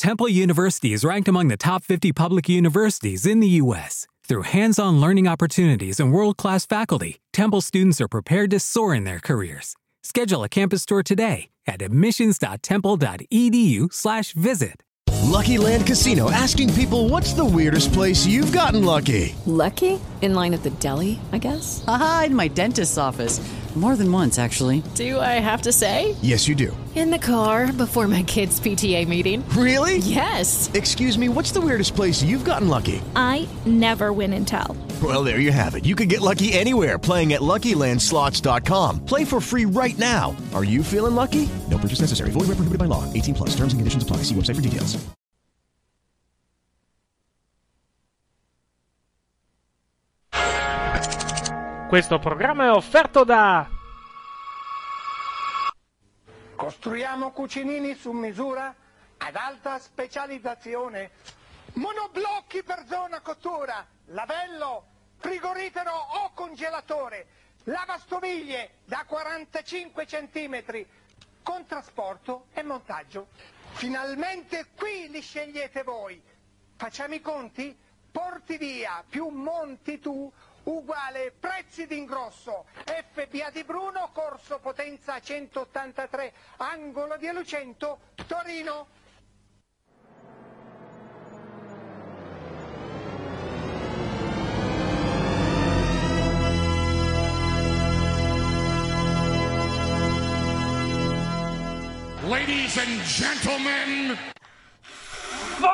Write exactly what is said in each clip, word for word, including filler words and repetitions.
Temple University is ranked among the top fifty public universities in the U S Through hands-on learning opportunities and world-class faculty, Temple students are prepared to soar in their careers. Schedule a campus tour today at admissions.temple.edu slash visit. Lucky Land Casino, asking people, what's the weirdest place you've gotten lucky? Lucky? In line at the deli, I guess? Aha, in my dentist's office. More than once, actually. Do I have to say? Yes, you do. In the car before my kids' P T A meeting. Really? Yes. Excuse me, what's the weirdest place you've gotten lucky? I never win and tell. Well, there you have it. You can get lucky anywhere, playing at Lucky Land Slots dot com. Play for free right now. Are you feeling lucky? No purchase necessary. Void where prohibited by law. eighteen plus. Terms and conditions apply. See website for details. Questo programma è offerto da Costruiamo cucinini su misura ad alta specializzazione, monoblocchi per zona cottura, lavello, frigorifero o congelatore, lavastoviglie da quarantacinque centimetri, con trasporto e montaggio. Finalmente qui li scegliete voi. Facciamo i conti? Porti via più monti tu uguale prezzi d'ingrosso. F B A di Bruno, corso Potenza centottantatré, angolo di Lucento, Torino. Ladies and gentlemen, fuck!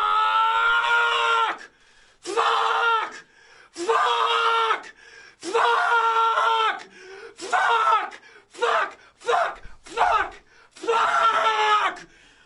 Fuck! Fuck! Fuck! Fuck! Fuck! Fuck! Fuck! Fuck!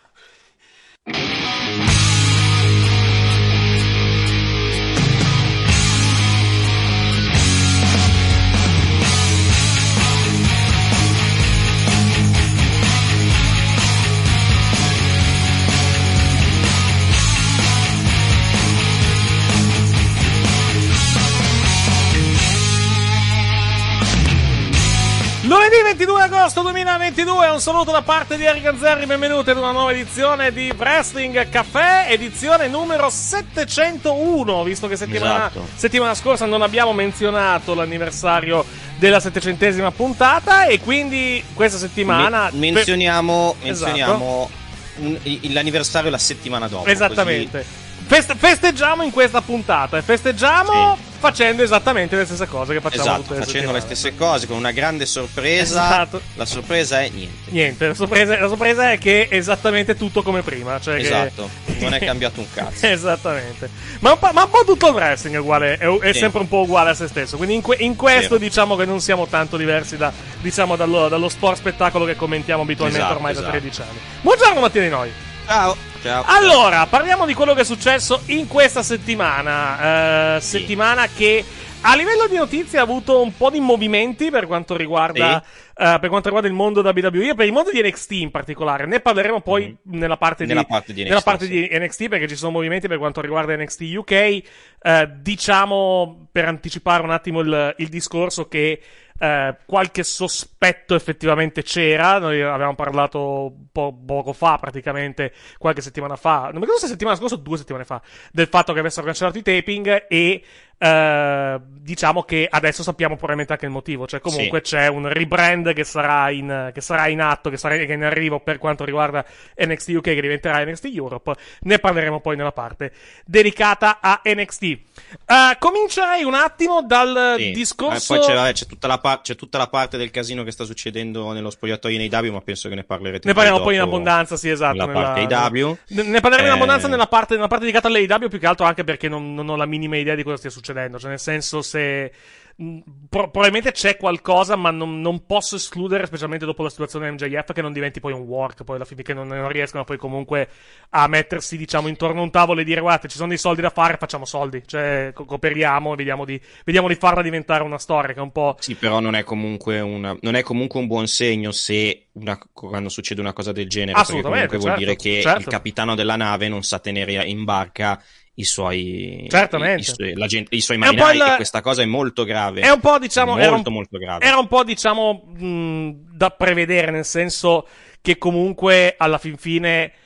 lunedì ventidue agosto duemilaventidue, un saluto da parte di Eric Ganzerri, benvenuti ad una nuova edizione di Wrestling Café, edizione numero settecentouno, visto che settimana, esatto. settimana scorsa non abbiamo menzionato l'anniversario della settecentesima puntata e quindi questa settimana... Me- menzioniamo per... menzioniamo esatto. un, l'anniversario la settimana dopo. Esattamente. Così... Feste- festeggiamo in questa puntata e festeggiamo... Sì. facendo esattamente le stesse cose che facciamo esatto, tutte le facendo settimane. le stesse cose con una grande sorpresa. Esatto. La sorpresa è niente. Niente, la sorpresa, la sorpresa è che è esattamente tutto come prima. Cioè esatto, che... non è cambiato un cazzo. Esattamente. Ma un, po', ma un po' tutto il wrestling è uguale, è, è sì. sempre un po' uguale a se stesso. Quindi in, que- in questo Vero. diciamo che non siamo tanto diversi da, diciamo, dallo, dallo sport spettacolo che commentiamo abitualmente esatto, ormai esatto. da tredici anni. Buongiorno Mattia di noi. Ciao. Ciao. Allora, parliamo di quello che è successo in questa settimana. Eh, sì. Settimana che a livello di notizie ha avuto un po' di movimenti per quanto riguarda, sì. uh, per quanto riguarda il mondo W W E, per il mondo di N X T in particolare. Ne parleremo poi mm-hmm. nella parte, nella di, parte di N X T, nella parte sì. di N X T, perché ci sono movimenti per quanto riguarda N X T U K. Uh, diciamo, per anticipare un attimo il, il discorso, che Uh, qualche sospetto effettivamente c'era. Noi avevamo parlato un po' poco fa, praticamente qualche settimana fa, non mi ricordo se settimana scorsa o due settimane fa, del fatto che avessero cancellato i taping e uh, diciamo che adesso sappiamo probabilmente anche il motivo, cioè comunque sì. C'è un rebrand che sarà in che sarà in atto, che sarà che è in arrivo per quanto riguarda N X T U K, che diventerà N X T Europe. Ne parleremo poi nella parte dedicata a N X T. Uh, comincerei un attimo dal sì. discorso. Eh, poi c'è, vabbè, c'è tutta la c'è tutta la parte del casino che sta succedendo nello spogliatoio in A E W, ma penso che ne parlerete. Ne parliamo poi in abbondanza, sì, esatto. Nella, nella parte A E W. Ne parleremo eh... in abbondanza nella parte, nella parte dedicata all'A E W, più che altro anche perché non, non ho la minima idea di cosa stia succedendo. Cioè, nel senso, se Pro- probabilmente c'è qualcosa, ma non, non posso escludere, specialmente dopo la situazione M J F, che non diventi poi un work poi alla fine, che non, non riescono poi comunque a mettersi, diciamo, intorno a un tavolo e dire guardate, ci sono dei soldi da fare, facciamo soldi, cioè co- cooperiamo e vediamo di, vediamo di farla diventare una storia che è un po'... Sì, però non è comunque una, non è comunque un buon segno se una, quando succede una cosa del genere, perché comunque vuol certo, dire che certo. il capitano della nave non sa tenere in barca i suoi certamente i, i, suoi, la gente, i suoi marinai, il... e questa cosa è molto grave, è un po', diciamo, molto era un, molto grave, era un po', diciamo, mh, da prevedere, nel senso che comunque alla fin fine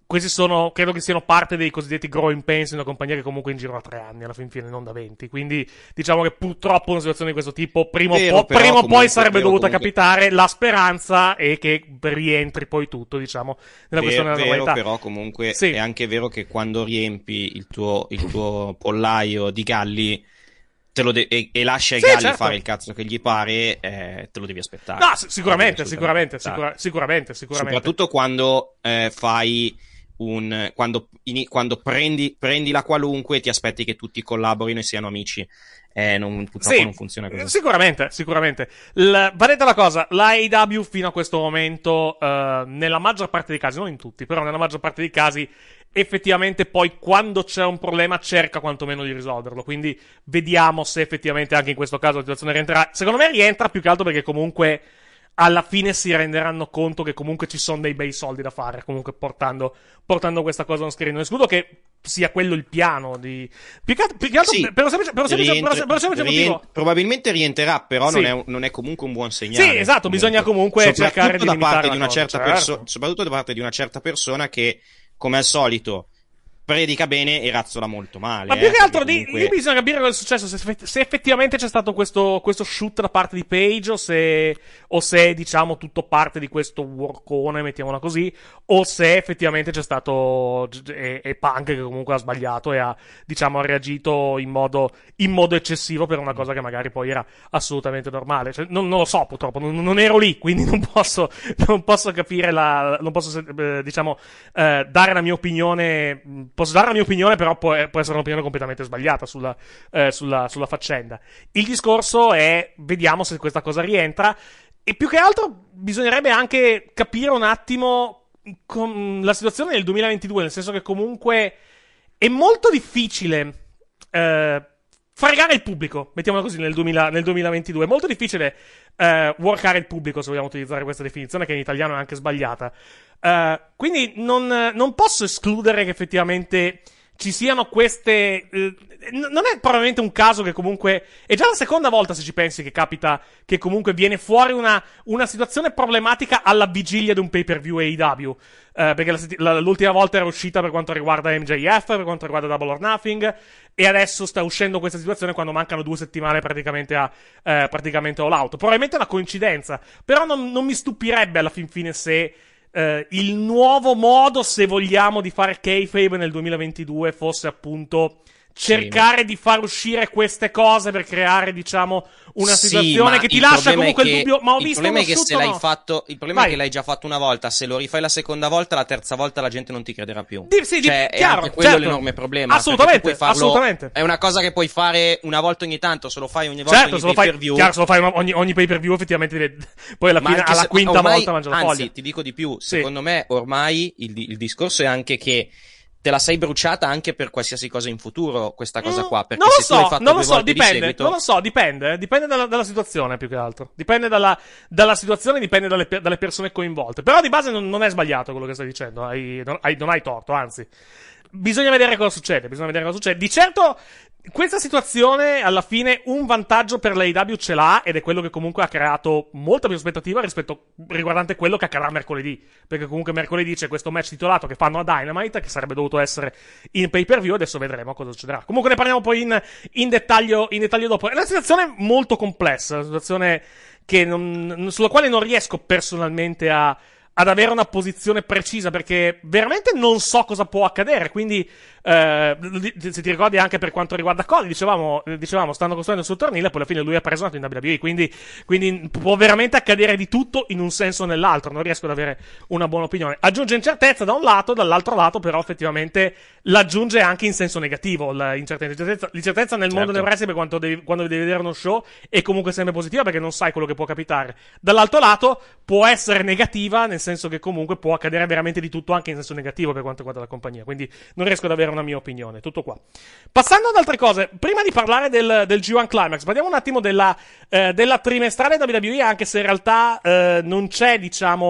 questi sono, credo che siano parte dei cosiddetti growing pains di una compagnia che comunque in giro da tre anni, alla fin fine, non da venti. Quindi diciamo che purtroppo una situazione di questo tipo prima o po- prima comunque, poi sarebbe dovuta comunque capitare. La speranza è che rientri poi tutto, diciamo, nella questione della normalità. Però comunque sì. È anche vero che quando riempi il tuo, il tuo pollaio di galli te lo de- e, e lascia i sì, galli certo. fare il cazzo che gli pare, eh, te lo devi aspettare. No, sicuramente, sicuramente, sicura- sicuramente, sicuramente. Soprattutto quando eh, fai un quando, in, quando prendi, prendi la qualunque e ti aspetti che tutti collaborino e siano amici. Eh, non, purtroppo sì, non funziona così. Sicuramente, sicuramente. L- va detta la cosa, la A E W fino a questo momento, uh, nella maggior parte dei casi, non in tutti, però nella maggior parte dei casi, effettivamente poi quando c'è un problema cerca quantomeno di risolverlo. Quindi vediamo se effettivamente anche in questo caso la situazione rientrerà. Secondo me rientra più che altro perché comunque alla fine si renderanno conto che comunque ci sono dei bei soldi da fare, comunque portando, portando questa cosa on screen. Non escludo che sia quello il piano di più che altro, più che altro sì, per un semplice, per un semplice, rientra, per un semplice rien, motivo. probabilmente rientrerà, però sì. non, è, non è comunque un buon segnale. Sì, esatto, comunque. bisogna comunque soprattutto cercare di da limitare parte la di una cosa, certa certo. perso- soprattutto da parte di una certa persona che, come al solito, predica bene e razzola molto male. Ma più eh, che altro comunque... lì bisogna capire cosa è successo, se, se effettivamente c'è stato questo, questo shoot da parte di Page o se, o se diciamo tutto parte di questo workone, mettiamola così, o se effettivamente c'è stato e, e Punk che comunque ha sbagliato e ha diciamo ha reagito in modo, in modo eccessivo per una cosa che magari poi era assolutamente normale. Cioè, non, non lo so purtroppo, non, non ero lì, quindi non posso, non posso capire la, non posso eh, diciamo eh, dare la mia opinione. Posso dare la mia opinione, però può, può essere un'opinione completamente sbagliata sulla, eh, sulla, sulla faccenda. Il discorso è, vediamo se questa cosa rientra, e più che altro bisognerebbe anche capire un attimo con la situazione del duemilaventidue, nel senso che comunque è molto difficile eh, fregare il pubblico, mettiamolo così, nel, duemila, nel duemilaventidue. È molto difficile eh, workare il pubblico, se vogliamo utilizzare questa definizione, che in italiano è anche sbagliata. Uh, quindi non, non posso escludere che effettivamente ci siano queste... Eh, non è probabilmente un caso che comunque... È già la seconda volta, se ci pensi, che capita che comunque viene fuori una, una situazione problematica alla vigilia di un pay-per-view A E W. Uh, perché la, la, l'ultima volta era uscita per quanto riguarda M J F, per quanto riguarda Double or Nothing, e adesso sta uscendo questa situazione quando mancano due settimane praticamente a uh, praticamente all out. Probabilmente è una coincidenza, però non, non mi stupirebbe alla fin fine se... Uh, il nuovo modo, se vogliamo, di fare kayfabe nel duemilaventidue fosse appunto cercare sì, di far uscire queste cose per creare, diciamo, una sì, situazione che ti lascia comunque che, il dubbio. Ma ho il visto problema uno è che shoot, se l'hai no? fatto, il problema Vai. è che l'hai già fatto una volta, se lo rifai la seconda volta, la terza volta la gente non ti crederà più. Di, sì, cioè, di, chiaro, è anche quello certo. l'enorme problema. Assolutamente, puoi farlo, assolutamente. È una cosa che puoi fare una volta ogni tanto, se lo fai ogni volta certo, ogni se lo fai, pay-per-view. chiaro, se lo fai ogni, ogni pay-per-view effettivamente deve, poi alla, fine, alla se, quinta ormai, volta mangia la foglia. Anzi, ti dico di più, sì. secondo me ormai il, il discorso è anche che te la sei bruciata anche per qualsiasi cosa in futuro, questa cosa qua, perché non lo se so, tu l'hai fatto non lo due so, volte dipende, di seguito... non lo so, dipende, dipende dalla, dalla situazione più che altro, dipende dalla, dalla situazione, dipende dalle, dalle persone coinvolte, però di base non, non è sbagliato quello che stai dicendo, hai, non, hai, non hai torto, anzi. Bisogna vedere cosa succede, bisogna vedere cosa succede. Di certo, questa situazione, alla fine, un vantaggio per l'A E W ce l'ha, ed è quello che comunque ha creato molta più aspettativa rispetto, riguardante quello che accadrà mercoledì. Perché comunque mercoledì c'è questo match titolato che fanno a Dynamite, che sarebbe dovuto essere in pay-per-view, adesso vedremo cosa succederà. Comunque ne parliamo poi in, in dettaglio, in dettaglio dopo. È una situazione molto complessa, una situazione che non, sulla quale non riesco personalmente a, ad avere una posizione precisa, perché veramente non so cosa può accadere, quindi eh, se ti ricordi anche per quanto riguarda Cody, dicevamo, dicevamo stanno costruendo il suo tornile, poi alla fine lui ha preso in W W E, quindi, quindi può veramente accadere di tutto in un senso o nell'altro, non riesco ad avere una buona opinione. Aggiunge incertezza da un lato, dall'altro lato però effettivamente l'aggiunge anche in senso negativo, l'incertezza, l'incertezza nel certo. mondo del wrestling quando devi, quando devi vedere uno show è comunque sempre positiva, perché non sai quello che può capitare. Dall'altro lato può essere negativa, nel senso che comunque può accadere veramente di tutto anche in senso negativo per quanto riguarda la compagnia, quindi non riesco ad avere una mia opinione, tutto qua. Passando ad altre cose, prima di parlare del, del G uno Climax, parliamo un attimo della, eh, della trimestrale W W E, anche se in realtà eh, non c'è, diciamo,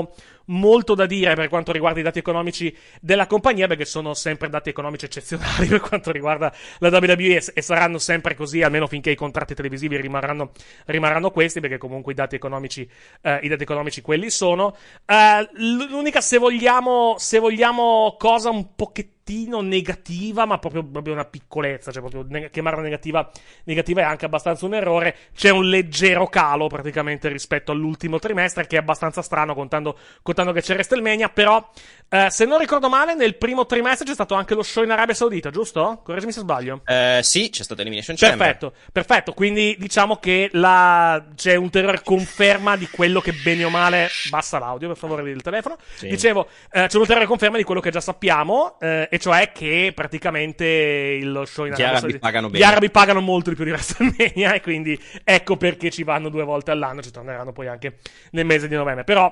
molto da dire per quanto riguarda i dati economici della compagnia, perché sono sempre dati economici eccezionali per quanto riguarda la W W E, e saranno sempre così, almeno finché i contratti televisivi rimarranno, rimarranno questi, perché comunque i dati economici, eh, i dati economici quelli sono. Eh, l'unica, se vogliamo, se vogliamo, cosa un pochettino negativa, ma proprio, proprio una piccolezza, cioè proprio neg- chiamarla negativa, negativa è anche abbastanza un errore. C'è un leggero calo praticamente rispetto all'ultimo trimestre, che è abbastanza strano contando, contando che c'è WrestleMania, però eh, se non ricordo male nel primo trimestre c'è stato anche lo show in Arabia Saudita, giusto? Correggimi se sbaglio. Eh, sì, c'è stata Elimination Chamber. Perfetto, perfetto, quindi diciamo che la... c'è ulteriore conferma di quello che bene o male, bassa l'audio per favore del telefono, sì. Dicevo, eh, c'è un'ulteriore conferma di quello che già sappiamo, eh, e cioè che praticamente il show in Gli Arabia arabi pagano bene. Gli arabi pagano molto di più di WrestleMania, e quindi ecco perché ci vanno due volte all'anno, ci torneranno poi anche nel mese di novembre. Però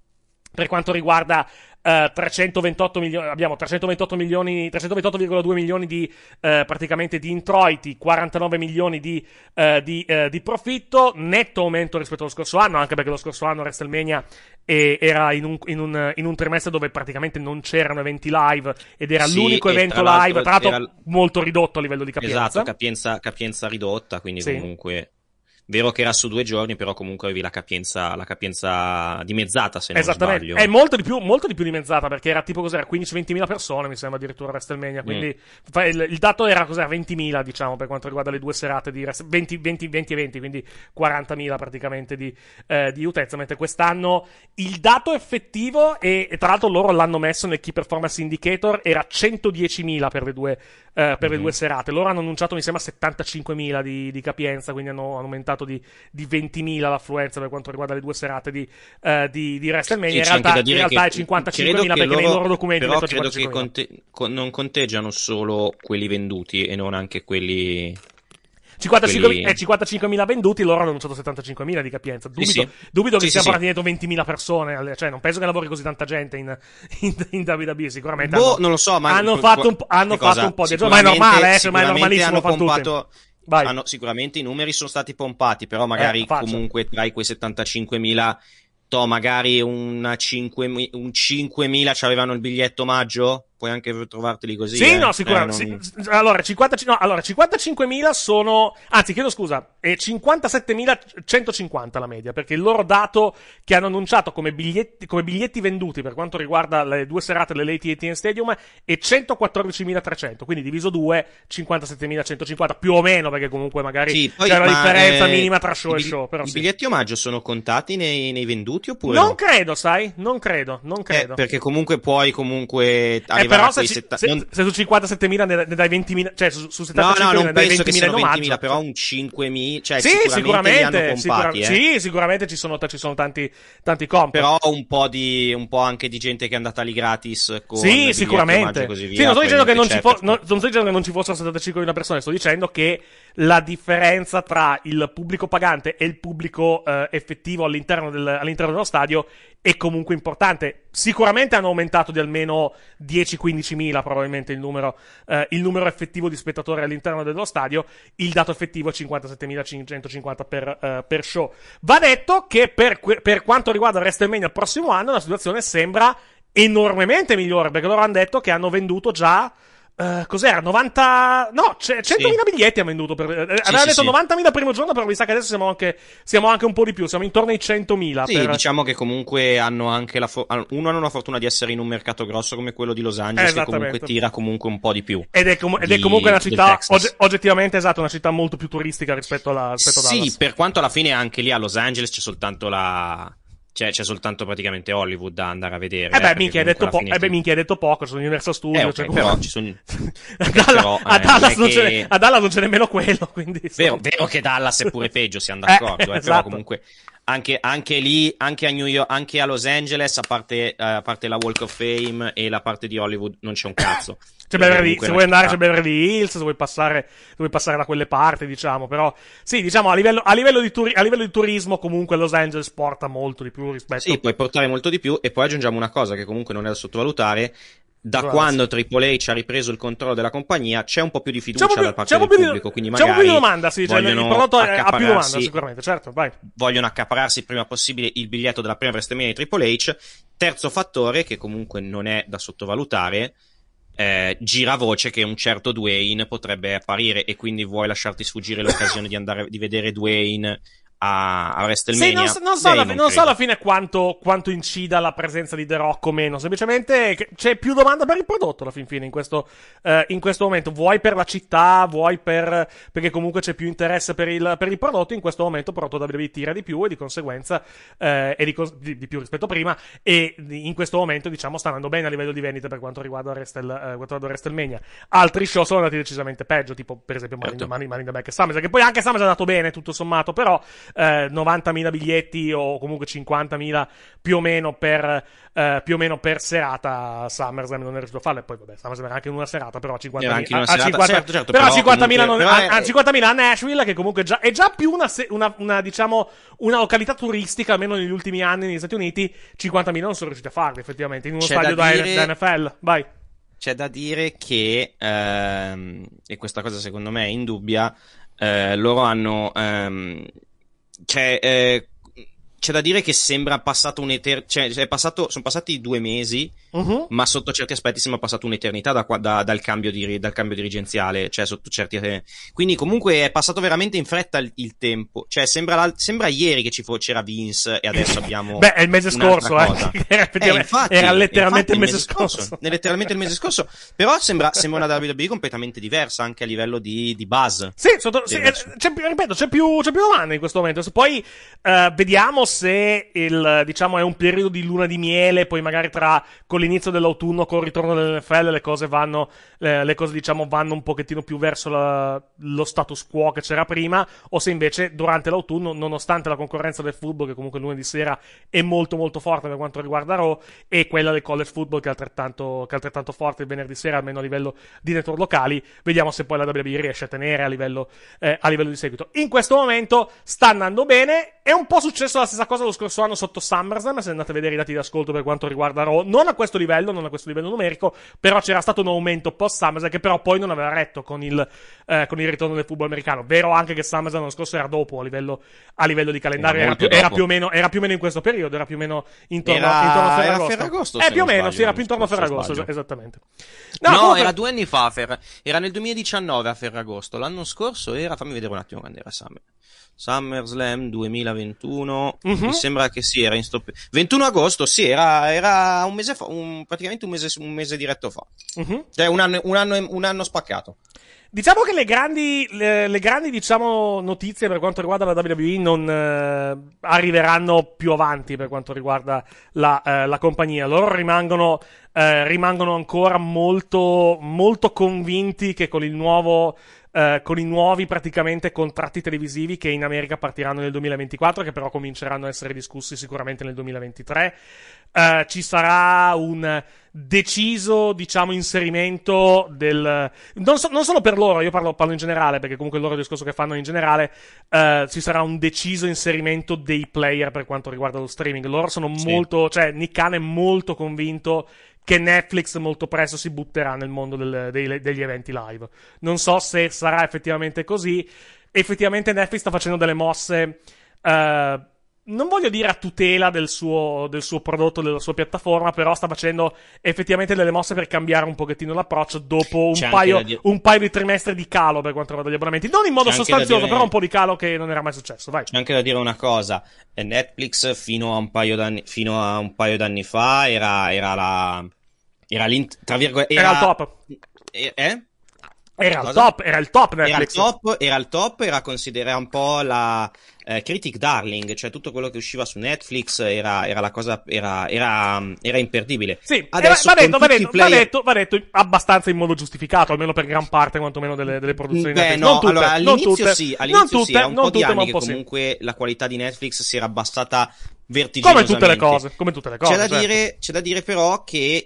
per quanto riguarda Uh, trecentoventotto milioni, abbiamo trecentoventotto milioni, trecentoventotto virgola due milioni di uh, praticamente di introiti, quarantanove milioni di, uh, di, uh, di profitto, netto aumento rispetto allo scorso anno, anche perché lo scorso anno WrestleMania e, era in un, in, un, in un trimestre dove praticamente non c'erano eventi live ed era sì, l'unico evento tra live, tra l'altro era... molto ridotto a livello di capienza. Esatto, capienza, capienza ridotta, quindi sì. Comunque... Vero che era su due giorni, però comunque avevi la capienza, la capienza dimezzata, se non Esattamente. sbaglio. È molto di più, molto di più dimezzata, perché era tipo cos'era, quindici ventimila persone, mi sembra addirittura WrestleMania, quindi mm. il, il dato era cos'era, ventimila, diciamo, per quanto riguarda le due serate di venti, venti, venti eventi, quindi quarantamila praticamente di, eh, di utenza, mentre quest'anno il dato effettivo, e, e tra l'altro loro l'hanno messo nel Key Performance Indicator, era centodiecimila per le due, eh, per mm-hmm. le due serate. Loro hanno annunciato, mi sembra, settantacinquemila di, di capienza, quindi hanno, hanno aumentato di, di ventimila l'affluenza per quanto riguarda le due serate di, uh, di, di WrestleMania. Sì, in realtà, in realtà che, è cinquantacinquemila perché loro, nei loro documenti però credo che conte, con, non conteggiano solo quelli venduti e non anche quelli... cinquantacinque, quelli... eh, cinquantacinquemila venduti, loro hanno annunciato settantacinquemila di capienza. Dubito, sì, sì. dubito che sì, stiamo sì, parlando di ventimila persone, cioè non penso che lavori così tanta gente in, in, in W W E, sicuramente boh, hanno, non lo so, ma hanno fatto un, hanno fatto un po' di... Ma è normale, eh, ma è normalissimo, hanno fanno pompato... tutti. Vai. Hanno, sicuramente i numeri sono stati pompati, però magari eh, comunque tra i quei settantacinquemila, to, magari una cinque, un cinquemila c'avevano il biglietto omaggio. Puoi anche trovarteli così. Sì, eh? no, sicuramente. Eh, non... sì, allora, cinquanta, no, allora, cinquantacinquemila sono, anzi, chiedo scusa, è cinquantasettemilacentocinquanta la media, perché il loro dato che hanno annunciato come biglietti, come biglietti venduti per quanto riguarda le due serate dell'A T and T Stadium è centoquattordicimilatrecento, quindi diviso due, cinquantasettemilacentocinquanta, più o meno, perché comunque magari sì, poi, c'è una ma, differenza eh, minima tra show i, e show. Però I sì. biglietti omaggio sono contati nei, nei venduti oppure non no? credo, sai? Non credo, non credo. Eh, perché comunque puoi comunque eh, però se, ci, setta... se, non... se su cinquantasettemila ne, ne dai ventimila, cioè su, su settantacinquemila no, no, ne dai penso ventimila che siano in ventimila, omaggio, però un cinquemila, cioè sì, sicuramente, sicuramente li hanno pompati, sicura, eh. sì, sicuramente ci sono, ci sono tanti, tanti comp. Però un po' di, un po' anche di gente che è andata lì gratis con sì, sicuramente. Così via, sì, non sto dicendo che non ci fo- per... non, non sto dicendo che non ci fossero settantacinquemila persone, sto dicendo che la differenza tra il pubblico pagante e il pubblico eh, effettivo all'interno, del, all'interno dello stadio è comunque importante. Sicuramente hanno aumentato di almeno dieci quindici mila probabilmente il numero, eh, il numero effettivo di spettatori all'interno dello stadio. Il dato effettivo è cinquantasettemilacinquecentocinquanta per, uh, per show. Va detto che per, per quanto riguarda WrestleMania il prossimo anno la situazione sembra enormemente migliore, perché loro hanno detto che hanno venduto già Uh, cos'era? novanta no, c- centomila sì. biglietti ha venduto per... eh, sì, aveva sì, detto sì. novantamila il primo giorno, però mi sa che adesso siamo anche siamo anche un po' di più, siamo intorno ai centomila. Sì, per... diciamo che comunque hanno anche la fo- uno hanno la fortuna di essere in un mercato grosso come quello di Los Angeles, che comunque tira comunque un po' di più. Ed è, com- ed di, è comunque una città ogge- oggettivamente, esatto, una città molto più turistica rispetto alla rispetto sì, a Dallas. Per quanto alla fine anche lì a Los Angeles c'è soltanto la Cioè, c'è soltanto praticamente Hollywood da andare a vedere. Eh beh, eh, minchia, hai detto, po- fine... eh beh, minchia, hai detto poco, sono Universal Studios. Eh, okay, cioè, però ci sono... a, Dallas, però, a, eh, Dallas non che... ce n'è, a Dallas non c'è nemmeno quello, quindi... Vero, vero che Dallas è pure peggio, siamo d'accordo, eh, eh, eh, esatto. Però comunque... Anche, anche lì, anche a New York, anche a Los Angeles, a parte, uh, a parte la Walk of Fame e la parte di Hollywood, non c'è un cazzo. C'è Beverly, se vuoi andare c'è Beverly Hills, se vuoi passare, se vuoi passare da quelle parti, diciamo, però, sì, diciamo, a livello, a livello di turi- a livello di turismo, comunque Los Angeles porta molto di più rispetto. Sì, puoi portare molto di più, e poi aggiungiamo una cosa che comunque non è da sottovalutare. da Grazie. quando Triple H ha ripreso il controllo della compagnia c'è un po' più di fiducia più, da parte del più pubblico, di, quindi c'è magari un po' più di domanda, sì, cioè, il prodotto ha più domanda sicuramente, certo, vai. Vogliono accaparrarsi il prima possibile il biglietto della prima WrestleMania di Triple H. Terzo fattore, che comunque non è da sottovalutare, eh, gira voce che un certo Dwayne potrebbe apparire, e quindi vuoi lasciarti sfuggire l'occasione di andare di vedere Dwayne a, a WrestleMania. Sì, non, so, non, so, alla, non, non so alla fine quanto, quanto incida la presenza di The Rock o meno, semplicemente che c'è più domanda per il prodotto alla fin fine in questo, eh, in questo momento, vuoi per la città, vuoi per, perché comunque c'è più interesse per il, per il prodotto. In questo momento il prodotto W W E tira di più e di conseguenza eh, e di, di, di più rispetto a prima, e in questo momento diciamo sta andando bene a livello di vendita per quanto riguarda Wrestle, eh, quanto riguarda WrestleMania. Altri show sono andati decisamente peggio, tipo per esempio Money in the Bank e SummerSlam, che poi anche SummerSlam è andato bene tutto sommato, però Eh, novantamila biglietti o comunque cinquantamila più o meno per eh, più o meno per serata. SummerSlam non è riuscito a farlo, e poi vabbè, SummerSlam era anche in una serata, però a cinquantamila anche in una a, a serata, cinquanta, certo, certo, però, però a cinquantamila, comunque, non, però è... a, a cinquantamila a Nashville, che comunque già, è già più una, una, una diciamo una località turistica, almeno negli ultimi anni negli Stati Uniti. cinquantamila non sono riusciti a farli effettivamente in uno C'è stadio da da, dire... da N F L. Vai. C'è da dire che ehm, e questa cosa secondo me è indubbia, eh, loro hanno ehm, cioè eh, c'è da dire che sembra passato un'eternità, cioè è passato, sono passati due mesi, uh-huh. ma sotto certi aspetti sembra passato un'eternità da, da, dal, cambio di, dal cambio dirigenziale, cioè sotto certi, quindi comunque è passato veramente in fretta il, il tempo, cioè sembra, sembra ieri che ci fu, c'era Vince e adesso abbiamo beh, è il mese scorso, eh. era, eh, infatti, era letteralmente infatti il mese scorso, scorso. È letteralmente il mese scorso, però sembra, sembra una W W E completamente diversa anche a livello di, di buzz. Sì, sotto, sì c'è, ripeto, c'è più, c'è più domande in questo momento. Poi uh, vediamo se il, diciamo, è un periodo di luna di miele, poi magari tra con l'inizio dell'autunno, con il ritorno dell'N F L, le cose vanno, le, le cose diciamo vanno un pochettino più verso la, lo status quo che c'era prima, o se invece durante l'autunno, nonostante la concorrenza del football, che comunque lunedì sera è molto molto forte per quanto riguarda Raw, e quella del college football che è altrettanto, che è altrettanto forte il venerdì sera, almeno a livello di network locali, vediamo se poi la W W E riesce a tenere a livello, eh, a livello di seguito. In questo momento sta andando bene, è un po' successo la stessa cosa lo scorso anno sotto SummerSlam, se andate a vedere i dati di ascolto per quanto riguarda Raw, non a questo livello, non a questo livello numerico, però c'era stato un aumento post SummerSlam che però poi non aveva retto con il, eh, con il ritorno del football americano. Vero anche che SummerSlam l'anno scorso era dopo a livello, a livello di calendario, era, era, più, era, più o meno, era più o meno in questo periodo, era più o meno intorno, era, intorno a Ferragosto. Ferragosto. Ferragosto eh, più o meno, sbaglio, sì, era più intorno a Ferragosto, sbaglio. esattamente. No, No, comunque... era due anni fa, Fer... era nel duemiladiciannove a Ferragosto. L'anno scorso era, fammi vedere un attimo quando era Summer. SummerSlam duemilaventuno, uh-huh. mi sembra che sì, era in stop... ventuno agosto, sì, era, era un mese fa, un, praticamente un mese, un mese diretto fa. Uh-huh. Cioè un anno, un anno, un anno spaccato. Diciamo che le grandi, le, le grandi diciamo, notizie per quanto riguarda la W W E non eh, arriveranno più avanti per quanto riguarda la, eh, la compagnia. Loro rimangono, eh, rimangono ancora molto, molto convinti che con il nuovo... Uh, con i nuovi praticamente contratti televisivi che in America partiranno nel duemilaventiquattro, che però cominceranno a essere discussi sicuramente nel duemilaventitré, uh, ci sarà un deciso, diciamo, inserimento del... Non, so, non solo per loro, io parlo, parlo in generale, perché comunque il loro discorso che fanno in generale, uh, ci sarà un deciso inserimento dei player per quanto riguarda lo streaming. Loro sono sì. molto... cioè Nick Khan è molto convinto che Netflix molto presto si butterà nel mondo del, dei, degli eventi live. Non so se sarà effettivamente così. Effettivamente Netflix sta facendo delle mosse, uh, non voglio dire a tutela del suo, del suo prodotto, della sua piattaforma, però sta facendo effettivamente delle mosse per cambiare un pochettino l'approccio dopo un, paio, dire... un paio di trimestri di calo per quanto riguarda gli abbonamenti. Non in modo C'è sostanzioso, dire... però un po' di calo che non era mai successo. Vai. C'è anche da dire una cosa. Netflix fino a un paio d'anni, fino a un paio d'anni fa era, era la... Era l'int... tra virgolette... Era, era il top. Eh? Era il top, era il top Netflix. Era il top, era il top, era considerato un po' la eh, critic darling, cioè tutto quello che usciva su Netflix era, era la cosa, era, era, era imperdibile. Sì, adesso va detto, va detto, player... va detto, va detto abbastanza in modo giustificato, almeno per gran parte quantomeno delle, delle produzioni. Beh, Netflix. no, non tutte, allora all'inizio non tutte, sì, all'inizio non sì, tutte, era un po' di tutte, anni che che comunque sì. la qualità di Netflix si era abbassata come tutte le cose, come tutte le cose. C'è da, certo. dire, c'è da dire però che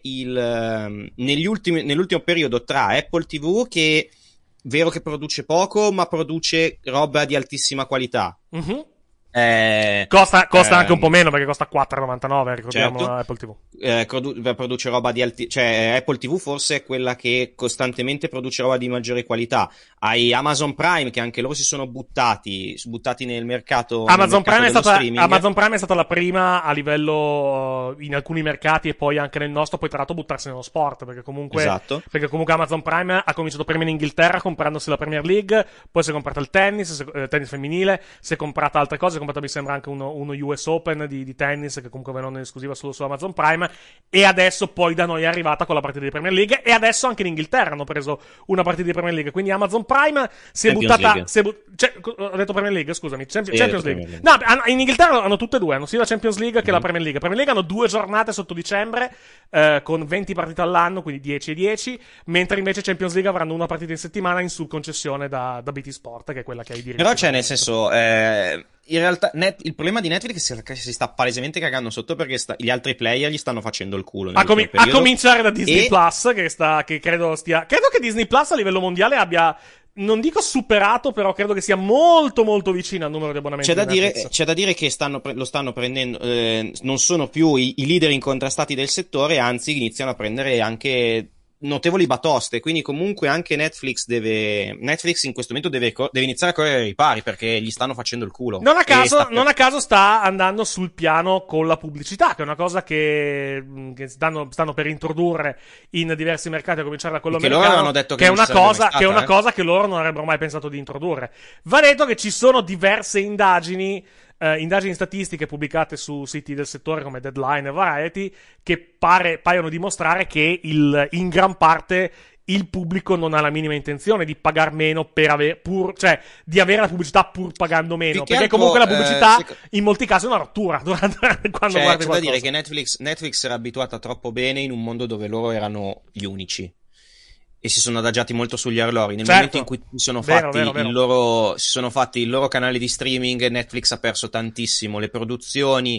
il, negli ultimi, nell'ultimo periodo tra Apple T V, che vero che produce poco, ma produce roba di altissima qualità. Mm-hmm. Eh, costa costa eh, anche un po' meno perché costa quattro e novantanove, ricordiamo, certo. Apple tivù. Eh, produ- produce roba di alti, cioè Apple tivù forse è quella che costantemente produce roba di maggiore qualità. Hai Amazon Prime, che anche loro si sono buttati buttati nel mercato, Amazon, nel mercato Prime è dello stata, streaming. Amazon Prime è stata la prima a livello in alcuni mercati e poi anche nel nostro, poi tra l'altro buttarsi nello sport, perché comunque, esatto. perché comunque Amazon Prime ha cominciato prima in Inghilterra comprandosi la Premier League, poi si è comprata il tennis, si è, eh, tennis femminile, si è comprata altre cose, si è comprata mi sembra anche uno, uno U S Open di, di tennis che comunque vengono in esclusiva solo su Amazon Prime, e adesso poi da noi è arrivata con la partita di Premier League, e adesso anche in Inghilterra hanno preso una partita di Premier League, quindi Amazon Prime si è Champions buttata, League. si è bu- cioè, ho detto Premier League, scusami, Champions, Sì, Champions hai League. detto Premier No, in Inghilterra hanno tutte e due, hanno sia la Champions League che Mm-hmm. la Premier League. Premier League hanno due giornate sotto dicembre, eh, con venti partite all'anno, quindi dieci e dieci, mentre invece Champions League avranno una partita in settimana in subconcessione da, da B T Sport, che è quella che ha i diritti. Però c'è, nel senso, eh, in realtà net, il problema di Netflix è che si sta palesemente cagando sotto perché sta, gli altri player gli stanno facendo il culo. A, comi- a cominciare da Disney e... Plus, che sta, che credo stia, credo che Disney Plus a livello mondiale abbia, non dico superato, però credo che sia molto molto vicino al numero di abbonamenti. C'è da, di dire, Netflix. c'è da dire che stanno, lo stanno prendendo, eh, non sono più i, i leader incontrastati del settore, anzi iniziano a prendere anche notevoli batoste, quindi comunque anche Netflix deve Netflix in questo momento deve, deve iniziare a correre ai ripari perché gli stanno facendo il culo. Non a caso, sta... non a caso sta andando sul piano con la pubblicità, che è una cosa che, che stanno, stanno per introdurre in diversi mercati, a cominciare da quello che americano, loro hanno detto che, che è non una ci sarebbe cosa, mai stata, che è una eh? cosa che loro non avrebbero mai pensato di introdurre. Va detto che ci sono diverse indagini, eh, indagini statistiche pubblicate su siti del settore come Deadline e Variety, che pare, paiono dimostrare che il, in gran parte il pubblico non ha la minima intenzione di pagar meno per avere, pur, cioè, di avere la pubblicità pur pagando meno. Più che Perché altro, comunque la pubblicità, eh, se... in molti casi, è una rottura durante, quando cioè, guardi c'è qualcosa. da dire che Netflix, Netflix era abituata troppo bene in un mondo dove loro erano gli unici. E si sono adagiati molto sugli allori. Nel Certo. momento in cui si sono, Vero, fatti vero, vero. Il loro, si sono fatti il loro canale di streaming, Netflix ha perso tantissimo. Le produzioni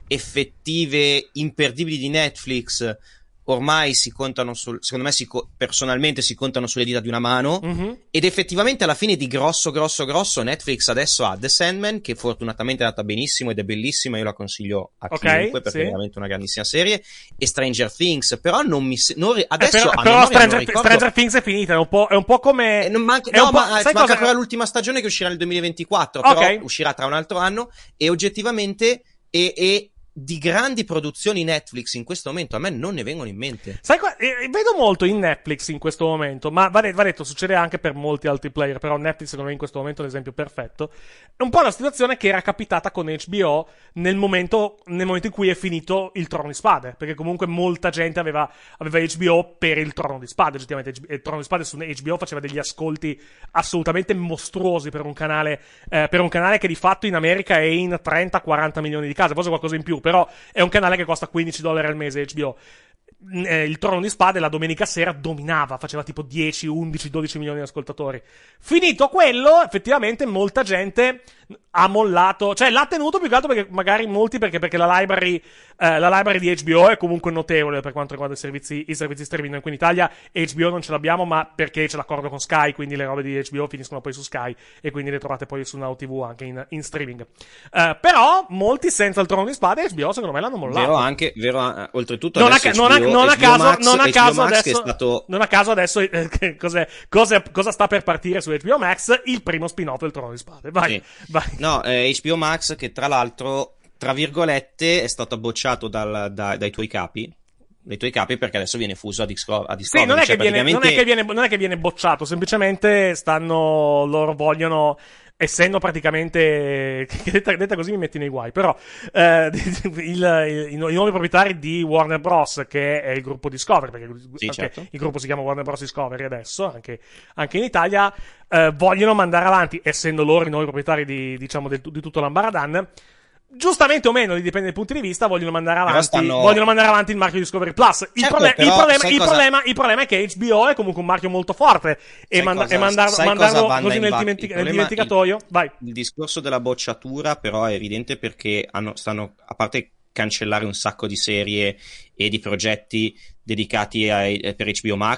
effettive, imperdibili di Netflix ormai si contano, sul, secondo me si co- personalmente si contano sulle dita di una mano. Mm-hmm. Ed effettivamente alla fine di grosso grosso grosso Netflix adesso ha The Sandman, che fortunatamente è andata benissimo ed è bellissima, io la consiglio a Ok, chiunque perché sì. è veramente una grandissima serie, e Stranger Things, però non mi se- non ri- adesso Eh, però a però memoria Stranger, non Thi- ricordo- Stranger Things è finita, è un po', è un po' come... eh, non manca, è no, un po'- ma sai manca cosa- ancora l'ultima stagione che uscirà nel duemilaventiquattro, Ok. però uscirà tra un altro anno, e oggettivamente e, e di grandi produzioni Netflix in questo momento a me non ne vengono in mente. Sai qua, eh, vedo molto in Netflix in questo momento, ma va, de- va detto, succede anche per molti altri player, però Netflix secondo me in questo momento è l'esempio perfetto. È un po' la situazione che era capitata con H B O nel momento, nel momento in cui è finito il Trono di Spade, perché comunque molta gente aveva, aveva H B O per il Trono di Spade, oggettivamente il Trono di Spade su H B O faceva degli ascolti assolutamente mostruosi per un canale, eh, per un canale che di fatto in America è in trenta quaranta milioni di case, forse qualcosa in più, però è un canale che costa quindici dollari al mese H B O. Eh, il Trono di Spade la domenica sera dominava, faceva tipo dieci, undici, dodici milioni di ascoltatori. Finito quello, effettivamente molta gente ha mollato, cioè l'ha tenuto più che altro perché magari molti perché, perché la library eh, la library di H B O è comunque notevole per quanto riguarda i servizi, i servizi streaming. Noi qui in Italia H B O non ce l'abbiamo, ma perché c'è l'accordo con Sky, quindi le robe di H B O finiscono poi su Sky e quindi le trovate poi su Now T V anche in, in streaming. Eh, però molti senza il Trono di Spade H B O secondo me l'hanno mollato. Vero anche, vero, eh, oltretutto Non a, adesso non a, H B O, non a H B O caso, Max, non a H B O caso Max adesso, che è stato... non a caso adesso, eh, che cos'è, cos'è, cosa sta per partire su H B O Max? Il primo spin-off del Trono di Spade. Vai, Sì. vai. No, eh, H B O Max che tra l'altro, tra virgolette, è stato bocciato dal, da, dai tuoi capi. Dai tuoi capi perché adesso viene fuso a, Disco- a Discovery. Sì, non è, cioè, che viene, praticamente... non, è che viene, non è che viene bocciato, semplicemente stanno, loro vogliono, essendo praticamente, che detta, detta così mi metti nei guai, però eh, il, il, i nuovi proprietari di Warner Bros, che è il gruppo Discovery, perché Sì, perché certo. il gruppo si chiama Warner Bros Discovery adesso, anche, anche in Italia, eh, vogliono mandare avanti, essendo loro i nuovi proprietari di, diciamo, del, di tutto l'Ambaradan, giustamente o meno, dipende dai punti di vista, vogliono mandare avanti, stanno... vogliono mandare avanti il marchio Discovery Plus. Il, Certo, prole- però, il, problema, sai il, cosa- problema, il problema è che H B O è comunque un marchio molto forte e, Sai manda- cosa- e mandar- sai mandarlo cosa banda così nel, in va- dimentic- il nel problema- dimenticatoio. Vai. Il discorso della bocciatura però è evidente perché hanno, stanno, a parte cancellare un sacco di serie e di progetti dedicati ai, per H B O Max,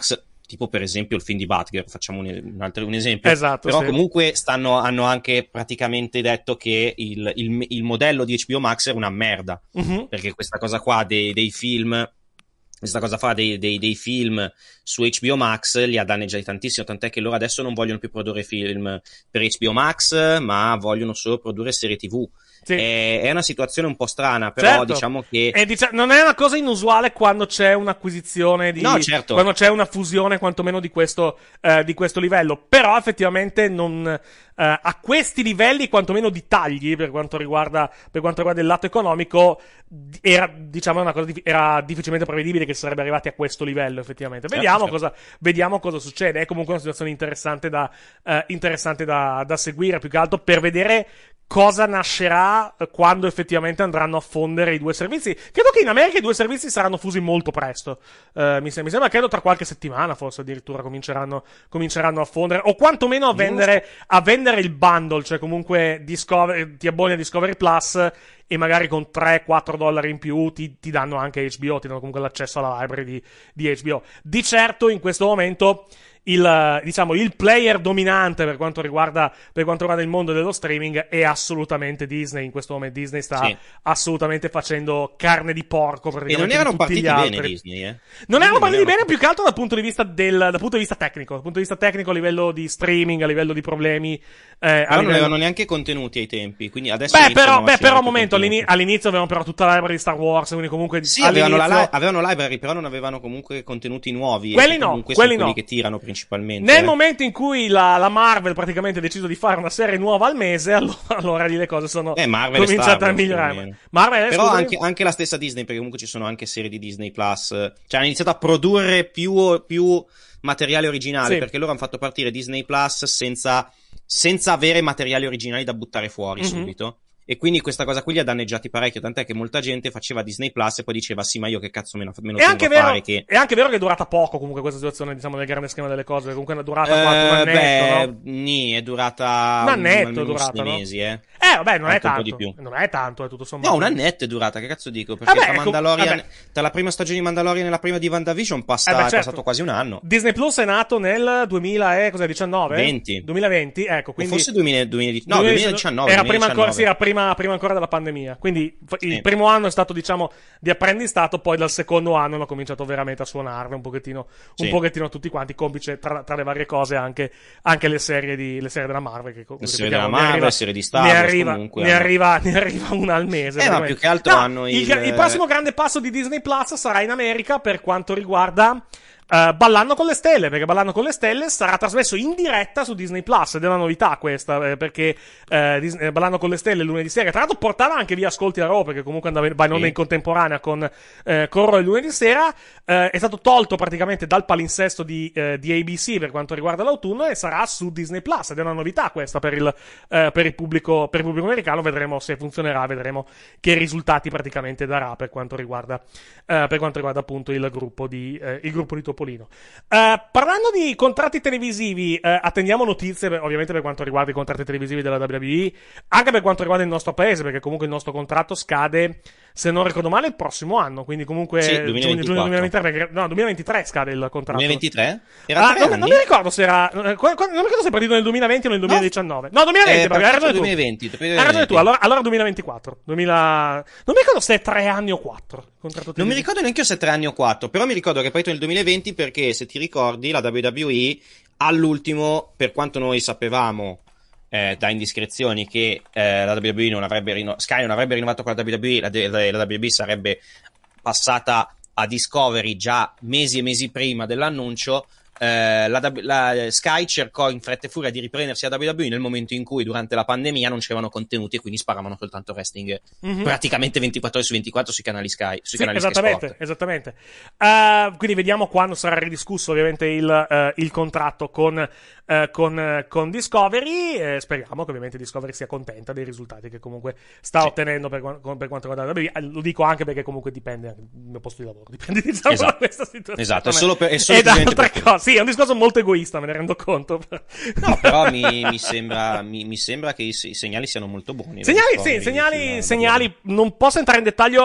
tipo per esempio il film di Butger, facciamo un, un altro un esempio, esatto, però sì. comunque stanno, hanno anche praticamente detto che il, il, il modello di H B O Max era una merda, uh-huh. perché questa cosa qua dei, dei film, questa cosa fa dei, dei, dei film su H B O Max li ha danneggiati tantissimo, tant'è che loro adesso non vogliono più produrre film per H B O Max, ma vogliono solo produrre serie tivù. Sì. È, è una situazione un po' strana, però certo. diciamo che e dicia- non è una cosa inusuale quando c'è un'acquisizione di no, certo. quando c'è una fusione quantomeno di questo eh, di questo livello, però effettivamente non eh, a questi livelli quantomeno di tagli per quanto riguarda per quanto riguarda il lato economico era diciamo una cosa di- era difficilmente prevedibile che si sarebbe arrivati a questo livello effettivamente. Vediamo certo, certo. cosa vediamo cosa succede. È comunque una situazione interessante da eh, interessante da, da seguire, più che altro per vedere cosa nascerà quando effettivamente andranno a fondere i due servizi. Credo che in America i due servizi saranno fusi molto presto. Uh, mi, sem- mi sembra, credo tra qualche settimana forse addirittura cominceranno, cominceranno a fondere, o quantomeno a vendere, a vendere il bundle, cioè comunque Discovery, ti abboni a Discovery Plus e magari con tre quattro dollari in più ti, ti danno anche H B O, ti danno comunque l'accesso alla library di, di H B O. Di certo in questo momento il, diciamo, il player dominante per quanto riguarda per quanto riguarda il mondo dello streaming è assolutamente Disney. In questo momento Disney sta sì. assolutamente facendo carne di porco praticamente. E non erano di tutti partiti gli altri. bene Disney, eh? Non erano non partiti erano... bene più che altro dal punto di vista del dal punto di vista tecnico, dal punto di vista tecnico a livello di streaming, a livello di problemi. Eh, però livello... non avevano neanche contenuti ai tempi, quindi adesso beh però, beh, però un momento contenuti. all'inizio avevano però tutta la library di Star Wars, quindi comunque sì, all'inizio... avevano, la li- avevano library, però non avevano comunque contenuti nuovi. Quelli no, comunque quelli sono no. quelli che tirano principalmente. Nel eh. momento in cui la, la Marvel praticamente ha deciso di fare una serie nuova al mese, allora, allora lì le cose sono eh, Marvel cominciate Star, a migliorare. Marvel però scusami. anche, anche la stessa Disney, perché comunque ci sono anche serie di Disney Plus, cioè hanno iniziato a produrre più, più materiale originale, sì. perché loro hanno fatto partire Disney Plus senza, senza avere materiali originali da buttare fuori mm-hmm. subito. E quindi questa cosa qui li ha danneggiati parecchio, tant'è che molta gente faceva Disney Plus e poi diceva sì, ma io che cazzo me lo, me lo tengo anche a vero, fare che... È anche vero che è durata poco comunque questa situazione, diciamo, nel grande schema delle cose, comunque è durata eh, quattro un annetto, beh, no? Nì, è durata un annetto, un, è durata, sei no? mesi, eh. Eh, vabbè, non anche è tanto, un po' di più. non è tanto, è tutto sommato. No, un annetto è durata, che cazzo dico? Perché vabbè, tra Mandalorian, vabbè. tra la prima stagione di Mandalorian e la prima di WandaVision passa, eh beh, certo. è passato quasi un anno. Disney Plus è nato nel duemiladiciannove? venti duemilaventi, ecco, quindi... O forse duemila, duemiladiciannove, no, duemiladiciannove. Era duemiladiciannove. prima ancora, sì, era prima, prima ancora della pandemia, quindi il sì. primo anno è stato, diciamo, di apprendistato, poi dal secondo anno hanno cominciato veramente a suonarne un pochettino, un sì. pochettino tutti quanti, complice tra, tra le varie cose anche, anche le serie di, le serie della Marvel. Che, le serie della Marvel, le serie di Star ne Wars, arriva, comunque. Ne arriva, ne arriva una al mese. Eh, ma più che altro no, hanno il... il... Il prossimo grande passo di Disney Plus sarà in America per quanto riguarda... Uh, Ballando con le stelle, perché Ballando con le stelle sarà trasmesso in diretta su Disney Plus, ed è una novità questa, eh, perché uh, Disney, Ballando con le stelle lunedì sera, tra l'altro portava anche via ascolti a Raw, perché comunque andava in, in, sì. in contemporanea con, uh, con Raw il lunedì sera, uh, è stato tolto praticamente dal palinsesto di, uh, di A B C per quanto riguarda l'autunno e sarà su Disney Plus, ed è una novità questa per il, uh, per il pubblico, per il pubblico americano. Vedremo se funzionerà, vedremo che risultati praticamente darà per quanto riguarda, uh, per quanto riguarda appunto il gruppo di, uh, il gruppo di Topolino. Uh, parlando di contratti televisivi, uh, attendiamo notizie per, ovviamente per quanto riguarda i contratti televisivi della W W E, anche per quanto riguarda il nostro paese, perché comunque il nostro contratto scade, se non ricordo male, il prossimo anno, quindi comunque sì, giugno, giugno duemilaventitré, perché, no, duemilaventitré scade il contratto. duemilaventitré? Era ah, tre non, anni? non mi ricordo se era, non mi ricordo se è partito nel duemilaventi o nel duemiladiciannove. No, no duemilaventi, eh, perché hai ragione tu. duemilaventi, Hai ragione tu, allora, allora duemilaventiquattro. duemila... Non mi ricordo se è tre anni o quattro. Non mi ricordo neanche io se è tre anni o quattro, però mi ricordo che è partito nel duemilaventi perché, se ti ricordi, la W W E all'ultimo, per quanto noi sapevamo eh, da indiscrezioni che eh, la W W E non avrebbe rinno- Sky non avrebbe rinnovato con la W W E, la, la, la W W E sarebbe passata a Discovery già mesi e mesi prima dell'annuncio. Eh, la, la Sky cercò in fretta e furia di riprendersi la W W E nel momento in cui durante la pandemia non c'erano contenuti e quindi sparavano soltanto wrestling mm-hmm. praticamente ventiquattro ore su ventiquattro sui canali Sky, sui sì, canali esattamente, Sky Sport. Esattamente. Uh, quindi vediamo quando sarà ridiscusso ovviamente il, uh, il contratto con, uh, con, uh, con Discovery. Eh, speriamo che ovviamente Discovery sia contenta dei risultati che comunque sta sì. ottenendo per, per quanto riguarda la W W E. Lo dico anche perché comunque dipende anche dal mio posto di lavoro, dipende diciamo esatto. da questa situazione. Esatto, è solo per, è solo e da altre per... cose. Sì, è un discorso molto egoista, me ne rendo conto. No, però mi, mi, sembra, mi, mi sembra che i, i segnali siano molto buoni. Segnali, sì, segnali, segnali, non posso entrare in dettaglio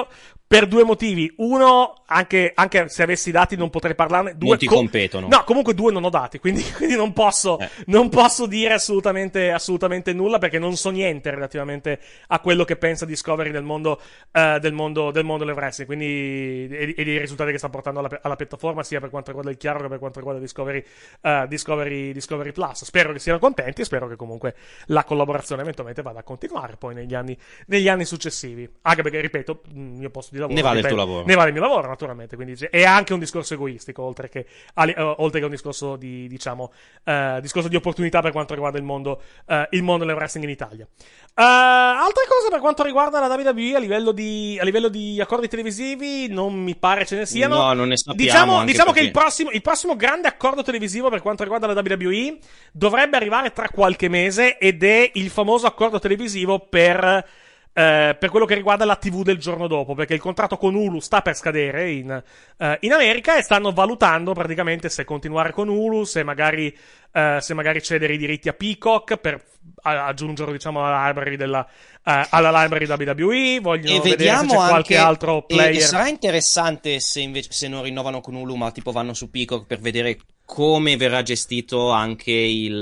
per due motivi. Uno, anche, anche se avessi i dati non potrei parlarne. Due, non ti co- competono. No, comunque due non ho dati, quindi, quindi non posso, eh. non posso dire assolutamente, assolutamente nulla, perché non so niente relativamente a quello che pensa Discovery del mondo, uh, del mondo, del mondo del wrestling, quindi, e, e dei risultati che sta portando alla, alla piattaforma, sia per quanto riguarda il chiaro che per quanto riguarda Discovery, uh, Discovery, Discovery Plus. Spero che siano contenti e spero che comunque la collaborazione eventualmente vada a continuare poi negli anni, negli anni successivi. Anche perché, ripeto, il mio posto di lavoro ne vale dipende, il tuo lavoro. Ne vale il mio lavoro, naturalmente. Quindi è anche un discorso egoistico, oltre che, uh, oltre che un discorso di, diciamo, uh, discorso di opportunità per quanto riguarda il mondo, uh, il mondo del wrestling in Italia. Uh, altre cose per quanto riguarda la W W E a livello di, a livello di accordi televisivi, non mi pare ce ne siano. No, non ne sappiamo. Diciamo, diciamo perché... che il prossimo, il prossimo grande accordo televisivo per quanto riguarda la W W E dovrebbe arrivare tra qualche mese, ed è il famoso accordo televisivo per, eh, per quello che riguarda la tivù del giorno dopo, perché il contratto con Hulu sta per scadere in, eh, in America, e stanno valutando praticamente se continuare con Hulu, se magari, eh, se magari cedere i diritti a Peacock per aggiungere, diciamo, alla library della, uh, alla library W W E. Vogliono e vedere se c'è qualche altro player. E, e sarà interessante se invece se non rinnovano con Hulu, ma tipo vanno su Peacock, per vedere come verrà gestito anche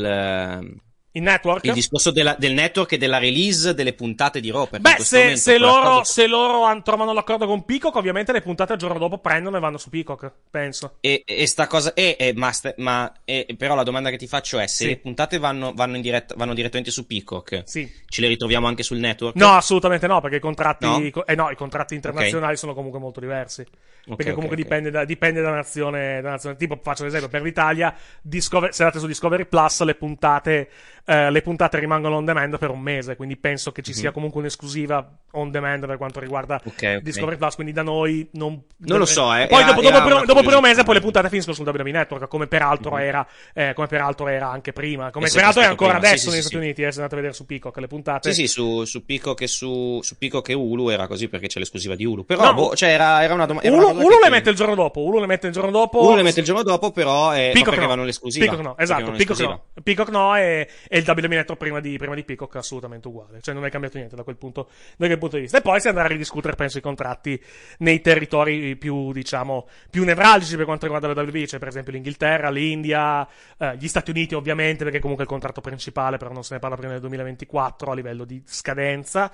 il il network? Il discorso della, del network e della release delle puntate di Raw. Beh, se, se loro, cosa... se loro an- trovano l'accordo con Peacock, ovviamente le puntate il giorno dopo prendono e vanno su Peacock, penso. E, e sta cosa, e, e, ma, ma e, però la domanda che ti faccio è: se sì. le puntate vanno, vanno, in diretta, vanno direttamente su Peacock, sì. ce le ritroviamo anche sul network? No, assolutamente no, perché i contratti, no? I, eh no, i contratti internazionali okay. sono comunque molto diversi. Okay, perché comunque okay, dipende, okay. Da, dipende da nazione, da nazione. Tipo, faccio l'esempio, per l'Italia, Discover- se andate su Discovery Plus, le puntate, eh, le puntate rimangono on demand per un mese, quindi penso che ci mm-hmm. sia comunque un'esclusiva on demand per quanto riguarda okay, okay. Discovery Plus, quindi da noi non... Non lo so, eh. Poi era, dopo, dopo, era dopo il primo mese poi le puntate finiscono sul W W E Network, come peraltro mm-hmm. era, eh, come peraltro era anche prima, come peraltro è ancora prima. adesso sì, negli sì, Stati sì. Uniti, eh, se andate a vedere su Peacock le puntate. Sì, sì, su, su Peacock e su, su Peacock e Hulu era così perché c'è l'esclusiva di Hulu. Però, no, boh, cioè era, era una domanda. Hulu, Hulu le mette il giorno dopo, Hulu le mette il giorno dopo. Hulu le mette il giorno dopo, però è Peacock perché no. vanno l'esclusiva. Peacock no, esatto, Peacock no. Peacock no e, e il W W E Network prima di, prima di Peacock assolutamente uguale, cioè non è cambiato niente da quel punto, da quel punto di vista. E poi si andrà a ridiscutere, penso, i contratti nei territori più, diciamo, più nevralgici per quanto riguarda la W W E, cioè per esempio l'Inghilterra, l'India, eh, gli Stati Uniti ovviamente, perché comunque è il contratto principale, però non se ne parla prima del duemilaventiquattro a livello di scadenza.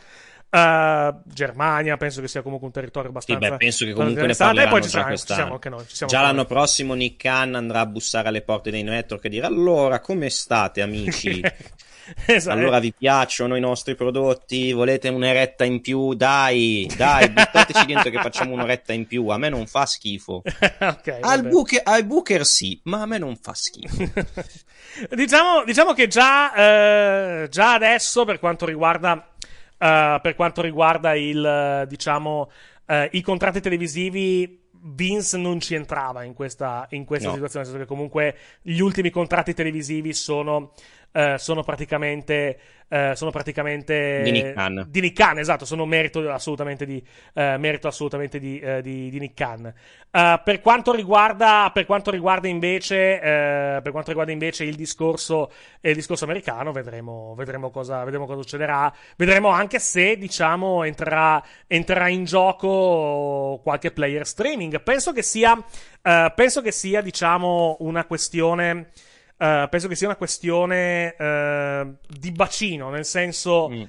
Uh, Germania penso che sia comunque un territorio abbastanza. Sì, beh, penso che comunque ne parleranno poi ci già siamo, quest'anno. Ci siamo anche noi, ci siamo già anche l'anno noi. prossimo Nick Khan andrà a bussare alle porte dei network e dire: allora come state amici? Esatto. Allora vi piacciono i nostri prodotti? Volete un'eretta in più? Dai, dai, buttateci dentro che facciamo un'oretta in più. A me non fa schifo. Okay, al, booker, al Booker sì, ma a me non fa schifo. diciamo, diciamo che già, eh, già adesso per quanto riguarda Uh, per quanto riguarda il, uh, diciamo, uh, i contratti televisivi, Vince non ci entrava in questa, in questa no. situazione, nel senso che comunque gli ultimi contratti televisivi sono, uh, sono praticamente, uh, sono praticamente di Nick Khan. Di Nick Khan, esatto, sono merito assolutamente di, uh, merito assolutamente di, uh, di, di Nick Khan. Uh, per quanto riguarda, per quanto riguarda invece, uh, per quanto riguarda invece il discorso, eh, il discorso americano, vedremo, vedremo cosa, vedremo cosa succederà. Vedremo anche se, diciamo, entrerà, entrerà in gioco qualche player streaming. Penso che sia, uh, penso che sia, diciamo, una questione, uh, penso che sia una questione uh, di bacino, nel senso. Mm.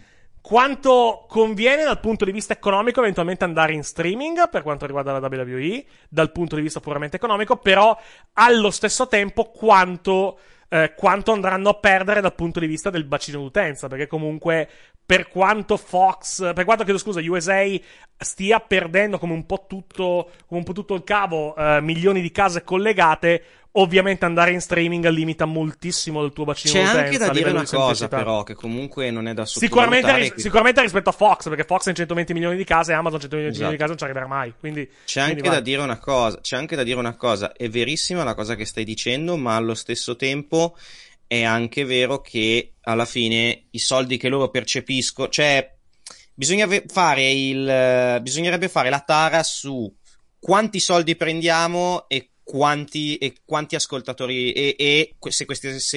Quanto conviene dal punto di vista economico eventualmente andare in streaming per quanto riguarda la W W E, dal punto di vista puramente economico, però allo stesso tempo quanto, eh, quanto andranno a perdere dal punto di vista del bacino d'utenza, perché comunque per quanto Fox, per quanto chiedo scusa, U S A stia perdendo come un po' tutto, come un po' tutto il cavo, eh, milioni di case collegate, ovviamente andare in streaming limita moltissimo il tuo bacino C'è d'utenza. C'è anche da dire una cosa, però, che comunque non è da sottovalutare. Sicuramente, che... sicuramente rispetto a Fox, perché Fox ha centoventi milioni di case e Amazon centoventi esatto. milioni di case non ci arriverà mai. Quindi, c'è quindi anche vai. da dire una cosa. C'è anche da dire una cosa. È verissima la cosa che stai dicendo, ma allo stesso tempo è anche vero che alla fine i soldi che loro percepiscono, cioè bisogna fare il, bisognerebbe fare la tara su quanti soldi prendiamo e quanti e quanti ascoltatori e, e se questi se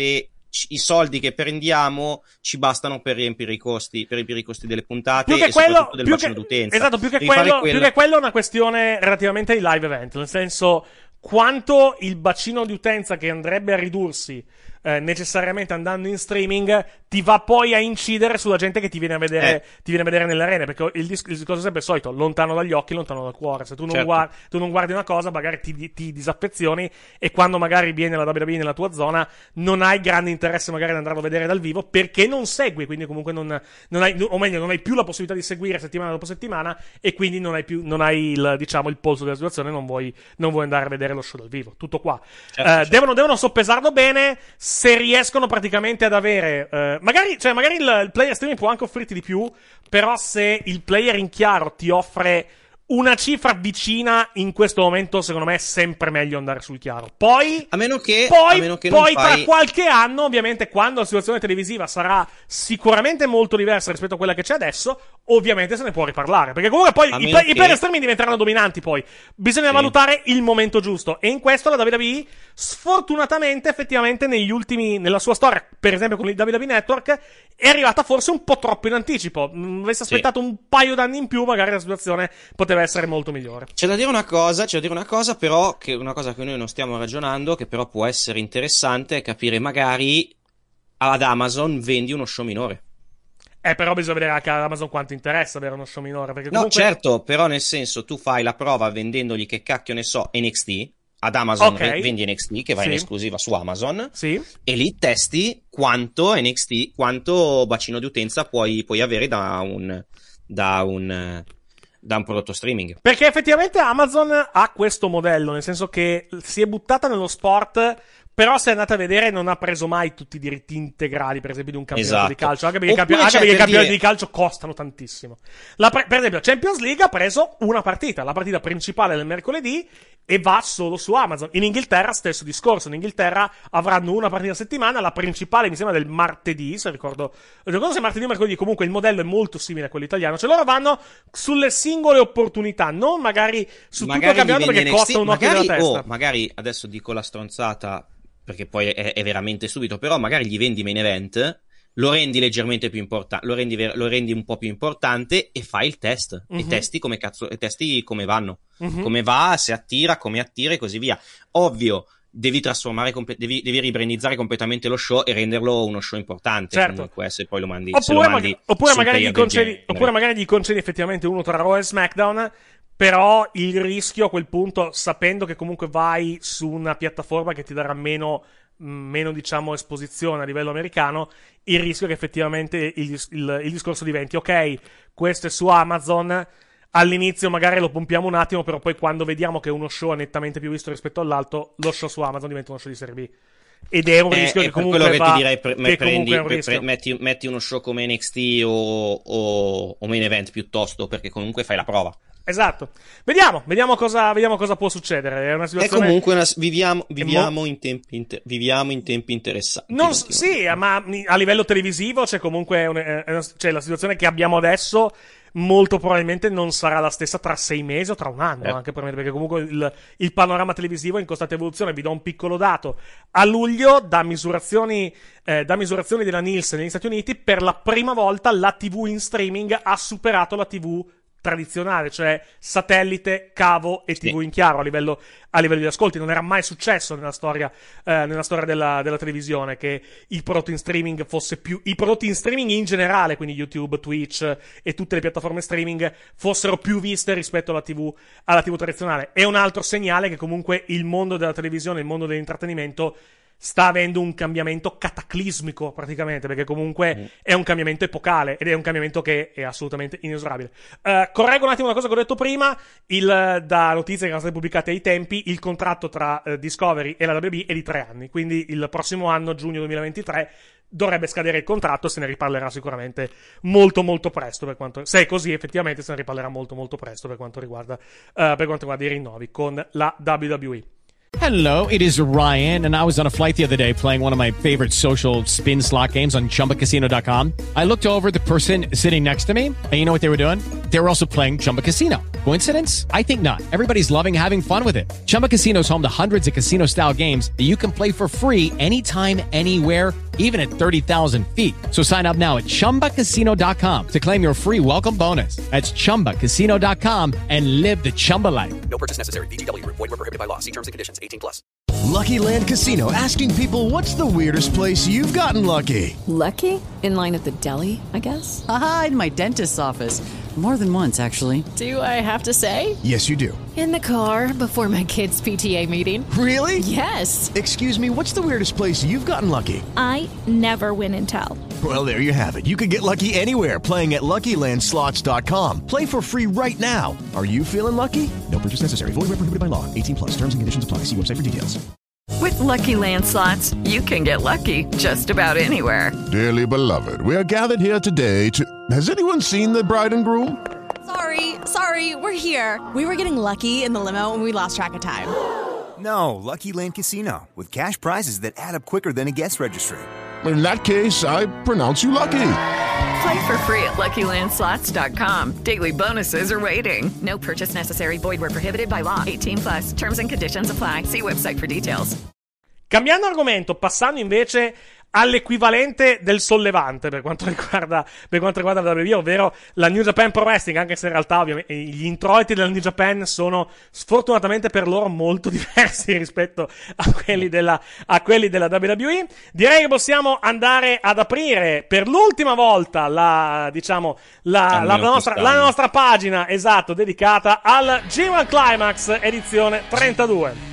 i soldi che prendiamo ci bastano per riempire i costi, per riempire i costi delle puntate più che e quello, soprattutto del più bacino che, d'utenza. Esatto, più che, quello, più che quello è una questione relativamente ai live event, nel senso quanto il bacino di utenza che andrebbe a ridursi eh, necessariamente andando in streaming ti va poi a incidere sulla gente che ti viene a vedere, eh. ti viene a vedere nelle arene, perché il, dis- il discorso è sempre il solito, lontano dagli occhi, lontano dal cuore. Se tu non, certo. guardi, tu non guardi una cosa, magari ti, ti disaffezioni, e quando magari viene la W W E nella tua zona non hai grande interesse magari ad andarlo a vedere dal vivo, perché non segui, quindi comunque non, non hai, o meglio, non hai più la possibilità di seguire settimana dopo settimana, e quindi non hai più, non hai il, diciamo, il polso della situazione, non vuoi, non vuoi andare a vedere lo show dal vivo. Tutto qua. Certo, uh, certo. Devono, devono soppesarlo bene, se riescono praticamente ad avere, uh, magari, cioè magari il, il player streaming può anche offrirti di più, però se il player in chiaro ti offre una cifra vicina, in questo momento secondo me è sempre meglio andare sul chiaro. Poi a meno che poi, a meno che poi non tra fai... qualche anno, ovviamente, quando la situazione televisiva sarà sicuramente molto diversa rispetto a quella che c'è adesso, ovviamente se ne può riparlare, perché comunque poi i, play, che... i player streaming diventeranno dominanti. Poi bisogna sì. valutare il momento giusto, e in questo la W W E sfortunatamente effettivamente negli ultimi, nella sua storia, per esempio con il W W E Network, è arrivata forse un po' troppo in anticipo. Avesse aspettato sì. un paio d'anni in più, magari la situazione poteva essere molto migliore. C'è da dire una cosa, c'è da dire una cosa però, che una cosa che noi non stiamo ragionando, che però può essere interessante, è capire magari ad Amazon vendi uno show minore. Eh, però bisogna vedere anche ad Amazon quanto interessa avere uno show minore, perché no, comunque... certo, però nel senso, tu fai la prova vendendogli, che cacchio ne so, N X T, ad Amazon okay. vendi N X T, che va sì. in esclusiva su Amazon, sì. e lì testi quanto N X T, quanto bacino di utenza puoi, puoi avere da un... da un... da un prodotto streaming. Perché effettivamente Amazon ha questo modello, nel senso che si è buttata nello sport, però se andate a vedere non ha preso mai tutti i diritti integrali, per esempio, di un campionato esatto. di calcio, anche perché, campi- anche per perché i campionati dire... di calcio costano tantissimo. La pre- per esempio, Champions League ha preso una partita, la partita principale del mercoledì, e va solo su Amazon. In Inghilterra stesso discorso, in Inghilterra avranno una partita a settimana, la principale mi sembra del martedì, se ricordo, ricordo se martedì o mercoledì, comunque il modello è molto simile a quello italiano, cioè loro vanno sulle singole opportunità, non magari su magari tutto il campionato, perché costa un occhio della testa. Oh, magari, adesso dico la stronzata, perché poi è, è veramente subito, però magari gli vendi main event, lo rendi leggermente più importante, lo rendi, ver- lo rendi un po' più importante, e fai il test, uh-huh. e testi come cazzo, e testi come vanno, uh-huh. come va, se attira, come attira e così via. Ovvio, devi trasformare, comp- devi, devi ribrandizzare completamente lo show e renderlo uno show importante, certo. comunque, se poi lo mandi, oppure, se lo mandi ma- oppure magari gli concedi, genere. oppure magari gli concedi effettivamente uno tra Raw e SmackDown, però il rischio a quel punto, sapendo che comunque vai su una piattaforma che ti darà meno meno diciamo esposizione a livello americano, il rischio è che effettivamente il, il, il discorso diventi ok, questo è su Amazon, all'inizio magari lo pompiamo un attimo, però poi quando vediamo che uno show è nettamente più visto rispetto all'altro, lo show su Amazon diventa uno show di serie B, ed è un eh, rischio è che per comunque quello che va, ti direi pre- che prendi, è un pre- rischio. pre- metti, metti uno show come N X T o, o, o main event piuttosto, perché comunque fai la prova. Esatto. Vediamo, vediamo cosa, vediamo cosa può succedere. È una situazione. È comunque una, viviamo, viviamo, mo- in tempi inter, viviamo in tempi interessanti. Non, sì, ma a livello televisivo c'è comunque un, è una, c'è la situazione che abbiamo adesso. Molto probabilmente non sarà la stessa tra sei mesi o tra un anno, eh. anche per me, perché comunque il, il panorama televisivo è in costante evoluzione. Vi do un piccolo dato: a luglio, da misurazioni, eh, da misurazioni della Nielsen negli Stati Uniti, per la prima volta la tivù in streaming ha superato la tivù tradizionale, cioè satellite, cavo e tivù sì. in chiaro a livello, a livello di ascolti. Non era mai successo nella storia, eh, nella storia della, della televisione che il prodotto in streaming fosse più, i prodotti in streaming in generale, quindi YouTube, Twitch e tutte le piattaforme streaming, fossero più viste rispetto alla tivù, alla tivù tradizionale. È un altro segnale che comunque il mondo della televisione, il mondo dell'intrattenimento sta avendo un cambiamento cataclismico praticamente, perché comunque mm. è un cambiamento epocale ed è un cambiamento che è assolutamente inesorabile. Uh, correggo un attimo una cosa che ho detto prima: il, da notizie che erano state pubblicate ai tempi, il contratto tra uh, Discovery e la W W E è di tre anni, quindi il prossimo anno, giugno duemilaventitré, dovrebbe scadere il contratto. Se ne riparlerà sicuramente molto molto presto, per quanto, se è così effettivamente se ne riparlerà molto molto presto per quanto riguarda, uh, per quanto riguarda i rinnovi con la W W E. Hello, it is Ryan, and I was on a flight the other day playing one of my favorite social spin slot games on Chumba Casino dot com. I looked over at the person sitting next to me, and you know what they were doing? They were also playing Chumba Casino. Coincidence? I think not. Everybody's loving having fun with it. Chumba Casino is home to hundreds of casino-style games that you can play for free anytime, anywhere, even at thirty thousand feet. So sign up now at chumba casino dot com to claim your free welcome bonus. That's chumba casino dot com and live the Chumba life. No purchase necessary. V G W. Void where prohibited by law. See terms and conditions. eighteen plus. Lucky Land Casino, asking people, what's the weirdest place you've gotten lucky? Lucky? In line at the deli, I guess? Aha, in my dentist's office. More than once, actually. Do I have to say? Yes, you do. In the car before my kids' P T A meeting. Really? Yes. Excuse me, what's the weirdest place you've gotten lucky? I never win and tell. Well, there you have it. You can get lucky anywhere, playing at Lucky Land Slots dot com. Play for free right now. Are you feeling lucky? No purchase necessary. Void where prohibited by law. eighteen plus. Terms and conditions apply. See website for details. With Lucky Land Slots, you can get lucky just about anywhere. Dearly beloved, we are gathered here today to... Has anyone seen the bride and groom? Sorry, sorry, we're here. We were getting lucky in the limo and we lost track of time. No, Lucky Land Casino, with cash prizes that add up quicker than a guest registry. In that case, I pronounce you lucky. Play for free at Lucky Land Slots dot com. Daily bonuses are waiting. No purchase necessary. Void where prohibited by law. eighteen plus. Terms and conditions apply. See website for details. Cambiando argomento, passando invece all'equivalente del sollevante per quanto riguarda per quanto riguarda la W W E, ovvero la New Japan Pro Wrestling, anche se in realtà ovviamente gli introiti della New Japan sono sfortunatamente per loro molto diversi rispetto a quelli della a quelli della W W E. Direi che possiamo andare ad aprire per l'ultima volta la diciamo la, la nostra la nostra pagina, esatto, dedicata al G uno Climax edizione trentadue.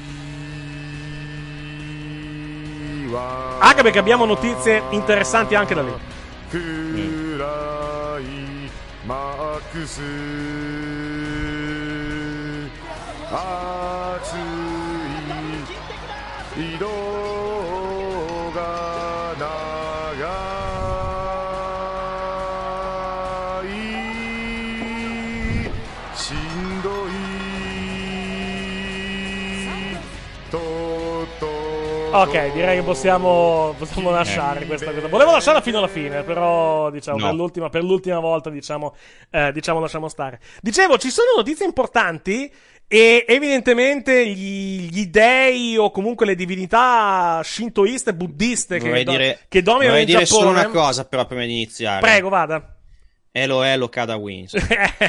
Anche perché abbiamo notizie interessanti anche da lì. Ok, direi che possiamo, possiamo lasciare questa cosa. Volevo lasciarla fino alla fine, però diciamo no. per, l'ultima, per l'ultima volta diciamo, eh, diciamo lasciamo stare. Dicevo, ci sono notizie importanti e evidentemente gli, gli dei o comunque le divinità shintoiste e buddiste che, dire, do, che dominano il Giappone. Vorrei dire solo una cosa però prima di iniziare. Prego, vada. Elo Elo Kada Wins.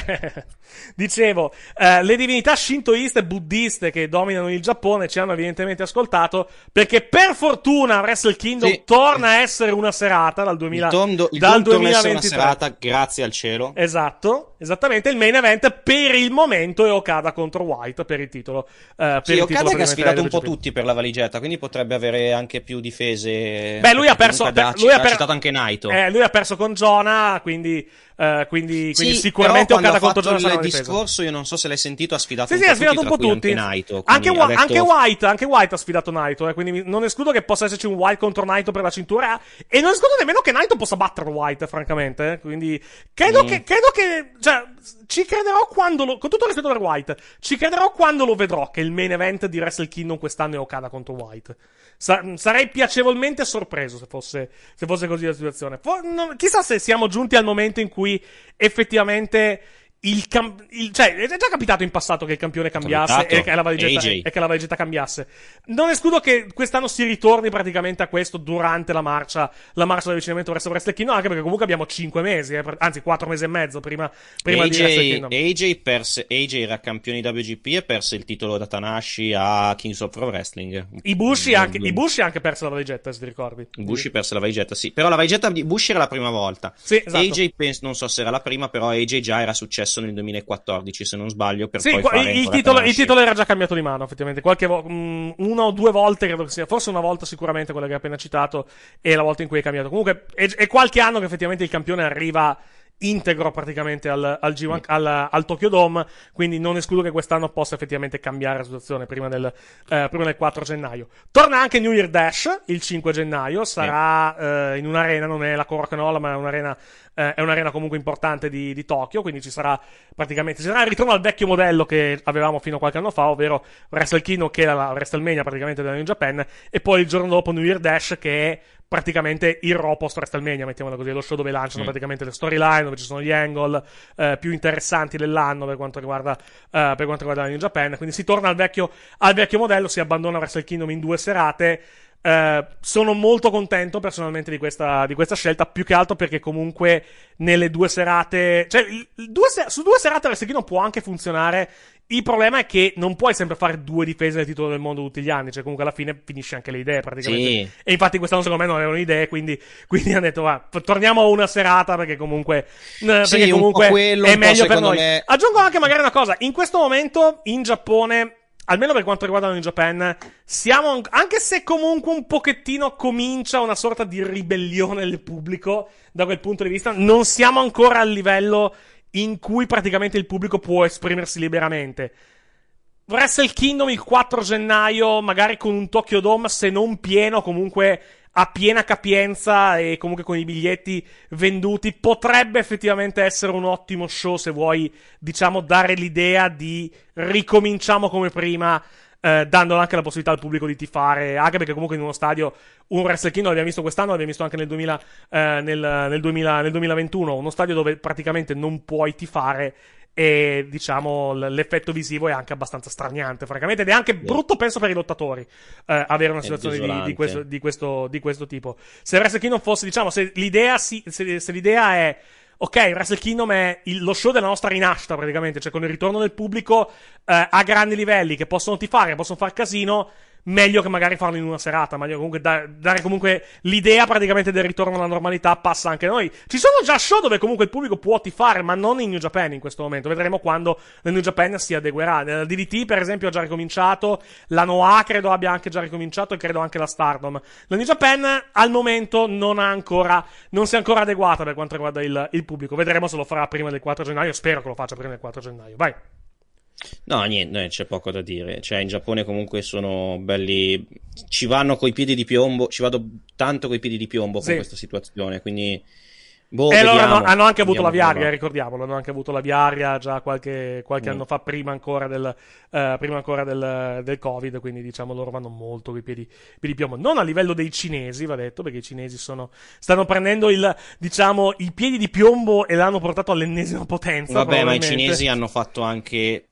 Dicevo, eh, le divinità shintoiste e buddiste che dominano il Giappone ci hanno evidentemente ascoltato, perché per fortuna Wrestle Kingdom sì. torna a essere una serata dal duemila, il tondo, il dal duemilaventitré. duemilaventitré. Una serata, grazie al cielo. Esatto, esattamente. Il main event per il momento è Okada contro White per il titolo. Eh, per sì, il Okada titolo che ha sfidato un po' tutti per la valigetta, quindi potrebbe avere anche più difese. Beh, lui ha perso. Per, da, lui ha, ha per, citato anche Naito. Eh, lui ha perso con Jonah, quindi. Uh, quindi, quindi sì, sicuramente Okada contro Jonah sarà una difesa. Il discorso, io non so se l'hai sentito, ha sfidato sì, un sì, po' ha sfidato tutti, un po' tutti. Anche, Naito, anche, wa- detto... anche White, anche White ha sfidato Naito, eh, quindi non escludo che possa esserci un White contro Naito per la cintura e non escludo nemmeno che Naito possa battere White, francamente, eh, quindi credo mm. che credo che cioè ci crederò quando lo, con tutto il rispetto per White, ci crederò quando lo vedrò che il main event di Wrestle Kingdom quest'anno è Okada contro White. Sa- sarei piacevolmente sorpreso se fosse se fosse così la situazione. For- non, chissà se siamo giunti al momento in cui effettivamente il, cam- il cioè è già capitato in passato che il campione cambiasse e che, la valigetta, e che la valigetta cambiasse. Non escludo che quest'anno si ritorni praticamente a questo durante la marcia la marcia dell'avvicinamento verso Wrestle Kingdom, anche perché comunque abbiamo cinque mesi, eh, anzi quattro mesi e mezzo prima, prima A J, di Wrestle Kingdom. A J perse, A J era campione di W G P e perse il titolo da Tanahashi a Kings of Pro Wrestling. Ibushi anche, Ibushi anche perse la valigetta, se ti ricordi. Ibushi perse la valigetta, sì, però la valigetta di Ibushi era la prima volta. Sì, esatto. A J penso, non so se era la prima, però A J già era successo nel duemilaquattordici, se non sbaglio, per sì, poi qua, fare il, titolo, il titolo era già cambiato di mano, effettivamente. Qualche vo- mh, una o due volte credo che sia, forse una volta sicuramente, quella che hai appena citato, è la volta in cui è cambiato. Comunque, è, è qualche anno che effettivamente il campione arriva integro praticamente al, al G uno, al, al Tokyo Dome, quindi non escludo che quest'anno possa effettivamente cambiare la situazione prima del, eh, prima del quattro gennaio. Torna anche New Year Dash il cinque gennaio, sarà eh, in un'arena, non è la Korakuen, ma è un'arena eh, è un'arena comunque importante di, di Tokyo, quindi ci sarà praticamente ci sarà il ritorno al vecchio modello che avevamo fino a qualche anno fa, ovvero Wrestle Kingdom, che è la WrestleMania praticamente della New Japan, e poi il giorno dopo New Year Dash, che è praticamente il Raw post WrestleMania, mettiamola così, lo show dove lanciano Mm. praticamente le storyline, dove ci sono gli angle eh, più interessanti dell'anno per quanto riguarda eh, per quanto riguarda la New Japan. Quindi si torna al vecchio al vecchio modello, si abbandona Wrestle Kingdom in due serate. Uh, sono molto contento personalmente di questa, di questa scelta, più che altro perché comunque nelle due serate, cioè il, il due se- su due serate Wrestle Kingdom può anche funzionare. Il problema è che non puoi sempre fare due difese del titolo del mondo tutti gli anni, cioè comunque alla fine finisce anche le idee praticamente. Sì. E infatti quest'anno secondo me non avevano idee, quindi, quindi hanno detto va, torniamo a una serata perché comunque, eh, Sì, perché comunque quello, è meglio per noi. Me... Aggiungo anche magari una cosa, in questo momento in Giappone, almeno per quanto riguarda New Japan, siamo, anche se comunque un pochettino comincia una sorta di ribellione del pubblico da quel punto di vista, non siamo ancora al livello in cui praticamente il pubblico può esprimersi liberamente. Wrestle Kingdom il quattro gennaio, magari con un Tokyo Dome, se non pieno, comunque a piena capienza e comunque con i biglietti venduti, potrebbe effettivamente essere un ottimo show se vuoi, diciamo, dare l'idea di ricominciamo come prima, eh, dando anche la possibilità al pubblico di tifare, anche perché comunque in uno stadio un Wrestle Kingdom l'abbiamo visto quest'anno, l'abbiamo visto anche nel duemila, eh, nel, nel, duemila, nel duemilaventuno, uno stadio dove praticamente non puoi tifare. E diciamo l'effetto visivo è anche abbastanza straniante, francamente, ed è anche brutto, penso, per i lottatori eh, avere una situazione di, di, questo, di, questo, di questo tipo. Se Wrestle Kingdom fosse, diciamo, se l'idea, si, se, se l'idea è ok, Wrestle Kingdom è il, lo show della nostra rinascita praticamente, cioè con il ritorno del pubblico eh, a grandi livelli, che possono tifare, che possono far casino, meglio che magari farlo in una serata, meglio comunque da, dare comunque l'idea praticamente del ritorno alla normalità passa anche a noi. Ci sono già show dove comunque il pubblico può tifare, ma non in New Japan in questo momento. Vedremo quando nel New Japan si adeguerà. Nella D D T, per esempio, ha già ricominciato, la Noah credo abbia anche già ricominciato e credo anche la Stardom. La New Japan al momento non ha ancora, non si è ancora adeguata per quanto riguarda il, il pubblico. Vedremo se lo farà prima del quattro gennaio, spero che lo faccia prima del quattro gennaio. Vai. No, niente, c'è poco da dire. Cioè, in Giappone comunque sono belli. Ci vanno coi piedi di piombo. Ci vado tanto coi piedi di piombo sì. con questa situazione. Quindi. Boh, e loro vediamo, hanno, hanno anche avuto la vediamo Viaria, ricordiamolo. Hanno anche avuto la Viaria già qualche, qualche mm. anno fa, prima ancora del, uh, prima ancora del, del Covid. Quindi, diciamo, loro vanno molto coi piedi, piedi di piombo. Non a livello dei cinesi, va detto, perché i cinesi sono, stanno prendendo il, diciamo, i piedi di piombo e l'hanno portato all'ennesima potenza. Vabbè, ma i cinesi hanno fatto anche.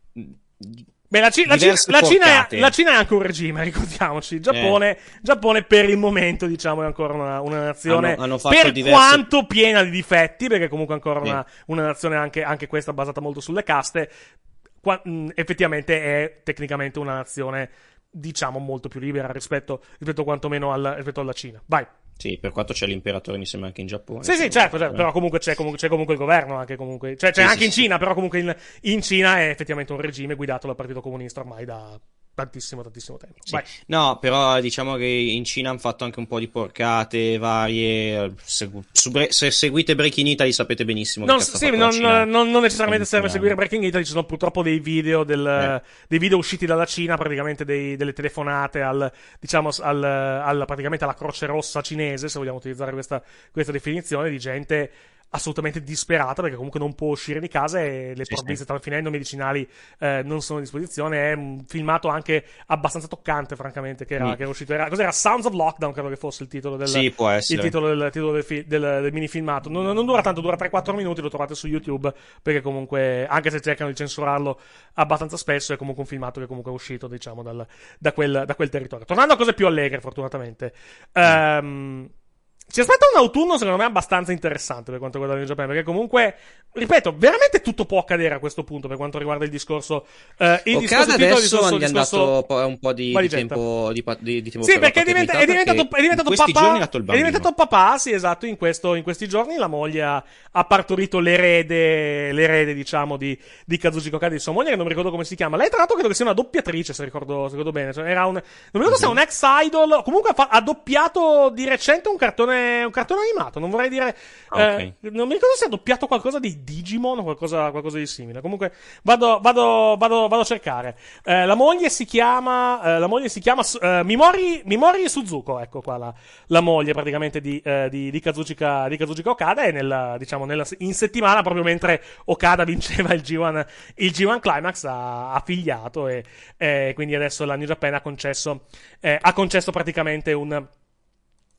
Beh, la, C- la, C- la, Cina è, la Cina è anche un regime, ricordiamoci. Giappone, eh. Giappone per il momento, diciamo, è ancora una, una nazione hanno, hanno per diverse... quanto piena di difetti, perché comunque ancora sì. una, una nazione anche, anche questa basata molto sulle caste. Qua, mh, effettivamente è tecnicamente una nazione, diciamo, molto più libera rispetto, rispetto quantomeno al, rispetto alla Cina. Vai. Sì, per quanto c'è l'imperatore, mi sembra anche in Giappone. Sì, sì, certo, certo, però comunque c'è, comunque c'è comunque il governo, anche comunque. Cioè, c'è sì, anche sì, in sì. Cina, però comunque in, in Cina è effettivamente un regime guidato dal Partito Comunista ormai da tantissimo, tantissimo tempo. Sì. Vai. No, però diciamo che in Cina hanno fatto anche un po' di porcate varie. Se, su, se seguite Breaking Italy sapete benissimo non, che sì, non, non, non necessariamente serve seguire Breaking Italy, ci sono purtroppo dei video del, eh. dei video usciti dalla Cina, praticamente dei, delle telefonate al, diciamo, al, al, praticamente alla Croce Rossa cinese, se vogliamo utilizzare questa, questa definizione, di gente assolutamente disperata perché comunque non può uscire di casa e le sì, provviste sì. stanno finendo, medicinali eh, non sono a disposizione. È un filmato anche abbastanza toccante, francamente, che era, mm. che era uscito. Era, cos'era? Sounds of Lockdown, credo che fosse il titolo del, sì, può essere. il titolo del, titolo del, fi, del, del mini filmato. Non, non dura tanto, dura tre quattro minuti, lo trovate su YouTube, perché comunque, anche se cercano di censurarlo abbastanza spesso, è comunque un filmato che comunque è uscito, diciamo, dal, da, quel, da quel territorio. Tornando a cose più allegre, fortunatamente. Ehm... Mm. Um, Ci aspetta un autunno, secondo me, abbastanza interessante per quanto riguarda il New Japan, perché comunque, ripeto, veramente tutto può accadere a questo punto per quanto riguarda il discorso. Eh, il Okada discorso adesso discorso, gli è discorso... andato un po' di, di tempo di, di, di tempo sì, perché è, diventa, è diventato, è diventato questi papà. Giorni ha dato il è diventato papà, sì, esatto. In, questo, in questi giorni la moglie ha, ha partorito l'erede, l'erede, diciamo, di, di Kazuchika Okada, di sua moglie, che non mi ricordo come si chiama. Lei, tra l'altro, credo che sia una doppiatrice, se ricordo, se ricordo bene. Cioè, era un, non mi ricordo mm-hmm. se è un ex idol. Comunque ha, ha doppiato di recente un cartone, un cartone animato. Non vorrei dire, okay. eh, non mi ricordo se ha doppiato qualcosa di Digimon o qualcosa, qualcosa di simile. Comunque, vado, vado, vado, vado a cercare. Eh, la moglie si chiama, eh, la moglie si chiama eh, Mimori, Mimori Suzuko. Ecco qua la, la moglie praticamente di, eh, di, di Kazuchika, di Kazuchika Okada. E nella, diciamo, nella, in settimana, proprio mentre Okada vinceva il G uno, il G uno Climax, ha, ha figliato e, eh, quindi adesso la New Japan ha concesso, eh, ha concesso praticamente un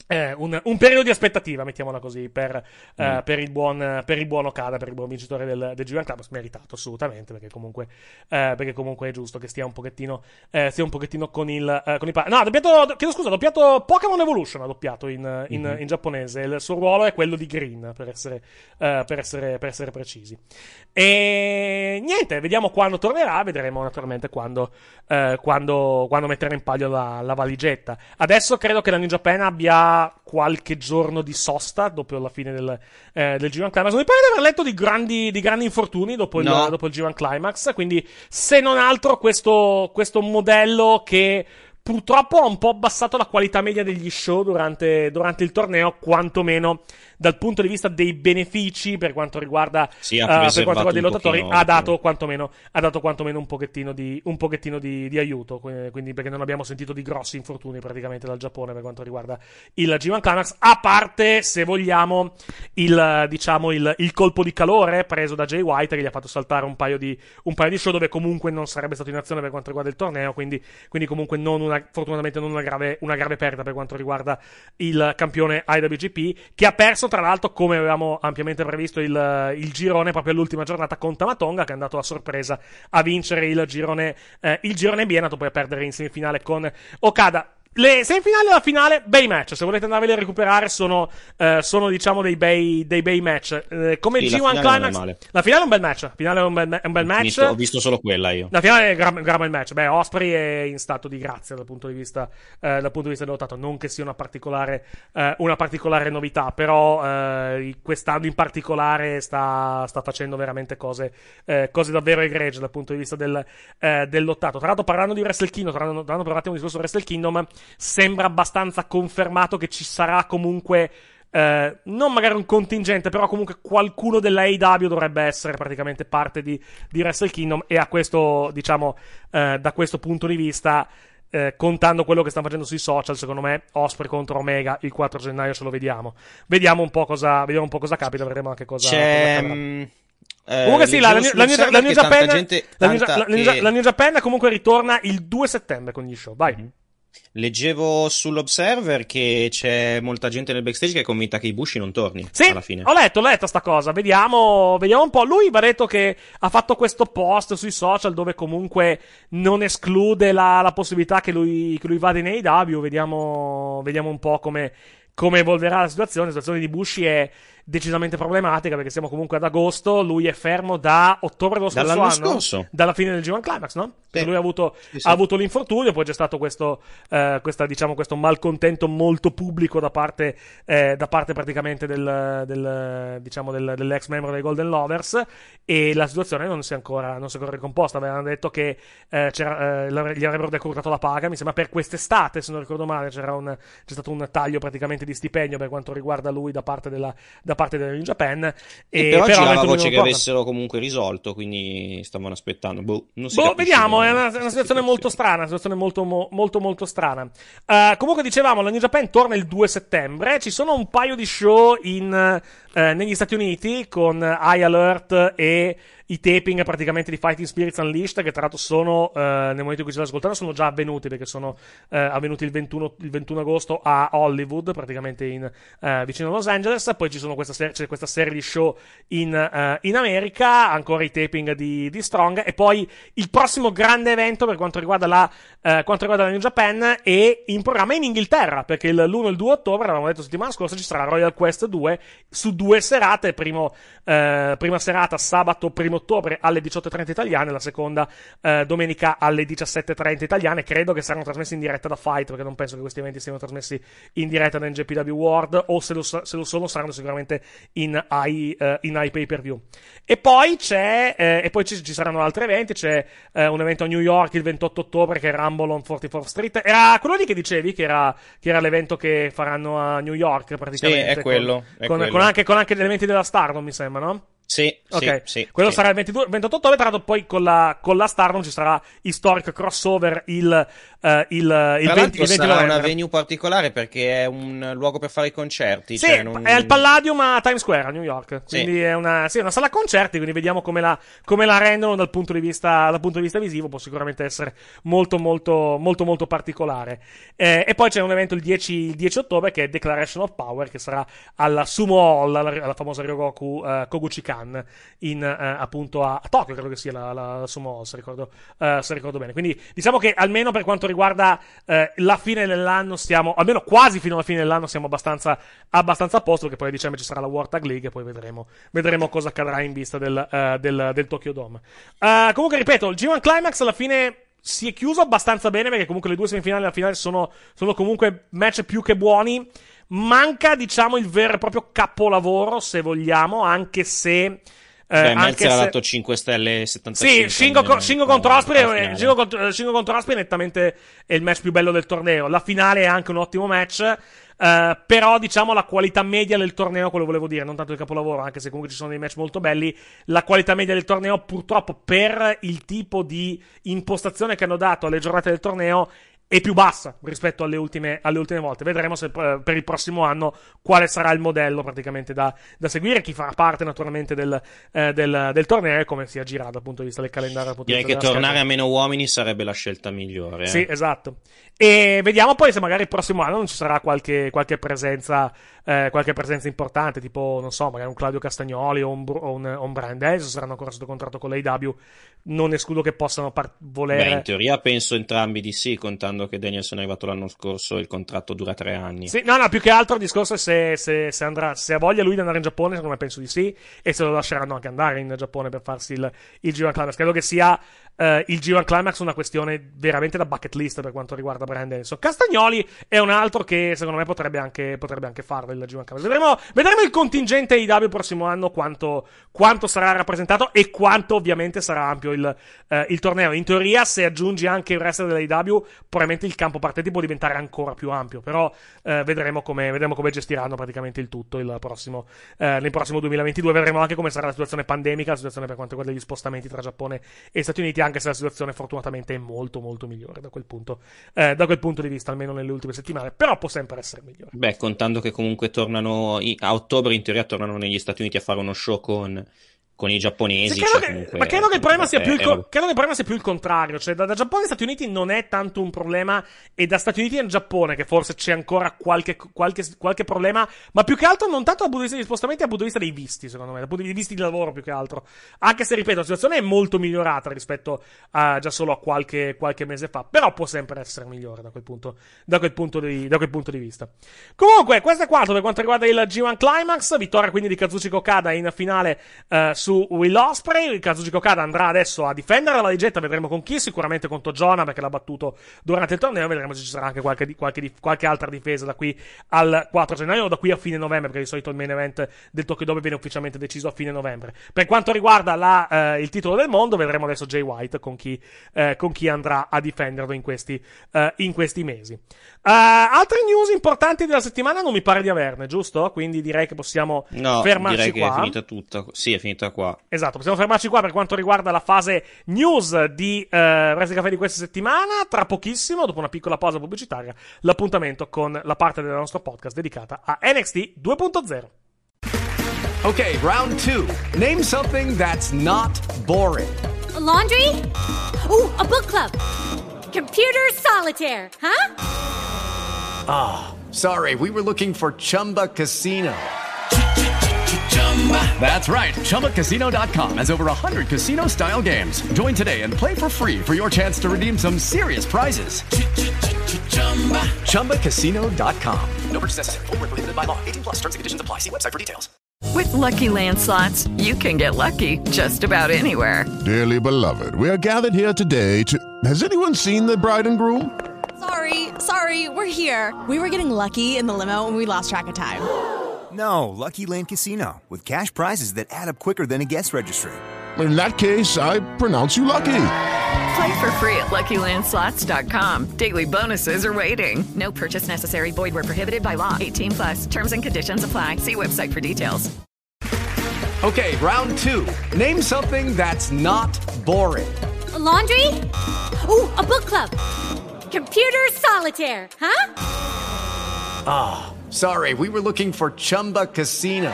Eh, un, un periodo di aspettativa, mettiamola così, per, Mm. eh, per il buon per il buon Okada, per il buon vincitore del, del G uno Climax, meritato assolutamente, perché comunque eh, perché comunque è giusto che stia un pochettino eh, stia un pochettino con il eh, con il pa- no, ha doppiato, chiedo scusa, ha doppiato Pokémon Evolution, ha doppiato in, in, Mhm. in giapponese. Il suo ruolo è quello di Green, per essere eh, per essere per essere precisi. E niente, vediamo quando tornerà, vedremo naturalmente quando eh, quando quando metterà in palio la, la valigetta. Adesso credo che la New Japan abbia qualche giorno di sosta dopo la fine del, eh, del G uno Climax. Non mi pare di aver letto di grandi, di grandi infortuni dopo il, No. dopo il G uno Climax, quindi se non altro questo, questo modello che purtroppo ha un po' abbassato la qualità media degli show durante, durante il torneo, quantomeno dal punto di vista dei benefici per quanto riguarda, Sì, ha eh, per preservato quanto riguarda i un lottatori, pochino, ha dato quantomeno, ha dato quantomeno un pochettino di, un pochettino di, di aiuto, quindi, quindi perché non abbiamo sentito di grossi infortuni praticamente dal Giappone per quanto riguarda il G uno Climax, a parte, se vogliamo, il, diciamo, il, il colpo di calore preso da Jay White, che gli ha fatto saltare un paio di, un paio di show dove comunque non sarebbe stato in azione per quanto riguarda il torneo, quindi, quindi comunque non una, fortunatamente non una grave, una grave perdita per quanto riguarda il campione I W G P, che ha perso tra l'altro, come avevamo ampiamente previsto, il, il girone proprio all'ultima giornata con Tamatonga, che è andato a sorpresa a vincere il girone, eh, il girone B, è andato poi a perdere in semifinale con Okada. Le semifinali e la finale, bei match. Se volete andarveli a recuperare, sono, eh, sono diciamo dei bei, dei bei match. Eh, come Sì, G la uno finale non è Climax, male. la finale è un bel match. La finale è un bel, è un bel match. Visto- ho visto solo quella io. La finale è gran, gran bel match. Beh, Osprey è in stato di grazia dal punto di vista, eh, dal punto di vista del lottato. Non che sia una particolare, eh, una particolare novità, però eh, quest'anno in particolare sta, sta facendo veramente cose, eh, cose davvero egregie dal punto di vista del, eh, del lottato. Tra l'altro, parlando di Wrestle Kingdom, tornando, tornando per un attimo al discorso Wrestle Kingdom, sembra abbastanza confermato che ci sarà comunque. Eh, non magari un contingente, però comunque qualcuno della A E W dovrebbe essere praticamente parte di, di Wrestle Kingdom, e a questo, diciamo, eh, da questo punto di vista, eh, contando quello che stanno facendo sui social, secondo me Osprey contro Omega il quattro gennaio ce lo vediamo. Vediamo un po' cosa, vediamo un po' cosa capita, vedremo anche cosa, cosa C'è. accadrà. mm, Comunque sì, la, la, la, New- la New Japan, gente, la, New- tanta la- la New- che- la New Japan comunque ritorna il due settembre con gli show. Vai. Mm-hmm. Leggevo sull'Observer che c'è molta gente nel backstage che è convinta che Ibushi non torni Sì, alla fine. ho letto, ho letto sta cosa. Vediamo, vediamo un po'. Lui va detto che ha fatto questo post sui social dove comunque non esclude la, la possibilità che lui, che lui vada in A E W. Vediamo, vediamo un po' come, come evolverà la situazione. La situazione di Bushi è decisamente problematica perché siamo comunque ad agosto. Lui è fermo da ottobre dello scorso Dall'anno anno, scorso. dalla fine del G uno Climax, no? Sì. Lui ha avuto, Sì, sì. ha avuto l'infortunio, poi c'è stato questo, eh, questa, diciamo, questo malcontento molto pubblico da parte, eh, da parte praticamente del, del, diciamo, del, dell'ex membro dei Golden Lovers, e la situazione non si è ancora, non si è ancora ricomposta. Avevano detto che eh, c'era, eh, l'avre- gli avrebbero decurtato la paga, mi sembra per quest'estate, se non ricordo male, c'era un, c'è stato un taglio praticamente di stipendio per quanto riguarda lui da parte della, da parte della New Japan. E, E però, però girava ha detto lui voce non che torna. avessero comunque risolto, quindi stavano aspettando. Boh, non si Boh, capisce vediamo, bene è una, questa una situazione molto strana, una situazione molto, mo- molto, molto strana. Eh, comunque dicevamo, la New Japan torna il due settembre, ci sono un paio di show in, eh, negli Stati Uniti con High Alert e i taping praticamente di Fighting Spirits Unleashed, che tra l'altro sono, eh, nel momento in cui ci state ascoltando, sono già avvenuti, perché sono eh, avvenuti il ventuno, il ventuno agosto a Hollywood, praticamente in, eh, vicino a Los Angeles. Poi ci sono questa, ser- c'è questa serie di show in, eh, in America, ancora i taping di, di Strong, e poi il prossimo grande evento per quanto riguarda la, eh, quanto riguarda la New Japan è in programma in Inghilterra, perché il- l'uno e il due ottobre, l'avevamo detto settimana scorsa, ci sarà Royal Quest due su due serate. Primo, eh, prima serata sabato primo ottobre alle diciotto e trenta italiane, la seconda eh, domenica alle diciassette e trenta italiane. Credo che saranno trasmessi in diretta da Fight, perché non penso che questi eventi siano trasmessi in diretta da N J P W World, o se lo, se lo sono saranno sicuramente in i, uh, in i pay per view. E poi c'è eh, e poi ci, ci saranno altri eventi. C'è eh, un evento a New York il ventotto ottobre, che è Rumble on quarantafourth Street. Era quello lì che dicevi che era, che era l'evento che faranno a New York praticamente. Sì, è quello, con, è con, quello. con anche, con anche gli elementi della Stardom, mi sembra, no? Sì, ok, sì, sì, quello sì. sarà il ventidue, ventotto ottobre. Tra l'altro, poi con la, con la Stardom ci sarà il storico crossover il, uh, il, il Tra venti, l'altro il venti sarà novembre. una venue particolare perché è un luogo per fare i concerti. Sì, cioè non... è al Palladium a Times Square a New York, quindi Sì. è una, sì, una sala concerti, quindi vediamo come la, come la rendono dal punto di vista, dal punto di vista visivo. Può sicuramente essere molto molto molto molto particolare. Eh, e poi c'è un evento il dieci, il dieci ottobre che è Declaration of Power, che sarà alla Sumo Hall, alla, alla famosa Ryogoku uh, Koguchikan in uh, appunto a, a Tokyo, credo che sia la, la, la Sumo Hall, se ricordo, uh, se ricordo bene. Quindi diciamo che almeno per quanto riguarda uh, la fine dell'anno siamo, almeno quasi fino alla fine dell'anno siamo abbastanza abbastanza a posto, che poi a dicembre ci sarà la World Tag League e poi vedremo vedremo cosa accadrà in vista del, uh, del, del Tokyo Dome. Uh, comunque ripeto, il G uno Climax alla fine si è chiuso abbastanza bene, perché comunque le due semifinali e la finale sono, sono comunque match più che buoni. Manca, diciamo, il vero e proprio capolavoro, se vogliamo, anche se... Eh, Beh, anche Meltzer se... ha dato cinque stelle e settantacinque. Sì, Shingo, co- Shingo contro Osprey, Shingo contro, Shingo contro Osprey è nettamente è il match più bello del torneo. La finale è anche un ottimo match. Uh, però diciamo la qualità media del torneo, quello volevo dire, non tanto il capolavoro, anche se comunque ci sono dei match molto belli, la qualità media del torneo purtroppo per il tipo di impostazione che hanno dato alle giornate del torneo è più bassa rispetto alle ultime, alle ultime volte. Vedremo se per il prossimo anno quale sarà il modello praticamente da, da seguire, chi farà parte naturalmente del, eh, del, del torneo e come sia girato dal punto di vista del calendario. Direi che tornare a meno uomini sarebbe la scelta migliore. Eh? Sì, esatto. E vediamo poi se magari il prossimo anno non ci sarà qualche, qualche presenza eh, qualche presenza importante, tipo, non so, magari un Claudio Castagnoli o un, o un, o un Brian Danielson saranno ancora sotto contratto con l'A E W. Non escludo che possano par- volere... Beh, in teoria penso entrambi di sì, contando che Danielson è arrivato l'anno scorso e il contratto dura tre anni. Sì, no, no, più che altro il discorso è se, se, se andrà, se ha voglia lui di andare in Giappone, secondo me penso di sì, e se lo lasceranno anche andare in Giappone per farsi il, il G uno Climax. Credo che sia uh, il G uno Climax una questione veramente da bucket list per quanto riguarda Brian Danielson. Castagnoli è un altro che secondo me potrebbe anche, potrebbe anche farlo il G uno Climax. Vedremo, vedremo il contingente A E W il prossimo anno quanto, quanto sarà rappresentato e quanto ovviamente sarà ampio il, uh, il torneo. In teoria, se aggiungi anche il resto dell'A E W, probabilmente il campo partiti può diventare ancora più ampio, però uh, vedremo come, vedremo come gestiranno praticamente il tutto il prossimo, uh, nel prossimo duemilaventidue. Vedremo anche come sarà la situazione pandemica, la situazione per quanto riguarda gli spostamenti tra Giappone e Stati Uniti, anche se la situazione fortunatamente è molto molto migliore da quel punto, uh, da quel punto di vista, almeno nelle ultime settimane, però può sempre essere migliore. Beh, contando che comunque tornano a ottobre, in teoria tornano negli Stati Uniti a fare uno show con, con i giapponesi. Sì, credo cioè, che, comunque, ma credo che il problema sia più il, è, co- è... credo che il problema sia più il contrario, cioè da, da Giappone e Stati Uniti non è tanto un problema, e da Stati Uniti e Giappone che forse c'è ancora qualche, qualche, qualche problema, ma più che altro non tanto dal punto di vista degli spostamenti, dal punto di vista dei visti, secondo me, dal punto di vista di lavoro più che altro, anche se ripeto la situazione è molto migliorata rispetto a già solo a qualche, qualche mese fa, però può sempre essere migliore da quel punto, da quel punto di, da quel punto di vista. Comunque questo è quanto per quanto riguarda il G uno Climax, vittoria quindi di Kazuchika Okada in finale uh, su Will Ospreay. Kazuchika Okada andrà adesso a difendere la valigetta, vedremo con chi, sicuramente con Tojona perché l'ha battuto durante il torneo, vedremo se ci sarà anche qualche, qualche, qualche altra difesa da qui al quattro gennaio o da qui a fine novembre, perché di solito il main event del Tokyo Dome viene ufficialmente deciso a fine novembre. Per quanto riguarda la, eh, il titolo del mondo, vedremo adesso Jay White con chi, eh, con chi andrà a difenderlo in questi, eh, in questi mesi. Uh, altre news importanti della settimana non mi pare di averne, giusto? Quindi direi che possiamo no, fermarci direi qua. Che è finita tutta. Sì, è finita qua. Esatto, possiamo fermarci qua per quanto riguarda la fase news di uh, Wrestling Café di questa settimana. Tra pochissimo, dopo una piccola pausa pubblicitaria, l'appuntamento con la parte del nostro podcast dedicata a N X T due punto zero. Okay, round two. Name something that's not boring. A laundry? Ooh, a book club. Computer solitaire, huh? Ah, oh, sorry, we were looking for Chumba Casino. That's right, Chumba Casino dot com has over one hundred casino-style games. Join today and play for free for your chance to redeem some serious prizes. Chumba Casino dot com. No purchase necessary. Void where prohibited by law. eighteen plus terms and conditions apply. See website for details. With Lucky Land Slots, you can get lucky just about anywhere. Dearly beloved, we are gathered here today to... Has anyone seen the bride and groom? Sorry, sorry, we're here. We were getting lucky in the limo and we lost track of time. No, Lucky Land Casino, with cash prizes that add up quicker than a guest registry. In that case, I pronounce you lucky. Play for free at Lucky Land Slots dot com. Daily bonuses are waiting. No purchase necessary. Void where prohibited by law. eighteen plus. Terms and conditions apply. See website for details. Okay, round two. Name something that's not boring. A laundry? Ooh, a book club. Computer solitaire, huh? Ah, oh, sorry, we were looking for Chumba Casino.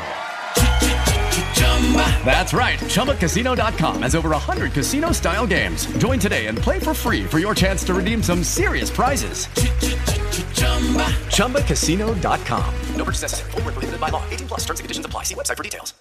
That's right, Chumba Casino dot com has over one hundred casino-style games. Join today and play for free for your chance to redeem some serious prizes. Chumba Casino dot com. No purchase necessary. Void where prohibited by law. eighteen plus terms and conditions apply. See website for details.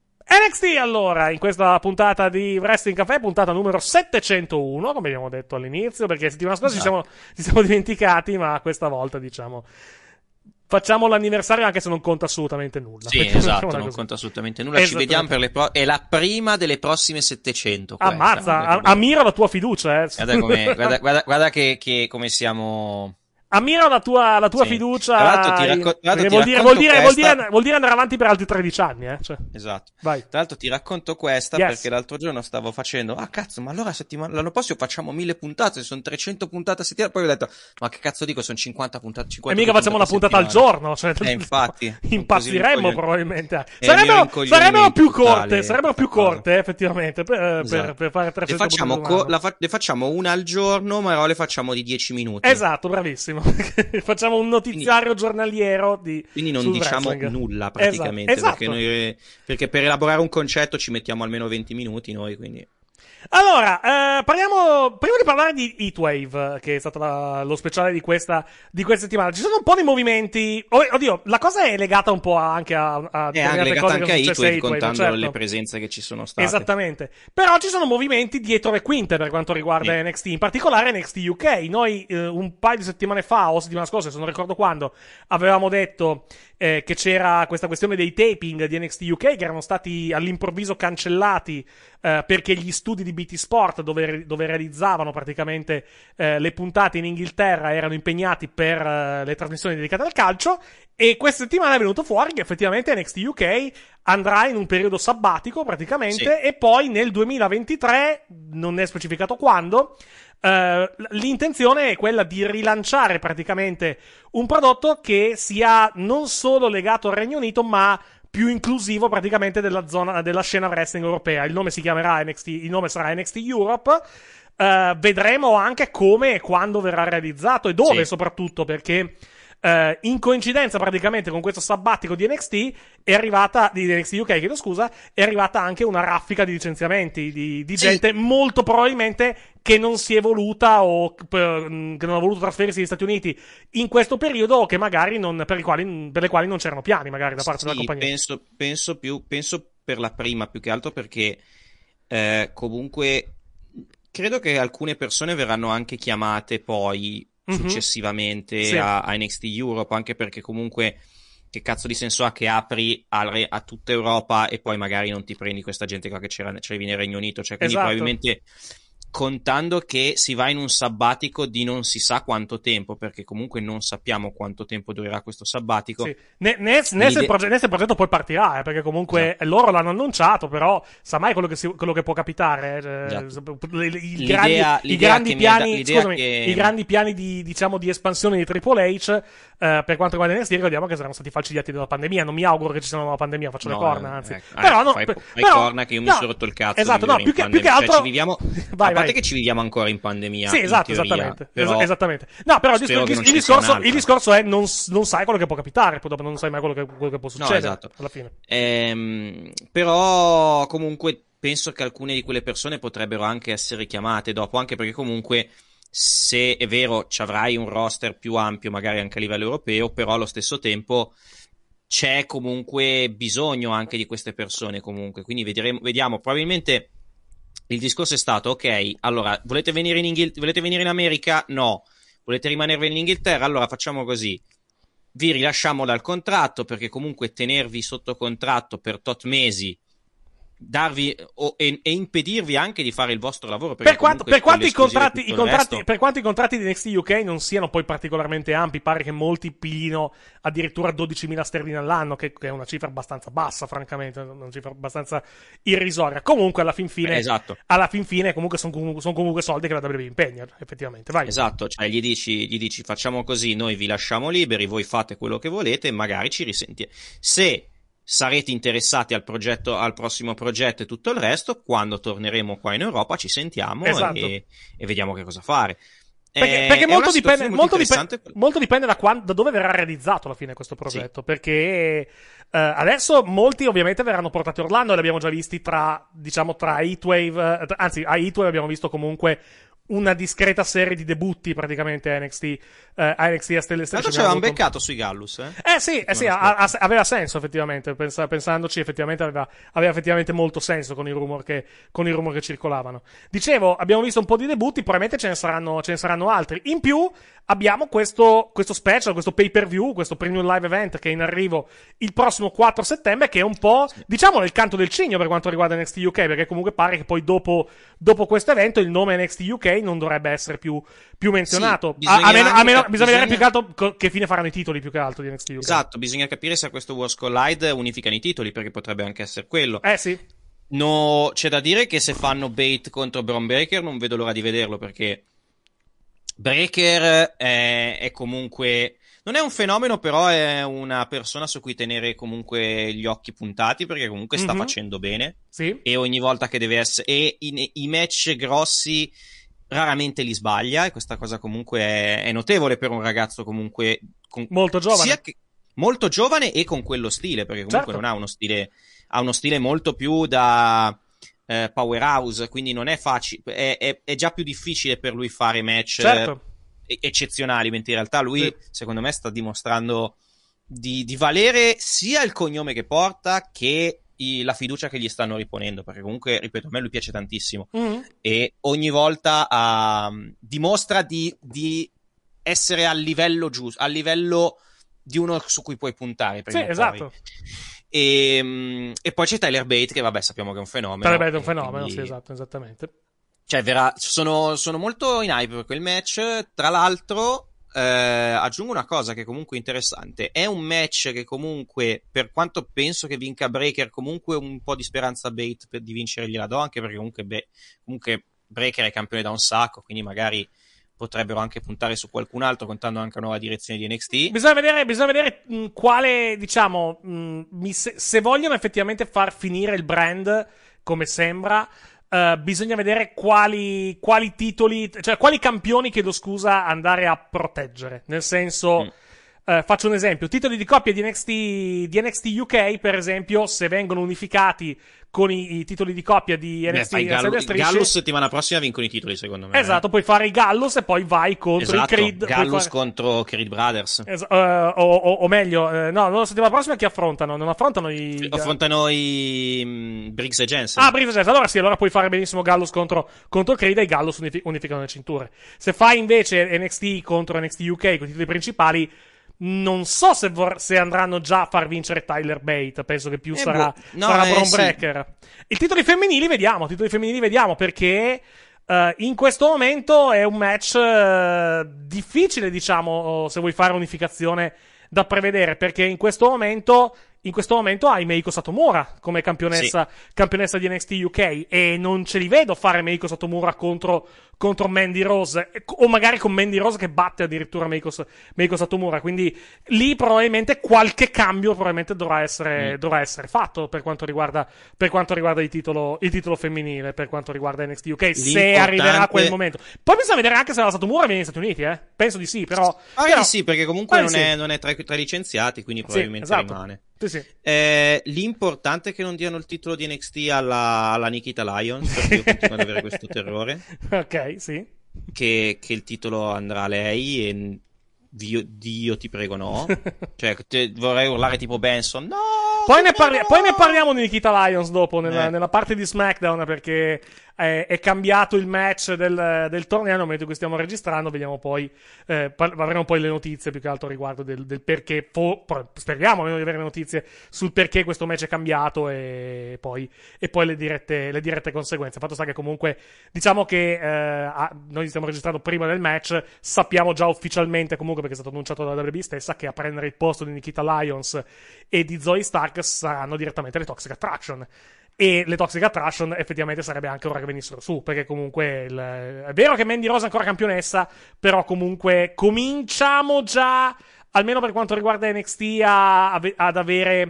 N X T allora, in questa puntata di Wrestling Café, puntata numero settecentouno, come abbiamo detto all'inizio, perché settimana scorsa ci siamo, ci siamo dimenticati, ma questa volta diciamo facciamo l'anniversario anche se non conta assolutamente nulla. Sì, esatto, non conta assolutamente nulla. Ci vediamo per le pro- è la prima delle prossime settecento. Questa. Ammazza, a- ammiro la tua fiducia, eh. Guarda, come, guarda, guarda, guarda che, che come siamo... Ammiro la tua, la tua sì. fiducia. Tra l'altro ti racco- tra l'altro ti vuol, dire, vuol, dire, questa... vuol, dire, vuol dire andare avanti per altri tredici anni, eh? Cioè. Esatto. Vai. Tra l'altro ti racconto questa yes. perché l'altro giorno stavo facendo, ah cazzo, ma allora settimana... l'anno prossimo facciamo mille puntate, sono trecento puntate a settimana. Poi ho detto, ma che cazzo dico, sono cinquanta puntate. cinquanta e mica facciamo una puntata al giorno. Cioè, eh, infatti. Impazziremmo probabilmente. Eh, sarebbero, sarebbero più corte, totale, sarebbero più corte, cosa. effettivamente, per, esatto. per, per fare trecento le facciamo, co- la fa- le facciamo una al giorno, ma le facciamo di dieci minuti. Esatto, bravissimo. Facciamo un notiziario quindi, giornaliero di quindi non diciamo wrestling. nulla praticamente, esatto, perché, noi, perché per elaborare un concetto ci mettiamo almeno venti minuti noi, quindi allora, eh, parliamo prima di parlare di Heatwave, che è stato la, lo speciale di questa, di questa settimana. Ci sono un po' di movimenti. Oddio, la cosa è legata un po' anche a, a è anche legata cose anche che a Heatwave, Heatwave, contando certo. le presenze che ci sono state. Esattamente. Però ci sono movimenti dietro le quinte per quanto riguarda sì. N X T, in particolare N X T U K. Noi eh, un paio di settimane fa, o settimana scorsa, se non ricordo quando, avevamo detto eh, che c'era questa questione dei taping di N X T U K che erano stati all'improvviso cancellati eh, perché gli studi di B T Sport dove, dove realizzavano praticamente eh, le puntate in Inghilterra erano impegnati per eh, le trasmissioni dedicate al calcio, e questa settimana è venuto fuori che effettivamente N X T U K andrà in un periodo sabbatico praticamente, sì. E poi nel duemilaventitré, non è specificato quando, Uh, l'intenzione è quella di rilanciare praticamente un prodotto che sia non solo legato al Regno Unito ma più inclusivo praticamente della zona della scena wrestling europea. Il nome si chiamerà N X T, il nome sarà N X T Europe. Uh, vedremo anche come e quando verrà realizzato e dove, sì. Soprattutto perché Uh, in coincidenza praticamente con questo sabbatico di N X T è arrivata di N X T U K, chiedo scusa, è arrivata anche una raffica di licenziamenti di, di gente, sì. Molto probabilmente che non si è voluta o che non ha voluto trasferirsi negli Stati Uniti in questo periodo, o che magari non, per, i quali, per le quali non c'erano piani magari da parte sì, della compagnia. Penso, penso più penso per la prima più che altro perché eh, comunque credo che alcune persone verranno anche chiamate poi successivamente mm-hmm. sì. a, a N X T Europe, anche perché comunque che cazzo di senso ha che apri a, a tutta Europa e poi magari non ti prendi questa gente qua che c'era, c'era nel Regno Unito, cioè quindi esatto. Probabilmente contando che si va in un sabbatico di non si sa quanto tempo, perché comunque non sappiamo quanto tempo durerà questo sabbatico. Sì. Ne, ne, ne, ne, se il proge- ne se il progetto poi partirà, eh, perché comunque sì. Loro l'hanno annunciato, però sa mai quello che, si, quello che può capitare. Eh, esatto. I, i grandi, i grandi piani, da, scusami, che... i grandi piani di, diciamo, di espansione di Triple H, eh, per quanto riguarda N X T, ricordiamo che saranno stati falcidiati dalla pandemia. Non mi auguro che ci sia una nuova pandemia, faccio no, le corna, anzi. Ecco. Però, eh, no, fai, per, fai però, corna che io no, mi sono rotto il cazzo. Esatto, no, più che, più che altro. Cioè, ci viviamo, vai, a parte vai. che ci viviamo ancora in pandemia. Sì, esatto, teoria, esattamente. però esattamente. No, però il, discor- il, il, discorso, il discorso è non, non sai quello che può capitare, poi dopo non sai mai quello che, quello che può succedere. No, esatto. Alla fine. Ehm, però comunque penso che alcune di quelle persone potrebbero anche essere chiamate dopo, anche perché comunque se è vero ci avrai un roster più ampio magari anche a livello europeo, però allo stesso tempo c'è comunque bisogno anche di queste persone comunque, quindi vedremo, vediamo, probabilmente il discorso è stato, ok, allora, volete venire in Inghil- volete venire in America? No. Volete rimanervi in Inghilterra? Allora facciamo così. Vi rilasciamo dal contratto, perché comunque tenervi sotto contratto per tot mesi, darvi o, e, e impedirvi anche di fare il vostro lavoro. Per quanto, per quanto i contratti, i contratti, per quanto i contratti di N X T U K non siano poi particolarmente ampi, pare che molti piglino addirittura dodicimila sterline all'anno, che, che è una cifra abbastanza bassa, francamente, una cifra abbastanza irrisoria. Comunque, alla fin fine, eh, esatto. alla fin fine, comunque sono comunque, son comunque soldi che la W W E impegna, effettivamente. Vai. Esatto, cioè gli dici, gli dici facciamo così, noi vi lasciamo liberi, voi fate quello che volete e magari ci risentiamo. Se sarete interessati al progetto, al prossimo progetto e tutto il resto, quando torneremo qua in Europa ci sentiamo, esatto. e, e vediamo che cosa fare. Perché, è, perché è molto, una dipende, situazione molto, interessante. dipende, molto dipende da, quando, da dove verrà realizzato alla fine questo progetto. Sì. Perché uh, adesso molti ovviamente verranno portati a Orlando, li abbiamo già visti tra, diciamo, tra Heatwave, uh, anzi a Heatwave abbiamo visto comunque una discreta serie di debutti praticamente a N X T, uh, a N X T a Stelle Stelle. Tanto ci avevamo beccato sui Gallus, eh? Eh sì, eh sì a, a, aveva senso effettivamente, Pens- pensandoci effettivamente aveva, aveva effettivamente molto senso con i rumor che, con i rumor che circolavano. Dicevo, abbiamo visto un po' di debutti, probabilmente ce ne saranno, ce ne saranno altri. In più abbiamo questo, questo special, questo pay per view, questo premium live event che è in arrivo il prossimo quattro settembre, che è un po', diciamo, il canto del cigno per quanto riguarda N X T U K, perché comunque pare che poi dopo, dopo questo evento il nome N X T U K non dovrebbe essere più, più menzionato. Sì, a, a meno, a meno, cap- bisogna vedere bisogna... più che altro co- che fine faranno i titoli più che altro di N X T U K. Esatto, bisogna capire se a questo Worlds Collide unificano i titoli, perché potrebbe anche essere quello. Eh sì. No, c'è da dire che se fanno Bate contro Bron Breakker non vedo l'ora di vederlo, perché Breakker è, è comunque... Non è un fenomeno, però è una persona su cui tenere comunque gli occhi puntati, perché comunque sta Mhm. facendo bene. Sì. E ogni volta che deve essere... E i, i match grossi raramente li sbaglia, e questa cosa comunque è, è notevole per un ragazzo comunque... Con, molto giovane. Sia che, molto giovane e con quello stile, perché comunque Certo. non ha uno stile... Ha uno stile molto più da... Eh, powerhouse, quindi non è facile, è, è, è già più difficile per lui fare match Certo. eh, eccezionali, mentre in realtà lui, Sì. secondo me, sta dimostrando di, di valere sia il cognome che porta che i, la fiducia che gli stanno riponendo, perché comunque, ripeto, a me lui piace tantissimo Mhm. e ogni volta uh, dimostra di, di essere al livello giusto, al livello di uno su cui puoi puntare prima Sì, o poi. esatto. E, e poi c'è Tyler Bate, che vabbè, sappiamo che è un fenomeno. Sarebbe un e fenomeno, quindi- sì, esatto, esattamente. Cioè, vera, sono, sono molto in hype per quel match. Tra l'altro, eh, aggiungo una cosa che comunque è interessante. È un match che comunque, per quanto penso che vinca Breakker, comunque un po' di speranza a Bate per, di vincere gliela do, anche perché comunque, beh, comunque Breakker è campione da un sacco, quindi magari potrebbero anche puntare su qualcun altro, contando anche una nuova direzione di N X T. Bisogna vedere, bisogna vedere mh, quale, diciamo, mh, mi se, se vogliono effettivamente far finire il brand, come sembra, uh, bisogna vedere quali, quali titoli, cioè quali campioni, chiedo scusa, andare a proteggere. Nel senso, Mm. uh, faccio un esempio, titoli di coppia di N X T, di N X T U K, per esempio, se vengono unificati con i, i titoli di coppia di Beh, N X T fai Gallo- Strisce, Gallus settimana prossima vincono i titoli, secondo me. esatto, puoi fare i Gallus e poi vai contro Esatto, i Creed. puoi Gallus fare- contro Creed Brothers. Es- eh, o, o- o meglio, eh, no, la settimana prossima chi affrontano? Non affrontano i. Affrontano i mm, Briggs e Jensen. Ah, Briggs e Jensen. Allora sì, allora puoi fare benissimo Gallus contro, contro Creed e i Gallus unifi- unificano le cinture. Se fai invece N X T contro N X T U K con i titoli principali, non so se, vor- se andranno già a far vincere Tyler Bate. Penso che più Eh, sarà, boh. No, sarà eh, Bron sì. Breakker. I titoli femminili vediamo, titoli femminili vediamo perché. eh, in questo momento è un match eh, difficile, diciamo, se vuoi fare unificazione da prevedere, perché in questo momento in questo momento hai Meiko Satomura come campionessa, campionessa di N X T U K e non ce li vedo fare Meiko Satomura contro, contro Mandy Rose eh, o magari con Mandy Rose che batte addirittura Meiko, Meiko Satomura, quindi lì probabilmente qualche cambio probabilmente dovrà essere, Mm. dovrà essere fatto per quanto riguarda, per quanto riguarda il titolo, il titolo femminile, per quanto riguarda N X T U K, se L'importante- arriverà quel momento. Poi bisogna vedere anche se la Satomura viene negli Stati Uniti, eh? Penso di sì, però... Ah, però- sì, perché comunque eh, non, sì. è, non è tra, i- tra i licenziati, quindi Sì, probabilmente esatto. rimane. Sì, sì. Eh, l'importante è che non diano il titolo di N X T alla, alla Nikita Lyons, perché io continuo ad avere questo terrore. Ok, sì. Che, che il titolo andrà a lei e Dio, Dio ti prego no. Cioè, te- vorrei urlare tipo Benson. No! Poi ne, parli- poi ne parliamo di Nikita Lyons dopo, nella, Eh. nella parte di SmackDown, perché è, è cambiato il match del, del torneo nel momento in cui stiamo registrando. Vediamo poi, eh, par- avremo poi le notizie più che altro riguardo del, del perché. Fo- speriamo almeno di avere notizie sul perché questo match è cambiato e poi, e poi le, dirette, le dirette conseguenze. Fatto sta che comunque, diciamo che eh, a- noi stiamo registrando prima del match, sappiamo già ufficialmente, comunque perché è stato annunciato dalla W W E stessa, che a prendere il posto di Nikita Lyons e di Zoe Stark saranno direttamente le Toxic Attraction. E le Toxic Attraction effettivamente sarebbe anche ora che venissero su, perché comunque il, è vero che Mandy Rose è ancora campionessa, però comunque cominciamo già, almeno per quanto riguarda N X T, a- a- ad avere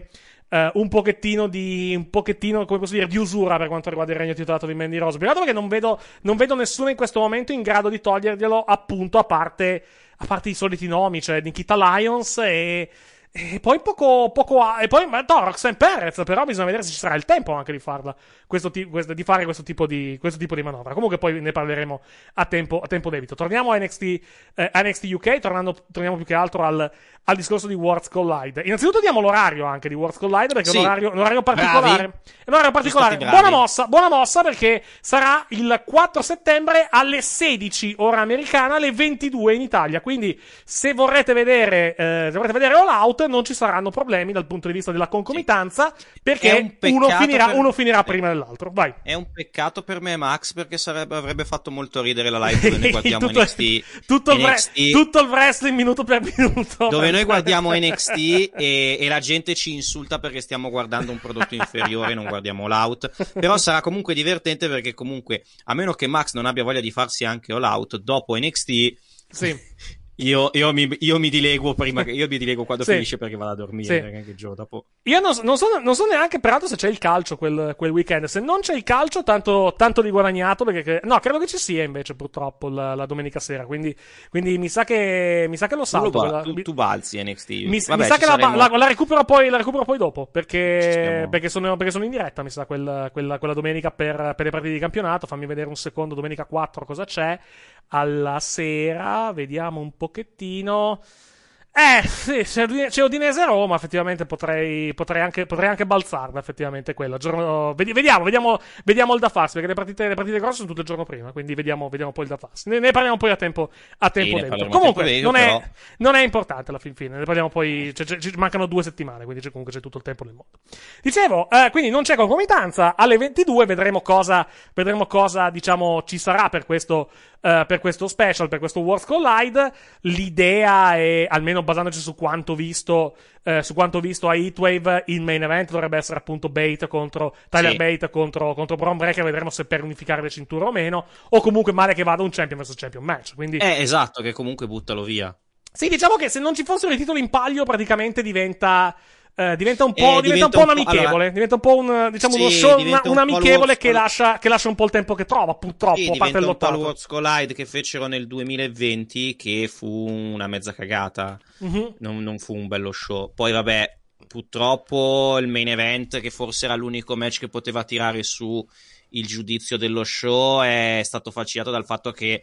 uh, un pochettino di, un pochettino, come posso dire, di usura per quanto riguarda il regno titolato di Mandy Rose. Perché non vedo, non vedo nessuno in questo momento in grado di toglierglielo, appunto, a parte, a parte i soliti nomi, cioè Nikita Lyons e, e poi poco, poco, a, e poi, ma no, Roxanne Perez, però bisogna vedere se ci sarà il tempo anche di farla, questo ti, questo, di fare questo tipo di, questo tipo di manovra. Comunque poi ne parleremo a tempo, a tempo debito. Torniamo a N X T, eh, a N X T U K, tornando, torniamo più che altro al, al discorso di Worlds Collide. Innanzitutto diamo l'orario anche di Worlds Collide, perché sì. è un orario, un orario particolare. Bravi. È un orario particolare. Buona mossa, buona mossa, perché sarà il quattro settembre alle sedici ora americana, alle ventidue in Italia. Quindi se vorrete vedere, eh, se vorrete vedere All Out, non ci saranno problemi dal punto di vista della concomitanza, sì. perché un uno finirà, per... uno finirà prima dell'altro. Vai. È un peccato per me, Max, perché sarebbe, avrebbe fatto molto ridere la live dove noi guardiamo tutto, N X T. Tutto, N X T, il vre- tutto il wrestling minuto per minuto. Dove noi guardiamo N X T e, e la gente ci insulta perché stiamo guardando un prodotto inferiore e non guardiamo All Out. Però sarà comunque divertente, perché comunque, a meno che Max non abbia voglia di farsi anche All Out, dopo N X T... Sì. Io, io, mi, io mi dileguo prima che io mi dileguo quando sì. finisce, perché vado a dormire, sì. perché anche il giorno dopo. Io non, non, so, non so neanche peraltro se c'è il calcio quel, quel weekend. Se non c'è il calcio, tanto, tanto di guadagnato, perché no, credo che ci sia invece purtroppo la, la domenica sera. Quindi, quindi mi sa che mi sa che lo salto. Tu, quella, tu, tu balzi N X T. Mi, Vabbè, mi sa che saremo... la, la, la, recupero poi, la recupero poi dopo, perché, stiamo... perché, sono, perché sono in diretta, mi sa, quella, quella, quella domenica per, per le partite di campionato. Fammi vedere un secondo, domenica quattro cosa c'è. Alla sera, vediamo un pochettino. Eh, sì, c'è Udinese Roma, effettivamente potrei, potrei, anche, potrei anche balzarla, effettivamente quella. Giorno, vediamo, vediamo, vediamo il da farsi, perché le partite, le partite grosse sono tutte il giorno prima, quindi vediamo, vediamo poi il da farsi. Ne, ne parliamo poi a tempo, a tempo sì, debito. Comunque, tempo non, debito, è, non è importante alla fin fine, ne parliamo poi, cioè, ci mancano due settimane, quindi c'è, comunque c'è tutto il tempo del mondo. Dicevo, eh, quindi non c'è concomitanza, alle ventidue vedremo cosa, vedremo cosa, diciamo, ci sarà per questo, Uh, per questo special, per questo Worlds Collide. L'idea è, almeno basandoci su quanto visto, uh, su quanto visto a Heatwave, il main event dovrebbe essere appunto Bate contro Tyler sì. Bate contro, contro Bron Breakker. Vedremo se per unificare le cinture o meno, o comunque male che vada un champion versus champion match. Quindi eh, esatto, che comunque buttalo via. Sì, diciamo che se non ci fossero i titoli in palio, praticamente diventa Uh, diventa un po', eh, diventa un po' un amichevole, allora, diventa un po' un, diciamo, sì, uno show, una, un, un amichevole che Worlds... lascia, che lascia un po' il tempo che trova, purtroppo, sì, a parte diventa un po' il lottato. Worlds Collide che fecero nel duemilaventi, che fu una mezza cagata, mm-hmm. non, non fu un bello show. Poi vabbè, purtroppo il main event, che forse era l'unico match che poteva tirare su il giudizio dello show, è stato falciato dal fatto che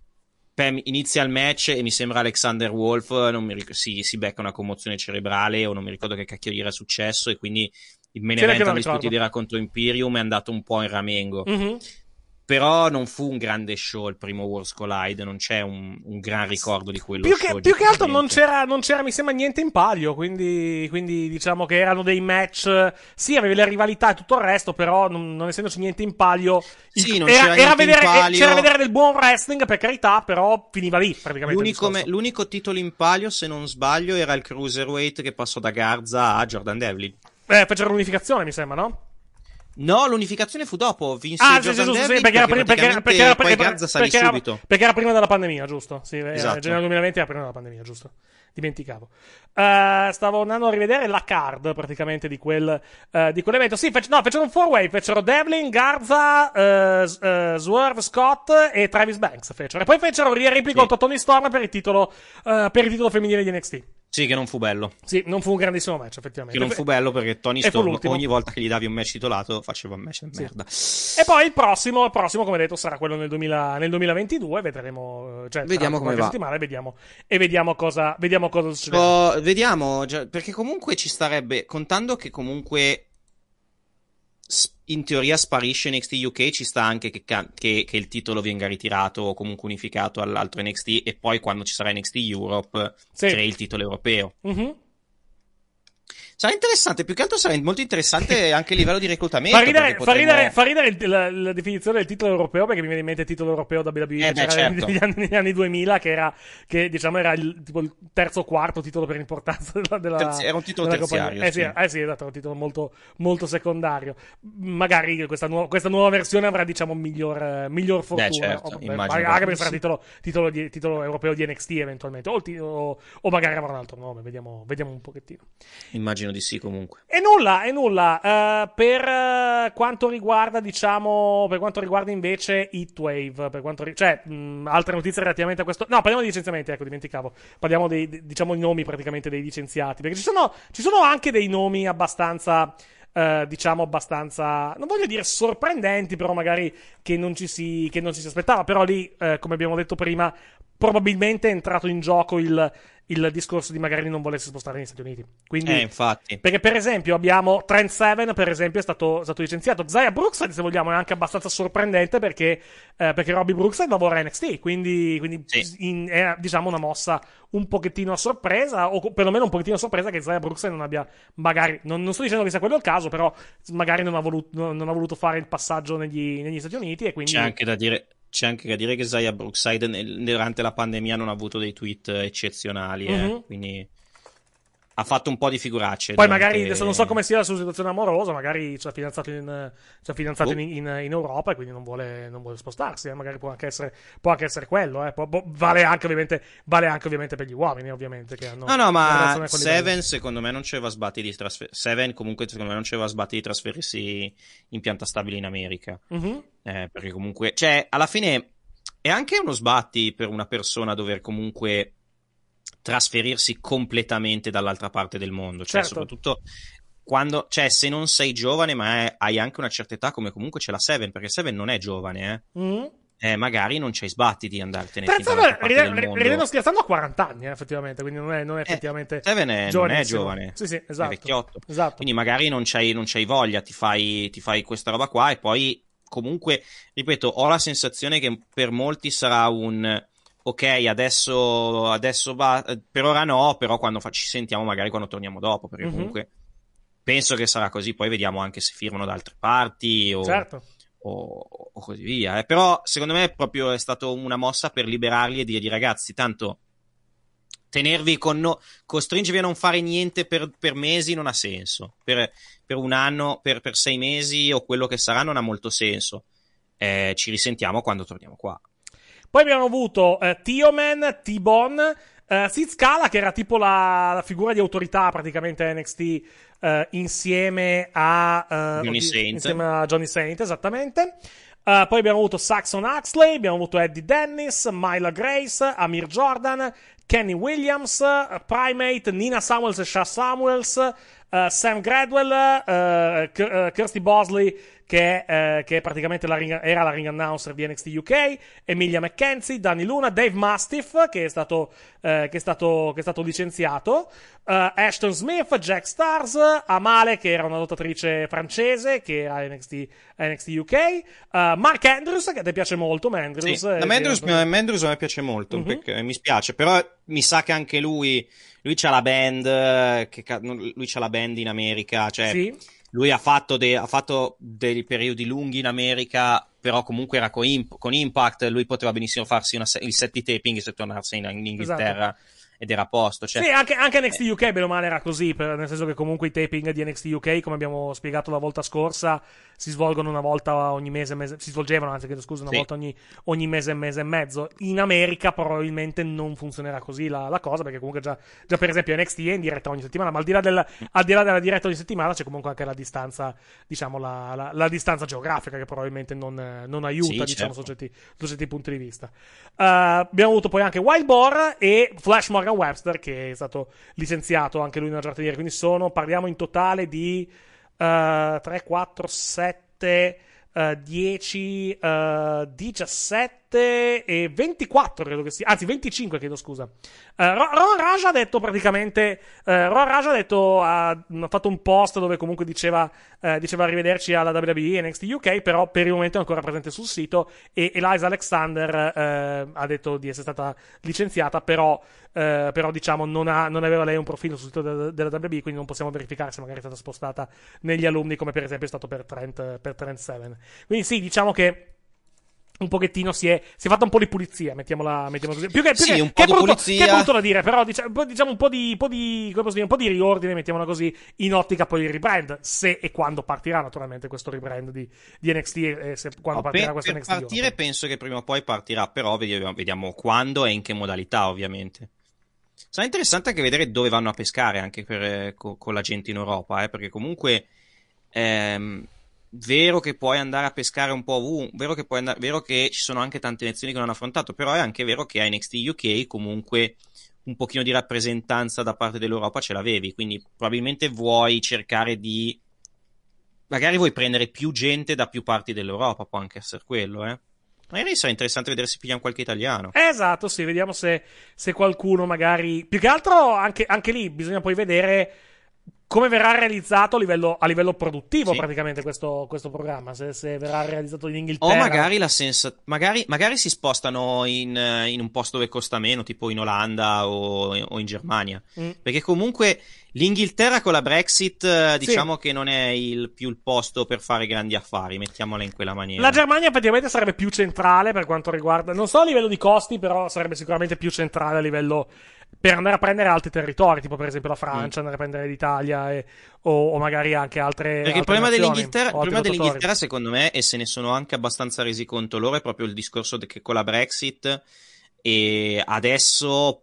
inizia il match e mi sembra Alexander Wolf non mi ric- si, si becca una commozione cerebrale o non mi ricordo che cacchio gli era successo, e quindi il main event Undisputed Era contro Imperium è andato un po' in ramengo. Mm-hmm. Però non fu un grande show il primo Worlds Collide, non c'è un, un gran ricordo di quello più show. Che, più che altro non c'era, non c'era, mi sembra, niente in palio, quindi, quindi diciamo che erano dei match, sì, avevi le rivalità e tutto il resto, però non, non essendoci niente in palio, sì, il, non era, c'era, era niente vedere, in palio. c'era vedere del buon wrestling, per carità, però finiva lì praticamente. L'unico, me, l'unico titolo in palio, se non sbaglio, era il Cruiserweight che passò da Garza a Jordan Devlin. Eh, fecero l'unificazione, mi sembra, no? No, l'unificazione fu dopo, vinse ah, Jordan sì, sì, Devlin, sì, perché, era, perché, perché, perché era, poi Garza salì perché era, subito. Perché era prima della pandemia, giusto? Sì, esatto. Gennaio duemilaventi era prima della pandemia, giusto? Dimenticavo. Uh, stavo andando a rivedere la card praticamente di quel uh, di quell'evento. Sì, fece, no, fecero un four-way, fecero Devlin, Garza, uh, uh, Swerve Scott e Travis Banks fecero. E poi fecero Rhea Ripley sì. contro Toni Storm per il titolo uh, per il titolo femminile di N X T. Sì, che non fu bello. Sì, non fu un grandissimo match, effettivamente. Che non fu bello perché Toni e Storm ogni volta che gli davi un match titolato faceva un match di sì. merda. E poi il prossimo, il prossimo, come detto, sarà quello nel, duemila, nel duemilaventidue. Vedremo, cioè, vediamo come va. Settimana, vediamo, e vediamo cosa, vediamo cosa succede. Oh, vediamo, già, perché comunque ci starebbe, contando che comunque in teoria sparisce N X T U K, ci sta anche che, che, che il titolo venga ritirato o comunque unificato all'altro N X T, e poi quando ci sarà N X T Europe sì. crei il titolo europeo. Mm-hmm. Sarà interessante, più che altro sarà molto interessante anche a livello di reclutamento. Fa ridere, fa potremmo... ridere, fa ridere il, la, la definizione del titolo europeo, perché mi viene in mente il titolo europeo da W W E eh beh, certo. negli, anni, negli anni duemila, che era, che diciamo era il, tipo il terzo o quarto titolo per importanza della, della Terzi, era un titolo terziario. Eh sì, sì. Eh sì, esatto, era un titolo molto, molto secondario. Magari questa, nu- questa nuova versione avrà, diciamo, miglior, miglior fortuna. Beh, certo, o, immagino. Anche perché sarà titolo, titolo, di, titolo europeo di N X T eventualmente, o, o, o magari avrà un altro nome, vediamo, vediamo un pochettino. Immagino Immagino di sì, comunque. E nulla, e nulla. Uh, per uh, quanto riguarda, diciamo, per quanto riguarda invece Heatwave, per quanto ri- cioè, mh, altre notizie relativamente a questo. No, parliamo di licenziamenti, ecco, dimenticavo. Parliamo dei, di, diciamo, i nomi praticamente dei licenziati. Perché ci sono, ci sono anche dei nomi abbastanza. Uh, diciamo abbastanza, non voglio dire sorprendenti, però magari che non ci si, che non ci si aspettava. Però lì, uh, come abbiamo detto prima, probabilmente è entrato in gioco il, il discorso di magari non volersi spostare negli Stati Uniti. Quindi, eh, infatti. Perché, per esempio, abbiamo Trent Seven, per esempio, è stato, è stato licenziato. Xia Brookside, se vogliamo, è anche abbastanza sorprendente perché, eh, perché Robbie Brookside lavora a N X T. Quindi, quindi sì. in, è, diciamo, una mossa un pochettino a sorpresa, o perlomeno un pochettino a sorpresa che Xia Brookside non abbia, magari, non, non sto dicendo che sia quello il caso, però magari non ha voluto, non ha voluto fare il passaggio negli, negli Stati Uniti. E quindi c'è anche da dire. C'è anche da dire che Xia Brookside nel, durante la pandemia non ha avuto dei tweet eccezionali, eh? Mm-hmm. Quindi ha fatto un po' di figuracce. Poi durante... magari, adesso non so come sia la sua situazione amorosa, magari c'è fidanzato in, c'è fidanzato oh. in, in, in Europa e quindi non vuole, non vuole spostarsi, eh? Magari può anche essere, può anche essere quello, eh? può, può, vale, anche, ovviamente, vale anche ovviamente per gli uomini, ovviamente, che hanno... No, no, ma Seven secondo me non c'aveva sbatti di trasferirsi, Seven comunque secondo me non c'aveva sbatti di trasferirsi in pianta stabile in America, mm-hmm. eh, perché comunque, cioè, alla fine è anche uno sbatti per una persona dover comunque trasferirsi completamente dall'altra parte del mondo, cioè certo. soprattutto quando, cioè se non sei giovane ma è, hai anche una certa età come comunque c'è la Seven, perché Seven non è giovane, eh, mm. eh magari non c'hai sbatti di andartene Beh, dall'altra parte ride- del mondo. Ridendo scherzando a quaranta anni, eh, effettivamente, quindi non è, non è effettivamente eh, Seven è, non è giovane, sì, sì, esatto. è vecchiotto, esatto. Quindi magari non c'hai, non c'hai voglia, ti fai, ti fai questa roba qua e poi comunque, ripeto, ho la sensazione che per molti sarà un ok, adesso, adesso va, per ora no, però quando fa, ci sentiamo magari quando torniamo dopo, perché mm-hmm. comunque penso che sarà così, poi vediamo anche se firmano da altre parti o, certo. o, o così via. Eh. Però secondo me proprio è stata una mossa per liberarli e dirgli ragazzi, tanto tenervi con no, costringervi a non fare niente per, per mesi non ha senso, per, per un anno, per, per sei mesi o quello che sarà non ha molto senso. Eh, ci risentiamo quando torniamo qua. Poi abbiamo avuto uh, Tioman, T-Bone, uh, Sid Scala, che era tipo la, la figura di autorità praticamente a N X T uh, insieme a uh, Johnny oddio, Saint. insieme a Johnny Saint, esattamente. Uh, poi abbiamo avuto Saxon Huxley, abbiamo avuto Eddie Dennis, Myla Grace, Amir Jordan, Kenny Williams, uh, Primate, Nina Samuels e Shah Samuels, uh, Sam Gradwell, uh, K- uh, Kirsty Bosley, che, eh, che praticamente la ring- era la ring announcer di N X T U K, Emilia McKenzie, Dani Luna, Dave Mastiff, che è stato, eh, che è stato, che è stato licenziato, uh, Ashton Smith, Jack Stars, Amale, che era una lottatrice francese, che era a N X T, a N X T U K, uh, Mark Andrews, che a te piace molto, Mandrews. Sì, la Mandrews, è... Mandrews a me piace molto, mm-hmm. perché mi spiace, però mi sa che anche lui, lui c'ha la band, che, lui c'ha la band in America, cioè... Sì. Lui ha fatto, de- ha fatto dei periodi lunghi in America, però comunque era con, Imp- con Impact, lui poteva benissimo farsi una se- il set di taping se tornasse in, in Inghilterra. Esatto. Ed era a posto, cioè... Sì, anche, anche N X T U K bene o male era così, per, nel senso che comunque i taping di N X T U K, come abbiamo spiegato la volta scorsa, si svolgono una volta ogni mese, mese si svolgevano, anzi chiedo scusa, una sì. volta ogni, ogni mese, mese e mezzo. In America probabilmente non funzionerà così la, la cosa, perché comunque già, già per esempio N X T è in diretta ogni settimana, ma al di là, del, al di là della diretta ogni settimana c'è comunque anche la distanza, diciamo la, la, la distanza geografica, che probabilmente non, non aiuta, sì, diciamo, certo. soggetti, soggetti punti di vista. Uh, abbiamo avuto poi anche Wild Boar e Flash Morgan Webster, che è stato licenziato anche lui nella giornata di ieri, quindi sono, parliamo in totale di uh, tre, quattro, sette, uh, dieci, uh, diciassette e ventiquattro credo che sia, anzi venticinque chiedo scusa. uh, Ron Raja ha detto praticamente uh, Ron Raja ha detto ha, ha fatto un post dove comunque diceva uh, diceva arrivederci alla W W E N X T U K, però per il momento è ancora presente sul sito, e Eliza Alexander uh, ha detto di essere stata licenziata, però Uh, però diciamo non, ha, non aveva lei un profilo sul sito de- della W W E, quindi non possiamo verificare se magari è stata spostata negli alumni, come per esempio è stato per Trent, per Trent Seven. Quindi sì, diciamo che un pochettino si è, si è fatta un po' di pulizia, mettiamola, mettiamola così. Più che, più sì, che, un po' che di brutto, pulizia. Che è brutto da dire, però diciamo, diciamo un po' di, un po' di, come posso dire, un po' di riordine, mettiamola così, in ottica poi il rebrand, se e quando partirà naturalmente questo rebrand di, di N X T, e se, quando no, partirà per, questo per N X T. partire Europe. Penso che prima o poi partirà, però vediamo, vediamo quando e in che modalità, ovviamente. sarà interessante anche vedere dove vanno a pescare anche per, co, con la gente in Europa, eh, perché comunque ehm, vero che puoi andare a pescare un po' ovunque, vero che puoi andare, vero che ci sono anche tante nazioni che non hanno affrontato, però è anche vero che a N X T U K comunque un pochino di rappresentanza da parte dell'Europa ce l'avevi, quindi probabilmente vuoi cercare di magari vuoi prendere più gente da più parti dell'Europa, può anche essere quello, eh. Magari sarà interessante vedere se pigliano qualche italiano. Esatto, sì, vediamo se, se qualcuno magari... Più che altro anche, anche lì bisogna poi vedere come verrà realizzato a livello, a livello produttivo, sì, praticamente questo, questo programma, se, se verrà realizzato in Inghilterra. O magari la sensa... magari, magari si spostano in, in un posto dove costa meno, tipo in Olanda o, o in Germania. Mm. Perché comunque l'Inghilterra con la Brexit diciamo sì. che non è il, più il posto per fare grandi affari, mettiamola in quella maniera. La Germania effettivamente sarebbe più centrale per quanto riguarda, non so a livello di costi, però sarebbe sicuramente più centrale a livello per andare a prendere altri territori, tipo per esempio la Francia, mm. andare a prendere l'Italia e, o, o magari anche altre. Perché altre il problema nazioni, dell'Inghilterra, il problema dell'Inghilterra secondo me, e se ne sono anche abbastanza resi conto loro, è proprio il discorso che con la Brexit e adesso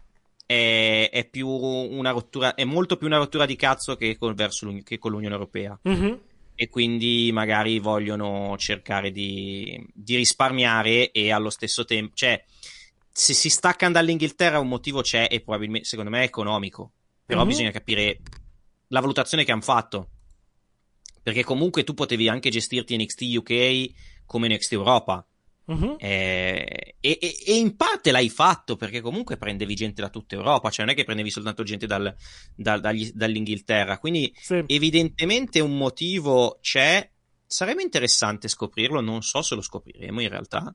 è, è più una rottura, è molto più una rottura di cazzo che con, verso che con l'Unione Europea. Mm-hmm. E quindi magari vogliono cercare di, di risparmiare e allo stesso tempo, cioè se si staccano dall'Inghilterra un motivo c'è e probabilmente secondo me è economico, però mm-hmm. bisogna capire la valutazione che hanno fatto, perché comunque tu potevi anche gestirti N X T U K come N X T Europa. Mm-hmm. eh, e, e, e in parte l'hai fatto perché comunque prendevi gente da tutta Europa, cioè non è che prendevi soltanto gente dal, dal, dagli, dall'Inghilterra, quindi sì. evidentemente un motivo c'è, sarebbe interessante scoprirlo, non so se lo scopriremo in realtà.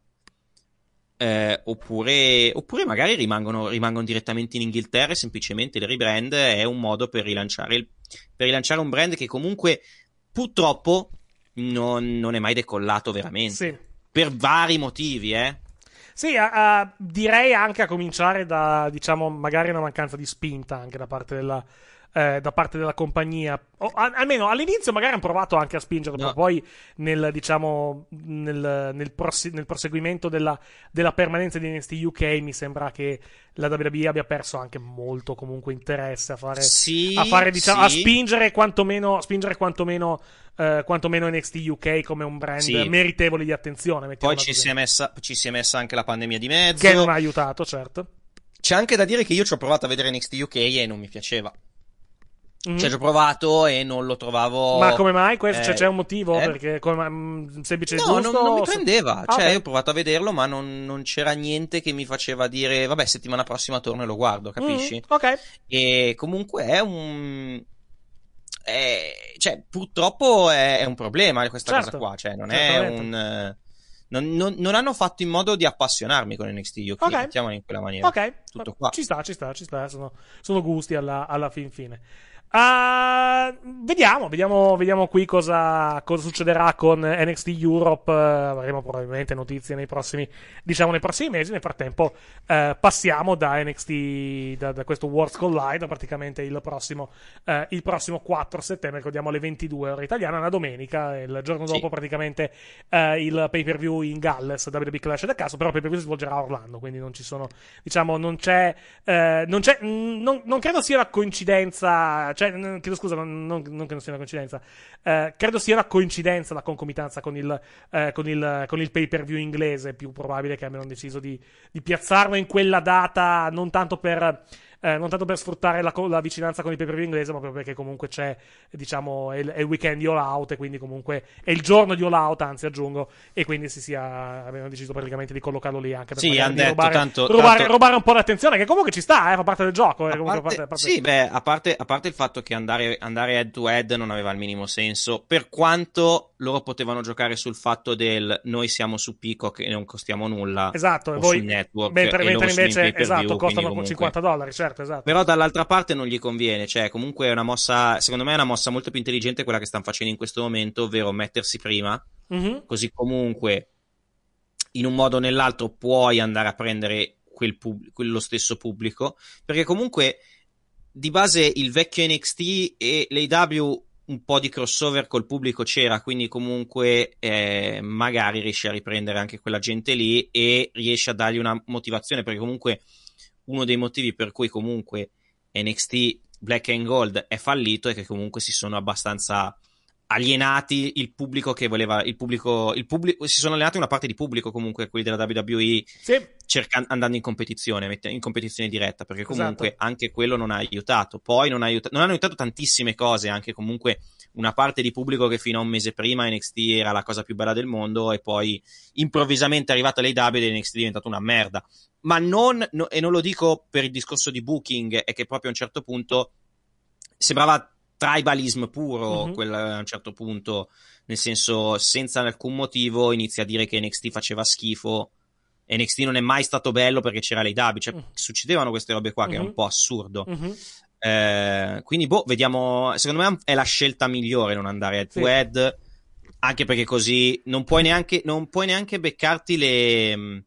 Eh, oppure, oppure magari rimangono, rimangono direttamente in Inghilterra e semplicemente il rebrand è un modo per rilanciare, il, per rilanciare un brand che comunque purtroppo non, non è mai decollato veramente, sì. per vari motivi, eh. Sì, uh, uh, direi anche a cominciare da, diciamo, magari una mancanza di spinta anche da parte della Eh, da parte della compagnia, o, a, almeno all'inizio magari hanno provato anche a spingerlo, no. ma poi nel, diciamo, nel, nel, prosi- nel proseguimento della, della permanenza di N X T U K mi sembra che la W W E abbia perso anche molto comunque interesse a fare, sì, a, fare diciamo, sì. a spingere quantomeno, spingere quantomeno, eh, quantomeno N X T U K come un brand sì. meritevole di attenzione. Poi ci si, è messa, ci si è messa anche la pandemia di mezzo, che non ha aiutato, certo. C'è anche da dire che io ci ho provato a vedere N X T U K e non mi piaceva. Mm-hmm. Cioè, ci ho provato e non lo trovavo. Ma come mai questo? Eh, cioè, c'è un motivo? Eh? Perché come, mh, semplice no, gusto? Non, non mi prendeva. Ah, cioè, okay. io ho provato a vederlo, ma non, non c'era niente che mi faceva dire, vabbè, settimana prossima torno e lo guardo, capisci? Mm, ok. E comunque è un. È, cioè, purtroppo è, è un problema questa certo. cosa qua. Cioè, non è un. Non, non, non hanno fatto in modo di appassionarmi con N X T U K, okay. mettiamolo in quella maniera. Ok, tutto qua. Ci sta, ci sta, ci sta. Sono, sono gusti alla, alla fin fine. Uh, vediamo, vediamo, vediamo qui cosa, cosa succederà con N X T Europe. Uh, avremo probabilmente notizie nei prossimi, diciamo, nei prossimi mesi. Nel frattempo, uh, passiamo da N X T, da, da questo Worlds Collide, praticamente il prossimo, uh, il prossimo quattro settembre, ricordiamo alle ventidue ora italiana, una domenica. Il giorno dopo, sì. praticamente, uh, il pay per view in Galles, W W E Clash at Castle, però il pay per view si svolgerà a Orlando, quindi non ci sono, diciamo, non c'è, uh, non c'è, non, non credo sia una coincidenza. Cioè, chiedo scusa, non, non, non che non sia una coincidenza, eh, credo sia una coincidenza la concomitanza con il, eh, con il, con il pay per view inglese. È più probabile che abbiano deciso di, di piazzarlo in quella data, non tanto per eh, non tanto per sfruttare la, la vicinanza con il pay per view inglese, ma proprio perché comunque c'è, diciamo, è il, è il weekend di All Out, e quindi comunque è il giorno di All Out, anzi aggiungo, e quindi si sia abbiamo deciso praticamente di collocarlo lì anche per sì, hanno detto, rubare, tanto, rubare, tanto... rubare un po' l'attenzione, che comunque ci sta, eh, fa parte del gioco. Eh, a comunque parte, parte, parte... Sì, beh, a parte, a parte il fatto che andare, andare head to head non aveva il minimo senso, per quanto loro potevano giocare sul fatto del noi siamo su Peacock e non costiamo nulla, esatto, o voi, sul network, mentre, e mentre loro invece esatto, view, costano comunque... cinquanta dollari, certo, esatto. Però dall'altra parte non gli conviene, cioè comunque è una mossa, secondo me è una mossa molto più intelligente quella che stanno facendo in questo momento, ovvero mettersi prima, mm-hmm. così comunque in un modo o nell'altro puoi andare a prendere quel pub- quello stesso pubblico, perché comunque di base il vecchio N X T e l'A E W un po' di crossover col pubblico c'era, quindi comunque eh, magari riesci a riprendere anche quella gente lì e riesci a dargli una motivazione, perché comunque uno dei motivi per cui comunque N X T Black and Gold è fallito è che comunque si sono abbastanza alienati il pubblico che voleva il pubblico, il pubblico si sono alienati una parte di pubblico comunque quelli della W W E sì. cercando, andando in competizione in competizione diretta perché comunque esatto. anche quello non ha aiutato poi non, ha aiutato, non hanno aiutato tantissime cose anche comunque una parte di pubblico che fino a un mese prima N X T era la cosa più bella del mondo e poi improvvisamente è arrivata l'A E W e N X T è diventato una merda ma non no, e non lo dico per il discorso di booking è che proprio a un certo punto sembrava tribalism puro, mm-hmm. quel, a un certo punto, nel senso, senza alcun motivo inizia a dire che N X T faceva schifo. N X T non è mai stato bello perché c'era l'A E W, cioè mm. succedevano queste robe qua mm-hmm. che è un po' assurdo. Mm-hmm. Eh, quindi, boh, vediamo. Secondo me è la scelta migliore non andare head to head, anche perché così non puoi neanche, non puoi neanche beccarti le.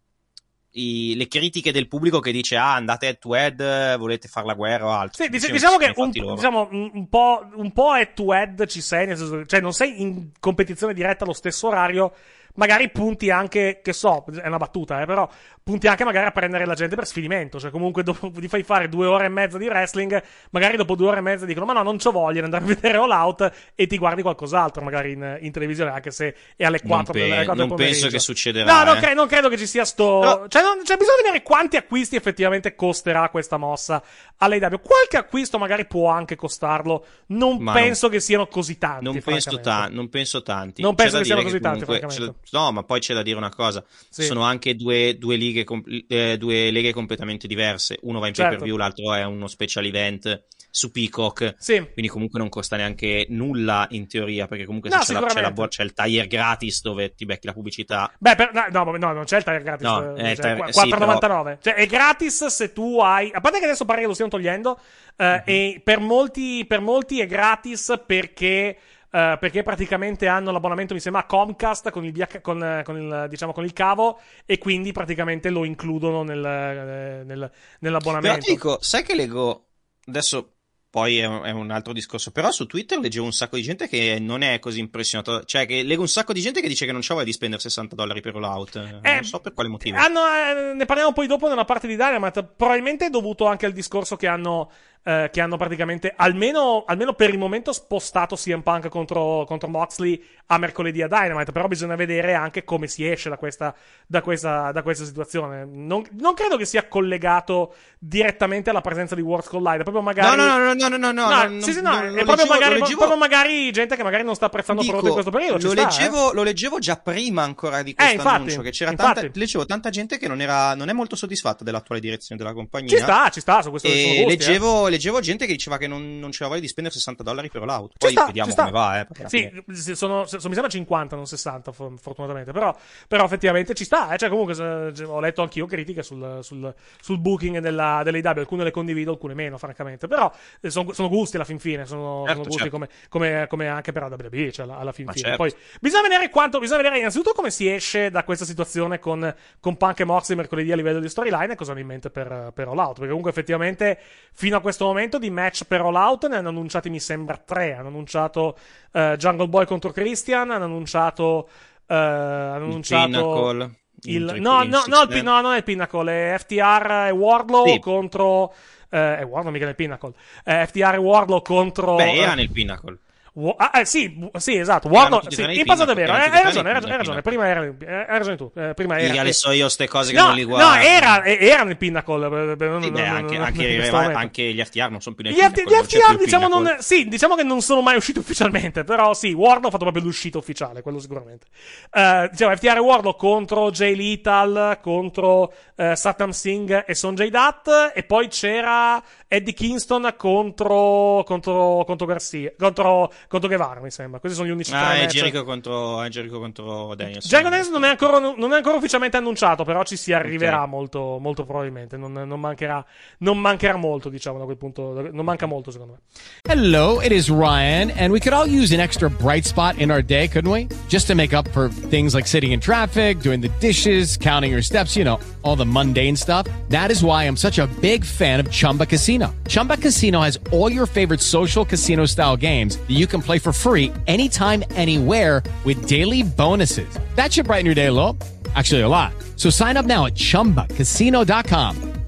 I, le critiche del pubblico che dice ah andate head to head volete fare la guerra o altro sì, dic- diciamo che un, diciamo, un po' un po' head to head ci sei nel senso, cioè non sei in competizione diretta allo stesso orario magari punti anche che so è una battuta eh, però punti anche magari a prendere la gente per sfinimento cioè comunque dopo gli fai fare due ore e mezza di wrestling magari dopo due ore e mezza dicono ma no non c'ho voglia di andare a vedere All Out e ti guardi qualcos'altro magari in, in televisione anche se è alle quattro, non, pe- alle quattro non del penso che succederà no non, eh. cre- non credo che ci sia sto no. cioè, non, cioè bisogna vedere quanti acquisti effettivamente costerà questa mossa all'A E W qualche acquisto magari può anche costarlo non ma penso non, che siano così tanti non penso, ta- non penso tanti non penso c'è che siano così che tanti comunque, no ma poi c'è da dire una cosa sì. sono anche due, due lighe eh, due leghe completamente diverse uno va in certo. pay per view l'altro è uno special event su Peacock sì. quindi comunque non costa neanche nulla in teoria perché comunque no, se c'è, la, c'è, la, c'è il tire gratis dove ti becchi la pubblicità beh per, no, no, no non c'è il tire gratis no, cioè, tire, quattro virgola novantanove sì, cioè è gratis se tu hai a parte che adesso pare che lo stiano togliendo eh, mm-hmm. e per molti per molti è gratis perché Uh, perché praticamente hanno l'abbonamento mi sembra a Comcast con il, con, con il, diciamo, con il cavo e quindi praticamente lo includono nel, nel, nell'abbonamento. Però ti dico, sai che leggo adesso poi è un, è un altro discorso, però su Twitter leggevo un sacco di gente che non è così impressionato, cioè che leggo un sacco di gente che dice che non c'ha voglia di spendere sessanta dollari per All Out, eh, non so per quale motivo. Hanno, eh, ne parliamo poi dopo nella parte di Dynamite, probabilmente è dovuto anche al discorso che hanno eh, che hanno praticamente almeno, almeno per il momento spostato C M Punk contro, contro Moxley a mercoledì a Dynamite, però bisogna vedere anche come si esce da questa, da questa, da questa situazione. Non, non credo che sia collegato direttamente alla presenza di Worlds Collide, proprio magari no no no no no no no, no, sì, sì, no, è proprio, leggevo, magari, leggevo... proprio magari gente che magari non sta apprezzando il prodotto in questo periodo. Ci lo, sta, leggevo, eh? lo leggevo già prima ancora di questo eh, annuncio, che c'era tanta, leggevo tanta gente che non era non è molto soddisfatta dell'attuale direzione della compagnia. Ci sta, ci sta su questo. E gusti, leggevo, eh. leggevo gente che diceva che non, non c'era voglia di spendere sessanta dollari per l'auto. Poi sta, vediamo come va, eh. Sì, sono, sono, mi sembra cinquanta, non sessanta, fortunatamente. Però, però effettivamente ci sta, eh. Cioè, comunque ho letto anch'io critiche sul, sul, sul booking della, dell'A E W. Alcune le condivido, alcune meno, francamente. Però sono, sono gusti alla fin fine. Sono, certo, sono gusti certo. come, come, come anche per la W W E, cioè alla, alla fin Ma fine. certo. Poi bisogna vedere quanto, bisogna vedere innanzitutto come si esce da questa situazione con, con Punk e Moxley mercoledì a livello di storyline e cosa hanno in mente per, per All Out. Perché comunque effettivamente fino a questo momento di match per All Out ne hanno annunciati mi sembra tre. Hanno annunciato uh, Jungle Boy contro Christian, hanno annunciato uh, hanno annunciato Pinnacle, il no no no, il, no non è il Pinnacle, è F T R e Wardlow sì. contro uh, è Wardlow mica nel Pinnacle, è F T R e Wardlow contro beh era uh, nel Pinnacle. Ah, eh, sì, sì, esatto. Wardlow, sì, in passato è vero, hai ragione, hai ragione, hai ragione. Prima era, hai ragione tu. Eh, prima era. Io le so io ste cose che no, non li guardo. No, era, era nel Pinnacle. Non, sì, beh, anche, non, anche, non, non anche gli F T R non sono più nel gli Pinnacle. Gli F T R, diciamo, non, sì, diciamo che non sono mai usciti ufficialmente. Però sì, Wardlow ha fatto proprio l'uscita ufficiale, quello sicuramente. Uh, diciamo, F T R e Wardlow contro Jay Lethal, contro uh, Satnam Singh e Sonjay Dutt. E poi c'era Eddie Kingston contro, contro, contro Garcia, contro, contro Guevara, mi sembra. Questi sono gli unici ah, tre è match. Jericho contro, è Jericho contro Danielson. Jericho Danielson non è ancora, non è ancora ufficialmente annunciato, però ci si arriverà okay. molto, molto probabilmente. Non, non mancherà, non mancherà molto, diciamo, da quel punto. Non manca molto, secondo me. Hello, it is Ryan, and we could all use an extra bright spot in our day, couldn't we? Just to make up for things like sitting in traffic, doing the dishes, counting your steps, you know, all the mundane stuff. That is why I'm such a big fan of Chumba Casino. Chumba Casino has all your favorite social casino-style games that you can play for free anytime, anywhere with daily bonuses. That should brighten your day a little. Actually, a lot. So sign up now at chumba casino dot com.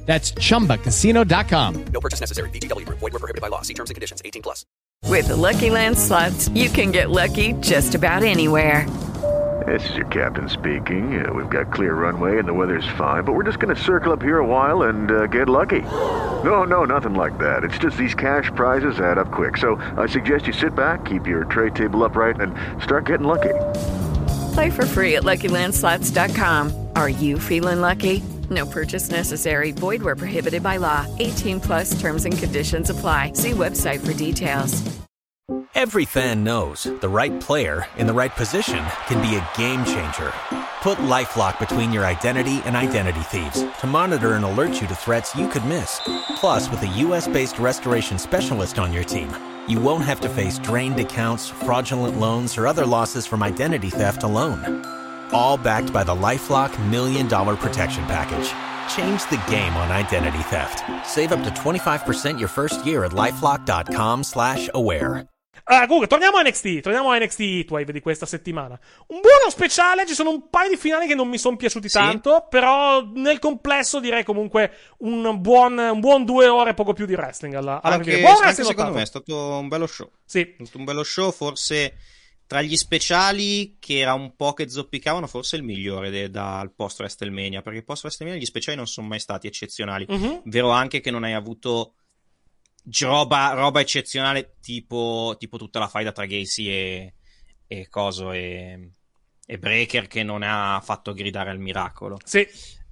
That's chumba casino dot com. No purchase necessary. V G W Group. Void where prohibited by law. See terms and conditions. eighteen plus. With the Lucky Land Slots, you can get lucky just about anywhere. This is your captain speaking. Uh, we've got clear runway and the weather's fine, but we're just going to circle up here a while and uh, get lucky. No, no, nothing like that. It's just these cash prizes add up quick. So I suggest you sit back, keep your tray table upright, and start getting lucky. Play for free at Lucky Land Slots dot com. Are you feeling lucky? No purchase necessary. Void where prohibited by law. eighteen plus terms and conditions apply. See website for details. Every fan knows the right player in the right position can be a game changer. Put LifeLock between your identity and identity thieves to monitor and alert you to threats you could miss. Plus, with a U S based restoration specialist on your team, you won't have to face drained accounts, fraudulent loans, or other losses from identity theft alone. All backed by the LifeLock Million Dollar Protection Package. Change the game on identity theft. Save up to twenty-five percent your first year at LifeLock.com slash aware. Uh, comunque, torniamo a N X T. Torniamo a N X T Heatwave di questa settimana. Un buono speciale. Ci sono un paio di finali che non mi sono piaciuti sì. tanto. Però nel complesso direi comunque un buon, un buon due ore, poco più di wrestling. Alla, alla anche, buon anche secondo me è stato un bello show. Sì. È stato un bello show. Forse tra gli speciali, che era un po' che zoppicavano, forse il migliore de, dal post WrestleMania. Perché post WrestleMania gli speciali non sono mai stati eccezionali. Mm-hmm. Vero anche che non hai avuto roba, roba eccezionale tipo, tipo tutta la faida tra Gacy e, e Coso e, e Breaker, che non ha fatto gridare al miracolo. Sì.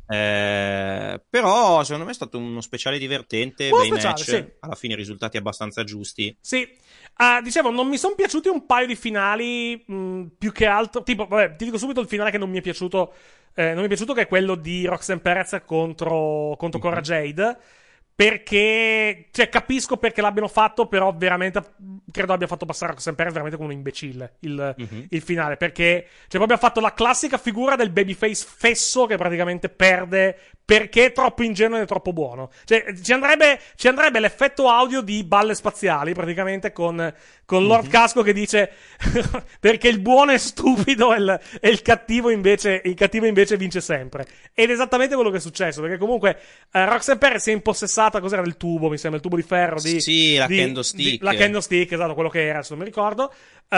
Eh, però secondo me è stato uno speciale divertente, buon bei speciale, match, sì. Alla fine risultati abbastanza giusti. Sì. Uh, dicevo, non mi sono piaciuti un paio di finali mh, più che altro. Tipo, vabbè, ti dico subito il finale che non mi è piaciuto. Eh, non mi è piaciuto, che è quello di Roxanne Perez contro, contro mm-hmm. Cora Jade. Perché, cioè, capisco perché l'abbiano fatto, però veramente credo abbia fatto passare Roxanne Perez veramente come un imbecille il, mm-hmm. il finale. Perché, cioè, proprio ha fatto la classica figura del babyface fesso che praticamente perde perché è troppo ingenuo e troppo buono. Cioè, ci andrebbe, ci andrebbe l'effetto audio di Balle Spaziali, praticamente, con, con Lord mm-hmm. Casco che dice perché il buono è stupido e il, e il cattivo invece, il cattivo invece vince sempre. Ed è esattamente quello che è successo, perché comunque eh, Roxanne Perez si è impossessata, cos'era, del tubo, mi sembra, il tubo di ferro di, sì, la di, kendo stick. Di, la kendo stick, esatto, quello che era, se non mi ricordo.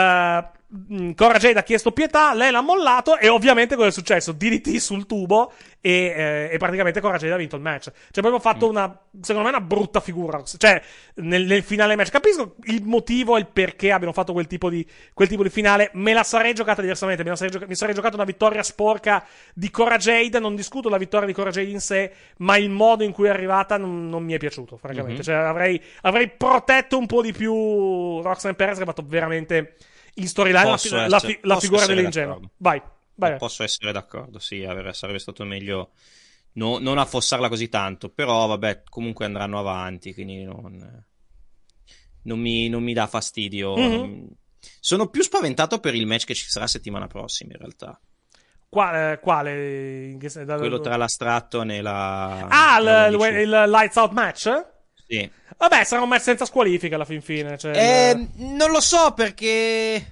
Uh, Cora Jade ha chiesto pietà, lei l'ha mollato e ovviamente cosa è successo? D D T sul tubo e, eh, e praticamente Cora Jade ha vinto il match. Cioè, proprio fatto mm. una, secondo me, una brutta figura. Cioè, nel, nel finale match capisco il motivo e il perché abbiano fatto quel tipo di quel tipo di finale. Me la sarei giocata diversamente. Me la sarei gioca- mi sarei giocata una vittoria sporca di Cora Jade. Non discuto la vittoria di Cora Jade in sé, ma il modo in cui è arrivata non, non mi è piaciuto, francamente. Mm-hmm. Cioè, avrei, avrei protetto un po' di più Roxanne Perez, che ha fatto veramente in storyline la, essere, la, fi- la figura dell'ingenuo. Vai, vai. Posso essere d'accordo, sì, avrebbe, sarebbe stato meglio no, non affossarla così tanto, però vabbè, comunque andranno avanti, quindi non, non, mi, non mi dà fastidio. Mm-hmm. Non, sono più spaventato per il match che ci sarà settimana prossima, in realtà. Quale? quale? Quello tra la Stratton e la... Ah, la il, il, il Lights Out match? Sì. Vabbè, sarà un match senza squalifica alla fin fine. Cioè, eh, il... Non lo so, perché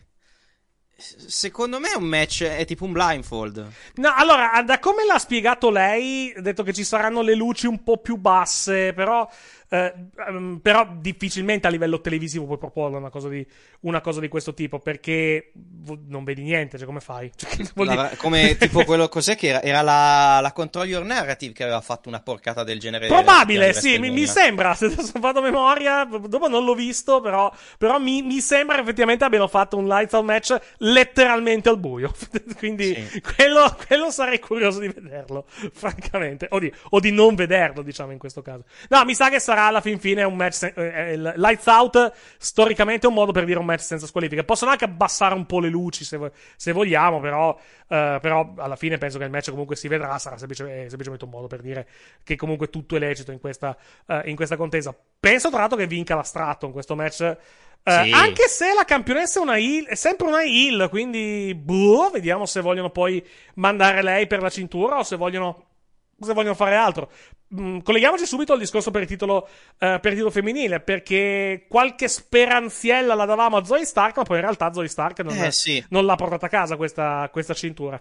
secondo me è un match, è tipo un blindfold. No, allora, da come l'ha spiegato lei, ha detto che ci saranno le luci un po' più basse, però eh, um, però difficilmente a livello televisivo puoi proporre una cosa di una cosa di questo tipo, perché non vedi niente, cioè come fai? Cioè, vuol la, dire... come tipo quello, cos'è che era? Era la, la Control Your Narrative che aveva fatto una porcata del genere. Probabile, sì, mi, mi sembra, se adesso fatto memoria, dopo non l'ho visto, però, però mi, mi sembra che effettivamente abbiano fatto un Lights Out match letteralmente al buio, quindi sì. quello, quello sarei curioso di vederlo, francamente, o di, o di non vederlo, diciamo, in questo caso. No, mi sa che sarà alla fin fine un match, eh, il Lights Out storicamente è un modo per dire un match senza squalifica. Possono anche abbassare un po' le luci se, se vogliamo, però, uh, però alla fine penso che il match comunque si vedrà, sarà semplicemente, semplicemente un modo per dire che comunque tutto è lecito in questa, uh, in questa contesa. Penso tra l'altro che vinca la Stratton questo match, uh, sì. Anche se la campionessa è una heel, è sempre una heel, quindi boh, vediamo se vogliono poi mandare lei per la cintura o se vogliono se vogliono fare altro. Mm, colleghiamoci subito al discorso per il titolo eh, per il titolo femminile, perché qualche speranziella la davamo a Zoe Stark, ma poi in realtà Zoe Stark non, eh, sì. non l'ha portata a casa questa, questa cintura.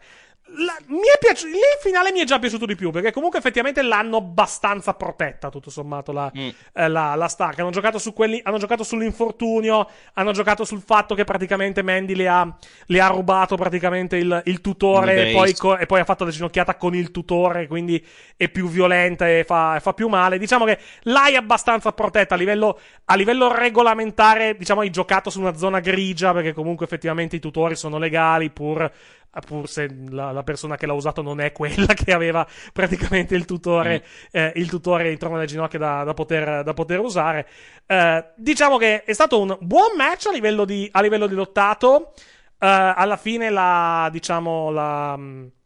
La, mi è piaciuto, il finale mi è già piaciuto di più, perché comunque effettivamente l'hanno abbastanza protetta, tutto sommato, la, mm. eh, la, la Stark. Hanno giocato su quelli, hanno giocato sull'infortunio, hanno giocato sul fatto che praticamente Mandy le ha, le ha rubato praticamente il, il tutore, e poi, co- e poi ha fatto la ginocchiata con il tutore, quindi è più violenta e fa, fa più male. Diciamo che l'hai abbastanza protetta a livello, a livello regolamentare, diciamo, hai giocato su una zona grigia, perché comunque effettivamente i tutori sono legali, pur pur se la, la persona che l'ha usato non è quella che aveva praticamente il tutore, mm. eh, il tutore intorno alle ginocchia da, da, poter, da poter usare. Eh, diciamo che è stato un buon match a livello di, a livello di lottato. Eh, alla fine la, diciamo, la...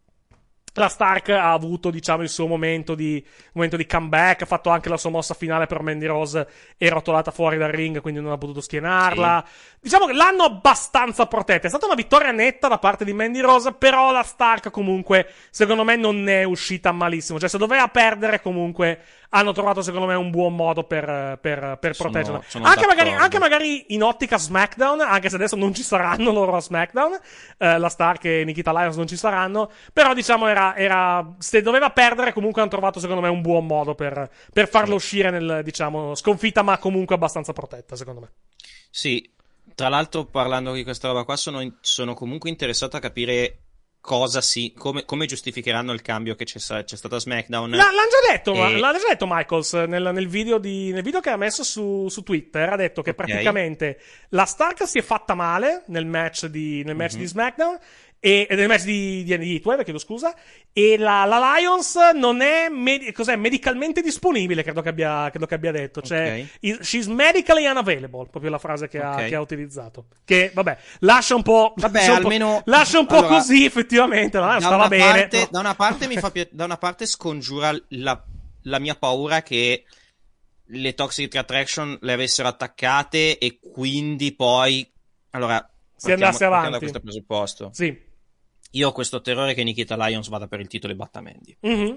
La Stark ha avuto, diciamo, il suo momento di, momento di comeback, ha fatto anche la sua mossa finale, però Mandy Rose è rotolata fuori dal ring, quindi non ha potuto schienarla. Sì. Diciamo che l'hanno abbastanza protetta. È stata una vittoria netta da parte di Mandy Rose, però la Stark comunque, secondo me, non ne è uscita malissimo. Cioè, se doveva perdere, comunque, hanno trovato, secondo me, un buon modo per, per, per sono, proteggerla. Sono anche, magari, anche magari in ottica SmackDown, anche se adesso non ci saranno loro a SmackDown, eh, la Stark e Nikita Lyons non ci saranno, però, diciamo, era Era, se doveva perdere, comunque hanno trovato, secondo me, un buon modo per, per farlo uscire nel, diciamo, sconfitta, ma comunque abbastanza protetta, secondo me. Sì, tra l'altro, parlando di questa roba qua, sono, sono comunque interessato a capire cosa si, come, come giustificheranno il cambio che c'è, c'è stato a SmackDown. La, l'hanno già detto, e... l'ha già detto Michaels nel, nel, video di, nel video che ha messo su, su Twitter. Ha detto che okay. praticamente la Stark si è fatta male nel match di, nel match mm-hmm. di SmackDown. E nel match di, di, di Twelve, chiedo scusa, e la, la Lions non è, med- cos'è, medicalmente disponibile, credo che abbia, credo che abbia detto, cioè okay. is, she's medically unavailable, proprio la frase che, okay. ha, che ha utilizzato, che vabbè, lascia un po', vabbè, almeno, un po', lascia un po' allora, così, effettivamente, no? Stava bene. Parte, no. Da una parte mi fa pi- da una parte scongiura la, la mia paura che le Toxic Attraction le avessero attaccate e quindi poi, allora, si andasse avanti da questo presupposto. Sì. Io ho questo terrore che Nikita Lyons vada per il titolo e batta Mandy. Mm-hmm.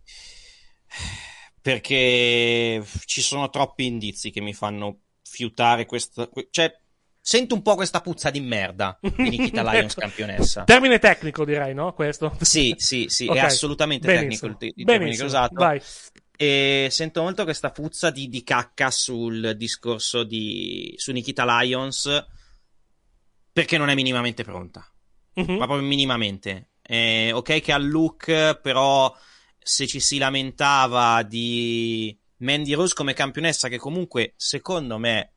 Perché ci sono troppi indizi che mi fanno fiutare questa... Cioè, sento un po' questa puzza di merda di Nikita Lyons campionessa. Termine tecnico, direi, no? Questo? Sì, sì, sì, okay. È assolutamente Benissimo. tecnico il, il termine che ho usato. Vai. E sento molto questa puzza di, di cacca sul discorso di... su Nikita Lyons, perché non è minimamente pronta. Mm-hmm. Ma proprio minimamente. Eh, ok che ha il look, però se ci si lamentava di Mandy Rose come campionessa, che comunque secondo me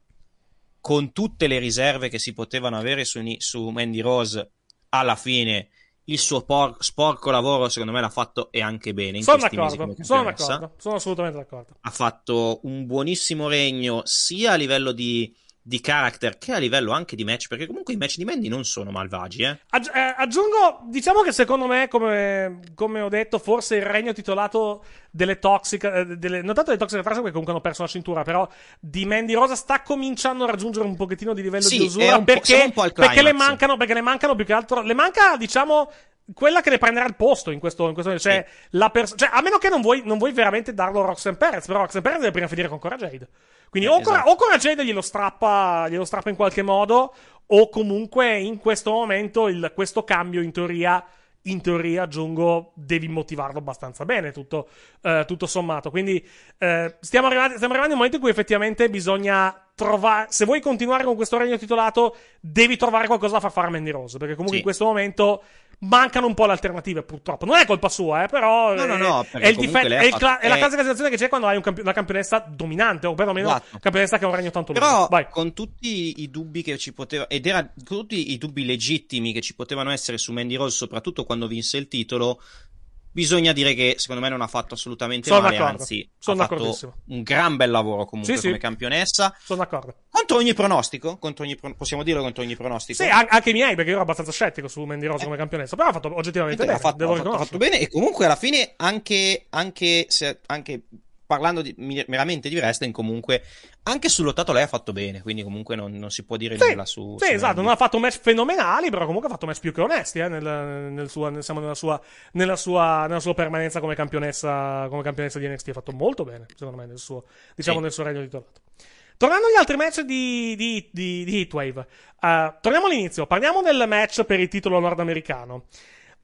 con tutte le riserve che si potevano avere su, su Mandy Rose, alla fine il suo por- sporco lavoro secondo me l'ha fatto, e anche bene in sono questi mesi d'accordo, come sono d'accordo, sono assolutamente d'accordo. Ha fatto un buonissimo regno sia a livello di di character che a livello anche di match, perché comunque i match di Mandy non sono malvagi, eh. Aggi- eh, aggiungo, diciamo che secondo me, come, come ho detto, forse il regno titolato delle Toxic, eh, delle, non tanto delle Toxic Attraction, perché comunque hanno perso la cintura, però di Mandy Rosa sta cominciando a raggiungere un pochettino di livello sì, di usura, perché, un po' perché le mancano, perché le mancano più che altro, le manca, diciamo, quella che le prenderà il posto in questo, in questo cioè, sì. la pers- cioè, a meno che non vuoi, non vuoi veramente darlo a Roxanne Perez, però Roxanne Perez deve prima finire con Cora Jade. Quindi eh, o, esatto. Cora, o Cora Jade glielo strappa, glielo strappa in qualche modo, o comunque in questo momento il, questo cambio in teoria, in teoria, aggiungo, devi motivarlo abbastanza bene, tutto, eh, tutto sommato. Quindi eh, stiamo, arrivati, stiamo arrivando a un momento in cui effettivamente bisogna trovare, se vuoi continuare con questo regno titolato, devi trovare qualcosa da far fare a Mandy Rose, perché comunque sì. in questo momento mancano un po' le alternative, purtroppo. Non è colpa sua, eh, però no, no, no, è, il difetto, è, il cla- è... è la classica situazione che c'è quando hai un camp- una campionessa dominante, o perlomeno esatto. una campionessa che ha un regno tanto lungo. Però Vai. Con tutti i dubbi che ci poteva, ed era tutti i dubbi legittimi che ci potevano essere su Mandy Rose, soprattutto quando vinse il titolo, bisogna dire che secondo me non ha fatto assolutamente Sono male, d'accordo. anzi Sono ha fatto un gran bel lavoro comunque sì, come sì. campionessa. Sono d'accordo. Contro ogni pronostico, contro ogni pro- possiamo dirlo contro ogni pronostico. Sì, anche i miei, perché io ero abbastanza scettico su Mandy Rose eh. come campionessa, però ha fatto oggettivamente bene, ha fatto, devo ha fatto, ha fatto bene, e comunque alla fine anche, anche, se, anche parlando di, meramente di wrestling, comunque anche sul lottato lei ha fatto bene, quindi comunque non, non si può dire sì, nulla su sì su esatto, Mandy. Non ha fatto match fenomenali, però comunque ha fatto match più che onesti eh, nel, nel sua, nel, siamo nella sua nella sua nella sua permanenza come campionessa come campionessa di N X T. Ha fatto molto bene secondo me nel suo, diciamo, sì. nel suo regno titolato. Tornando agli altri match di, di, di, di Heatwave, uh, torniamo all'inizio, parliamo del match per il titolo nordamericano.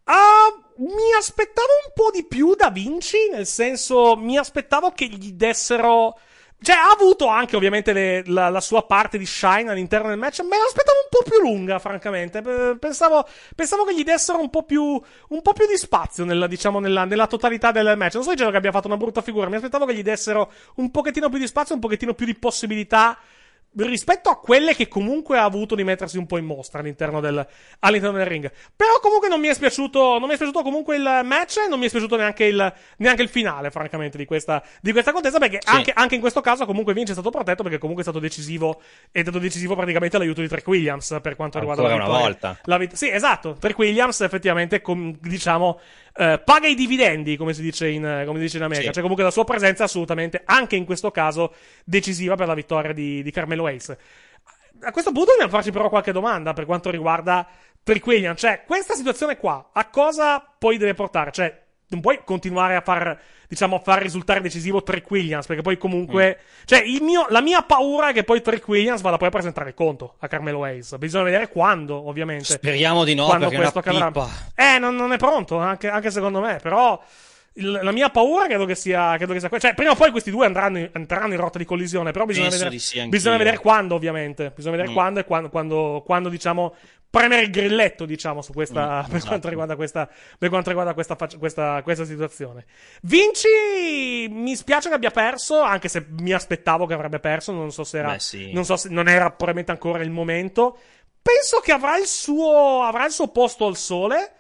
Uh, mi aspettavo un po' di più da Vinci, nel senso, mi aspettavo che gli dessero... Cioè, ha avuto anche, ovviamente, le, la, la sua parte di shine all'interno del match. Me l'aspettavo un po' più lunga, francamente. Pensavo, pensavo che gli dessero un po' più, un po' più di spazio nella, diciamo, nella, nella totalità del match. Non sto dicendo che abbia fatto una brutta figura. Mi aspettavo che gli dessero un pochettino più di spazio, un pochettino più di possibilità rispetto a quelle che comunque ha avuto di mettersi un po' in mostra all'interno del, all'interno del ring. Però comunque non mi è spiaciuto, non mi è spiaciuto comunque il match, e non mi è spiaciuto neanche il, neanche il finale, francamente, di questa, di questa contesa, perché sì. anche, anche in questo caso comunque Vince è stato protetto, perché comunque è stato decisivo, è stato decisivo praticamente l'aiuto di Trick Williams per quanto riguarda Ancora la vittoria. una volta. La vit- sì, esatto. Trick Williams effettivamente, com- diciamo, eh, paga i dividendi, come si dice in, come si dice in America. Sì. Cioè comunque la sua presenza è assolutamente, anche in questo caso, decisiva per la vittoria di, di Carmelo Hayes. A questo punto dobbiamo farci però qualche domanda per quanto riguarda Trick Williams. Cioè, questa situazione qua, a cosa poi deve portare? Cioè, non puoi continuare a far, diciamo, a far risultare decisivo Trick Williams, perché poi comunque... Mm. Cioè, il mio, la mia paura è che poi Trick Williams vada poi a presentare il conto a Carmelo Hayes. Bisogna vedere quando, ovviamente. Speriamo di no, quando perché questo è una accadrà. pippa. Eh, non, non è pronto, anche, anche secondo me, però... Il, la mia paura credo che sia, credo che sia cioè prima o poi questi due andranno in, entreranno in rotta di collisione, però bisogna Penso vedere, di sì, bisogna vedere quando, ovviamente, bisogna vedere Mm. quando e quando, quando, quando diciamo premere il grilletto, diciamo, su questa, Mm, per esatto. quanto riguarda questa, per quanto riguarda questa, fac- questa, questa situazione. Vinci, mi spiace che abbia perso, anche se mi aspettavo che avrebbe perso, non so se era, Beh, sì. non so se, non era probabilmente ancora il momento. Penso che avrà il suo, avrà il suo posto al sole.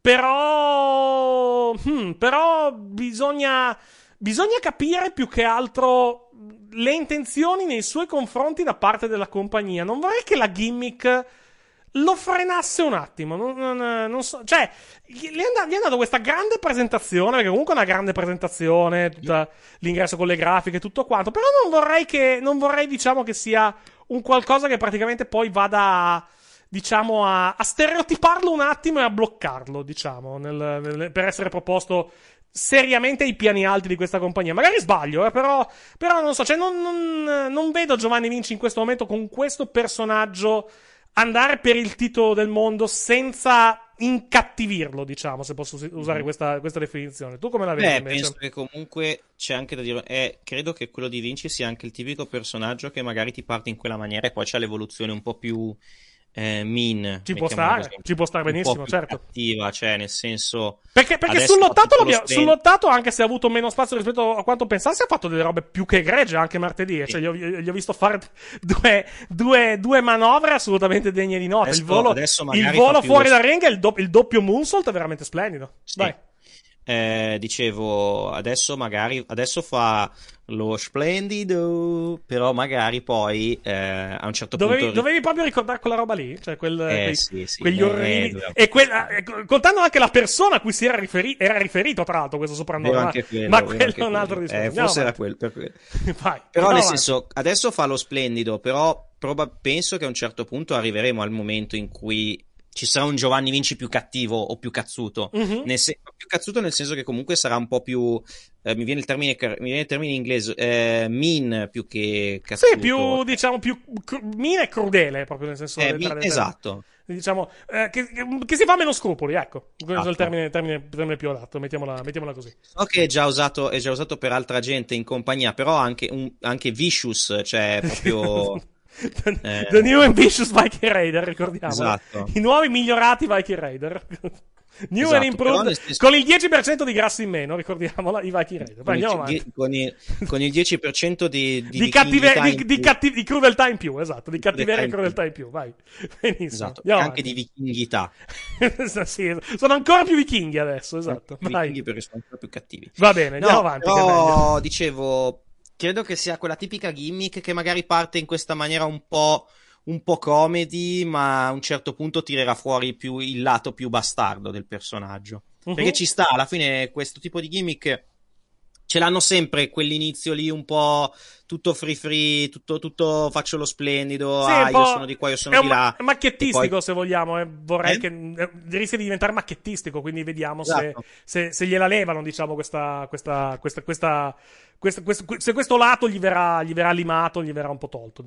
Però, hmm, però bisogna, bisogna capire più che altro le intenzioni nei suoi confronti da parte della compagnia. Non vorrei che la gimmick lo frenasse un attimo. Non, non, non so, cioè, gli è, andato, gli è andato questa grande presentazione, perché comunque è una grande presentazione, tutta l'ingresso con le grafiche, tutto quanto. Però non vorrei che, non vorrei, diciamo, che sia un qualcosa che praticamente poi vada a, diciamo, a, a stereotiparlo un attimo e a bloccarlo, diciamo, nel, nel, per essere proposto seriamente ai piani alti di questa compagnia. Magari sbaglio, eh, però, però non so, cioè non, non, non vedo Giovanni Vinci in questo momento con questo personaggio andare per il titolo del mondo senza incattivirlo, diciamo, se posso usare questa, questa definizione. Tu come la vedi? Beh, invece? penso che comunque c'è anche da dire, eh, credo che quello di Vinci sia anche il tipico personaggio che magari ti parte in quella maniera e poi c'è l'evoluzione un po' più eh, mean, ci può stare, così, ci può stare benissimo, certo, cattiva, cioè nel senso perché, perché sul lottato, sul lottato, anche se ha avuto meno spazio rispetto a quanto pensassi, ha fatto delle robe più che egregie anche martedì, sì. Cioè gli ho, gli ho visto fare due, due, due manovre assolutamente degne di nota. Adesso, il volo, il volo fuori dal ring e il, do, il doppio moonsault è veramente splendido, sì. Vai. Eh, dicevo, adesso magari adesso fa lo splendido, però magari poi eh, a un certo dovevi, punto dovevi proprio ricordare quella roba lì, cioè quel, eh, quei, sì, sì, quegli eh, orribili eh, e quella, eh, contando anche la persona a cui si era, riferi- era riferito, tra l'altro, questo soprannome, ma, quello, ma quello è un quello. altro discorso. Eh, forse era quello, per quello. Vai, però nel avanti. senso, adesso fa lo splendido, però proba- penso che a un certo punto arriveremo al momento in cui ci sarà un Giovanni Vinci più cattivo o più cazzuto, mm-hmm. nel sen- più cazzuto nel senso che comunque sarà un po' più eh, mi viene il termine mi viene il termine in inglese eh, mean più che cazzuto. Sì, più diciamo più cru- mean e crudele, proprio nel senso eh, del, mi- del, esatto diciamo eh, che, che, che si fa meno scrupoli, ecco, questo esatto. è il termine, termine, termine più adatto, mettiamola, mettiamola così. So che è già usato è già usato per altra gente in compagnia, però anche un, anche vicious, cioè proprio The, the new ambitious Viking Raider, ricordiamo. Esatto. I nuovi migliorati Viking Raider. New esatto, and improved senso... con il dieci per cento di grassi in meno, ricordiamola, i Viking Raider. Con, andiamo il, con, il, con il dieci per cento di di, di, cattive, di, di, cattiv- di crudeltà in più, esatto, di cattiveria e crudeltà in più, vai. Benissimo. Esatto. Andiamo anche avanti. di vichinghità. Sì, sono ancora più vichinghi adesso, esatto. Vai. Vichinghi perché sono ancora più cattivi. Va bene, andiamo no, avanti. Però, dicevo, credo che sia quella tipica gimmick che magari parte in questa maniera un po' un po' comedy, ma a un certo punto tirerà fuori più il lato più bastardo del personaggio. Uh-huh. Perché ci sta, alla fine questo tipo di gimmick ce l'hanno sempre quell'inizio lì un po' tutto free free, tutto, tutto faccio lo splendido, sì, ah io sono di qua, io sono è di là. È macchiettistico poi... se vogliamo, eh. vorrei eh? che eh, rischia di diventare macchiettistico, quindi vediamo esatto. se, se, se gliela levano, diciamo, questa, questa, questa, questa, questa, questo, se questo lato gli verrà, gli verrà limato, gli verrà un po' tolto.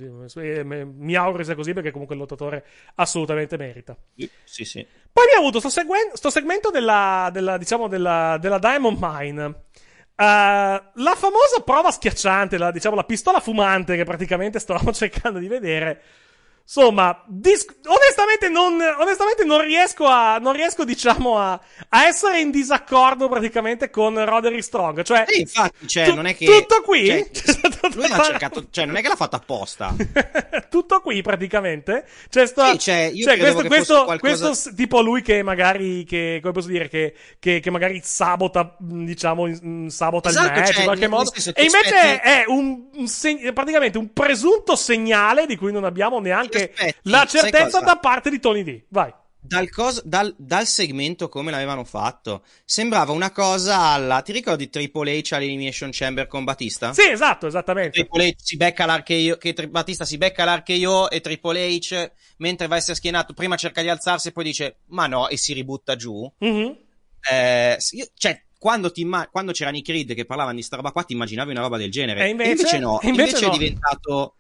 Mi auguro sia così, perché comunque il lottatore assolutamente merita. Sì, sì. Poi abbiamo avuto sto, seguen- sto segmento della, della, diciamo, della, della Diamond Mine. Uh, la famosa prova schiacciante, la, diciamo la pistola fumante che praticamente stavamo cercando di vedere. Insomma, dis- onestamente non, onestamente non riesco a, non riesco, diciamo, a, a essere in disaccordo praticamente con Roderick Strong. Cioè, sì, infatti, cioè, tu- non è che. Tutto qui? Cioè, lui l'ha cercato, cioè, non è che l'ha fatto apposta. Tutto qui, praticamente. Cioè, sto, sì, cioè, io cioè credevo questo, che questo, fosse qualcosa... questo tipo lui che magari, che, come posso dire, che, che, che magari sabota, diciamo, sabota esatto, il match cioè, in qualche modo. Senso, e invece aspetti... è un, un seg- praticamente un presunto segnale di cui non abbiamo neanche la certezza da parte di Tony D. Vai. Dal, cos- dal, dal segmento come l'avevano fatto sembrava una cosa alla, ti ricordi Triple H all'Elimination Chamber con Batista? Sì, esatto, esattamente. Triple H si becca l'archeio, che tri- Batista si becca l'archeio e Triple H mentre va a essere schienato prima cerca di alzarsi e poi dice ma no e si ributta giù. Mm-hmm. eh, io, cioè quando, ti imma- quando c'era Nick Reed che parlavano di sta roba qua ti immaginavi una roba del genere e invece, e invece no, e invece, invece no. è diventato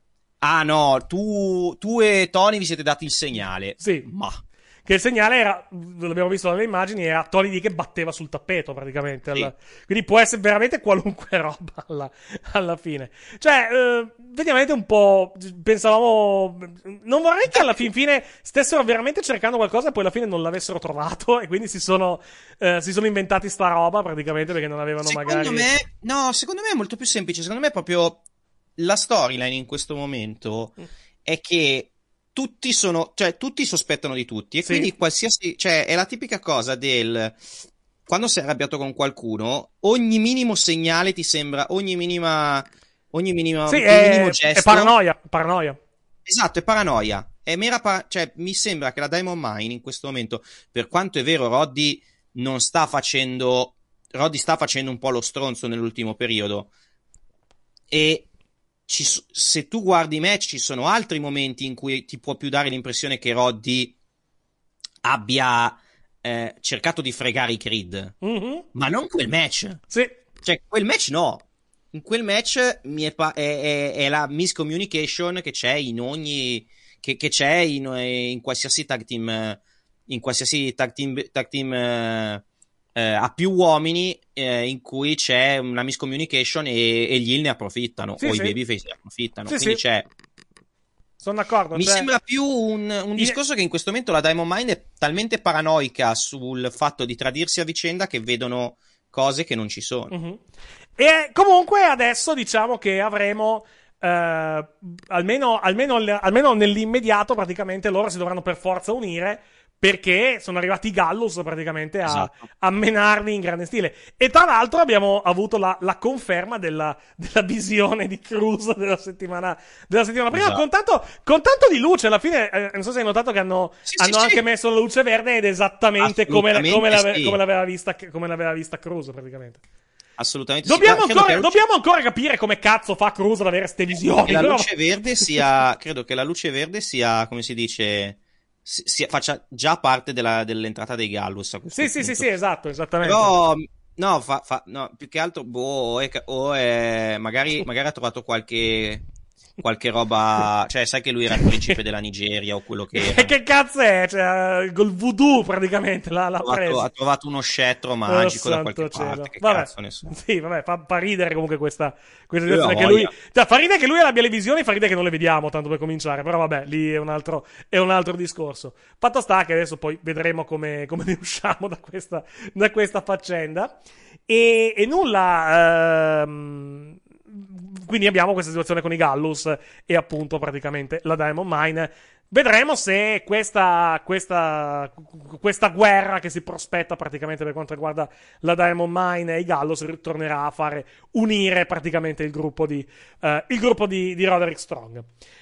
ah no, tu, tu e Tony vi siete dati il segnale. Sì. Ma che il segnale era, l'abbiamo visto dalle immagini, era Tony D che batteva sul tappeto praticamente. Sì. Alla, quindi può essere veramente qualunque roba alla, alla fine. Cioè, eh, veramente un po', pensavamo, non vorrei che alla fin fine stessero veramente cercando qualcosa e poi alla fine non l'avessero trovato e quindi si sono, eh, si sono inventati sta roba praticamente perché non avevano secondo magari... me, no, secondo me è molto più semplice, secondo me è proprio la storyline in questo momento è che tutti sono, cioè tutti sospettano di tutti e sì. quindi qualsiasi, cioè è la tipica cosa del quando sei arrabbiato con qualcuno, ogni minimo segnale ti sembra, ogni minima, ogni minima, sì, ogni è, minimo gesto. È paranoia, paranoia. Esatto, è paranoia. È mera par- cioè mi sembra che la Diamond Mine in questo momento, per quanto è vero Roddy non sta facendo, Roddy sta facendo un po' lo stronzo nell'ultimo periodo e Ci, se tu guardi i match ci sono altri momenti in cui ti può più dare l'impressione che Roddy abbia eh, cercato di fregare i Creed, mm-hmm. ma non quel match. Sì. Cioè quel match no, in quel match mi è, pa- è, è, è la miscommunication che c'è in ogni che, che c'è in, in qualsiasi tag team in qualsiasi tag team, tag team eh, eh, a più uomini eh, in cui c'è una miscommunication e, e gli heel ne approfittano sì, o sì. i babyface ne approfittano, sì, quindi sì. c'è sono d'accordo. Mi cioè... sembra più un, un discorso che in questo momento la Diamond Mine è talmente paranoica sul fatto di tradirsi a vicenda che vedono cose che non ci sono. Mm-hmm. E comunque adesso diciamo che avremo eh, almeno, almeno, almeno nell'immediato praticamente loro si dovranno per forza unire perché sono arrivati i Gallus praticamente a, esatto. a menarli in grande stile. E tra l'altro abbiamo avuto la, la conferma della, della visione di Cruz della settimana, della settimana prima, esatto. con, tanto, con tanto di luce. Alla fine, eh, non so se hai notato che hanno, sì, hanno sì, anche sì. messo la luce verde ed esattamente come, come, l'ave, sì. come, l'aveva vista, come l'aveva vista Cruz praticamente. Assolutamente dobbiamo, sì. ancora, luce... dobbiamo ancora capire come cazzo fa Cruz ad avere ste visioni. Che la però... luce verde sia, credo che la luce verde sia, come si dice, si, faccia già parte della, dell'entrata dei Gallus. A questo sì, punto. sì, sì, sì, esatto, esattamente. Però, no, fa, fa, no, più che altro, boh, o, è, o è, magari, magari ha trovato qualche... qualche roba, cioè sai che lui era il principe della Nigeria o quello che era. E che cazzo è? Cioè, col voodoo praticamente l'ha, l'ha ha, trovato, preso. ha trovato uno scettro magico oh, da qualche cielo. parte. Che vabbè, cazzo ne so. Sì, vabbè, fa, fa ridere comunque questa, questa Io situazione. Che lui, cioè, fa ridere che lui abbia le visioni, fa ridere che non le vediamo, tanto per cominciare. Però vabbè, lì è un altro, è un altro discorso. Fatto sta che adesso poi vedremo come, come ne usciamo da questa, da questa faccenda. E, e nulla. Ehm, Quindi abbiamo questa situazione con i Gallus e appunto praticamente la Diamond Mine. Vedremo se questa, questa, questa guerra che si prospetta praticamente per quanto riguarda la Diamond Mine e i Gallus ritornerà a fare unire praticamente il gruppo di, uh, il gruppo di, di Roderick Strong.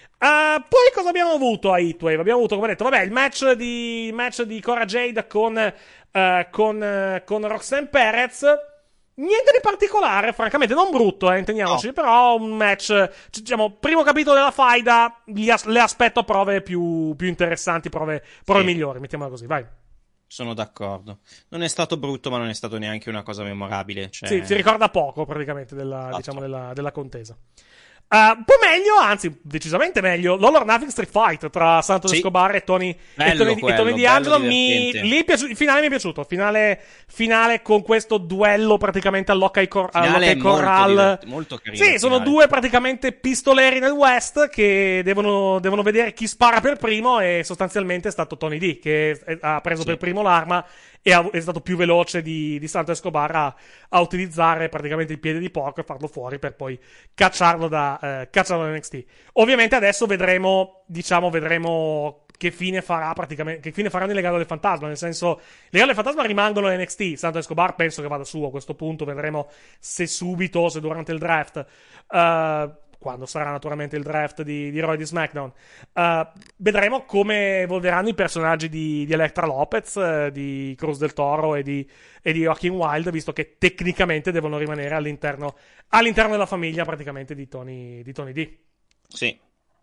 Uh, poi cosa abbiamo avuto a Heatwave? Abbiamo avuto, come detto, vabbè, il match di, match di Cora Jade con, uh, con, uh, con Roxanne Perez. niente di particolare, francamente, non brutto, eh, intendiamoci, no. Però un match, diciamo, primo capitolo della faida, gli as- le aspetto prove più, più interessanti, prove, prove sì. migliori, mettiamola così, vai. Sono d'accordo. Non è stato brutto, ma non è stato neanche una cosa memorabile. Cioè... Sì, si ricorda poco, praticamente, della, esatto. diciamo, della, della contesa. Uh, un po' meglio, anzi, decisamente meglio, l'All or Nothing Street Fight tra Santos sì. Escobar e Tony, e Tony, quello, e Tony D'Angelo. Mi, lì piaci- il finale mi è piaciuto. Finale, finale con questo duello praticamente all'Okai Cor- Corral. Molto, molto carino. Sì, sono due praticamente pistoleri nel West che devono, devono vedere chi spara per primo, e sostanzialmente è stato Tony D che ha preso sì. per primo l'arma e ha, è stato più veloce di, di Santos Escobar a, a utilizzare praticamente il piede di porco e farlo fuori per poi cacciarlo da, eh, cacciarlo da N X T. Ovviamente adesso vedremo, diciamo, vedremo che fine farà praticamente, che fine faranno il legame del fantasma, nel senso, il legame del fantasma rimangono N X T, Santos Escobar penso che vada su a questo punto, vedremo se subito o se durante il draft, uh, quando sarà naturalmente il draft di, di Raw e di SmackDown. Uh, vedremo come evolveranno i personaggi di, di Elektra Lopez, uh, di Cruz del Toro e di, e di Joaquin Wilde, visto che tecnicamente devono rimanere all'interno, all'interno della famiglia praticamente di Tony, di Tony D. Sì.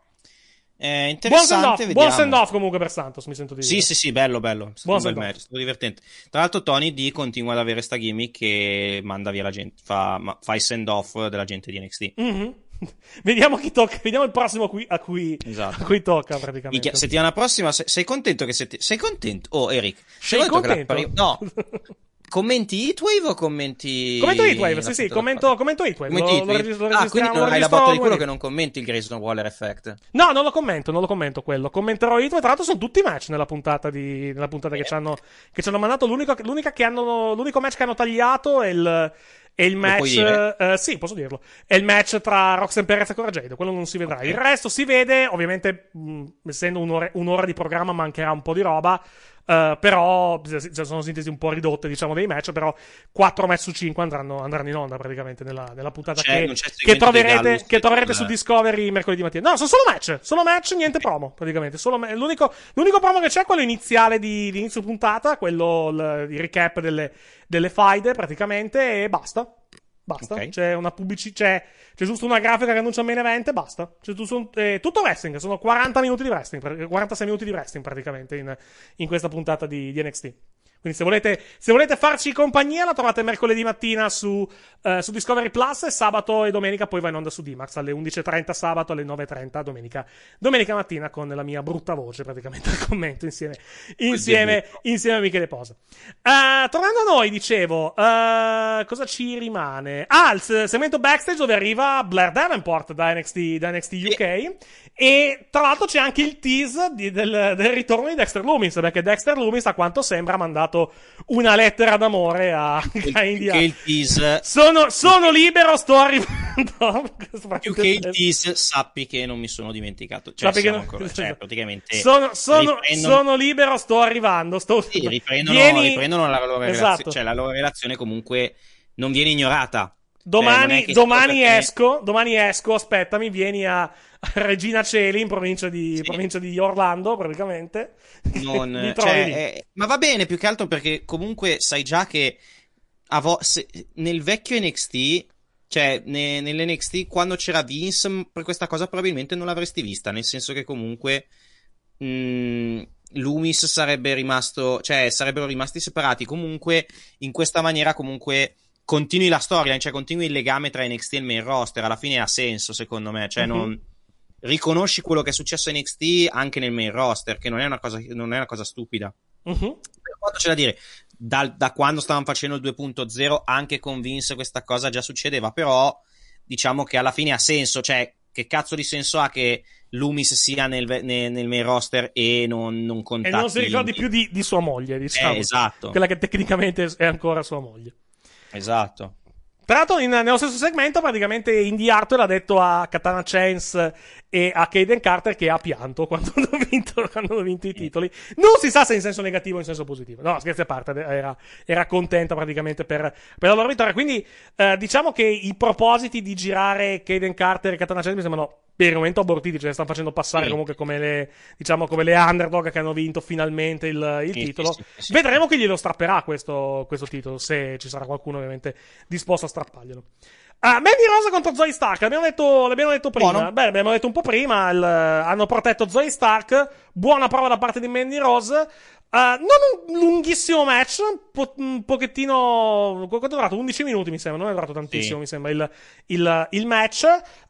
Eh, interessante, buon send-off, buon send-off comunque per Santos, mi sento di sì, dire. Sì, sì, bello, bello. Buon bel match, stato divertente. Tra l'altro Tony D continua ad avere sta gimmick che manda via la gente, fa, fa i send-off della gente di N X T. Mm-hmm. Vediamo chi tocca, vediamo il prossimo a cui, a cui, esatto. a cui tocca praticamente. Minchia, settimana prossima, sei, sei contento che setti... sei contento? Oh, Eric, sei, sei contento? Che la... No. Commenti Heatwave o commenti... Commento Heatwave, sì sì, commento, commento Heatwave. Commenti lo, lo, regis- lo ah, quindi non hai la botta di culo che non commenti il Grayson Waller Effect? No, non lo commento, non lo commento quello. Commenterò Heatwave, tra l'altro sono tutti match nella puntata di nella puntata eh. che ci hanno che ci hanno mandato, l'unico l'unica che hanno l'unico match che hanno tagliato è il è il match uh, sì, posso dirlo. È il match tra Roxanne Perez e Cora Jade, quello non si vedrà. Okay. Il resto si vede, ovviamente mh, essendo un'ora, un'ora di programma mancherà un po' di roba. Uh, però cioè, sono sintesi un po' ridotte, diciamo, dei match, però quattro match su cinque andranno, andranno in onda praticamente nella, nella puntata c'è, che, che troverete, che troverete su Discovery mercoledì mattina. No, sono solo match, solo match, niente promo praticamente. Solo me- l'unico, l'unico promo che c'è è quello iniziale di, di inizio puntata, quello l- il recap delle, delle faide praticamente, e basta. Basta, okay. C'è una pubblici- c'è, c'è giusto una grafica che annuncia il main event e basta. C'è tutto, eh, tutto wrestling, sono quaranta minuti di wrestling, quarantasei minuti di wrestling praticamente in, in questa puntata di, di N X T. Quindi se volete, se volete farci compagnia la trovate mercoledì mattina su, eh, su Discovery Plus, e sabato e domenica poi va in onda su D-Max alle undici e trenta sabato, alle nove e trenta domenica, domenica mattina, con la mia brutta voce praticamente al commento insieme, insieme, insieme a Michele Posa. Uh, tornando a noi, dicevo, uh, cosa ci rimane? Ah, il segmento backstage dove arriva Blair Davenport da N X T, da N X T U K, e, e tra l'altro c'è anche il tease di, del, del ritorno di Dexter Lumis, perché Dexter Lumis a quanto sembra ha mandato una lettera d'amore a India. Che il tease sono, sono libero, sto arrivando. Più che il tease, sappi che non mi sono dimenticato. Cioè, sappi che non... ancora, cioè, praticamente sono, sono, riprendono... sono libero, sto arrivando. Sto... Sì, riprendono, Vieni... riprendono la loro esatto. relazione, cioè la loro relazione comunque non viene ignorata. Domani, cioè, domani perché... esco, domani esco, aspettami, vieni a Regina Coeli in provincia di, sì. provincia di Orlando, praticamente. Non, cioè, eh, ma va bene, più che altro perché comunque sai già che avo- se, nel vecchio N X T, cioè ne, nell'N X T, quando c'era Vince, per questa cosa probabilmente non l'avresti vista, nel senso che comunque mh, Loomis sarebbe rimasto, cioè sarebbero rimasti separati. Comunque in questa maniera comunque continui la storia, cioè continui il legame tra N X T e il main roster, alla fine ha senso secondo me, cioè mm-hmm. non riconosci quello che è successo a N X T anche nel main roster, che non è una cosa, non è una cosa stupida. Mm-hmm. Per quanto c'è da dire, da, da quando stavano facendo il due punto zero anche con Vince questa cosa già succedeva, però diciamo che alla fine ha senso, cioè che cazzo di senso ha che Loomis sia nel, nel, nel main roster e non, non contatti... E non si ricordi più di, di sua moglie, diciamo. Eh, esatto. Quella che tecnicamente è ancora sua moglie. Esatto. Tra l'altro in, nello stesso segmento praticamente Indy Hartwell ha detto a Katana Chance e a Kaden Carter che ha pianto quando hanno vinto, quando hanno vinto i titoli. Non si sa se in senso negativo o in senso positivo. No, scherzi a parte, era, era contenta praticamente per, per la loro vittoria. Quindi eh, diciamo che i propositi di girare Kaden Carter e Katana Chance mi sembrano per il momento abortiti, ce le stanno facendo passare sì. comunque come le, diciamo, come le underdog che hanno vinto finalmente il, il sì, titolo. Sì, sì, sì. Vedremo chi glielo strapperà questo, questo titolo, se ci sarà qualcuno ovviamente disposto a strapparglielo. Uh, Mandy Rose contro Zoe Stark, l'abbiamo detto, l'abbiamo detto prima. Buono. Beh, l'abbiamo detto un po' prima. Il, hanno protetto Zoe Stark. Buona prova da parte di Mandy Rose. Uh, non un lunghissimo match, un, po- un pochettino. Quanto è durato? undici minuti, mi sembra. Non è durato tantissimo, sì. mi sembra. Il, il, il match.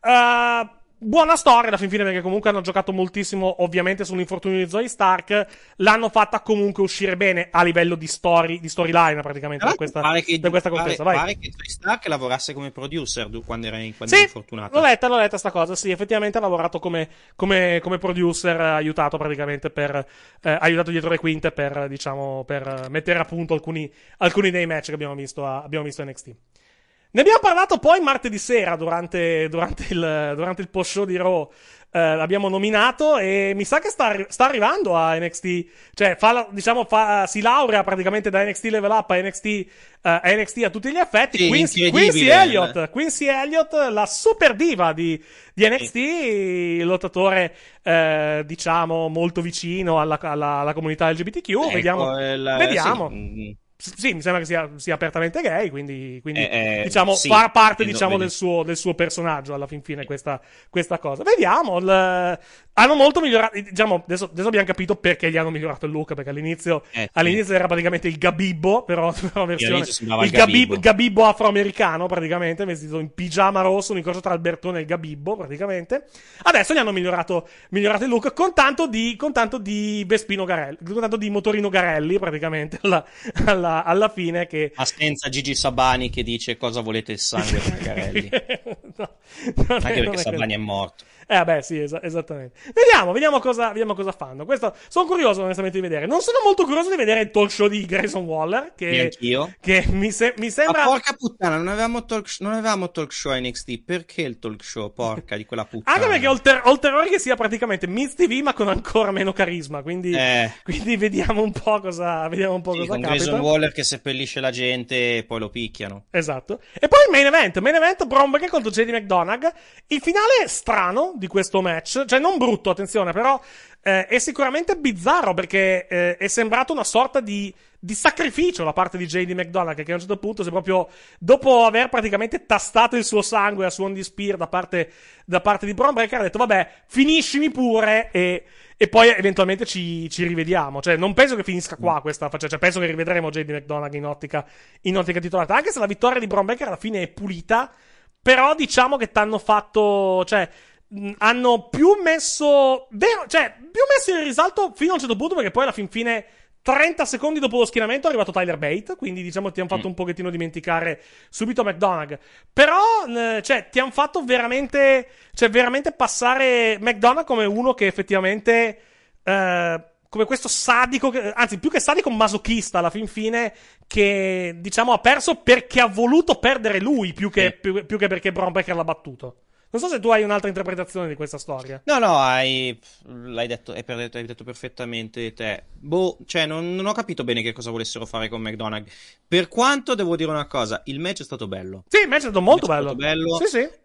Uh, Buona storia alla fin fine, perché comunque hanno giocato moltissimo ovviamente sull'infortunio di Zoe Stark. L'hanno fatta comunque uscire bene a livello di story, di storyline praticamente da questa, pare che, da questa contesa. Pare, Vai. pare che Zoe Stark lavorasse come producer quando era, in, quando sì, era infortunata. l'ho letta, l'ho letta sta cosa. Sì, effettivamente ha lavorato come, come, come producer, aiutato praticamente per eh, aiutato dietro le quinte per, diciamo, per mettere a punto alcuni, alcuni dei match che abbiamo visto a, abbiamo visto a N X T. Ne abbiamo parlato poi martedì sera durante, durante il, durante il post show di Raw. Eh, l'abbiamo nominato e mi sa che sta, sta arrivando a N X T. Cioè, fa, diciamo, fa, si laurea praticamente da N X T Level Up a N X T, uh, a N X T a tutti gli effetti. Sì, Quincy, Quincy Elliott, Quincy Elliott, la super diva di, di N X T, sì. lottatore, eh, diciamo, molto vicino alla, alla, alla comunità L G B T Q. Ecco, vediamo. Il, vediamo. Sì. Sì, mi sembra che sia, sia apertamente gay, quindi, quindi eh, diciamo, sì, fa parte, vedo, diciamo, vedo. del suo, del suo personaggio alla fin fine questa, questa cosa. Vediamo, il, hanno molto migliorato, diciamo, adesso, adesso abbiamo capito perché gli hanno migliorato il look, perché all'inizio, eh, sì. all'inizio era praticamente il Gabibbo, però, però versione, il, il Gabibbo. Gabibbo. Gabibbo afroamericano, praticamente, vestito in pigiama rosso, un incrocio tra il Bertone e il Gabibbo, praticamente. Adesso gli hanno migliorato, migliorato il look con tanto di, con tanto di Vespino Garelli, con tanto di Motorino Garelli, praticamente, alla, alla, alla fine. Che... Ma senza Gigi Sabani che dice cosa volete il sangue per Garelli. no, Anche è, perché Sabani così. è morto. Eh beh sì, es- esattamente. Vediamo, vediamo cosa, vediamo cosa fanno. Questo, sono curioso onestamente di vedere. Non sono molto curioso di vedere il talk show di Grayson Waller, che, anch'io. che mi, se- mi sembra... Ma porca puttana, non avevamo talk show, non avevamo talk show a N X T, perché il talk show, porca di quella puttana? Anche perché oltre, oltre che sia praticamente Miz T V ma con ancora meno carisma, quindi, eh. quindi vediamo un po' cosa, vediamo un po' sì, cosa con capita. Grayson Waller che seppellisce la gente e poi lo picchiano. Esatto. E poi il main event, main event Braun Breaker contro J D McDonagh. Il finale strano di questo match, cioè non brutto, attenzione, però eh, è sicuramente bizzarro perché eh, è sembrato una sorta di, di sacrificio da parte di J D McDonagh, che a un certo punto si è proprio, dopo aver praticamente tastato il suo sangue a suon di spear da parte, da parte di Braun Breaker, ha detto vabbè, finiscimi pure e, e poi eventualmente ci, ci rivediamo. Cioè non penso che finisca qua questa faccia, cioè penso che rivedremo J D McDonagh in ottica, in ottica titolata, anche se la vittoria di Braun Breaker alla fine è pulita, però diciamo che t'hanno fatto, cioè hanno più messo vero, cioè più messo in risalto fino a un certo punto, perché poi alla fin fine trenta secondi dopo lo schienamento è arrivato Tyler Bate, quindi diciamo ti hanno fatto mm. un pochettino dimenticare subito McDonagh, però eh, cioè ti hanno fatto veramente, cioè veramente passare McDonagh come uno che effettivamente eh, come questo sadico, anzi più che sadico masochista alla fin fine, che diciamo ha perso perché ha voluto perdere lui più che, mm. più, più che perché Braun Breaker l'ha battuto. Non so se tu hai un'altra interpretazione di questa storia. No, no, hai, l'hai detto, hai detto, hai detto perfettamente te. Boh, cioè, non, non ho capito bene che cosa volessero fare con McDonagh. Per quanto devo dire una cosa, il match è stato bello. Sì, il match è stato molto il match bello. È stato bello. Sì, sì.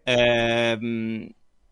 Eh,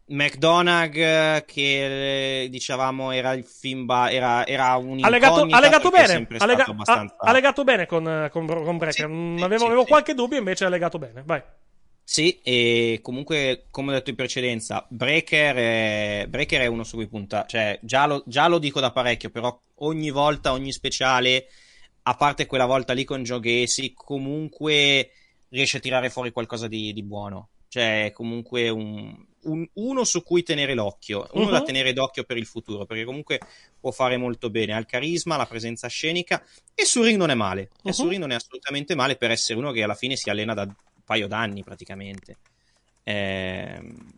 McDonagh, che dicevamo era il Fimba, era, era un ha legato, ha legato bene. Ha, lega, abbastanza... ha, ha legato bene con, con, con Breaker. Sì, avevo, sì, avevo sì. qualche dubbio, invece ha legato bene. Vai. Sì, e comunque, come ho detto in precedenza, Breaker è, Breaker è uno su cui punta, cioè già lo, già lo dico da parecchio, però ogni volta, ogni speciale, a parte quella volta lì con Joe Gacy, comunque riesce a tirare fuori qualcosa di, di buono, cioè comunque un, un, uno su cui tenere l'occhio, uno uh-huh. da tenere d'occhio per il futuro, perché comunque può fare molto bene, ha il carisma, la presenza scenica, e sul ring non è male, uh-huh. e sul ring non è assolutamente male per essere uno che alla fine si allena da paio d'anni praticamente, eh,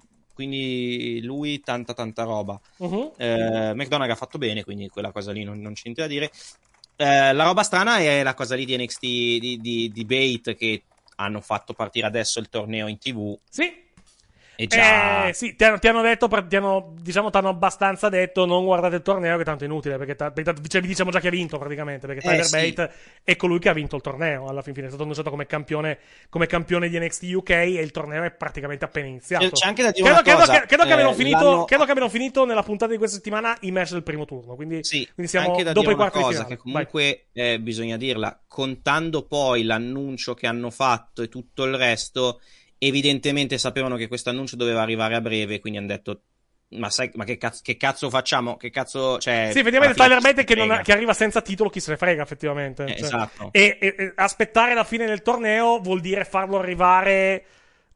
quindi lui tanta tanta roba. uh-huh. eh, McDonagh ha fatto bene, quindi quella cosa lì non, non c'è niente da dire. Eh, la roba strana è la cosa lì di N X T di, di, di Bate, che hanno fatto partire adesso il torneo in tivù. Sì, E già... Eh, sì, ti hanno, ti hanno detto, ti hanno, diciamo, ti hanno abbastanza detto non guardate il torneo che tanto è inutile, perché, ta, perché cioè, vi diciamo già chi ha vinto praticamente, perché Tyler eh, sì. Bate è colui che ha vinto il torneo alla fin fine, è stato annunciato come campione, come campione di N X T U K e il torneo è praticamente appena iniziato. C'è anche da dire credo, una credo, cosa, che, credo, che abbiano eh, finito, l'anno... credo che abbiano finito nella puntata di questa settimana i match del primo turno, quindi, sì, quindi siamo anche da dopo dire i quarti una di cosa finale. che comunque eh, bisogna dirla, contando poi l'annuncio che hanno fatto e tutto il resto, evidentemente sapevano che questo annuncio doveva arrivare a breve, quindi hanno detto ma sai, ma che cazzo, che cazzo facciamo? Che cazzo, cioè, sì, effettivamente Tyler Bate che, non, che arriva senza titolo, chi se ne frega, effettivamente. Eh, cioè, esatto. E, e, e aspettare la fine del torneo vuol dire farlo arrivare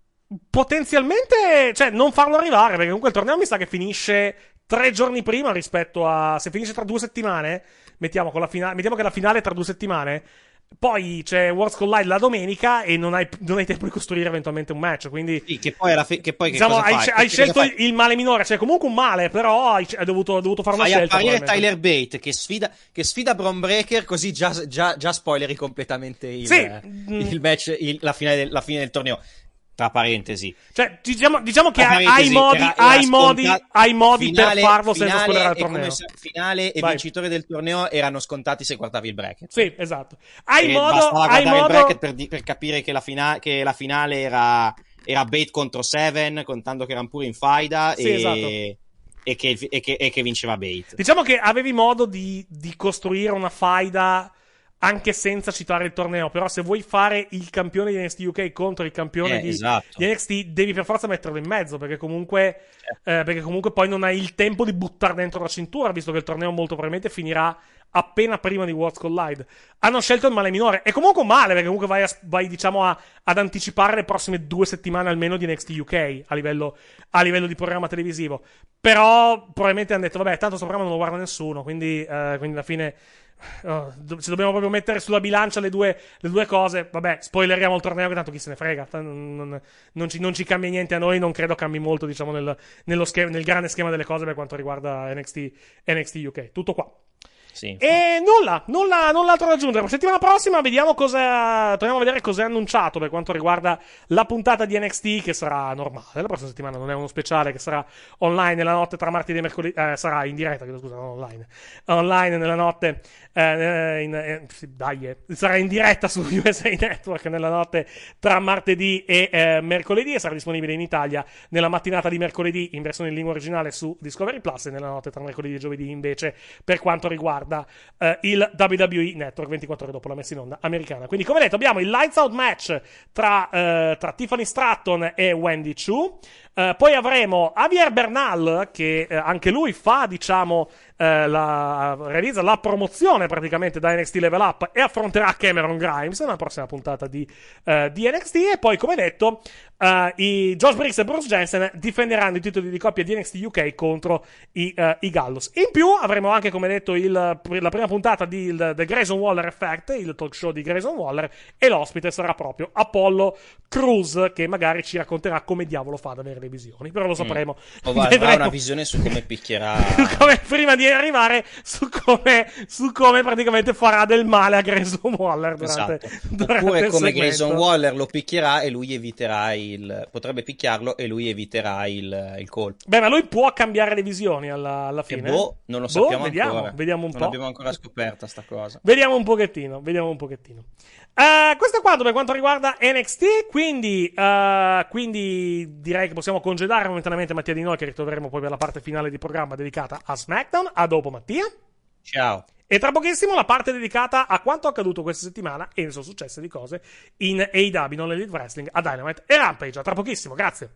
potenzialmente, cioè non farlo arrivare, perché comunque il torneo mi sa che finisce tre giorni prima rispetto a, se finisce tra due settimane, mettiamo, con la finale, mettiamo che la finale è tra due settimane. Poi c'è Worlds Collide la domenica e non hai, non hai tempo di costruire eventualmente un match, quindi sì, che poi alla fi- che poi diciamo, che cosa hai, fai? hai che scelto fai? il male minore, cioè comunque un male, però hai, hai, dovuto, hai dovuto fare una Fai scelta. apparire Tyler Bate che sfida, che sfida Bron Breakker, così già, già, già spoileri completamente il, sì. il match, il, la, fine del, la fine del torneo. Tra parentesi, cioè diciamo, diciamo che hai hai modi, era, era hai modi, hai modi finale, per farlo finale senza spoilerare il e torneo. se, finale e Vai. vincitore del torneo erano scontati se guardavi il bracket. Sì, esatto. Hai e modo, bastava hai guardare modo... il bracket per, di, per capire che la, fina- che la finale era, era Bate contro Seven, contando che erano pure in faida sì, e... esatto. E che, e, che, e che vinceva Bate. Diciamo che avevi modo di, di costruire una faida anche senza citare il torneo, però se vuoi fare il campione di N X T U K contro il campione eh, di, esatto. di N X T, devi per forza metterlo in mezzo, perché comunque, certo. eh, perché comunque poi non hai il tempo di buttare dentro la cintura, visto che il torneo molto probabilmente finirà appena prima di Worlds Collide. Hanno scelto il male minore, è comunque un male, perché comunque vai, a, vai diciamo a, ad anticipare le prossime due settimane almeno di N X T U K a livello, a livello di programma televisivo, però probabilmente hanno detto vabbè, tanto sto programma non lo guarda nessuno, quindi, eh, quindi alla fine oh, se dobbiamo proprio mettere sulla bilancia le due, le due cose, vabbè, spoileriamo il torneo che tanto chi se ne frega, non, non, non, ci, non ci cambia niente a noi, non credo cambi molto diciamo nel, nello schema, nel grande schema delle cose per quanto riguarda N X T, N X T U K, tutto qua. Sì, e nulla, nulla, null'altro da aggiungere. La settimana prossima vediamo cosa. Torniamo a vedere cosa è annunciato per quanto riguarda la puntata di N X T, che sarà normale. La prossima settimana non è uno speciale, che sarà online nella notte tra martedì e mercoledì. Eh, sarà in diretta, scusa, non online. Online nella notte. Eh, in, eh, sì, dai, eh. Sarà in diretta su U S A Network nella notte tra martedì e eh, mercoledì. E sarà disponibile in Italia nella mattinata di mercoledì in versione in lingua originale su Discovery Plus. E nella notte tra mercoledì e giovedì invece per quanto riguarda Uh, il W W E Network ventiquattro ore dopo la messa in onda americana. Quindi come detto abbiamo il Lights Out match tra, uh, tra Tiffany Stratton e Wendy Chu. Uh, poi avremo Javier Bernal che uh, anche lui fa diciamo uh, la, realizza la promozione praticamente da N X T Level Up e affronterà Cameron Grimes nella prossima puntata di, uh, di N X T. E poi come detto uh, i Josh Briggs e Bruce Jensen difenderanno i titoli di coppia di N X T U K contro i, uh, i Gallows. In più avremo anche come detto il, la prima puntata di il, The Grayson Waller Effect, il talk show di Grayson Waller, e l'ospite sarà proprio Apollo Crews, che magari ci racconterà come diavolo fa ad avere le visioni, però lo sapremo. Mm. O avrà una visione su come picchierà come, prima di arrivare su come, su come praticamente farà del male a Grayson Waller durante, esatto. durante oppure il come segmento. Grayson Waller lo picchierà e lui eviterà il potrebbe picchiarlo e lui eviterà il, il colpo. Beh, ma lui può cambiare le visioni alla, alla fine? E boh, non lo boh, sappiamo vediamo, ancora. Vediamo un non po'. l'abbiamo ancora scoperta sta cosa. Vediamo un pochettino, vediamo un pochettino. Uh, questo è quanto per quanto riguarda N X T, quindi, uh, quindi direi che possiamo congedare momentaneamente Mattia Di Noi, che ritroveremo poi per la parte finale di programma dedicata a SmackDown. A dopo Mattia. Ciao. E tra pochissimo la parte dedicata a quanto accaduto questa settimana e ne sono successe di cose in A E W, non Elite Wrestling, a Dynamite e Rampage. A tra pochissimo, grazie.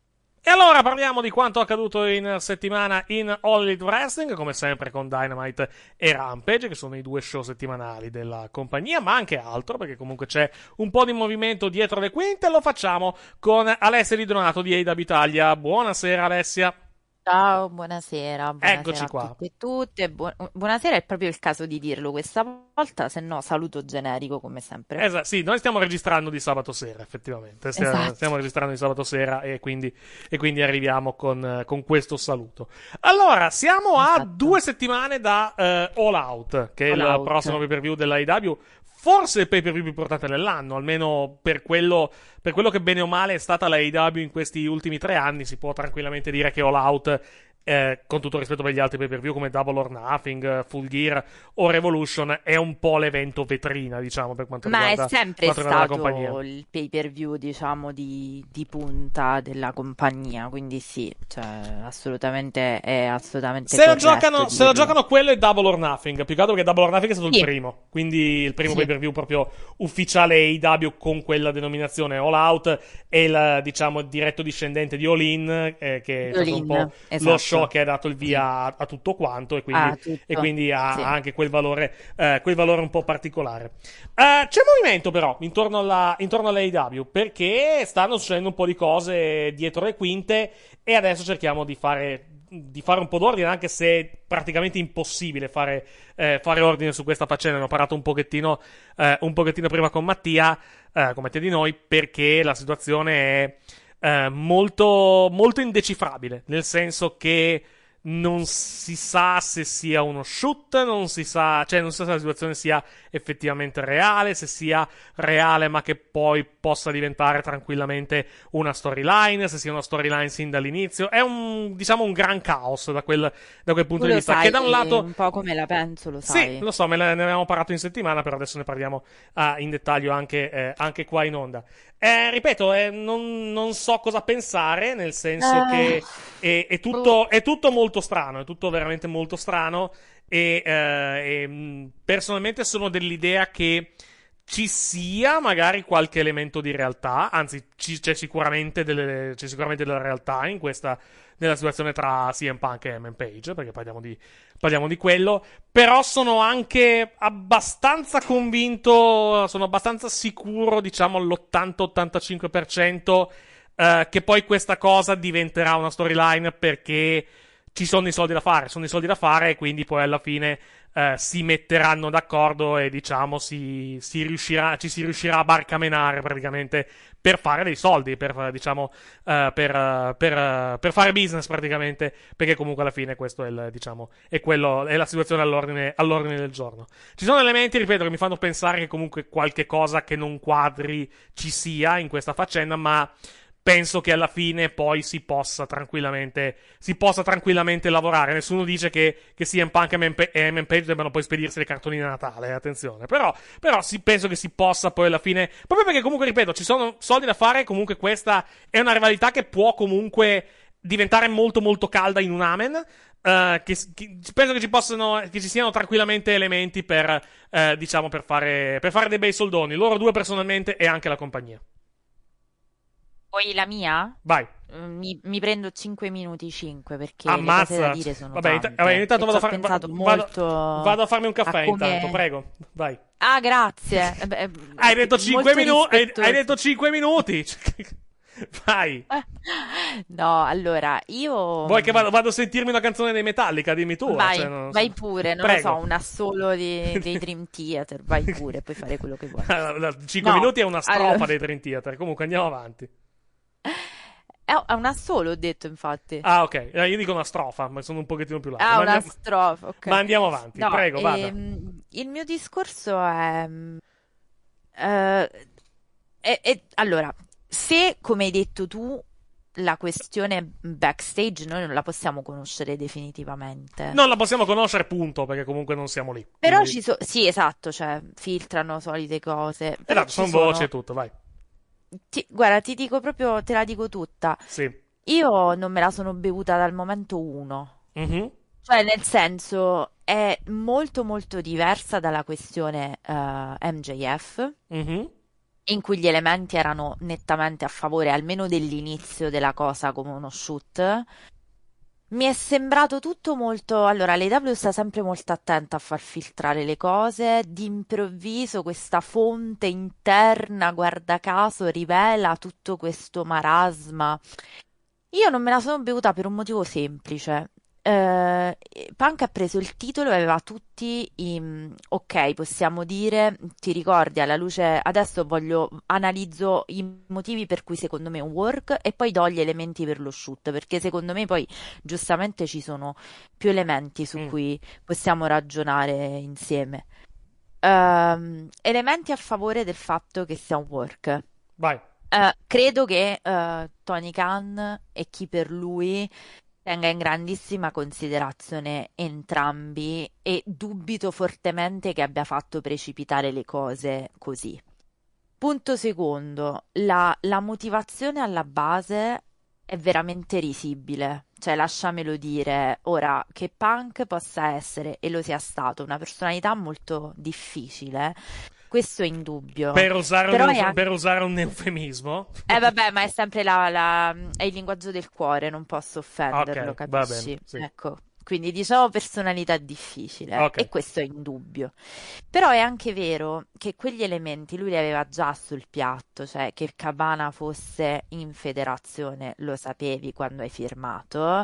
E allora parliamo di quanto accaduto in settimana in All Elite Wrestling, come sempre con Dynamite e Rampage, che sono i due show settimanali della compagnia, ma anche altro, perché comunque c'è un po' di movimento dietro le quinte. Lo facciamo con Alessia Di Donato di A E W Italia. Buonasera Alessia. Ciao, buonasera, buonasera Eccoci a qua. tutti e tutte. Bu- buonasera, è proprio il caso di dirlo questa volta, se no saluto generico come sempre. Esatto, sì, noi stiamo registrando di sabato sera, effettivamente. Stiamo, Esatto. stiamo registrando di sabato sera e quindi, e quindi arriviamo con, con questo saluto. Allora, siamo a due settimane da eh, All Out, che è All il Out. prossimo pay-per-view dell'A E W. Forse il pay-per-view più importante dell'anno, almeno per quello, per quello che bene o male è stata la A E W in questi ultimi tre anni. Si può tranquillamente dire che All Out, eh, con tutto rispetto per gli altri pay-per-view come Double or Nothing, eh, Full Gear o Revolution, è un po' l'evento vetrina, diciamo, per quanto Ma riguarda, è sempre quanto riguarda la compagnia. stato il pay per view, diciamo, di, di punta della compagnia, quindi sì, cioè, assolutamente è assolutamente Se lo, corretto giocano, se lo dirlo. giocano quello è Double or Nothing, più che altro perché Double or Nothing è stato Sì. il primo, quindi il primo Sì. pay-per-view proprio ufficiale A E W con quella denominazione. All Out è il, diciamo, diretto discendente di All In, eh, che è All stato un In, po' esatto. lo show che ha dato il via a, a tutto quanto e quindi, Ah, tutto. e quindi ha, Sì. ha anche quel valore, eh, quel valore un po' particolare. Eh, c'è movimento però intorno alla, intorno alla A E W, perché stanno succedendo un po' di cose dietro le quinte e adesso cerchiamo di fare di fare un po' d'ordine, anche se è praticamente impossibile fare, eh, fare ordine su questa faccenda. Ne ho parlato un pochettino, eh, un pochettino prima con Mattia, eh, con Mattia di noi, perché la situazione è eh, molto, molto indecifrabile, nel senso che non si sa se sia uno shoot, non si sa, cioè non si sa se la situazione sia effettivamente reale, se sia reale ma che poi possa diventare tranquillamente una storyline, se sia una storyline sin dall'inizio. È un, diciamo, un gran caos da quel, da quel punto Tu di lo vista. sai Che da un lato, un po' come la penso, lo sai. sì, lo so, me ne, ne avevamo parlato in settimana, però adesso ne parliamo ah, in dettaglio anche, eh, anche qua in onda. Eh, ripeto, eh, non, non so cosa pensare, nel senso Eh. che è, è tutto, è tutto molto strano, è tutto veramente molto strano e, eh, e, mh, personalmente sono dell'idea che ci sia magari qualche elemento di realtà, anzi ci- c'è sicuramente delle, c'è sicuramente della realtà in questa, nella situazione tra C M Punk e Hangman Page, perché parliamo di, parliamo di quello, però sono anche abbastanza convinto, sono abbastanza sicuro, diciamo all'ottanta ottantacinque per cento, eh, che poi questa cosa diventerà una storyline, perché ci sono i soldi da fare, sono i soldi da fare e quindi poi alla fine eh, si metteranno d'accordo e diciamo si, si riuscirà, ci si riuscirà a barcamenare praticamente per fare dei soldi, per, diciamo, eh, per, eh, per, eh, per fare business praticamente, perché comunque alla fine questo è il, diciamo, è quello, è la situazione all'ordine, all'ordine del giorno. Ci sono elementi, ripeto, che mi fanno pensare che comunque qualche cosa che non quadri ci sia in questa faccenda, ma penso che alla fine poi si possa tranquillamente si possa tranquillamente lavorare. Nessuno dice che, che C M Punk e Hangman Page debbano poi spedirsi le cartoline a Natale, attenzione. Però, però sì, penso che si possa poi alla fine, proprio perché comunque, ripeto, ci sono soldi da fare, comunque questa è una rivalità che può comunque diventare molto molto calda in un Amen. Uh, che, che- penso che ci possano, che ci siano tranquillamente elementi per, eh, diciamo, per fare, per fare dei bei soldoni, loro due personalmente e anche la compagnia. Poi la mia? Vai. Mm, Mi, mi prendo cinque minuti, cinque, perché le cose da Ammazza. dire sono Vabbè, int- tante. vabbè, intanto E vado a, ci ho fare, pensato vado, molto vado a farmi un caffè a come- intanto, prego. Vai. Ah, grazie. Eh beh, Hai detto cinque molto minuti. Hai, rispettoso. hai detto cinque minuti. Vai. No, allora, io... Vuoi che vado, vado a sentirmi una canzone dei Metallica? Dimmi tu. Vai, cioè, non so. vai pure, non Prego. lo so, un assolo di- dei Dream Theater, vai pure, puoi fare quello che vuoi. Allora, cinque No, minuti è una strofa allora- dei Dream Theater. Comunque andiamo avanti. È è un assolo, ho detto, infatti. Ah, ok. Eh, Io dico una strofa, ma sono un pochettino più largo. Ah, Ma una andiamo- strofa, ok. Ma andiamo avanti, No, prego, vada. ehm, il mio discorso è... mm, eh, è- è- allora, se, come hai detto tu, la questione backstage noi non la possiamo conoscere definitivamente. Non la possiamo conoscere, punto, perché comunque non siamo lì. Però Quindi- ci sono... Sì, esatto, cioè, filtrano solite cose. Però Esatto, ci sono sono- voci e tutto, vai. Ti- guarda, ti dico proprio, te la dico tutta. Sì. Io non me la sono bevuta dal momento uno. Mhm. Cioè, nel senso, è molto molto diversa dalla questione eh, M J F, Mhm. in cui gli elementi erano nettamente a favore, almeno dell'inizio della cosa, come uno shoot. Mi è sembrato tutto molto... Allora, l'A E W sta sempre molto attenta a far filtrare le cose. D'improvviso questa fonte interna, guarda caso, rivela tutto questo marasma. Io non me la sono bevuta per un motivo semplice. Eh, Punk ha preso il titolo e aveva tutti i... mm, ok, possiamo dire, ti ricordi, alla luce... Adesso voglio, analizzo i motivi per cui secondo me è un work e poi do gli elementi per lo shoot, perché secondo me poi giustamente ci sono più elementi su Mm. cui possiamo ragionare insieme. Ehm, elementi a favore del fatto che sia un work. Vai. Eh, credo che eh, Tony Khan e chi per lui tenga in grandissima considerazione entrambi e dubito fortemente che abbia fatto precipitare le cose così. Punto secondo, la, la motivazione alla base è veramente risibile, cioè lasciamelo dire, ora che Punk possa essere e lo sia stato una personalità molto difficile, questo è indubbio, Per usare, però un, è anche... per usare un eufemismo. Eh vabbè, ma è sempre la, la- è il linguaggio del cuore, non posso offenderlo, Ok, va capisci? bene, sì. Ecco, quindi diciamo personalità difficile, Ok. e questo è indubbio. Però è anche vero che quegli elementi lui li aveva già sul piatto, cioè che Cabana fosse in federazione, lo sapevi quando hai firmato.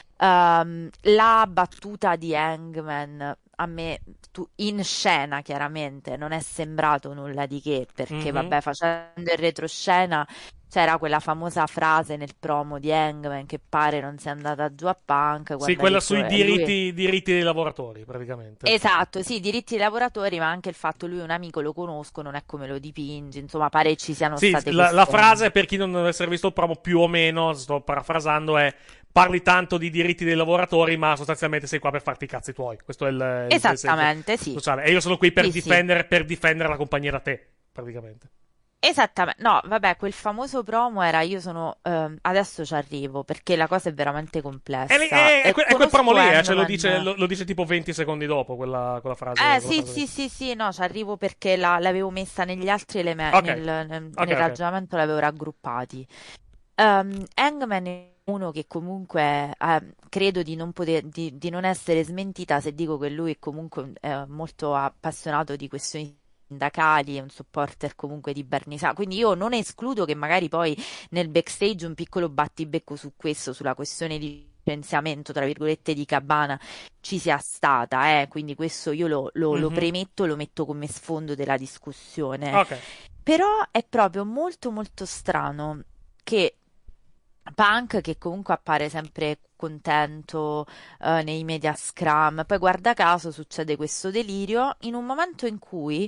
Ehm, la battuta di Hangman a me tu- in scena chiaramente non è sembrato nulla di che, perché Mhm. vabbè, facendo il retroscena c'era quella famosa frase nel promo di Hangman che pare non sia andata giù a Punk quando Sì, ha quella detto, sui eh, lui- diritti, diritti dei lavoratori, praticamente. Esatto, sì, diritti dei lavoratori, ma anche il fatto lui è un amico, lo conosco, non è come lo dipingi, insomma, pare ci siano Sì, state la, la queste... frase, per chi non avesse visto il promo, più o meno, sto parafrasando, è: parli tanto di diritti dei lavoratori, ma sostanzialmente sei qua per farti i cazzi tuoi. Questo è il, il- il Esattamente, senso sì. sociale. E io sono qui per Sì, sì. difendere, per difendere la compagnia da te, praticamente. Esattamente, no, vabbè, quel famoso promo era io sono, ehm, adesso ci arrivo perché la cosa è veramente complessa. È, lì- è- è Eh, que- è quel conosco promo lì, eh, cioè lo, Hangman- dice, lo, lo dice tipo venti secondi dopo quella, quella frase. Eh quella sì, frase sì, lì. sì, sì, no, ci arrivo perché la- l'avevo messa negli altri elementi, Ok. nel, nel- nel Ok, ok. ragionamento l'avevo raggruppati. Ehm, Hangman è uno che comunque eh, credo di non poter, di, di non essere smentita se dico che lui è comunque eh, molto appassionato di questioni sindacali, è un supporter comunque di Bernie Sanders, quindi io non escludo che magari poi nel backstage un piccolo battibecco su questo, sulla questione di licenziamento, tra virgolette, di Cabana ci sia stata, eh, quindi questo io lo, lo- lo Mhm. premetto, lo metto come sfondo della discussione. Ok. Però è proprio molto molto strano che Punk, che comunque appare sempre contento eh, nei media scrum, poi guarda caso succede questo delirio in un momento in cui,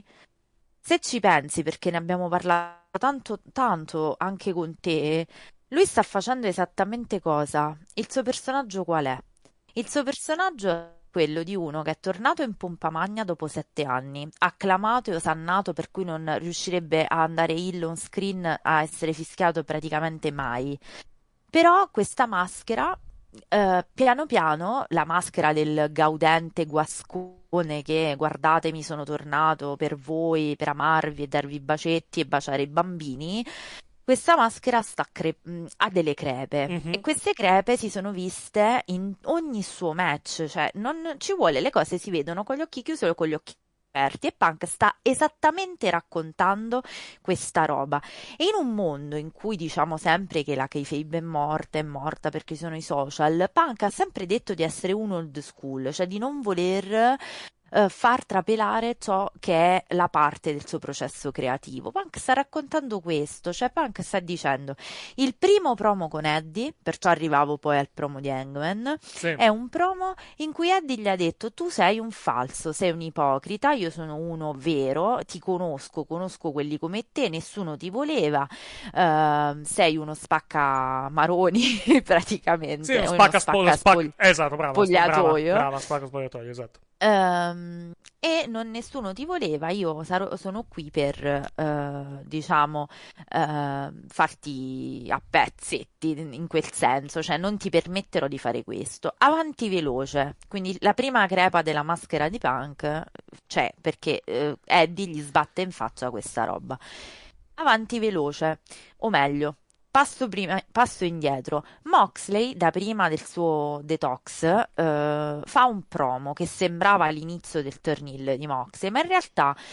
se ci pensi, perché ne abbiamo parlato tanto, tanto anche con te, lui sta facendo esattamente cosa? Il suo personaggio qual è? Il suo personaggio è quello di uno che è tornato in pompa magna dopo sette anni, acclamato e osannato, per cui non riuscirebbe a andare hill on screen, a essere fischiato praticamente mai. Però questa maschera, eh, piano piano, la maschera del gaudente guascone che guardatemi, sono tornato per voi, per amarvi e darvi bacetti e baciare i bambini, questa maschera sta cre- mh, ha delle crepe Mhm. e queste crepe si sono viste in ogni suo match, cioè non ci vuole, le cose si vedono con gli occhi chiusi o con gli occhi aperti, e Punk sta esattamente raccontando questa roba. E in un mondo in cui diciamo sempre che la kayfabe è morta, è morta perché ci sono i social, Punk ha sempre detto di essere un old school, cioè di non voler eh, far trapelare ciò che è la parte del suo processo creativo. Punk sta raccontando questo, cioè Punk sta dicendo: il primo promo con Eddie, perciò arrivavo poi al promo di Hangman, Sì. è un promo in cui Eddie gli ha detto: tu sei un falso, sei un ipocrita, io sono uno vero, ti conosco, conosco quelli come te, nessuno ti voleva, ehm, sei uno spacca maroni praticamente, Sì, uno uno spacca, spo- spacca spacca- spogli- esatto, brava, spogliatoio. brava, brava, spacca spogliatoio, esatto. Ehm, e non nessuno ti voleva, io sarò- sono qui per, eh, diciamo, eh, farti a pezzetti in quel senso, cioè non ti permetterò di fare questo. Avanti veloce, quindi la prima crepa della maschera di Punk c'è perché eh, Eddie gli sbatte in faccia questa roba. Avanti veloce, o meglio, passo, prima, passo indietro. Moxley, da prima del suo detox, eh, fa un promo che sembrava l'inizio del turn heel di Moxley, ma in realtà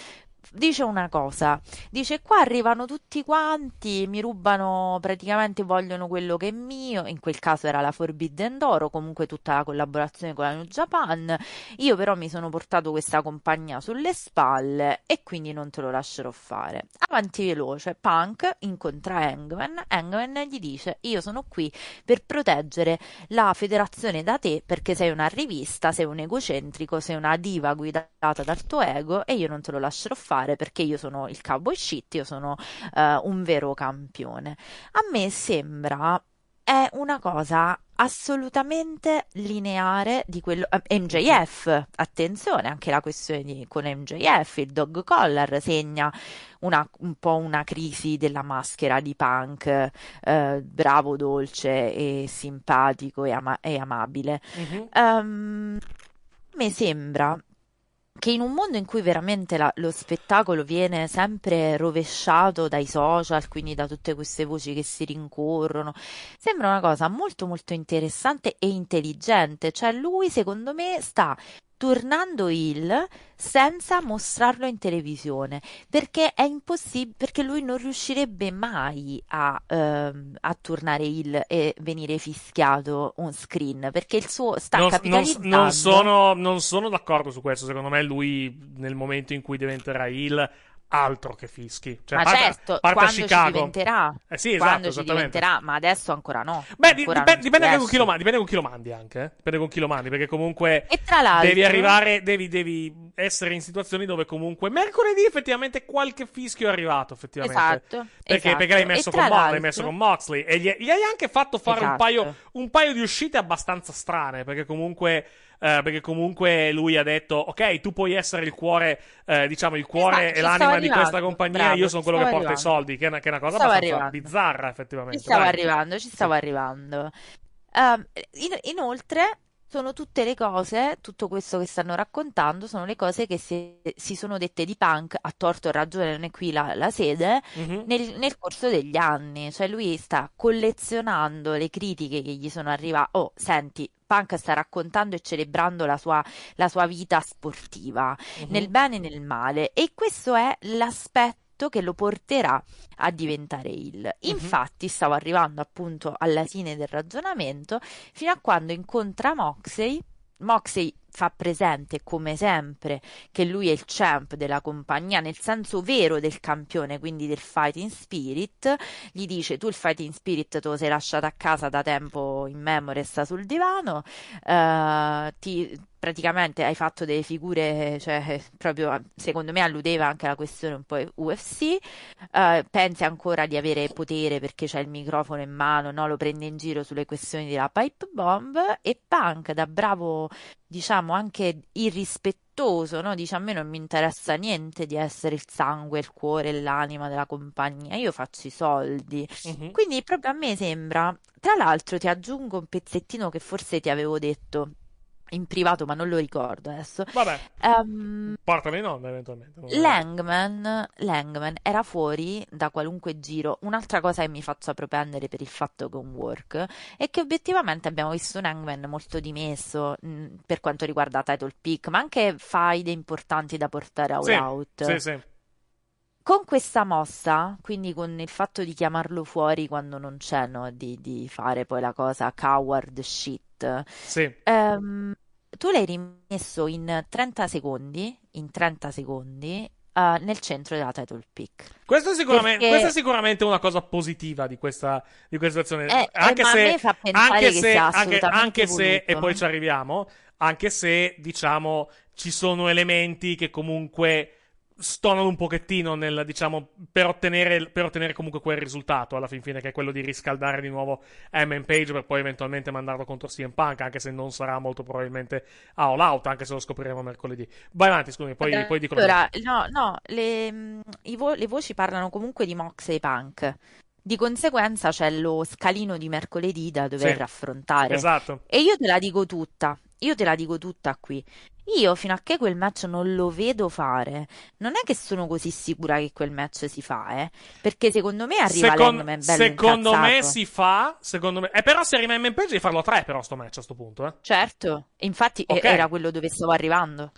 dice una cosa, dice qua arrivano tutti quanti, mi rubano, praticamente vogliono quello che è mio, in quel caso era la Forbidden Door, o comunque tutta la collaborazione con la New Japan, io però mi sono portato questa compagnia sulle spalle e quindi non te lo lascerò fare. Avanti veloce, Punk incontra Hangman, Hangman gli dice io sono qui per proteggere la federazione da te perché sei una rivista, sei un egocentrico, sei una diva guidata dal tuo ego e io non te lo lascerò fare perché io sono il cowboy shit, io sono uh, un vero campione. A me sembra è una cosa assolutamente lineare di quello uh, M J F, attenzione, anche la questione di, con M J F, il dog collar segna una, un po' una crisi della maschera di Punk, eh, bravo, dolce e simpatico e, ama- e amabile. Mm-hmm. Um, a me sembra che in un mondo in cui veramente la, lo spettacolo viene sempre rovesciato dai social, quindi da tutte queste voci che si rincorrono, sembra una cosa molto molto interessante e intelligente. Cioè lui, secondo me, sta tornando heel senza mostrarlo in televisione, perché è impossibile, perché lui non riuscirebbe mai a, ehm, a tornare heel e venire fischiato on screen, perché il suo sta non, capitalizzando. Non, non, sono, non sono d'accordo su questo. Secondo me lui nel momento in cui diventerà heel altro che fischi, cioè, ma parte, certo, parte quando Chicago. ci diventerà, eh sì, esatto, quando ci diventerà, ma adesso ancora no. Beh, ancora dipende, dipende anche con chi lo mandi, mandi, dipende con chi lo mandi anche, eh? Dipende con chi lo mandi, perché comunque e tra l'altro devi arrivare, devi, devi essere in situazioni dove comunque mercoledì effettivamente qualche fischio è arrivato, effettivamente. Esatto. Perché, esatto. perché l'hai messo, con, l'altro... l'hai messo con Moxley e gli, gli hai anche fatto fare esatto. un paio, un paio di uscite abbastanza strane, perché comunque... Uh, perché comunque lui ha detto ok, tu puoi essere il cuore, uh, diciamo il cuore esatto, e l'anima di questa arrivando. compagnia. Bravo, io sono quello che porta arrivando. i soldi, che è una, che è una cosa stavo abbastanza arrivando. bizzarra effettivamente. Ci stavo Vai. arrivando, ci stavo sì. arrivando. Um, in, inoltre sono tutte le cose, tutto questo che stanno raccontando sono le cose che si, si sono dette di Punk, a torto o ragione, non è qui la, la sede, mm-hmm. nel, nel corso degli anni. Cioè lui sta collezionando le critiche che gli sono arrivate. Oh, senti, Punk sta raccontando e celebrando la sua, la sua vita sportiva, mm-hmm. nel bene e nel male, e questo è l'aspetto che lo porterà a diventare heel. Infatti mm-hmm. stavo arrivando appunto alla fine del ragionamento, fino a quando incontra Moxley. Moxley fa presente, come sempre, che lui è il champ della compagnia nel senso vero del campione, quindi del fighting spirit. Gli dice tu il fighting spirit te lo sei lasciato a casa da tempo in memoria e sta sul divano, uh, ti praticamente hai fatto delle figure, cioè proprio secondo me alludeva anche alla questione un po' U F C, uh, pensi ancora di avere potere perché c'è il microfono in mano, no? Lo prende in giro sulle questioni della pipe bomb, e Punk, da bravo, diciamo anche irrispettoso, no? Dice a me non mi interessa niente di essere il sangue, il cuore e l'anima della compagnia, io faccio i soldi. Mm-hmm. Quindi proprio a me sembra, tra l'altro ti aggiungo un pezzettino che forse ti avevo detto in privato, ma non lo ricordo adesso. Vabbè, um, portami no, eventualmente. L'Hangman, l'Hangman era fuori da qualunque giro. Un'altra cosa che mi faccio propendere per il fatto che è un work è che obiettivamente abbiamo visto un Hangman molto dimesso mh, per quanto riguarda title pick, ma anche faide importanti da portare all sì, out. Sì, sì. Con questa mossa, quindi con il fatto di chiamarlo fuori quando non c'è, no? Di, di fare poi la cosa coward shit. Sì. Um, tu l'hai rimesso in trenta secondi, in trenta secondi, uh, nel centro della title pick. Questo è sicuramente, Perché... questa è sicuramente una cosa positiva di questa, di questa situazione. Eh, anche eh, ma se, a me fa pensare anche che se, sia anche, assolutamente anche se, voluto. e poi ci arriviamo, anche se, diciamo, ci sono elementi che comunque stonano un pochettino nel, diciamo, per ottenere, per ottenere comunque quel risultato alla fin fine, che è quello di riscaldare di nuovo Hangman Page per poi eventualmente mandarlo contro C M Punk, anche se non sarà molto probabilmente a All Out, anche se lo scopriremo mercoledì. Vai avanti, scusami, poi, allora, poi dico allora, no, no, le, i vo- le voci parlano comunque di Moxley Punk. Di conseguenza c'è lo scalino di mercoledì da dover sì, affrontare. Esatto. E io te la dico tutta, io te la dico tutta qui. Io fino a che quel match non lo vedo fare, non è che sono così sicura che quel match si fa, eh? Perché secondo me arriva Second, l'Hangman bello Secondo incazzato. me si fa, secondo me. Eh, però se rimane in Page devi farlo a tre però sto match a sto punto, eh. Certo, infatti okay. era quello dove stavo arrivando.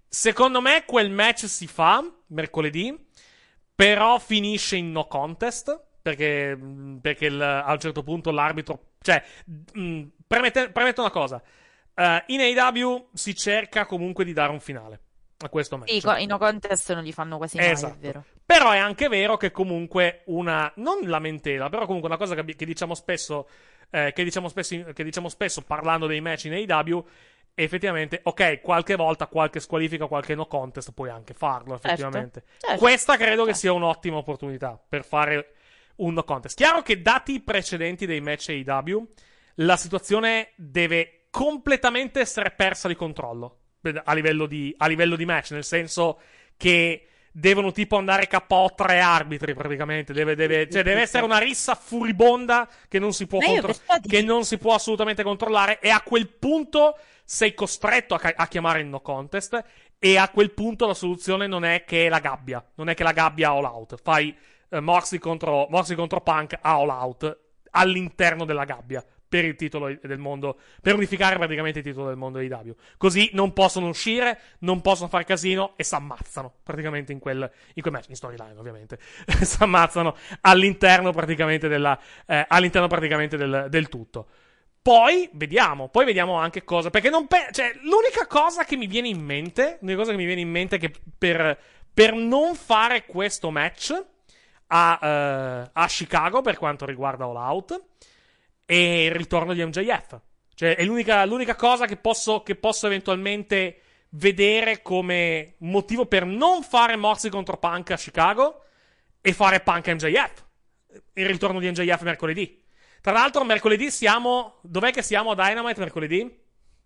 secondo me quel match si fa mercoledì, però finisce in no contest, perché, perché il, a un certo punto l'arbitro, cioè, mh, premette, premette una cosa, uh, in A E W si cerca comunque di dare un finale a questo match. Sì, i no contest non li fanno quasi mai, esatto. È vero. Però è anche vero che comunque una, non lamentela, però comunque una cosa che, che diciamo spesso, eh, che diciamo spesso, che diciamo spesso parlando dei match in A E W, effettivamente, ok, qualche volta qualche squalifica, qualche no contest puoi anche farlo, effettivamente. Certo, certo. Questa credo certo. che sia un'ottima opportunità per fare un no contest. Chiaro che dati i precedenti dei match A E W, la situazione deve completamente essere persa di controllo a livello di, a livello di match, nel senso che devono tipo andare K O tre arbitri praticamente, deve, deve, cioè deve essere una rissa furibonda che non si può, contro- che non si può assolutamente controllare, e a quel punto sei costretto a, ca- a chiamare il no contest, e a quel punto la soluzione non è che la gabbia, non è che la gabbia all out, fai eh, Moxley contro, Moxley contro Punk all out all'interno della gabbia per il titolo del mondo, per unificare praticamente il titolo del mondo A E W. Così non possono uscire, non possono fare casino e s'ammazzano praticamente in quel, in quel match, in storyline ovviamente, s'ammazzano all'interno praticamente della, eh, all'interno praticamente del, del tutto. Poi vediamo, poi vediamo anche cosa, perché non pe- cioè l'unica cosa che mi viene in mente, l'unica cosa che mi viene in mente è che per, per non fare questo match a, uh, a Chicago per quanto riguarda All Out, e il ritorno di M J F. Cioè, è l'unica, l'unica cosa che posso, che posso eventualmente vedere come motivo per non fare Moxley contro Punk a Chicago e fare Punk M J F. Il ritorno di M J F mercoledì. Tra l'altro, mercoledì siamo... Dov'è che siamo a Dynamite mercoledì?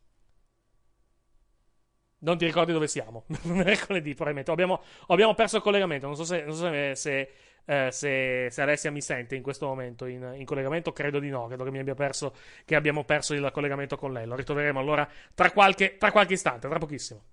Non ti ricordi dove siamo? Mercoledì, probabilmente. Abbiamo, abbiamo perso il collegamento. Non so se... Non so se, se Eh, se, se Alessia mi sente in questo momento in, in collegamento, credo di no, credo che mi abbia perso, che abbiamo perso il collegamento con lei. Lo ritroveremo allora tra qualche, tra qualche istante, tra pochissimo.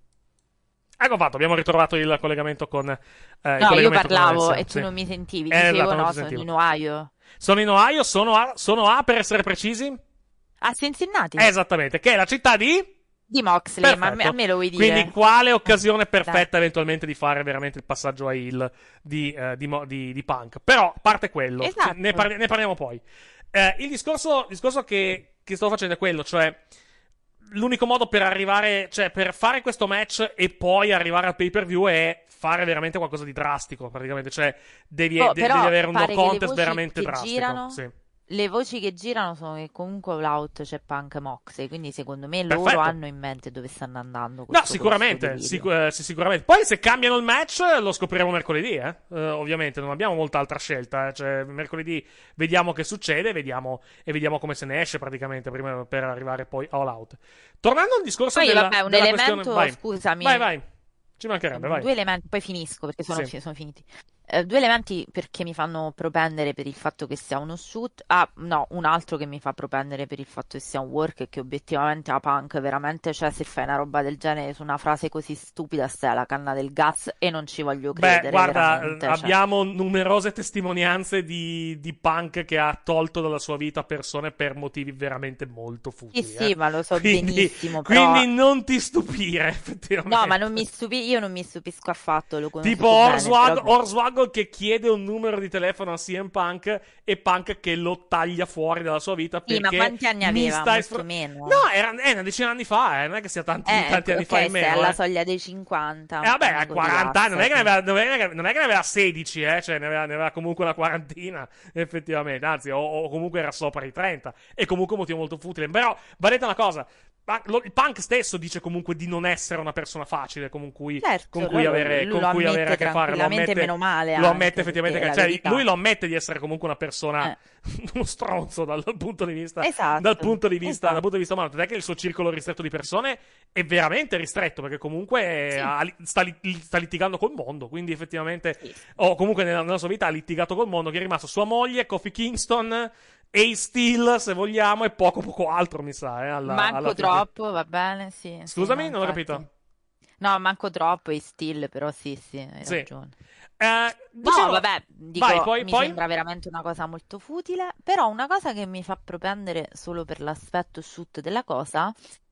Ecco fatto, abbiamo ritrovato il collegamento con eh, no, il collegamento io parlavo con e tu sì. non mi sentivi, eh, dicevo esatto, no, sono sentivo. in Ohio. Sono in Ohio, sono a, sono a per essere precisi a Cincinnati. Esattamente, che è la città di di Moxley, ma a me, a me lo vuoi dire? Quindi quale occasione perfetta Dai. eventualmente di fare veramente il passaggio a heel di, uh, di, di, di Punk. Però, a parte quello, esatto. ne, parli- ne parliamo poi. Uh, il discorso, il discorso che, che sto facendo è quello, cioè l'unico modo per arrivare, cioè per fare questo match e poi arrivare al pay-per-view è fare veramente qualcosa di drastico, praticamente, cioè devi, oh, de- devi avere un no contest le veramente che drastico. Girano... Sì. Le voci che girano sono che comunque All Out c'è Punk Moxley, quindi secondo me loro Perfetto. hanno in mente dove stanno andando. No, sicuramente, sic- sì, sicuramente. Poi se cambiano il match lo scopriremo mercoledì, eh? Uh, ovviamente non abbiamo molta altra scelta, eh? Cioè mercoledì vediamo che succede, vediamo e vediamo come se ne esce praticamente prima per arrivare poi All Out. Tornando al discorso poi, della, vabbè, un della elemento, questione, vai. scusami. Vai, vai. Ci mancherebbe, vai. Due elementi, poi finisco perché sono, sì. sono finiti. Eh, due elementi perché mi fanno propendere per il fatto che sia uno shoot. Ah, no, un altro che mi fa propendere per il fatto che sia un work e che obiettivamente a Punk veramente, cioè se fai una roba del genere su una frase così stupida stai alla canna del gas e non ci voglio credere. Beh, guarda, cioè. abbiamo numerose testimonianze di, di Punk che ha tolto dalla sua vita persone per motivi veramente molto futili. Sì, sì, eh. ma lo so quindi, benissimo. Però... Quindi non ti stupire, effettivamente. No, ma non mi stupi- io non mi stupisco affatto. Lo tipo Hornswoggle però... che chiede un numero di telefono a C M Punk e Punk che lo taglia fuori dalla sua vita perché sì, ma quanti anni aveva? Stai Molto sfr- meno. No, era, è una decina di anni fa, eh. Non è che sia tanti, eh, tanti anni okay, fa in meno. Sei alla eh. soglia dei cinquanta. Eh vabbè, a quaranta anni, non è che ne aveva, non è che, non è che ne aveva sedici, eh. Cioè ne aveva, ne aveva comunque una quarantina, effettivamente, anzi, o, o comunque era sopra i trenta, e comunque un motivo molto futile. Però, va detta una cosa, il Punk stesso dice comunque di non essere una persona facile con cui, certo, con cui avere, lui con cui lo avere a che fare. Lo ammette, meno male lo anche, ammette effettivamente. Che, cioè, verità. lui lo ammette di essere comunque una persona, eh. uno stronzo dal, dal punto di vista, esatto, dal punto di vista, esatto. dal punto di vista umano. Tant'è che il suo circolo ristretto di persone è veramente ristretto, perché comunque sì. ha, sta, sta litigando col mondo. Quindi effettivamente, sì. o comunque nella, nella sua vita ha litigato col mondo, che è rimasto sua moglie, Kofi Kingston, Ace Steel, se vogliamo, e poco poco altro, mi sa. Eh, alla, manco alla troppo, va bene, sì. Scusami, sì, non ho capito. No, manco troppo Ace Steel, però sì, sì, hai sì. ragione. Uh, dicevo, no, vabbè, dico, vai, poi, mi poi? sembra veramente una cosa molto futile, però una cosa che mi fa propendere solo per l'aspetto shoot della cosa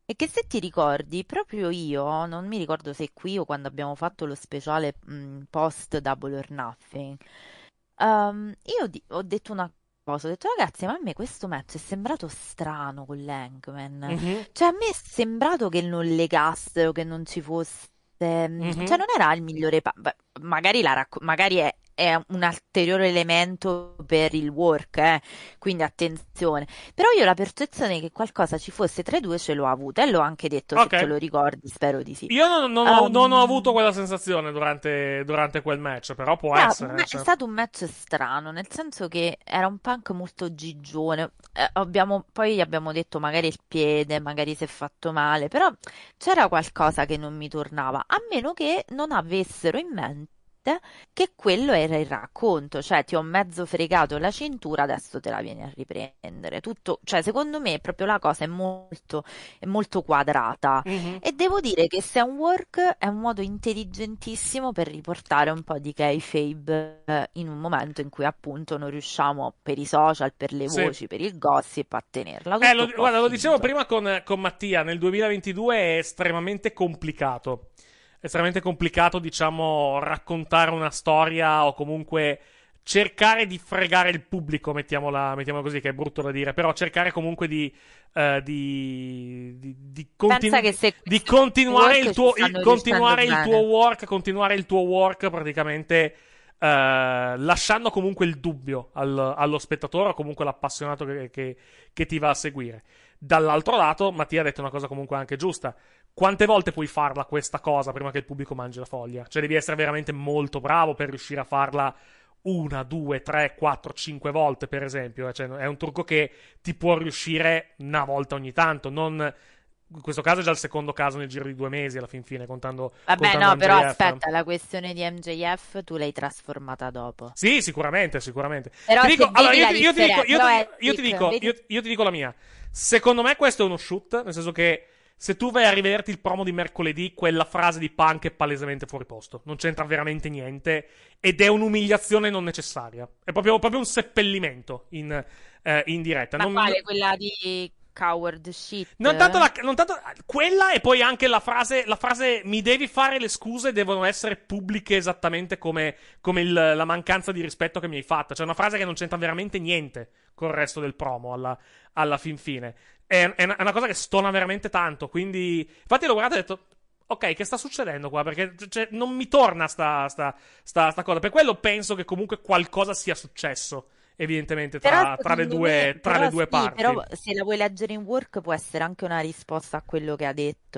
E che se ti ricordi, proprio io, non mi ricordo se qui o quando abbiamo fatto lo speciale mh, post Double or Nothing, ehm, io di- ho detto una cosa, ho detto ragazzi, ma a me questo match è sembrato strano con l'Hangman. Mhm. Cioè a me è sembrato che non legassero, che non ci fosse... Mhm. Cioè non era il migliore... pa- beh, magari, la racco- magari è, è un ulteriore elemento per il work, eh, quindi attenzione. Però io la percezione che qualcosa ci fosse tra i due ce l'ho avuta e l'ho anche detto, se Ok. te lo ricordi, spero di sì. Io non, non ho, Um, non ho avuto quella sensazione durante, durante quel match, però può Ah, essere. un ma- cioè. È stato un match strano, nel senso che era un Punk molto gigione. Eh, abbiamo- poi abbiamo detto magari il piede, magari si è fatto male, però c'era qualcosa che non mi tornava, a meno che non avessero in mente che quello era il racconto, cioè ti ho mezzo fregato la cintura, adesso te la vieni a riprendere. Tutto, cioè secondo me proprio la cosa è molto, è molto quadrata. Mhm. E devo dire che se è un work è un modo intelligentissimo per riportare un po' di kayfabe eh, in un momento in cui appunto non riusciamo per i social, per le Sì. voci, per il gossip a tenerla. Eh, Tutto lo, qua guarda, lo finito. dicevo prima con, con Mattia, nel duemilaventidue è estremamente complicato. Estremamente complicato, diciamo, raccontare una storia o comunque cercare di fregare il pubblico, mettiamola, mettiamola così, che è brutto da dire, però cercare comunque di, eh, di, di, di, continu- Pensa che se di questo continuare work il tuo, ci stanno il, continuare il riuscendo tuo bene. work, continuare il tuo work praticamente eh, lasciando comunque il dubbio al- allo spettatore o comunque l'appassionato che, che- che ti va a seguire. Dall'altro lato, Mattia ha detto una cosa comunque anche giusta. Quante volte puoi farla questa cosa prima che il pubblico mangi la foglia? Cioè devi essere veramente molto bravo per riuscire a farla una, due, tre, quattro, cinque volte, per esempio. Cioè, è un trucco che ti può riuscire una volta ogni tanto. Non... In questo caso è già il secondo caso nel giro di due mesi, alla fin fine, contando. Vabbè, contando no, però M J F. aspetta, la questione di M J F tu l'hai trasformata dopo. Sì, sicuramente, sicuramente. Però Ti dico- se vedi allora, io, la ti- io ti dico, io, differenza, ti- però, io ti Eric, dico, vedi- io, io ti dico la mia. Secondo me questo è uno shoot, nel senso che se tu vai a rivederti il promo di mercoledì, quella frase di Punk è palesemente fuori posto. Non c'entra veramente niente ed è un'umiliazione non necessaria. È proprio, proprio un seppellimento in, eh, in diretta. Ma Non- quale? Quella di coward shit? Non tanto, la, non tanto quella e poi anche la frase, la frase mi devi fare le scuse devono essere pubbliche esattamente come, come il- la mancanza di rispetto che mi hai fatto. Cioè una frase che non c'entra veramente niente col resto del promo alla, alla fin fine. È, è una, è una cosa che stona veramente tanto, quindi infatti l'ho guardato e ho detto ok, che sta succedendo qua? Perché cioè, non mi torna sta, sta, sta, sta cosa. Per quello penso che comunque qualcosa sia successo. Evidentemente tra, Però tra le secondo due, me- tra però le due sì, parti. Però se la vuoi leggere in work può essere anche una risposta a quello che ha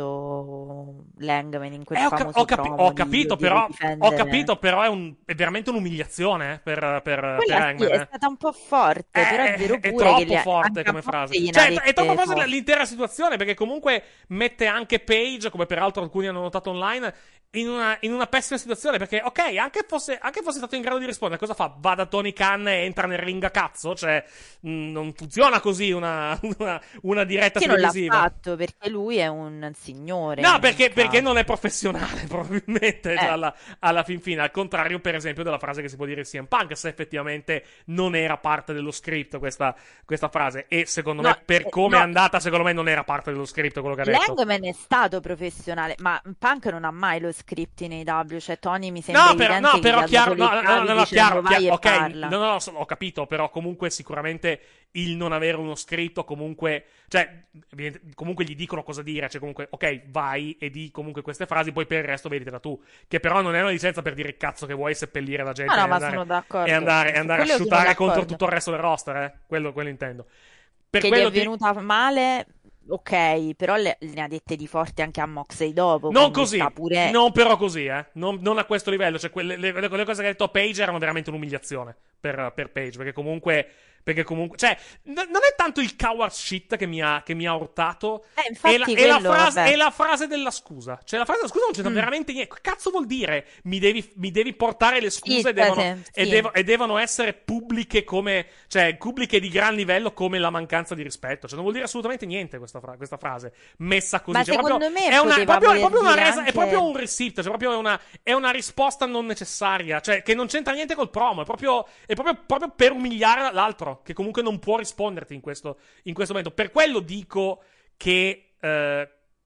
detto Langman in quel Eh, ho, ca- famoso ho capi- promo ho di capito, Io devo però, ho difendere. capito, però è, un- è veramente un'umiliazione eh, per, per, per Quella sì, Hangman. è eh. stata un po' forte, però è vero È pure troppo che le- forte anche a come volte frase. gliene Cioè, ha è, è dette troppo forte forti. l'intera situazione, perché comunque mette anche Page, come peraltro alcuni hanno notato online, in una, in una pessima situazione. Perché, ok, anche fosse, anche fosse stato in grado di rispondere, cosa fa? Va da Tony Khan e entra nel ring a cazzo? Cioè, mh, non funziona così una, una, una diretta Che non l'ha televisiva. fatto perché lui è un signore. No, in perché, quel perché caso. non è professionale, probabilmente, Eh. cioè, alla, alla fin fine. Al contrario, per esempio, della frase che si può dire C M Punk, se effettivamente non era parte dello script questa, questa frase. E secondo No, me, per eh, come è no. andata, secondo me non era parte dello script quello che ha detto. Langman è stato professionale, ma Punk non ha mai lo script in A E W, cioè Tony mi sembra No, però, evidente no, che però gli ha chiaro, dato no, le no, chiavi no, no, dicendo chiaro, vai chiaro, e ok, parla. no, no, so- ho capito, però comunque sicuramente il non avere uno scritto, comunque, cioè, evidente- comunque gli dicono cosa dire, cioè comunque, ok, vai e di comunque queste frasi, poi per il resto veditela tu, che però non è una licenza per dire il cazzo che vuoi, seppellire la gente Ah, no, e ma andare, sono d'accordo. e andare, e Su andare a quello sono shootare contro d'accordo. tutto il resto del roster, eh, quello, quello intendo. Per Che gli quello è ti- venuta male, ok, però le, ne ha dette di forti anche a Moxley dopo. Non quindi così, sta pure... non però così, eh. Non, non a questo livello. Cioè, quelle, le, le- le cose che ha detto Page erano veramente un'umiliazione per, per Page. Perché comunque. Perché comunque. Cioè, n- non è tanto il coward shit che mi ha, che mi ha urtato. Eh, infatti è, la, è, la quello, frase, vabbè. è la frase della scusa. Cioè, la frase della scusa non c'entra Mm. veramente niente. Che cazzo vuol dire? Mi devi, mi devi portare le scuse Sì, e, devono, sì, e, sì. devo- e devono essere pubbliche come. Cioè, pubbliche di gran livello come la mancanza di rispetto. Cioè, non vuol dire assolutamente niente questa, fra- questa frase. Messa così. Ma Cioè, secondo proprio- me è una, poteva proprio, è voler proprio una dire resa, è anche- proprio un receipt, cioè proprio è una, è una risposta non necessaria, cioè che non c'entra niente col promo, è proprio, è proprio, proprio per umiliare l'altro, che comunque non può risponderti in questo, in questo momento. Per quello dico che eh,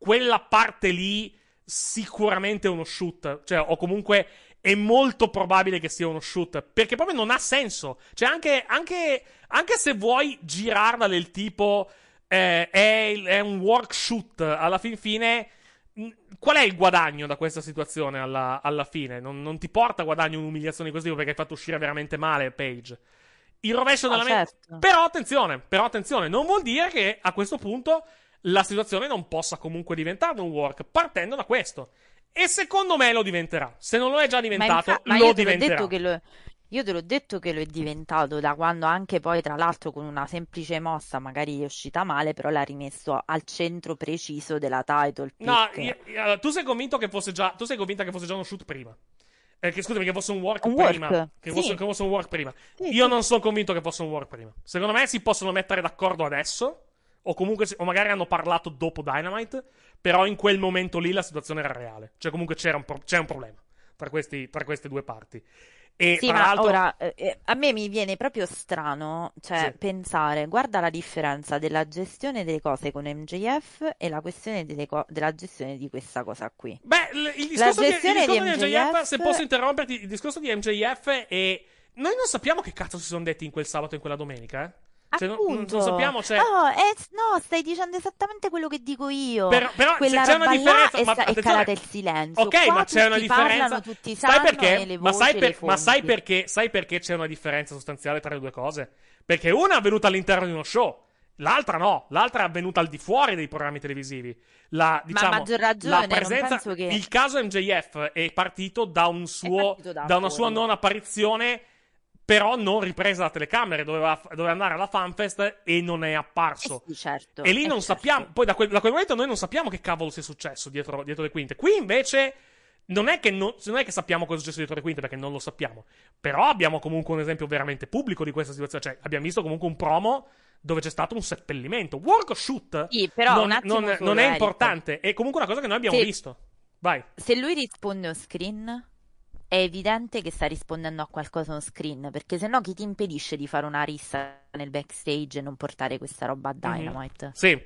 quella parte lì sicuramente è uno shoot, cioè, o comunque è molto probabile che sia uno shoot, perché proprio non ha senso. Cioè, anche, anche, anche se vuoi girarla del tipo eh, è, è un work shoot, alla fin fine, qual è il guadagno da questa situazione alla, alla fine? Non, non ti porta guadagno un'umiliazione di questo tipo, perché hai fatto uscire veramente male Page. Il rovescio della Ah, mente. certo. Però attenzione, però attenzione, non vuol dire che a questo punto la situazione non possa comunque diventare un work, partendo da questo. E secondo me lo diventerà. Se non lo è già Ma, diventato, infa- ma lo io te l'ho diventerà. detto che lo, io te l'ho detto che lo è diventato da quando anche poi, tra l'altro, con una semplice mossa, magari è uscita male, però l'ha rimesso al centro preciso della title pick. No, io- io- tu sei convinto che fosse già. Tu sei convinta che fosse già uno shoot prima? Eh, che, scusami, che fosse un work Un prima. work, Che, sì. fosse, che fosse un work prima. Sì, Io sì. non sono convinto che fosse un work prima. Secondo me si possono mettere d'accordo adesso. O comunque, si- o magari hanno parlato dopo Dynamite. Però in quel momento lì la situazione era reale. Cioè, comunque c'era un, pro- c'è un problema tra, questi, tra queste due parti. E Sì, tra ma l'altro. ora eh, eh, a me mi viene proprio strano, cioè, Sì. pensare, guarda la differenza della gestione delle cose con M J F e la questione delle co- della gestione di questa cosa qui. Beh, l- il La discorso, di, il gestione discorso di di M J F, M J F se posso interromperti, il discorso di M J F è. Noi non sappiamo che cazzo si sono detti in quel sabato e in quella domenica, eh? Cioè, non, non Appunto. sappiamo, cioè. Oh, eh, no, stai dicendo esattamente quello che dico io. Però, però Quella c'è, c'è una roba là differenza. è, Ma sta- è attenzione. calata il silenzio. Ok, Qua ma c'è una tutti differenza. parlano, tutti sai sanno, perché? e le ma, sai voci, per- le ma sai fonti. perché? Sai perché c'è una differenza sostanziale tra le due cose? Perché una è avvenuta all'interno di uno show. L'altra no, l'altra è avvenuta al di fuori dei programmi televisivi. La, diciamo, Ma a maggior ragione, la non presenza, penso che- il caso M J F è partito da un suo, partito da da una fuori. sua non apparizione, però non ripresa da telecamere, doveva, doveva andare alla FanFest e non è apparso. Eh sì, certo, E lì eh, non certo. sappiamo, poi da quel, da quel momento noi non sappiamo che cavolo sia successo dietro, dietro le quinte. Qui invece non è, che non, non è che sappiamo cosa è successo dietro le quinte, perché non lo sappiamo. Però abbiamo comunque un esempio veramente pubblico di questa situazione. Cioè, abbiamo visto comunque un promo dove c'è stato un seppellimento. Work o shoot Sì, però non, un attimo non- solo, non è Eric. importante. È comunque una cosa che noi abbiamo Se- visto. Vai. Se lui risponde on screen, è evidente che sta rispondendo a qualcosa on screen, perché sennò chi ti impedisce di fare una rissa nel backstage e non portare questa roba a Dynamite? Sì.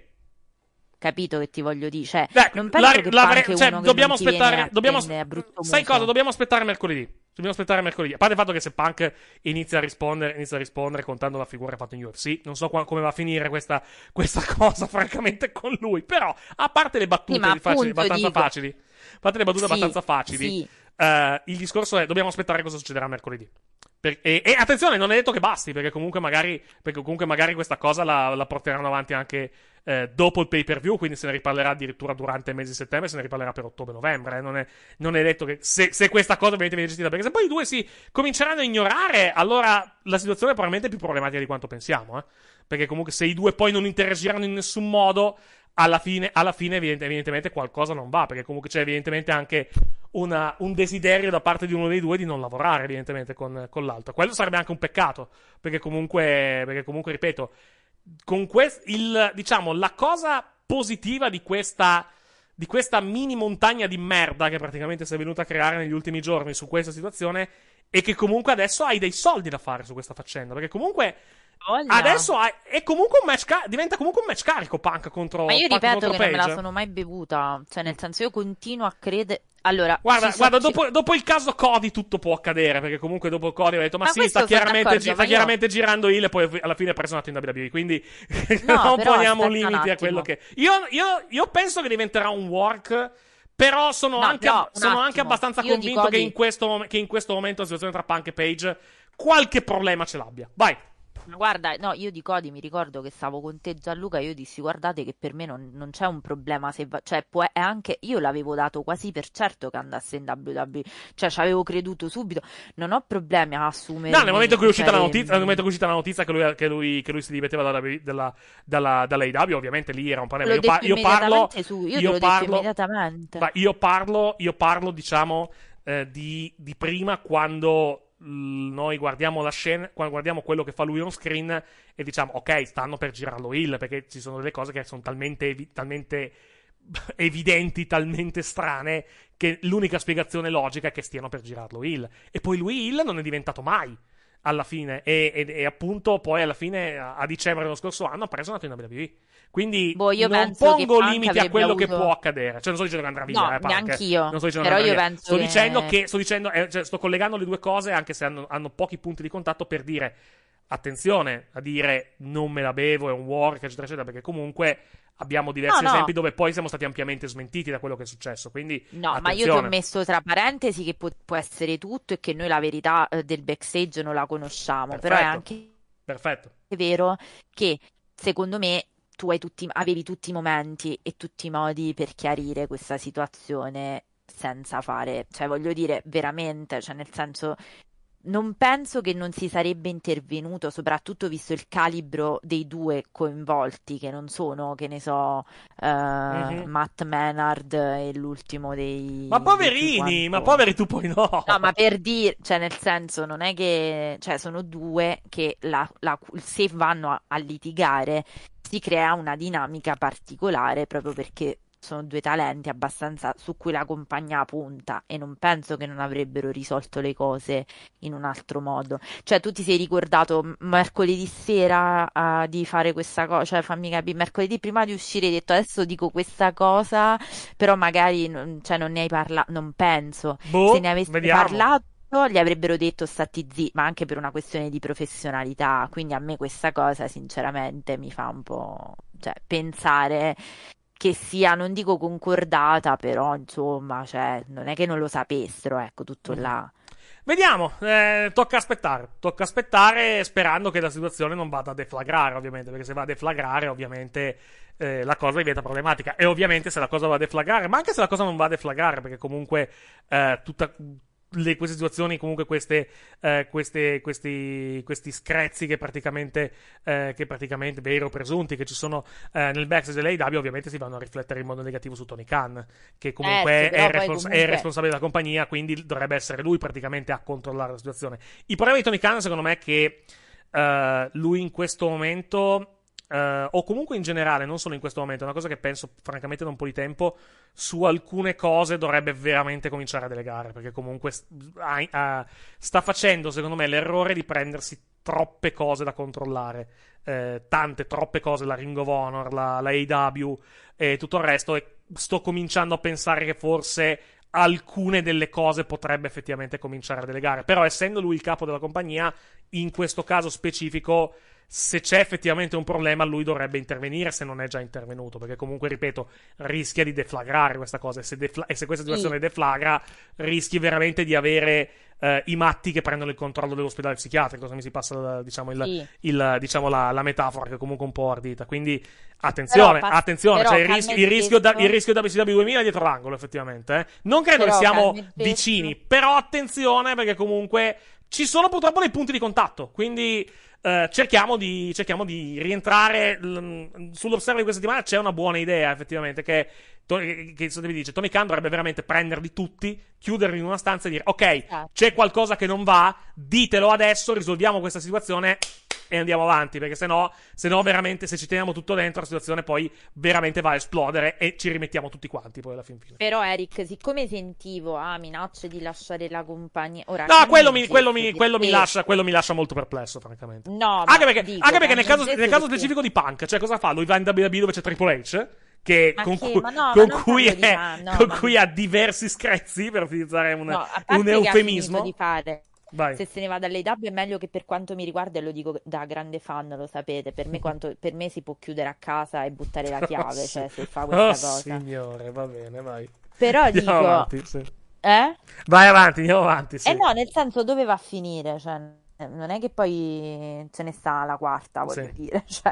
Capito che ti voglio dire? Cioè, Dai, non penso la- che l'avre- Punk è cioè, uno che dobbiamo non ti viene aspettare. a Dobbiamo, prendere a brutto sai muso. cosa? Dobbiamo aspettare mercoledì. Dobbiamo aspettare mercoledì. A parte il fatto che se Punk inizia a rispondere, inizia a rispondere contando la figura fatta in U F C, non so qua- come va a finire questa, questa cosa, francamente, con lui. Però, a parte le battute Sì, ma di facili, appunto abbastanza dico- facili, a parte le battute Sì, abbastanza facili, sì. eh, il discorso è: dobbiamo aspettare cosa succederà mercoledì. Per- e, e attenzione, non è detto che basti, perché comunque magari, perché comunque magari questa cosa la, la porteranno avanti anche eh, dopo il pay per view, quindi se ne riparlerà addirittura durante il mese di settembre, se ne riparlerà per ottobre-novembre. Eh. Non, è, non è detto che se, se questa cosa viene gestita, perché se poi i due si cominceranno a ignorare, allora la situazione è probabilmente più problematica di quanto pensiamo. Eh. Perché comunque se i due poi non interagiranno in nessun modo, alla fine, alla fine evidente- evidentemente qualcosa non va, perché comunque c'è evidentemente anche una- un desiderio da parte di uno dei due di non lavorare evidentemente con, con l'altro. Quello sarebbe anche un peccato, perché comunque, perché comunque ripeto, con quest- il, diciamo, la cosa positiva di questa, di questa mini montagna di merda che praticamente si è venuta a creare negli ultimi giorni su questa situazione è che comunque adesso hai dei soldi da fare su questa faccenda, perché comunque Voglia. adesso hai- è comunque un match ca- diventa comunque un match carico Punk contro Ma io Punk ripeto contro che non me la Page. sono mai bevuta, cioè nel senso io continuo a credere. Allora, Guarda, ci so- guarda ci- dopo, dopo il caso Cody tutto può accadere, perché comunque dopo Cody ha detto ma, Ma sì, questo sta sono chiaramente, d'accordo, gi- ma sta io- chiaramente girando il e poi alla fine è preso un attimo in W W E, quindi No, non però poniamo aspetta un limiti a quello attimo. che... Io, io, io penso che diventerà un work, però sono, No, anche, però, un sono anche attimo. abbastanza Io convinto dico che di- in, questo, mom- che in questo momento la situazione tra Punk e Page qualche problema ce l'abbia. Vai. Ma guarda, no, io di Cody mi ricordo che stavo con te Gianluca, io dissi guardate che per me non, non c'è un problema se va, cioè può, è anche, io l'avevo dato quasi per certo che andasse in W W E, cioè ci avevo creduto subito, non ho problemi a assumere. No, nel momento in cui è uscita la cioè, notizia, nel momento in cui è uscita la notizia che lui, che lui, che lui si dimetteva dalla, dalla, dalla, dalla A E W, ovviamente lì era un problema. L'ho Io, pa- detto io parlo, immediatamente su, io te io l'ho parlo, detto immediatamente. ma io parlo, io parlo, diciamo, eh, di, di prima quando l- noi guardiamo la scena, quando guardiamo quello che fa lui on screen e diciamo, ok, stanno per girarlo heel, perché ci sono delle cose che sono talmente, evi- talmente evidenti, talmente strane, che l'unica spiegazione logica è che stiano per girarlo heel. E poi lui heel non è diventato mai. alla fine, e, e, e appunto poi alla fine a, a dicembre dello scorso anno ha preso una in W W E. Quindi boh, io non penso pongo che limiti a quello avuto... che può accadere. Cioè non sto dicendo che andrà via, no, eh, Punk. neanch'io. Non sto dicendo però che io andrà via. penso Sto che... dicendo che sto dicendo eh, cioè, sto collegando le due cose, anche se hanno, hanno pochi punti di contatto, per dire attenzione a dire non me la bevo, è un work, eccetera, eccetera, perché comunque abbiamo diversi no, no. esempi dove poi siamo stati ampiamente smentiti da quello che è successo. Quindi no, attenzione. Ma io ti ho messo tra parentesi che può, può essere tutto e che noi la verità eh, del backstage non la conosciamo. Perfetto. Però è anche Perfetto. è vero che secondo me tu hai tutti, avevi tutti i momenti e tutti i modi per chiarire questa situazione senza fare, cioè voglio dire veramente, cioè nel senso non penso che non si sarebbe intervenuto, soprattutto visto il calibro dei due coinvolti, che non sono, che ne so, eh, mm-hmm. Matt Menard e l'ultimo dei... Ma poverini, ma poveri tu poi no! No, ma per dire, cioè nel senso, non è che... Cioè sono due che la, la, se vanno a, a litigare si crea una dinamica particolare proprio perché sono due talenti abbastanza su cui la compagnia punta e non penso che non avrebbero risolto le cose in un altro modo. Cioè tu ti sei ricordato mercoledì sera uh, di fare questa cosa, cioè fammi capire, mercoledì prima di uscire hai detto adesso dico questa cosa, però magari non, cioè, non ne hai parlato, non penso. Boh, se ne avessi vediamo. parlato gli avrebbero detto stati zitti, ma anche per una questione di professionalità, quindi a me questa cosa sinceramente mi fa un po', cioè, pensare che sia, non dico concordata, però insomma, cioè, non è che non lo sapessero, ecco, tutto mm. là. Vediamo, eh, tocca aspettare, tocca aspettare sperando che la situazione non vada a deflagrare, ovviamente, perché se va a deflagrare, ovviamente eh, la cosa diventa problematica. E ovviamente se la cosa va a deflagrare, ma anche se la cosa non va a deflagrare, perché comunque eh, tutta... Le, queste situazioni, comunque queste, eh, queste, questi, questi screzi che praticamente, eh, che praticamente vero presunti che ci sono eh, nel backstage dell'A E W, ovviamente si vanno a riflettere in modo negativo su Tony Khan, che comunque, eh, sì, è, respons- comunque... è responsabile della compagnia, quindi dovrebbe essere lui praticamente a controllare la situazione. Il problema di Tony Khan secondo me è che eh, lui in questo momento Uh, o comunque in generale, non solo in questo momento, è una cosa che penso francamente da un po' di tempo, su alcune cose dovrebbe veramente cominciare a delegare, perché comunque uh, uh, sta facendo secondo me l'errore di prendersi troppe cose da controllare, uh, tante, troppe cose, la Ring of Honor, la, la A E W e tutto il resto, e sto cominciando a pensare che forse alcune delle cose potrebbe effettivamente cominciare a delegare, però essendo lui il capo della compagnia, in questo caso specifico, se c'è effettivamente un problema lui dovrebbe intervenire, se non è già intervenuto, perché comunque, ripeto, rischia di deflagrare questa cosa, e se, defla- e se questa situazione sì. deflagra, rischi veramente di avere eh, i matti che prendono il controllo dell'ospedale psichiatrico, se mi si passa diciamo, il, sì. il, diciamo la, la metafora, che è comunque un po' ardita, quindi attenzione, però, attenzione, però, cioè il, ris- il rischio da, il rischio W C W duemila è dietro l'angolo, effettivamente, eh. Non credo però, che siamo vicini, però attenzione, perché comunque ci sono purtroppo dei punti di contatto, quindi Uh, cerchiamo di cerchiamo di rientrare l- sull'osservo di questa settimana. C'è una buona idea effettivamente che, che, che vi dice Tony Khan dovrebbe veramente prenderli tutti, chiuderli in una stanza e dire ok, ah. c'è qualcosa che non va, ditelo adesso, risolviamo questa situazione e andiamo avanti, perché sennò, sennò veramente, se ci teniamo tutto dentro, la situazione poi veramente va a esplodere e ci rimettiamo tutti quanti poi alla fin fine. Però Eric, siccome sentivo ah, minacce di lasciare la compagnia, ora no, quello mi, quello, mi, quello, mi lascia, quello mi lascia molto perplesso, francamente. No, anche perché, dico, anche perché nel caso, nel caso perché... specifico di Punk, cioè cosa fa? Lui va in W W E dove c'è Triple H, che ma con, che, cui, ma no, con, ma cui, è, fa, no, con ma... cui ha diversi screzi, per utilizzare un, no, un eufemismo. Di fare. Vai. Se se ne va dall'A E W è meglio, che per quanto mi riguarda, e lo dico da grande fan, lo sapete, per me, quanto, per me si può chiudere a casa e buttare la chiave, oh, cioè se fa oh, questa cosa. Signore, va bene, vai. Però andiamo dico avanti, sì. eh? Vai avanti, andiamo avanti, sì. Eh no, nel senso, dove va a finire? Cioè, non è che poi ce ne sta la quarta, voglio sì. dire, cioè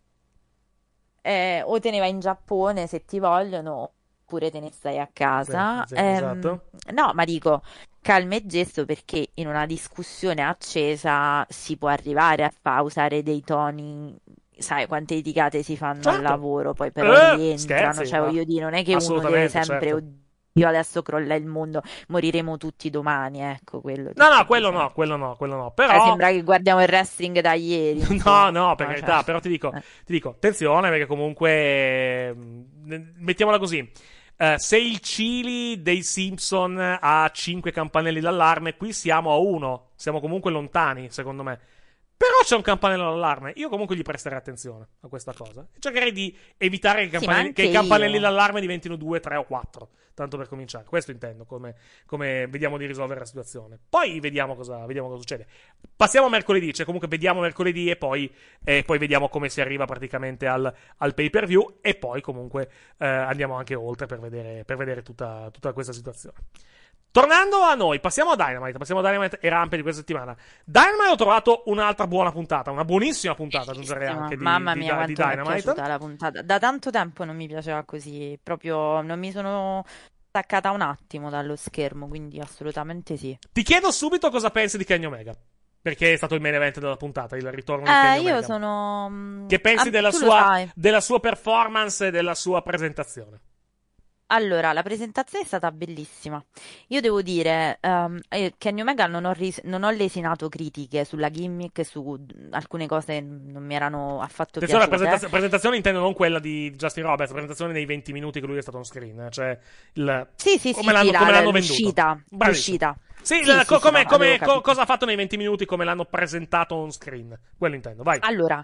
eh, o te ne vai in Giappone se ti vogliono, oppure te ne stai a casa. Sì, sì, ehm, esatto. No, ma dico calma e gesto, perché in una discussione accesa si può arrivare a fa usare dei toni, sai quante litigate si fanno certo. al lavoro, poi però eh, rientrano, scherzi, cioè voglio dire, non è che uno deve sempre certo. io adesso crolla il mondo, moriremo tutti domani, ecco quello. No, no, quello no, quello no, quello no, però eh, sembra che guardiamo il wrestling da ieri. No, no, per no, carità, cioè... però ti dico, eh. ti dico, attenzione, perché comunque mettiamola così. uh, se il Chili dei Simpson ha cinque campanelli d'allarme, qui siamo a uno, siamo comunque lontani, secondo me. Però c'è un campanello d'allarme. Io comunque gli presterei attenzione a questa cosa. E cercherei di evitare che, i campanelli, sì, che i campanelli io. d'allarme diventino due, tre o quattro. Tanto per cominciare. Questo intendo, come, come vediamo di risolvere la situazione. Poi vediamo cosa, vediamo cosa succede. Passiamo a mercoledì. Cioè comunque vediamo mercoledì e poi, e poi vediamo come si arriva praticamente al, al pay per view. E poi comunque eh, andiamo anche oltre per vedere, per vedere tutta, tutta questa situazione. Tornando a noi, passiamo a Dynamite, passiamo a Dynamite e Rampe di questa settimana. Dynamite ho trovato un'altra buona puntata, una buonissima puntata, aggiungerei anche di, Mamma mia, di, quanto di mi è Dynamite. piaciuta la puntata. Da tanto tempo non mi piaceva così, proprio non mi sono staccata un attimo dallo schermo, quindi assolutamente sì. Ti chiedo subito cosa pensi di Kenny Omega, perché è stato il main event della puntata, il ritorno di Eh, Kenny io Omega. sono... Che pensi Ah, della tu lo sua, sai. della sua performance e della sua presentazione? Allora, la presentazione è stata bellissima. Io devo dire ehm, eh, Kenny Omega non ho, ris- non ho lesinato critiche sulla gimmick, su alcune cose non mi erano affatto Attenzione, la piaciute. presentazio- presentazione intendo non quella di Justin Roberts, la presentazione nei venti minuti che lui è stato on screen, eh, cioè il, Sì, sì, come sì, l'hanno, sì, come la- l'hanno l'uscita, venduto. Bravissimo. l'uscita. Sì, Sì, la- sì, co- sì, come, no, come- avevo co- capito. cosa ha fatto nei venti minuti, come l'hanno presentato on screen. Quello intendo, vai. Allora,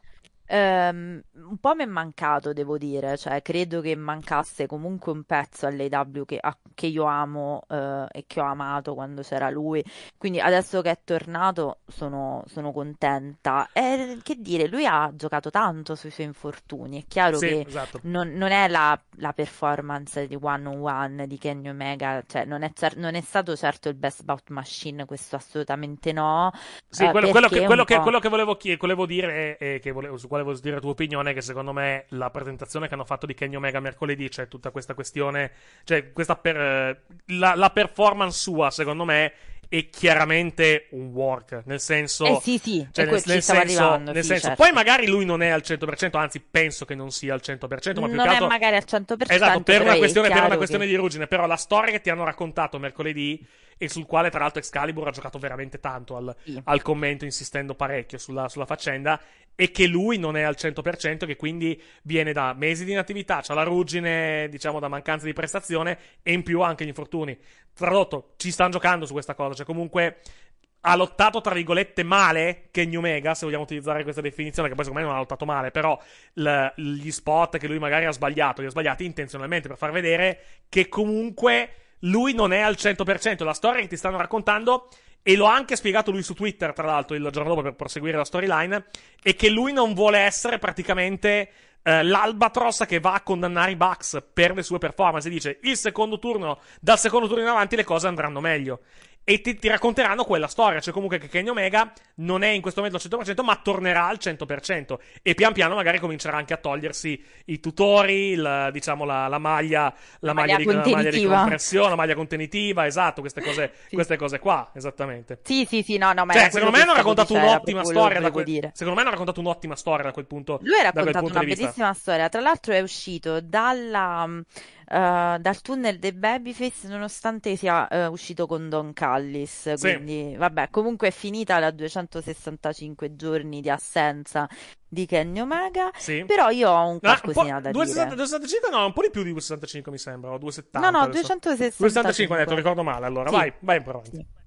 ehm, un po' mi è mancato, devo dire, cioè credo che mancasse comunque un pezzo all'A E W che, a- che io amo eh, e che ho amato quando c'era lui, quindi adesso che è tornato sono, sono contenta. E che dire, lui ha giocato tanto sui suoi infortuni, è chiaro Sì, che esatto. non, non è la, la performance di One on One di Kenny Omega, cioè non è, cer- non è stato certo il best bout machine, questo assolutamente no. Sì, eh, quello, quello perché che, quello, un che, po'- quello che volevo, chie- volevo dire e che volevo, su quale volevo dire la tua opinione è che secondo me la presentazione che hanno fatto di Kenny Omega mercoledì, cioè tutta questa questione, cioè questa per, eh, la, la performance sua secondo me è chiaramente un work, nel senso... Eh sì, sì, cioè e nel, que- ci nel stavo senso, arrivando, nel sì, senso certo. poi magari lui non è al cento per cento, anzi penso che non sia al cento per cento, ma più non che è altro... magari al cento per cento, Esatto, per però una è questione, per una chiaro questione che- di ruggine, però la storia che ti hanno raccontato mercoledì e sul quale tra l'altro Excalibur ha giocato veramente tanto al, Sì. al commento, insistendo parecchio sulla, sulla faccenda, e che lui non è al cento per cento, che quindi viene da mesi di inattività, c'ha la ruggine, diciamo, da mancanza di prestazione e in più anche gli infortuni. Tradotto, ci stanno giocando su questa cosa, cioè comunque ha lottato tra virgolette male Kenny Omega, se vogliamo utilizzare questa definizione, che poi secondo me non ha lottato male, però l- gli spot che lui magari ha sbagliato, li ha sbagliati intenzionalmente per far vedere che comunque lui non è al cento per cento. La storia che ti stanno raccontando, e l'ho anche spiegato lui su Twitter tra l'altro il giorno dopo per proseguire la storyline, è che lui non vuole essere praticamente eh, l'Albatros che va a condannare i Bucks per le sue performance, e dice il secondo turno, dal secondo turno in avanti le cose andranno meglio. E ti, ti racconteranno quella storia, cioè comunque che Kenny Omega non è in questo momento al cento per cento, ma tornerà al cento per cento. E pian piano magari comincerà anche a togliersi i tutori, il, diciamo la, la maglia, la maglia, maglia di, la maglia di contenitiva. compressione, la maglia contenitiva, esatto, queste cose, Sì. queste cose qua, esattamente. Sì, sì, sì, no, no, ma Cioè, era secondo quello me che hanno stavo raccontato dicendo, era un'ottima proprio quello storia che da volevo quel, dire. secondo me hanno raccontato un'ottima storia da quel punto, Lui ha da quel raccontato punto una di vista. bellissima storia, tra l'altro è uscito dalla, mh, eh, dal tunnel dei Babyface nonostante sia eh, uscito con Don Callis, Sì. quindi vabbè, comunque è finita la duecentosessantacinque giorni di assenza di Kenny Omega, Sì. però io ho un No, un po'- qualcosina da duecentosessanta dire. duecentosessantacinque no, un po' di più di duecentosessantacinque mi sembra, o duecentosettanta. No, no, adesso. duecentosessantacinque. duecentosessantacinque, ho detto, ricordo male, allora, Sì. vai, vai per avanti. Sì.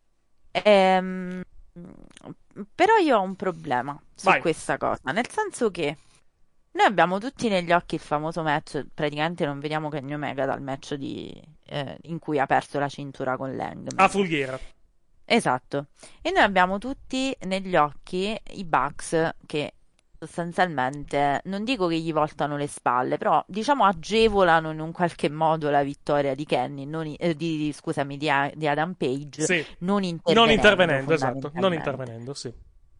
Ehm, però io ho un problema su Vai. questa cosa, nel senso che noi abbiamo tutti negli occhi il famoso match, praticamente non vediamo Kenny Omega dal match di, eh, in cui ha perso la cintura con Langman. A Fulghiera. Esatto. E noi abbiamo tutti negli occhi i Bucks che sostanzialmente, non dico che gli voltano le spalle, però diciamo agevolano in un qualche modo la vittoria di Kenny, non i- eh, di, scusami, di, A- di Adam Page, Sì. non intervenendo. Non intervenendo, esatto, non fondamentalmente. intervenendo, sì.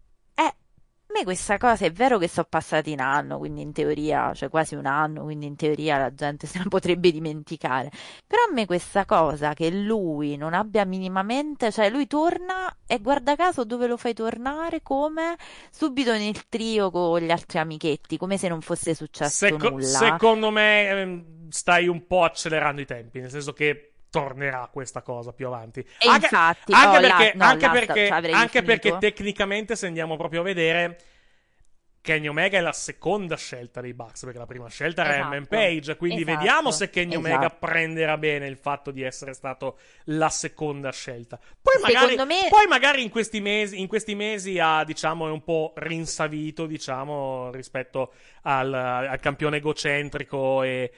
A me questa cosa è vero che sono passati un anno, quindi in teoria, cioè quasi un anno, quindi in teoria la gente se la potrebbe dimenticare. Però a me questa cosa che lui non abbia minimamente, cioè lui torna e guarda caso dove lo fai tornare? Come? Subito nel trio con gli altri amichetti, come se non fosse successo Seco- nulla. secondo me ehm, stai un po' accelerando i tempi, nel senso che tornerà questa cosa più avanti. E anche, infatti, anche oh, perché, là- no, anche là perché, sta- cioè, avrei anche perché finito. tecnicamente, se andiamo proprio a vedere, Kenny Omega è la seconda scelta dei Bucks, perché la prima scelta era Esatto. Hangman Page, quindi Esatto. vediamo se Kenny Omega Esatto. prenderà bene il fatto di essere stato la seconda scelta. Poi magari, Secondo me- poi magari in questi mesi, in questi mesi ha, diciamo, è un po' rinsavito, diciamo, rispetto al, al campione egocentrico e,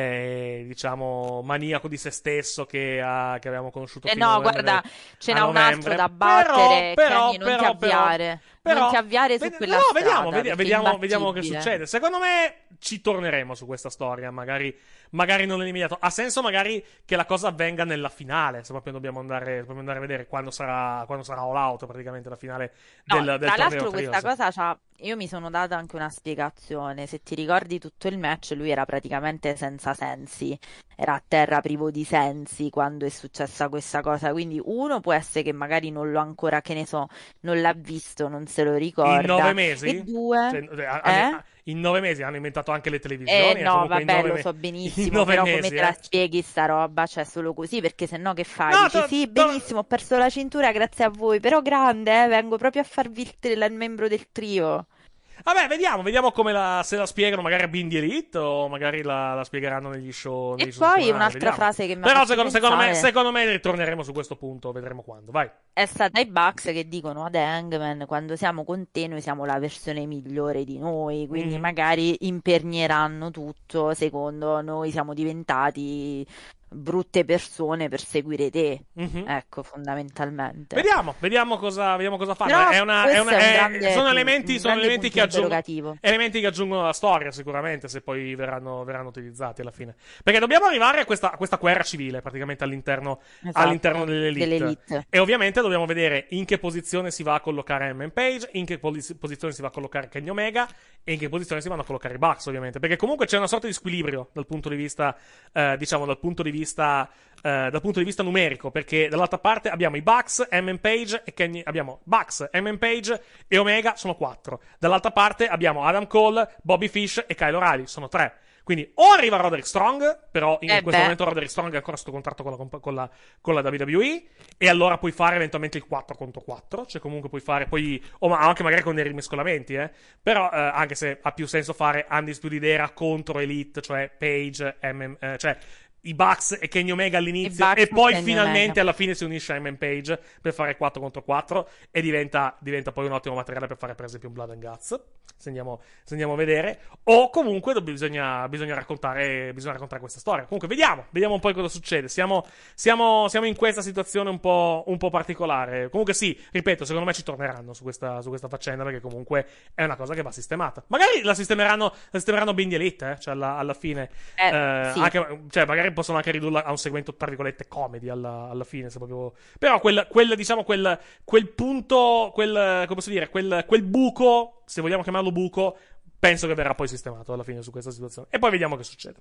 e, diciamo, maniaco di se stesso che, ha, che avevamo conosciuto Eh fino no, a novembre- guarda, ce a n'ha un altro novembre. da battere, Però, però, Kenny, non però, ti avviare. però, non ti avviare su Ved- quella no, strada, vediamo, vedi- perché è vediamo, vediamo che imbattibile. succede. Secondo me ci torneremo su questa storia, magari, magari non nell'immediato. Ha senso magari che la cosa avvenga nella finale, se proprio dobbiamo andare, dobbiamo andare a vedere quando sarà, quando sarà All Out, praticamente la finale No, del, del tra torneo l'altro trios. questa cosa c'ha... Io mi sono data anche una spiegazione. Se ti ricordi tutto il match, lui era praticamente senza sensi. Era a terra privo di sensi quando è successa questa cosa. Quindi uno può essere che magari non l'ho ancora, che ne so, non l'ha visto, non se lo ricorda. In nove mesi? E due... Cioè, ha- Eh? ha- in nove mesi hanno inventato anche le televisioni. Eh e no, comunque in vabbè, nove lo me- so in benissimo, nove però mesi, come te la eh. spieghi sta roba? Cioè, solo così, perché se no che fai? No, Dici, to- sì, to- benissimo, ho perso la cintura grazie a voi, però grande, eh, vengo proprio a farvi il, tri- il membro del trio. Vabbè, vediamo, vediamo come la, se la spiegano magari a Bindi Elite o magari la, la spiegheranno negli show. E negli show poi settimanali, un'altra vediamo. frase che mi ha Però fatto secondo, secondo me, pensare- secondo me ritorneremo su questo punto, vedremo quando. Vai. È stata i Bucks che dicono ad Hangman: quando siamo con te noi siamo la versione migliore di noi, quindi Mm. magari impernieranno tutto secondo noi siamo diventati brutte persone per seguire te. Mhm. Ecco, fondamentalmente. Vediamo, vediamo cosa, vediamo cosa fanno. Però È una, è questo una- è un è- grande- sono un elementi, sono grande elementi che punto aggiungono, interrogativo. elementi che aggiungono alla storia, sicuramente, se poi verranno, verranno utilizzati alla fine. Perché dobbiamo arrivare a questa, a questa guerra civile, praticamente all'interno, Esatto, all'interno dell'elite. dell'elite. E ovviamente dobbiamo vedere in che posizione si va a collocare Hangman Page, in che posi- posizione si va a collocare Kenny Omega e in che posizione si vanno a collocare i Bucks, ovviamente. Perché comunque c'è una sorta di squilibrio dal punto di vista, eh, diciamo, dal punto di vista, eh, dal punto di vista numerico. Perché dall'altra parte abbiamo i Bucks, Hangman Page e Kenny, abbiamo Bucks, Hangman Page e Omega, sono quattro. Dall'altra parte abbiamo Adam Cole, Bobby Fish e Kyle O'Reilly, sono tre. Quindi o arriva Roderick Strong, però in Eh questo beh. momento Roderick Strong ha ancora sto contratto con la, comp- con, la, con la W W E, e allora puoi fare eventualmente il quattro contro quattro, cioè comunque puoi fare, poi, o ma anche magari con dei rimescolamenti, eh. Però eh, anche se ha più senso fare Undisputed Era contro Elite, cioè Page, M M, eh, cioè i Bucks e Kenny Omega all'inizio, I Bucks e poi e Kenny finalmente Omega. alla fine si unisce a Hangman Page per fare quattro contro quattro e diventa, diventa poi un ottimo materiale per fare per esempio un Blood and Guts, se andiamo, se andiamo a vedere, o comunque do- bisogna, bisogna, raccontare, bisogna raccontare questa storia. Comunque vediamo, vediamo un po' cosa succede. Siamo, siamo, siamo in questa situazione un po', un po' particolare. Comunque sì, ripeto, secondo me ci torneranno su questa, su questa faccenda, perché comunque è una cosa che va sistemata. Magari la sistemeranno, la sistemeranno Bindi Elite, eh? Cioè alla, alla fine. Eh, Eh, sì. anche, cioè, magari possono anche ridurla a un segmento, tra virgolette, comedy alla, alla fine. Se proprio... Però quel, quel, diciamo, quel, quel punto, quel, come posso dire, quel, quel buco, se vogliamo chiamarlo buco, penso che verrà poi sistemato alla fine su questa situazione. E poi vediamo che succede.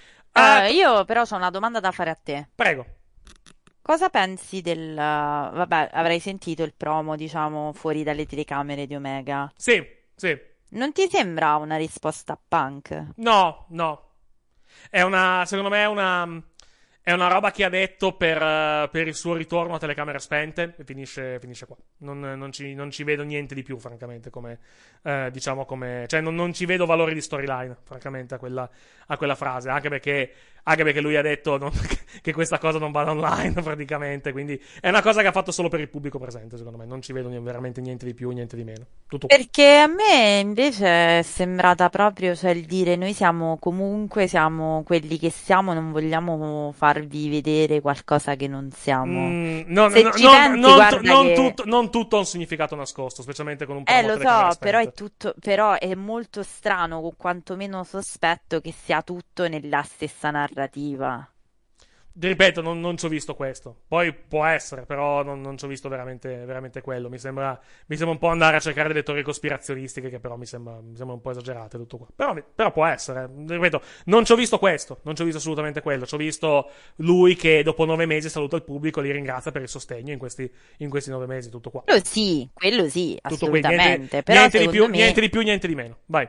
Ah, Eh, io però ho una domanda da fare a te. prego. Cosa pensi del... Vabbè, avrai sentito il promo, diciamo, fuori dalle telecamere di Omega. Sì, sì. Non ti sembra una risposta a Punk? No, no. È una, secondo me è una, è una roba che ha detto per, eh, per il suo ritorno a telecamere spente e finisce, finisce qua. Non, non, ci, non ci vedo niente di più, francamente, come, eh, diciamo come, cioè non, non ci vedo valori di storyline, francamente, a quella, a quella frase, anche perché, anche perché lui ha detto non- che questa cosa non vada online, praticamente, quindi è una cosa che ha fatto solo per il pubblico presente, secondo me. Non ci vedo ni- veramente niente di più, niente di meno. Tutto qua. Perché a me invece è sembrata proprio, cioè il dire noi siamo comunque, siamo quelli che siamo, non vogliamo farvi vedere qualcosa che non siamo. Mm, no, Se no, ci non- pensi, non, guarda non che- tutto, non tutto ha un significato nascosto, specialmente con un Eh, promo lo a telecamere so, però è spente. tutto, però è molto strano, o quantomeno sospetto che sia tutto nella stessa narrativa. Ripeto, non, non ci ho visto questo. Poi può essere, però non, non ci ho visto veramente, veramente quello. Mi sembra, mi sembra un po' andare a cercare delle teorie cospirazionistiche che però mi sembra, mi sembra un po' esagerate tutto qua. Però, però può essere. Ripeto, non ci ho visto questo. Non ci ho visto assolutamente quello. Ci ho visto lui che dopo nove mesi saluta il pubblico e li ringrazia per il sostegno in questi, in questi nove mesi. Tutto qua. Quello sì, quello sì, Tutto qui. assolutamente. Niente, Però niente di secondo più, me... niente di più, niente di meno. Vai.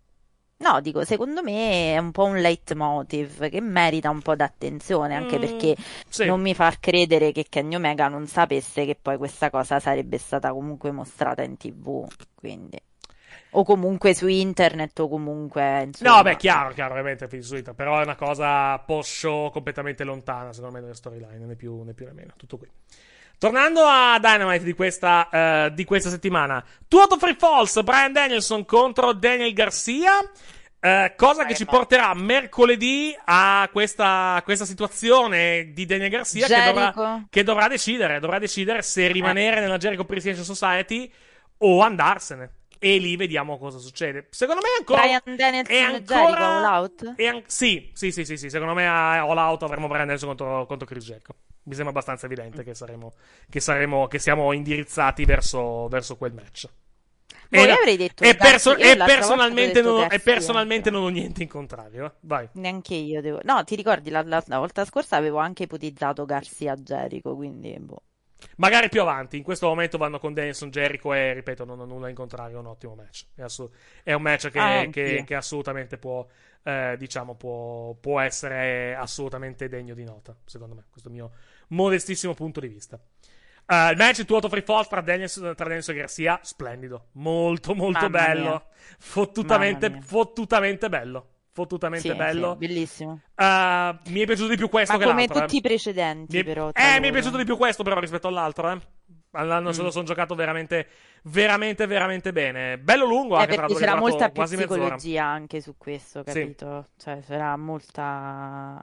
No, dico, secondo me è un po' un leitmotiv che merita un po' d'attenzione, anche Mm, perché sì. non mi fa credere che Kenny Omega non sapesse che poi questa cosa sarebbe stata comunque mostrata in tivù, quindi... O comunque su internet, o comunque, insomma. No, beh, chiaro, chiaro, ovviamente su internet, però è una cosa post-show completamente lontana, secondo me, dalle storyline, né più né più né meno, tutto qui. Tornando a Dynamite di questa, uh, di questa settimana, two out of three falls, Bryan Danielson contro Daniel Garcia, uh, cosa che ci porterà mercoledì a questa, questa situazione di Daniel Garcia che dovrà, che dovrà decidere, dovrà decidere se rimanere eh. nella Jericho Appreciation Society o andarsene. E lì vediamo cosa succede. Secondo me è ancora Bryan Danielson è ancora Jericho All Out? È an- sì, sì, sì, sì, sì. Secondo me a All Out avremo Bryan Danielson contro, contro Chris Jericho. Mi sembra abbastanza evidente che saremo che saremo che siamo indirizzati verso, verso quel match. Boh, e io avrei detto e, perso- io e personalmente, non, Garcia, e personalmente non ho niente in contrario. Eh. Vai. Neanche io devo. No, ti ricordi la, la, la volta scorsa avevo anche ipotizzato Garcia Jericho, quindi boh. Magari più avanti, in questo momento vanno con Danielson, Jericho e, ripeto, non ho nulla in contrario, è un ottimo match. È, assu- è un match che, ah, che, che assolutamente può, eh, diciamo, può, può essere assolutamente degno di nota, secondo me, questo è il mio modestissimo punto di vista. Uh, il match two out of three falls tra Danielson, tra Danielson e Garcia, splendido, molto molto Mamma bello, mia. fottutamente, fottutamente bello. Fottutamente sì, bello, sì, bellissimo. Uh, mi è piaciuto di più questo Ma che come l'altro. tutti eh. i precedenti, mi è... però. Eh, mi è piaciuto di più questo, però, rispetto all'altro. Eh. All'anno mm. se lo sono giocato veramente, veramente, veramente bene. Bello lungo, eh, anche perché c'era molta più quasi psicologia mezz'ora. Anche su questo, capito? Sì. Cioè, c'era molta.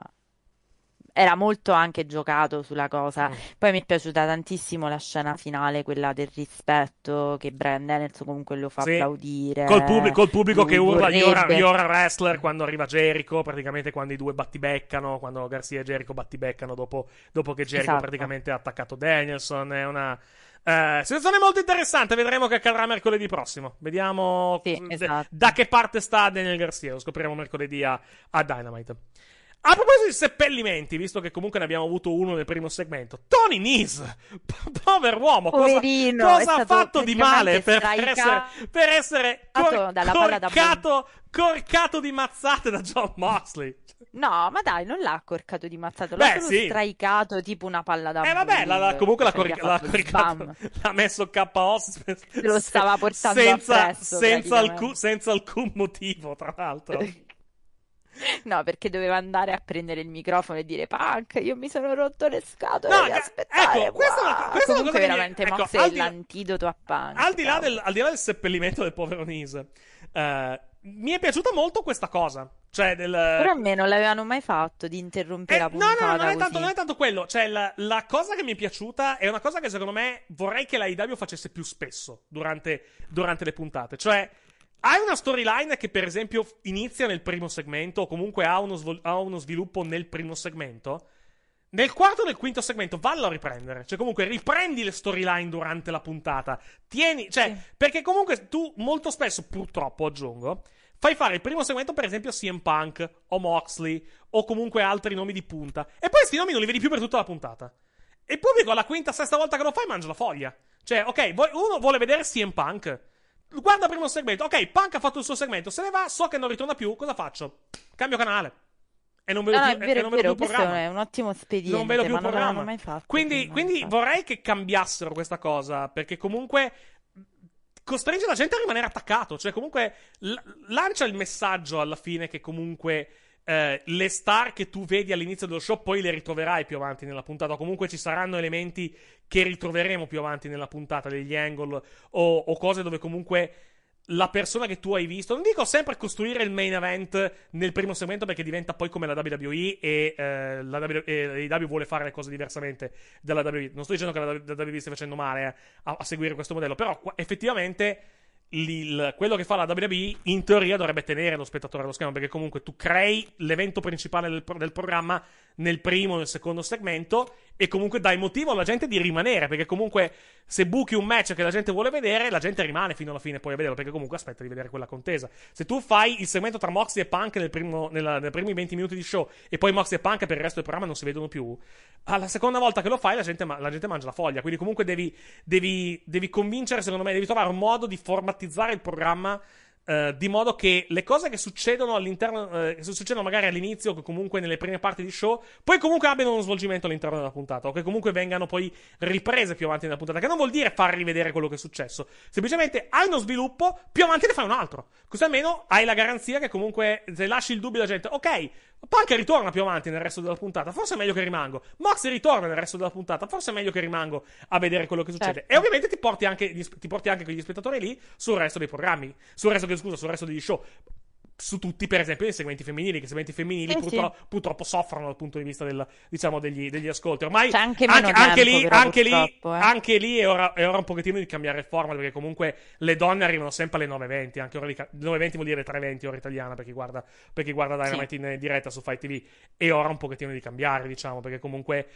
Era molto anche giocato sulla cosa. Mm. Poi mi è piaciuta tantissimo la scena finale, quella del rispetto, che Bryan Danielson comunque lo fa sì. applaudire. Col pubblico, col pubblico che urla vorrebbe... You're a wrestler quando arriva Jericho, praticamente quando i due battibeccano, quando Garcia e Jericho battibeccano dopo, dopo che Jericho esatto. praticamente ha attaccato Danielson. È una uh, situazione molto interessante, vedremo che accadrà mercoledì prossimo. Vediamo sì, esatto. da che parte sta Daniel Garcia, lo scopriremo mercoledì a, a Dynamite. A proposito di seppellimenti, visto che comunque ne abbiamo avuto uno nel primo segmento, Tony Nese, pover uomo, cosa, cosa ha fatto di male per, per essere, per essere cor- corcato, corcato di mazzate da Jon Moxley? No, ma dai, non l'ha corcato di mazzate, l'ha Beh, solo sì. straicato tipo una palla da Eh vabbè, la, la, comunque l'ha, cioè, coric- l'ha coricato, l'ha messo K O se lo stava portando senza, appresso, senza, alcun, senza alcun motivo, tra l'altro. No, perché doveva andare a prendere il microfono e dire Punk, io mi sono rotto le scatole, no, devi aspettare. Ecco, questa wow. è una, questa Comunque è una cosa veramente che mi... Mox ecco, è di... l'antidoto a Punk. Al di, là del, al di là del seppellimento del povero Nese, uh, mi è piaciuta molto questa cosa. Cioè del... Però a me non l'avevano mai fatto di interrompere eh, la puntata. No, no, non è, tanto, così. non è tanto quello. Cioè, la, la cosa che mi è piaciuta è una cosa che secondo me vorrei che la I W facesse più spesso durante, durante le puntate. Cioè, hai una storyline che, per esempio, inizia nel primo segmento, o comunque ha uno, svol- ha uno sviluppo nel primo segmento. Nel quarto o nel quinto segmento, vallo a riprendere. Cioè, comunque, riprendi le storyline durante la puntata. Tieni, cioè, sì. Perché comunque tu, molto spesso, purtroppo, aggiungo, fai fare il primo segmento, per esempio, C M Punk, o Moxley, o comunque altri nomi di punta. E poi questi nomi non li vedi più per tutta la puntata. E il pubblico, alla quinta, sesta volta che lo fai, mangia la foglia. Cioè, ok, uno vuole vedere C M Punk. Guarda il primo segmento, ok, Punk ha fatto il suo segmento, se ne va, so che non ritorna più, cosa faccio? Cambio canale. E non vedo no, più, no, è vero, e non è vedo vero, più questo programma. è un ottimo espediente, non vedo più ma programma. non l'hanno mai fatto. Quindi, quindi fatto. vorrei che cambiassero questa cosa, perché comunque costringe la gente a rimanere attaccato, cioè comunque l- lancia il messaggio alla fine che comunque eh, le star che tu vedi all'inizio dello show poi le ritroverai più avanti nella puntata, o comunque ci saranno elementi che ritroveremo più avanti nella puntata, degli angle o, o cose dove comunque la persona che tu hai visto, non dico sempre costruire il main event nel primo segmento perché diventa poi come la W W E e eh, la W W E, l'A E W vuole fare le cose diversamente dalla W W E. Non sto dicendo che la W W E stia facendo male eh, a, a seguire questo modello, però effettivamente il, quello che fa la W W E in teoria dovrebbe tenere lo spettatore allo schermo, perché comunque tu crei l'evento principale del, del programma nel primo o nel secondo segmento e comunque dai motivo alla gente di rimanere, perché comunque se buchi un match che la gente vuole vedere, la gente rimane fino alla fine poi a vederlo, perché comunque aspetta di vedere quella contesa. Se tu fai il segmento tra Moxley e Punk nel primo, nella, nei primi venti minuti di show e poi Moxley e Punk per il resto del programma non si vedono più, alla seconda volta che lo fai la gente, la gente mangia la foglia, quindi comunque devi, devi, devi convincere, secondo me, devi trovare un modo di formatizzare il programma Uh, di modo che le cose che succedono all'interno, uh, che succedono magari all'inizio, o che comunque nelle prime parti di show, poi comunque abbiano uno svolgimento all'interno della puntata, o che comunque vengano poi riprese più avanti nella puntata, che non vuol dire far rivedere quello che è successo, semplicemente hai uno sviluppo, più avanti ne fai un altro, così almeno hai la garanzia che comunque se lasci il dubbio alla gente, ok, Punk ritorna più avanti nel resto della puntata, forse è meglio che rimango, Moxley ritorna nel resto della puntata, forse è meglio che rimango a vedere quello che succede, certo. E ovviamente ti porti anche ti porti anche quegli spettatori lì sul resto dei programmi, sul resto che scusa, sul resto degli show, su tutti, per esempio, i segmenti femminili, che i segmenti femminili eh, purtroppo, sì. purtroppo soffrono dal punto di vista del, diciamo, degli, degli ascolti. Ormai c'è anche, anche, tempo, anche lì, però, anche lì, eh. anche lì è ora, è ora un pochettino di cambiare il format, perché comunque le donne arrivano sempre alle nove e venti, anche ora le nove e venti vuol dire le tre e venti ora italiana per chi guarda, per chi guarda Dynamite sì. in diretta su Fight T V. È ora un pochettino di cambiare, diciamo, perché comunque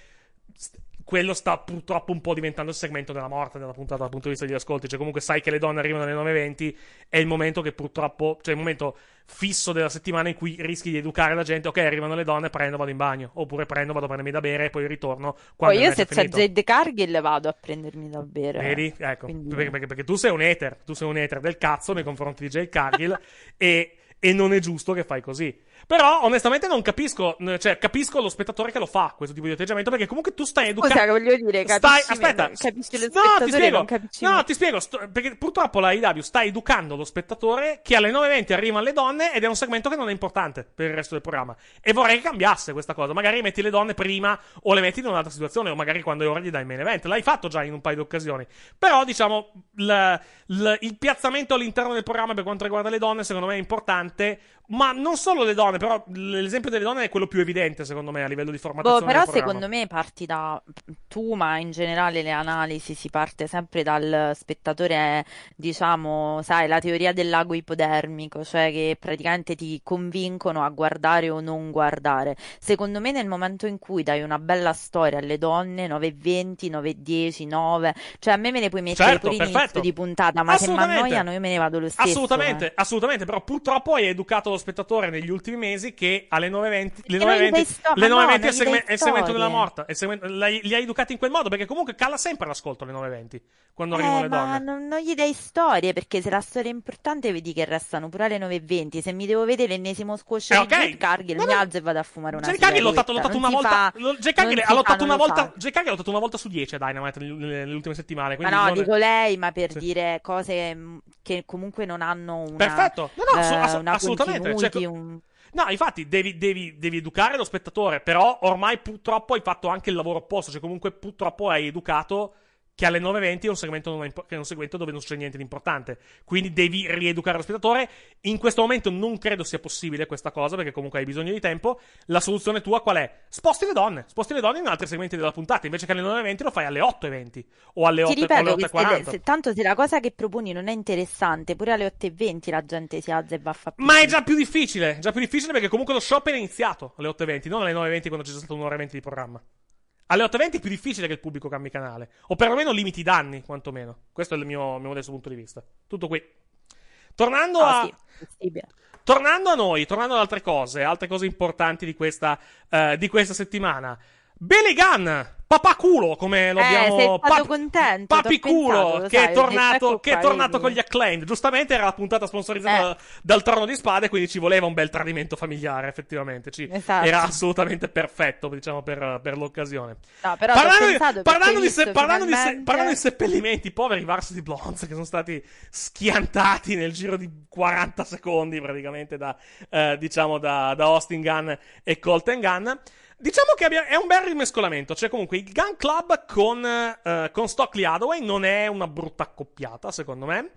quello sta purtroppo un po' diventando il segmento della morte della puntata dal punto di vista degli ascolti, cioè comunque sai che le donne arrivano alle nove e venti, è il momento che purtroppo, cioè il momento fisso della settimana in cui rischi di educare la gente, ok, arrivano le donne, prendo, vado in bagno, oppure prendo, vado a prendermi da bere e poi ritorno quando poi io se c'è Jade Cargill vado a prendermi da bere. Vedi? Ecco, quindi... perché, perché, perché tu sei un hater, tu sei un hater del cazzo nei confronti di Jade Cargill e, e non è giusto che fai così. Però, onestamente, non capisco, cioè, capisco lo spettatore che lo fa, questo tipo di atteggiamento, perché comunque tu stai educando. Cosa voglio dire? Stai, aspetta, capisci lo no, ti spiego, non capisci no, ti spiego, sto, perché purtroppo la I W sta educando lo spettatore che alle nove e venti arrivano le donne ed è un segmento che non è importante per il resto del programma. E vorrei che cambiasse questa cosa. Magari metti le donne prima o le metti in un'altra situazione, o magari quando è ora gli dai il main event. L'hai fatto già in un paio di occasioni. Però, diciamo, l, l, il piazzamento all'interno del programma per quanto riguarda le donne, secondo me è importante. Ma non solo le donne, però l'esempio delle donne è quello più evidente, secondo me, a livello di formazione. Boh, però secondo me parti da tu, ma in generale le analisi si parte sempre dal spettatore, diciamo, sai, la teoria del lago ipodermico, cioè che praticamente ti convincono a guardare o non guardare. Secondo me nel momento in cui dai una bella storia alle donne, nove e venti, nove e dieci, nove, cioè a me me ne puoi mettere certo, pure perfetto. inizio di puntata, ma se mi annoiano io me ne vado lo stesso. Assolutamente, eh. assolutamente, però purtroppo hai educato lo spettatore negli ultimi mesi che alle nove e venti le Perché nove e non gli dai venti sto- le ma nove e no, venti è non il gli segme- dai è il segmento della storie. morta, è il segmento- l'hai- li hai educati in quel modo perché comunque cala sempre l'ascolto alle nove e venti quando Eh, arrivano le ma donne. non, non gli dai storie, perché se la storia è importante vedi che restano pure alle nove e venti. Se mi devo vedere l'ennesimo squash Eh, di ok. Jade Cargill, No, mi no. alzo e vado a fumare una Jay Cargill l'ho sigaretta. lottato, lottato Non una si volta. fa- lo- Jay Cargill non ha si lottato fa, una non lo volta. fa. Jay Cargill ha lottato una volta su dieci a Dynamite nelle, nelle ultime settimane. Ma Quindi no, non è- dico lei, ma per Sì. dire cose mh, che comunque non hanno una, Perfetto. No, no, assu- eh, assu- una assolutamente. continuity, Cioè, un- No, infatti devi, devi, devi educare lo spettatore, però ormai purtroppo hai fatto anche il lavoro opposto, cioè comunque purtroppo hai educato che alle nove e venti è un segmento, non è impo- che è un segmento dove non succede niente di importante, quindi devi rieducare lo spettatore. In questo momento non credo sia possibile questa cosa, perché comunque hai bisogno di tempo. La soluzione tua qual è? Sposti le donne, sposti le donne in altri segmenti della puntata, invece che alle nove e venti lo fai alle otto e venti o alle Ti otto, o ripeto alle otto che e quaranta. se, se- tanto se la cosa che proponi non è interessante, pure alle otto e venti la gente si alza e va a fare Ma è già più difficile, è già più difficile perché comunque lo show è iniziato alle otto e venti, non alle nove e venti quando c'è stato un'ora e venti di programma. Alle otto e venti è più difficile che il pubblico cambi canale, o perlomeno limiti i danni, quantomeno. Questo è il mio, mio modesto punto di vista. Tutto qui. Tornando Ah, a... sì, possibile. Tornando a noi, tornando ad altre cose, altre cose importanti di questa, eh, di questa settimana. Billy Gunn, papà culo, come lo Eh, abbiamo... sei stato pap- contento, Papi t'ho culo, pensato, lo che, sai, è ho detto, tornato, ecco che è qua, tornato vedi. con gli Acclaimed. Giustamente era la puntata sponsorizzata Eh. dal, dal Trono di Spade, quindi ci voleva un bel tradimento familiare, effettivamente. Ci- Esatto. Era assolutamente perfetto, diciamo, per, per l'occasione. No, però t'ho Parlando, di, pensato parlando, perché di hai se- visto parlando di se- finalmente- parlando di seppellimenti, i poveri Varsity Blondes che sono stati schiantati nel giro di quaranta secondi praticamente da, eh, diciamo, da, da Austin Gunn e Colten Gunn. Diciamo che abbia- è un bel rimescolamento, cioè comunque il Gun Club con, eh, con Stockley Hathaway non è una brutta accoppiata, secondo me.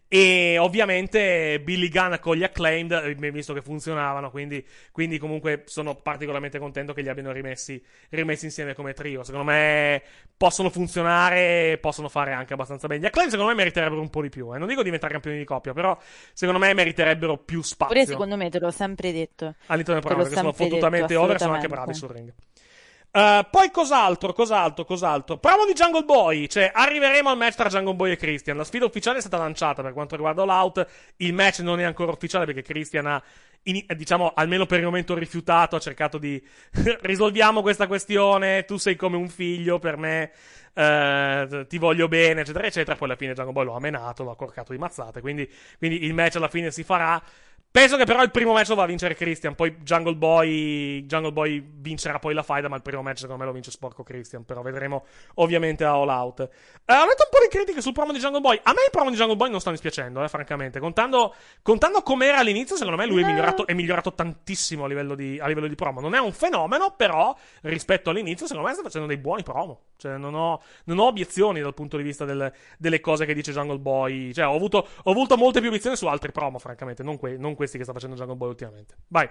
E ovviamente Billy Gunn con gli Acclaimed, eh, visto che funzionavano, quindi, quindi comunque sono particolarmente contento che li abbiano rimessi, rimessi insieme come trio. Secondo me possono funzionare, possono fare anche abbastanza bene. Gli Acclaimed secondo me meriterebbero un po' di più, eh. Non dico diventare campioni di coppia, però secondo me meriterebbero più spazio. Pure secondo me, te l'ho sempre detto. All'interno del Te l'ho programma, perché sono sempre fottutamente detto, over e sono anche bravi assolutamente. sul ring. Uh, poi cos'altro, cos'altro, cos'altro? Promo di Jungle Boy, cioè arriveremo al match tra Jungle Boy e Christian. La sfida ufficiale è stata lanciata per quanto riguarda l'out. Il match non è ancora ufficiale perché Christian ha in, diciamo, almeno per il momento rifiutato, ha cercato di risolviamo questa questione, tu sei come un figlio per me, eh, ti voglio bene, eccetera, eccetera. Poi alla fine Jungle Boy lo ha menato, lo ha corcato di mazzate, quindi, quindi il match alla fine si farà. Penso che però il primo match lo va a vincere Christian, poi Jungle Boy Jungle Boy vincerà poi la faida, ma il primo match secondo me lo vince sporco Christian, però vedremo ovviamente a All Out. Eh, ho letto un po' di critiche sul promo di Jungle Boy. A me il promo di Jungle Boy non sta dispiacendo, eh, francamente. Contando, contando com'era all'inizio, secondo me lui è migliorato, è migliorato tantissimo a livello, di, a livello di promo. Non è un fenomeno, però rispetto all'inizio secondo me sta facendo dei buoni promo. Cioè non ho, non ho obiezioni dal punto di vista del, delle cose che dice Jungle Boy. Cioè ho avuto, ho avuto molte più obiezioni su altri promo, francamente, non, que- non questi che sta facendo Jungle Boy ultimamente. Vai.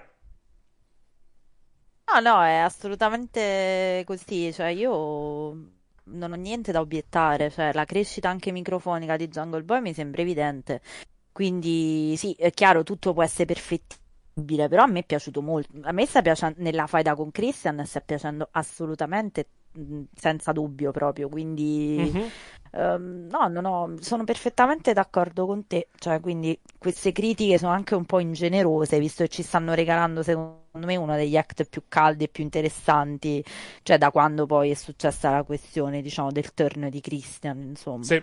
No, no, è assolutamente così, cioè io non ho niente da obiettare, cioè la crescita anche microfonica di Jungle Boy mi sembra evidente, quindi sì, è chiaro, tutto può essere perfettibile, però a me è piaciuto molto, a me sta piacendo, nella faida con Christian sta piacendo assolutamente, mh, senza dubbio proprio, quindi Mhm. ehm, no, no, no, sono perfettamente d'accordo con te, cioè quindi queste critiche sono anche un po' ingenerose, visto che ci stanno regalando secondo me uno degli act più caldi e più interessanti, cioè da quando poi è successa la questione, diciamo, del turn di Christian, insomma. Sì.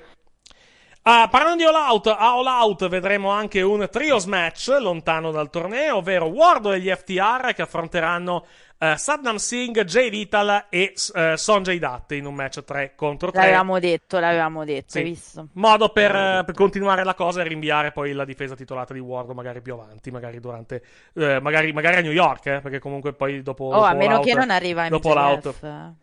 Ah, parlando di All Out, a All Out vedremo anche un trios match lontano dal torneo, ovvero Wardlow e gli F T R che affronteranno eh, Satnam Singh, Jay Lethal e eh, Sonjay Dutt in un match tre contro tre. L'avevamo detto, l'avevamo detto, Sì. hai visto? Modo per, eh, per continuare la cosa e rinviare poi la difesa titolata di Wardlow magari più avanti, magari durante eh, magari, magari a New York, eh, perché comunque poi dopo, Oh, dopo a meno All che Out- non arriva dopo M J All F. Out.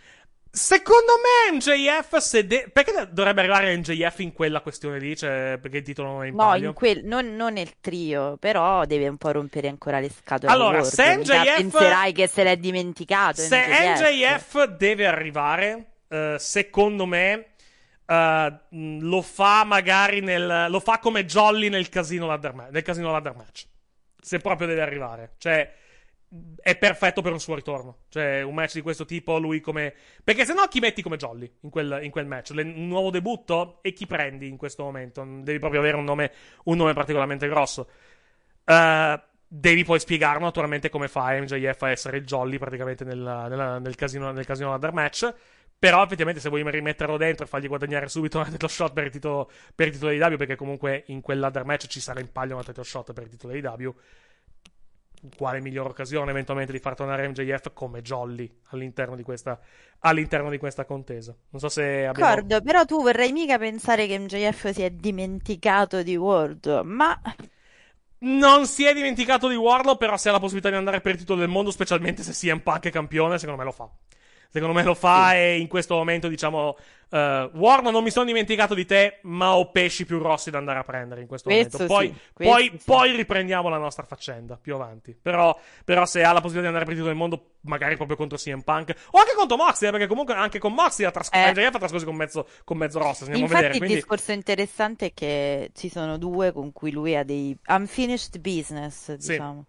Secondo me M J F se de- perché dovrebbe arrivare M J F in quella questione lì, cioè perché il titolo non è in No, palio? in quel, non, non nel trio, però deve un po' rompere ancora le scatole. Allora, a Wardlow. se Mica M J F penserai che se l'è dimenticato. Se M J F deve arrivare, eh, secondo me eh, mh, lo fa magari nel lo fa come Jolly nel casino ladder, ma- nel casino ladder match. Se proprio deve arrivare, cioè è perfetto per un suo ritorno. Cioè, un match di questo tipo, lui come. Perché se no, chi metti come Jolly in quel, in quel match? Le- un nuovo debutto? E chi prendi in questo momento? Devi proprio avere un nome, un nome particolarmente grosso. Eh, devi poi spiegare naturalmente come fa M J F a essere il Jolly praticamente nella- nella- nel casino, nel casino ladder match. Però effettivamente se vuoi rimetterlo dentro e fargli guadagnare subito un title shot per il titolo, per il titolo A E W, perché comunque in quel ladder match ci sarà in palio una title shot per il titolo A E W, quale migliore occasione eventualmente di far tornare M J F come Jolly all'interno di questa, all'interno di questa contesa. Non so se abbiamo. D'accordo, però tu vorrei mica pensare che M J F si è dimenticato di Wardlow, ma Non si è dimenticato di Wardlow, però se ha la possibilità di andare per il titolo del mondo, specialmente se C M Punk è campione, secondo me lo fa. Secondo me lo fa e in questo momento diciamo uh, Wardlow, non mi sono dimenticato di te, ma ho pesci più grossi da andare a prendere in questo, Questo momento. Poi, sì, questo poi, sì. poi riprendiamo la nostra faccenda più avanti. Però, però se ha la possibilità di andare per il titolo del mondo, magari proprio contro C M Punk o anche contro Moxley, eh, perché comunque anche con Moxley ha trascorso Eh. M J F ha trascorso con mezzo, con mezzo roster. Andiamo a infatti vedere. il Quindi discorso interessante è che ci sono due con cui lui ha dei unfinished business, Sì. diciamo.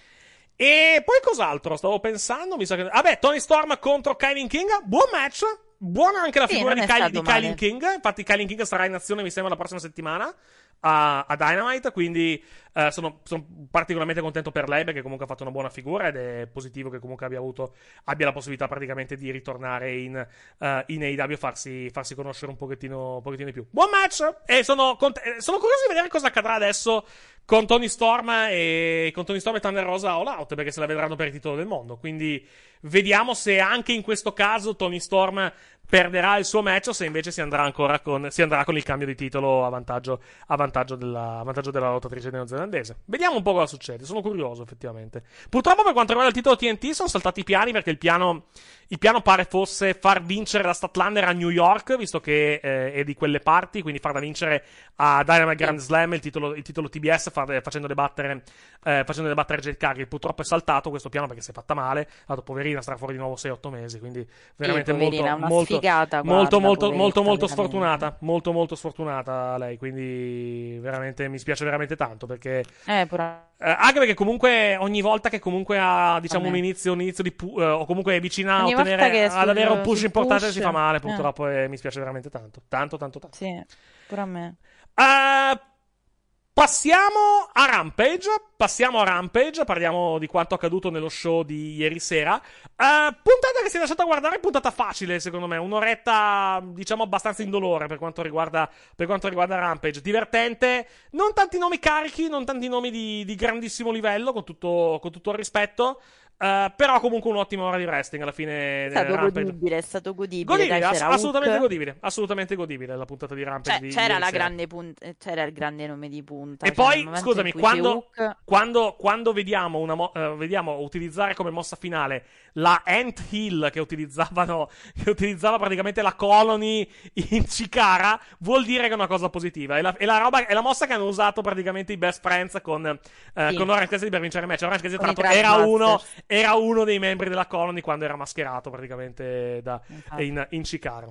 E poi cos'altro? Stavo pensando, mi sa che. Vabbè, Tony Storm contro Kylie King. Buon match. Buona anche la Sì, figura non di è Kylie, stato di Kylie male. King. Infatti, Kylie King sarà in azione, mi sembra, la prossima settimana a, a Dynamite. Quindi eh, sono, sono particolarmente contento per lei perché comunque ha fatto una buona figura ed è positivo che comunque abbia avuto abbia la possibilità praticamente di ritornare in, eh, in A E W e farsi, farsi conoscere un pochettino, un pochettino di più. Buon match! E sono, cont- eh, sono curioso di vedere cosa accadrà adesso con Tony Storm e con Tony Storm e Thunder Rosa All Out, perché se la vedranno per il titolo del mondo. Quindi vediamo se anche in questo caso Tony Storm perderà il suo match o se invece si andrà ancora con, si andrà con il cambio di titolo a vantaggio, a vantaggio della, a vantaggio della lottatrice neozelandese. Vediamo un po' cosa succede, sono curioso effettivamente. Purtroppo per quanto riguarda il titolo T N T sono saltati i piani perché il piano, il piano pare fosse far vincere la Statlander a New York, visto che eh, è di quelle parti, quindi farla vincere a Dynamite Grand Slam il titolo, il titolo T B S far, facendo debattere eh, facendo debattere Jade Cargill. Purtroppo è saltato questo piano perché si è fatta male, dato poverina starà fuori di nuovo sei otto mesi, quindi veramente poverina, molto una molto sfigata, molto guarda, molto poveretta, molto molto veramente. sfortunata, molto molto sfortunata lei, quindi veramente mi spiace veramente tanto perché Eh, pure... eh, anche perché comunque ogni volta che comunque ha diciamo Vabbè. un inizio, un inizio di pu- eh, o comunque è vicina a Ogni volta ottenere che è ad sul- avere un push sul importante push, si fa male eh. purtroppo e mi spiace veramente tanto tanto tanto tanto Sì, pure a me. Eh, Passiamo a Rampage, passiamo a Rampage, parliamo di quanto accaduto nello show di ieri sera. Uh, puntata che si è lasciata guardare, puntata facile secondo me, un'oretta diciamo abbastanza indolore per quanto riguarda, per quanto riguarda Rampage, divertente, non tanti nomi carichi, non tanti nomi di, di grandissimo livello, con tutto, con tutto il rispetto. Uh, però comunque un'ottima ora di wrestling alla fine. È stato Rampage. godibile, è stato godibile. Godibile, dai, ass- c'era assolutamente Hook. godibile, assolutamente godibile la puntata di Rampage. Cioè, di c'era ieri la sera. grande punta, c'era il grande nome di punta. E cioè, nel poi, momento scusami, in cui quando, c'è Hook- quando, quando vediamo, una mo- eh, vediamo utilizzare come mossa finale la Ant Hill che utilizzavano, che utilizzava praticamente la Colony in Chikara, vuol dire che è una cosa positiva. È la, è la, roba, è la mossa che hanno usato praticamente i Best Friends con, eh, Sì. con Orange Cassidy per vincere il match. Orange Cassidy, tra Con i l'altro, era uno, Trashmasters. era uno dei membri della Colony quando era mascherato praticamente da, Infatti. in, in Chikara.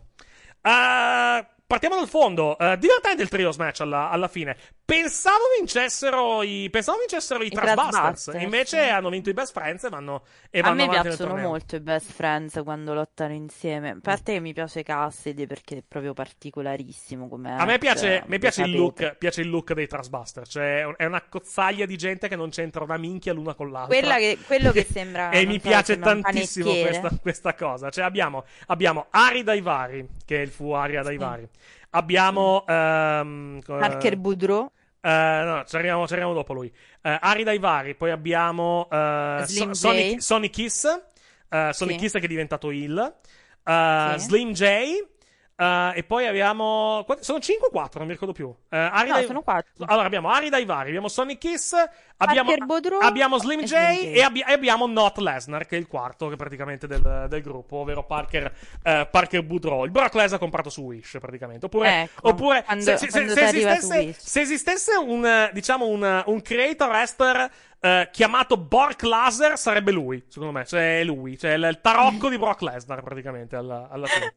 Uh, partiamo dal fondo. Uh, divertente il trios match alla, alla fine. Pensavo vincessero i, pensavo vincessero i, I Trashbusters. Trashbusters, Invece sì. hanno vinto i Best Friends e vanno, e A vanno me avanti nel piacciono torneo. molto i Best Friends quando lottano insieme. A parte che mi piace Cassidy perché è proprio particolarissimo come A me piace, mi piace il sapete. look, piace il look dei Trashbusters. Cioè, è una cozzaglia di gente che non c'entra una minchia l'una con l'altra. Quella che, quello che sembra. E non mi so, piace sembra un tantissimo panettiere. questa, questa cosa. Cioè, abbiamo, abbiamo Ari Daivari, che è il fu Aria Daivari. Abbiamo ehm, Parker Boudreau. eh, no, ci arriviamo, ci arriviamo dopo lui. Eh, Ari Daivari, poi abbiamo eh, Slim So- J. Sonic, Sonic Kiss, eh, Sonic Sì. Kiss che è diventato heel, eh, Sì. Slim J, eh, e poi abbiamo quanti- sono cinque o quattro, non mi ricordo più. Eh, Ari No, Dai- sono quattro. Allora abbiamo Ari Daivari, abbiamo Sonic Kiss, abbiamo, Parker Boudreau abbiamo Slim e J Slim J. e, abbi- e abbiamo Not Lesnar, che è il quarto che praticamente del, del gruppo, ovvero Parker, eh, Parker Boudreau. Il Brock Lesnar comprato su Wish praticamente. Oppure, Ecco, oppure quando- se, se- quando se ti arriva su esistesse, Wish. se esistesse un, eh, diciamo, un, un creator wrestler eh, chiamato Brock Lesnar, sarebbe lui, secondo me. Cioè, è lui. Cioè, il, il tarocco di Brock Lesnar praticamente alla, alla fine.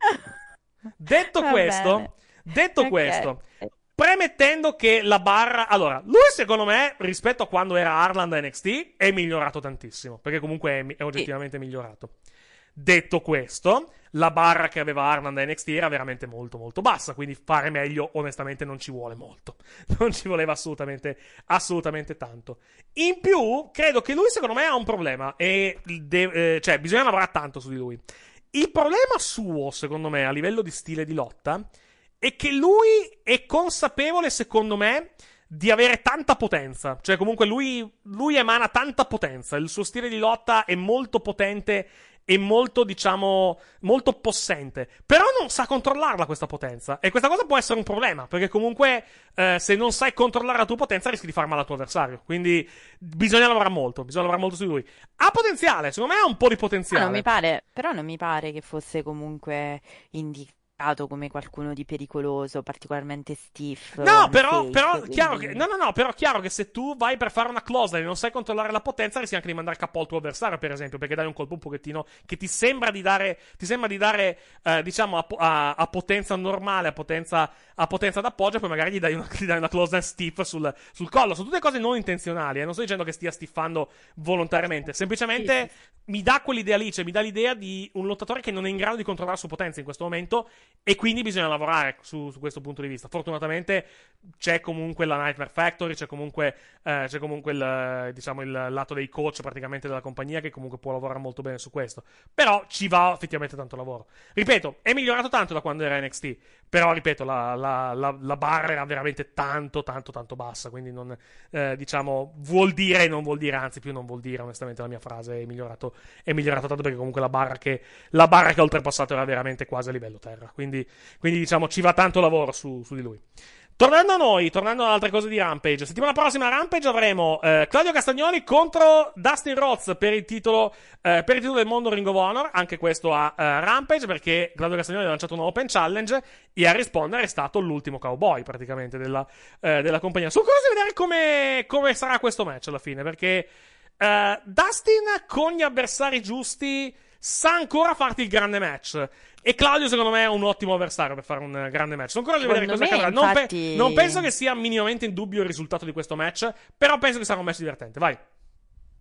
Detto Va questo, bene. detto Ok. questo, premettendo che la barra, allora, lui secondo me rispetto a quando era Harland a N X T è migliorato tantissimo, perché comunque è, è oggettivamente migliorato. Detto questo, la barra che aveva Harland a N X T era veramente molto molto bassa, quindi fare meglio onestamente non ci vuole molto. Non ci voleva assolutamente assolutamente tanto. In più, credo che lui secondo me ha un problema e de- eh, cioè bisogna lavorare tanto su di lui. Il problema suo, secondo me, a livello di stile di lotta, è che lui è consapevole, secondo me, di avere tanta potenza. Cioè, comunque, lui, lui emana tanta potenza. Il suo stile di lotta è molto potente e molto, diciamo, molto possente. Però non sa controllarla questa potenza. E questa cosa può essere un problema, perché comunque, eh, se non sai controllare la tua potenza, rischi di far male al tuo avversario. Quindi, bisogna lavorare molto. Bisogna lavorare molto su di lui. Ha potenziale, secondo me ha un po' di Ah, potenziale. non mi pare, però non mi pare che fosse comunque indicato come qualcuno di pericoloso, particolarmente stiff. No, on però, face, però quindi- chiaro che, no, no, no, però chiaro che se tu vai per fare una closa e non sai controllare la potenza, rischi anche di mandare a capo il tuo avversario, per esempio, perché dai un colpo un pochettino che ti sembra di dare, ti sembra di dare, eh, diciamo, a, a- a potenza normale, a potenza, a potenza d'appoggio, e poi magari gli dai una, gli dai una closa stiff sul, sul collo. Sono tutte cose non intenzionali, eh. Non sto dicendo che stia stiffando volontariamente, semplicemente mi dà quell'idea lì, cioè mi dà l'idea di un lottatore che non è in grado di controllare la sua potenza in questo momento, e quindi bisogna lavorare su, su questo punto di vista. Fortunatamente c'è comunque la Nightmare Factory, c'è comunque, eh, c'è comunque il, diciamo, il lato dei coach praticamente della compagnia che comunque può lavorare molto bene su questo. Però ci va effettivamente tanto lavoro. Ripeto, è migliorato tanto da quando era N X T, però ripeto, la, la, la, la barra era veramente tanto, tanto, tanto bassa, quindi non, eh, diciamo, vuol dire e non vuol dire, anzi più non vuol dire, onestamente la mia frase è migliorato, è migliorato tanto, perché comunque la barra che, la barra che ha oltrepassato era veramente quasi a livello terra, quindi, quindi diciamo ci va tanto lavoro su, su di lui. Tornando a noi, tornando ad altre cose di Rampage, settimana prossima a Rampage avremo eh, Claudio Castagnoli contro Dustin Rhodes per il titolo eh, per il titolo del mondo Ring of Honor, anche questo a eh, Rampage, perché Claudio Castagnoli ha lanciato un Open Challenge e a rispondere è stato l'ultimo cowboy praticamente della, eh, della compagnia. Sono curioso di vedere come, come sarà questo match alla fine, perché eh, Dustin con gli avversari giusti sa ancora farti il grande match. E Claudio, secondo me, è un ottimo avversario per fare un grande match. Sono ancora a vedere cosa Secondo me, accadrà. Non, pe- infatti- non penso che sia minimamente in dubbio il risultato di questo match, però penso che sarà un match divertente. Vai.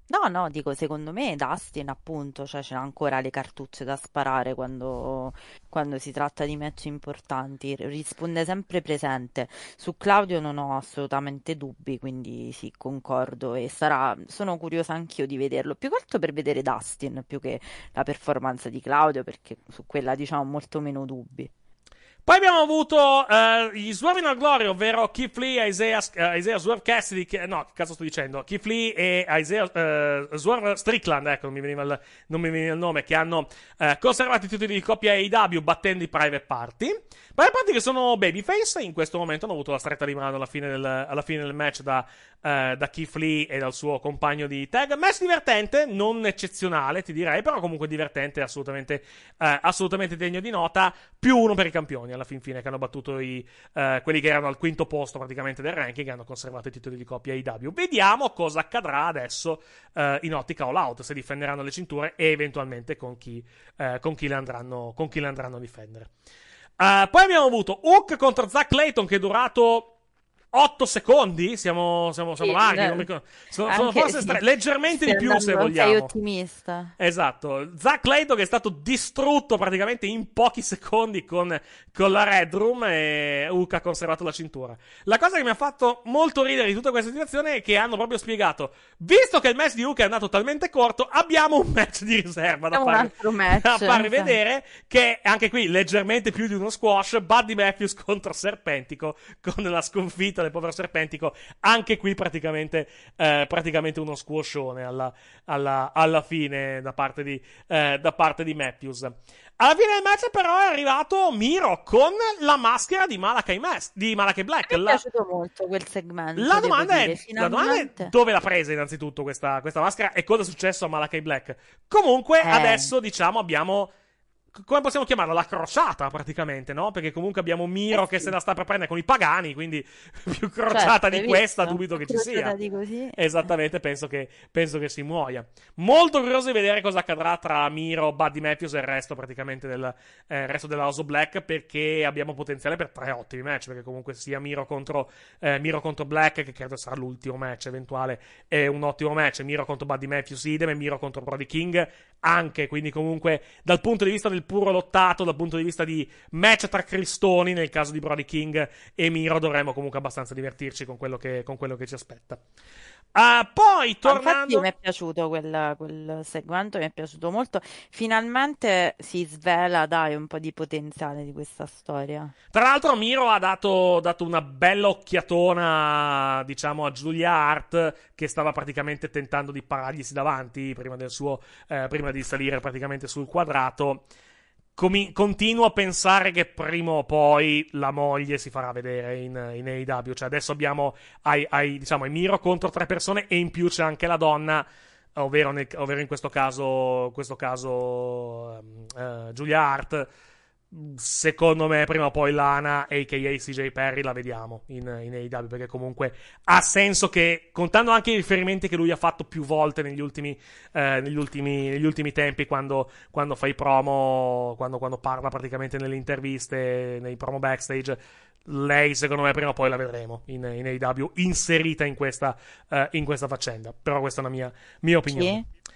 No, no, dico, secondo me Dustin appunto, cioè c'è ancora le cartucce da sparare quando, quando si tratta di match importanti, risponde sempre presente. Su Claudio non ho assolutamente dubbi, quindi sì, concordo e sarà, sono curiosa anch'io di vederlo, più che altro per vedere Dustin più che la performance di Claudio, perché su quella diciamo molto meno dubbi. Poi abbiamo avuto uh, gli Swerve in Glory, ovvero Keith Lee, Isaiah, uh, Isaiah Swerve Cassidy, che, no, che cazzo sto dicendo? Keith Lee e Isaiah uh, Swerve Strickland, ecco, non mi veniva il, non mi veniva il nome, che hanno uh, conservato i titoli di coppia A E W battendo i Private Party. Private Party che sono babyface, in questo momento hanno avuto la stretta di mano alla fine del, alla fine del match da, uh, da Keith Lee e dal suo compagno di tag. Match divertente, non eccezionale, ti direi, però comunque divertente, assolutamente, uh, assolutamente degno di nota, più uno per i campioni alla fin fine, che hanno battuto i, uh, quelli che erano al quinto posto praticamente del ranking e hanno conservato i titoli di coppia A E W. Vediamo cosa accadrà adesso uh, in ottica All Out, se difenderanno le cinture e eventualmente con chi, uh, con chi, le, andranno, con chi le andranno a difendere. Uh, poi abbiamo avuto Hook contro Zack Clayton, che è durato otto secondi, siamo, siamo, siamo Sì, larghi, eh, non mi ricordo. Sono, sono anche- forse sì. stre- leggermente Stai di più se andando- vogliamo. Sei ottimista. Esatto, Zack Clayton che è stato distrutto praticamente in pochi secondi con, con la Red Room e Hook ha conservato la cintura. La cosa che mi ha fatto molto ridere di tutta questa situazione è che hanno proprio spiegato, visto che il match di Hook è andato talmente corto, abbiamo un match di riserva da Abbiamo un fare, altro match, da farvi esatto. vedere, che anche qui leggermente più di uno squash, Buddy Matthews contro Serpentico, con la sconfitta del povero Serpentico, anche qui praticamente, eh, praticamente uno squashone alla, alla, alla fine da parte di, eh, da parte di Matthews. Alla fine del match però è arrivato Miro con la maschera di Malakai, Mas- di Malakai Black. Mi è La, piaciuto molto quel segmento. la devo domanda, dire, è, la domanda è finalmente. dove l'ha presa innanzitutto questa, questa maschera e cosa è successo a Malakai Black. Comunque Eh. adesso diciamo abbiamo, come possiamo chiamarla? La crociata praticamente, no? Perché comunque abbiamo Miro Eh che sì. se la sta per prendere con i pagani, quindi più crociata Certo, di hai questa visto? dubito che ci Crociata sia. di così. Esattamente, penso che, penso che si muoia. Molto curioso di vedere cosa accadrà tra Miro, Buddy Matthews e il resto praticamente del eh, il resto della House of Black, perché abbiamo potenziale per tre ottimi match, perché comunque sia Miro contro, eh, Miro contro Black, che credo sarà l'ultimo match eventuale, è un ottimo match, Miro contro Buddy Matthews idem, e Miro contro Brody King anche, quindi comunque dal punto di vista del puro lottato, dal punto di vista di match tra cristoni, nel caso di Brody King e Miro, dovremo comunque abbastanza divertirci con quello che, con quello che ci aspetta. Ah, poi, Infatti tornando... mi è piaciuto quel, quel segmento, mi è piaciuto molto. Finalmente si svela, dai, un po' di potenziale di questa storia. Tra l'altro Miro ha dato, dato una bella occhiatona, diciamo, a Julia Hart, che stava praticamente tentando di pararglisi davanti prima del suo, eh, prima di salire praticamente sul quadrato. Comi- continuo a pensare che prima o poi la moglie si farà vedere in, in A E W. Cioè adesso abbiamo ai, ai, diciamo, ai Miro contro tre persone e in più c'è anche la donna, ovvero, nel, ovvero in questo caso, in questo caso um, uh, Julia Hart. Secondo me prima o poi Lana, a k a. C J Perry, la vediamo in, in A E W, perché comunque ha senso che, contando anche i riferimenti che lui ha fatto più volte negli ultimi, eh, negli ultimi, negli ultimi tempi, quando, quando fa i promo, quando, quando parla praticamente nelle interviste, nei promo backstage, lei secondo me prima o poi la vedremo in, in A E W inserita in questa, uh, in questa faccenda. Però questa è una mia, mia opinione. Sì.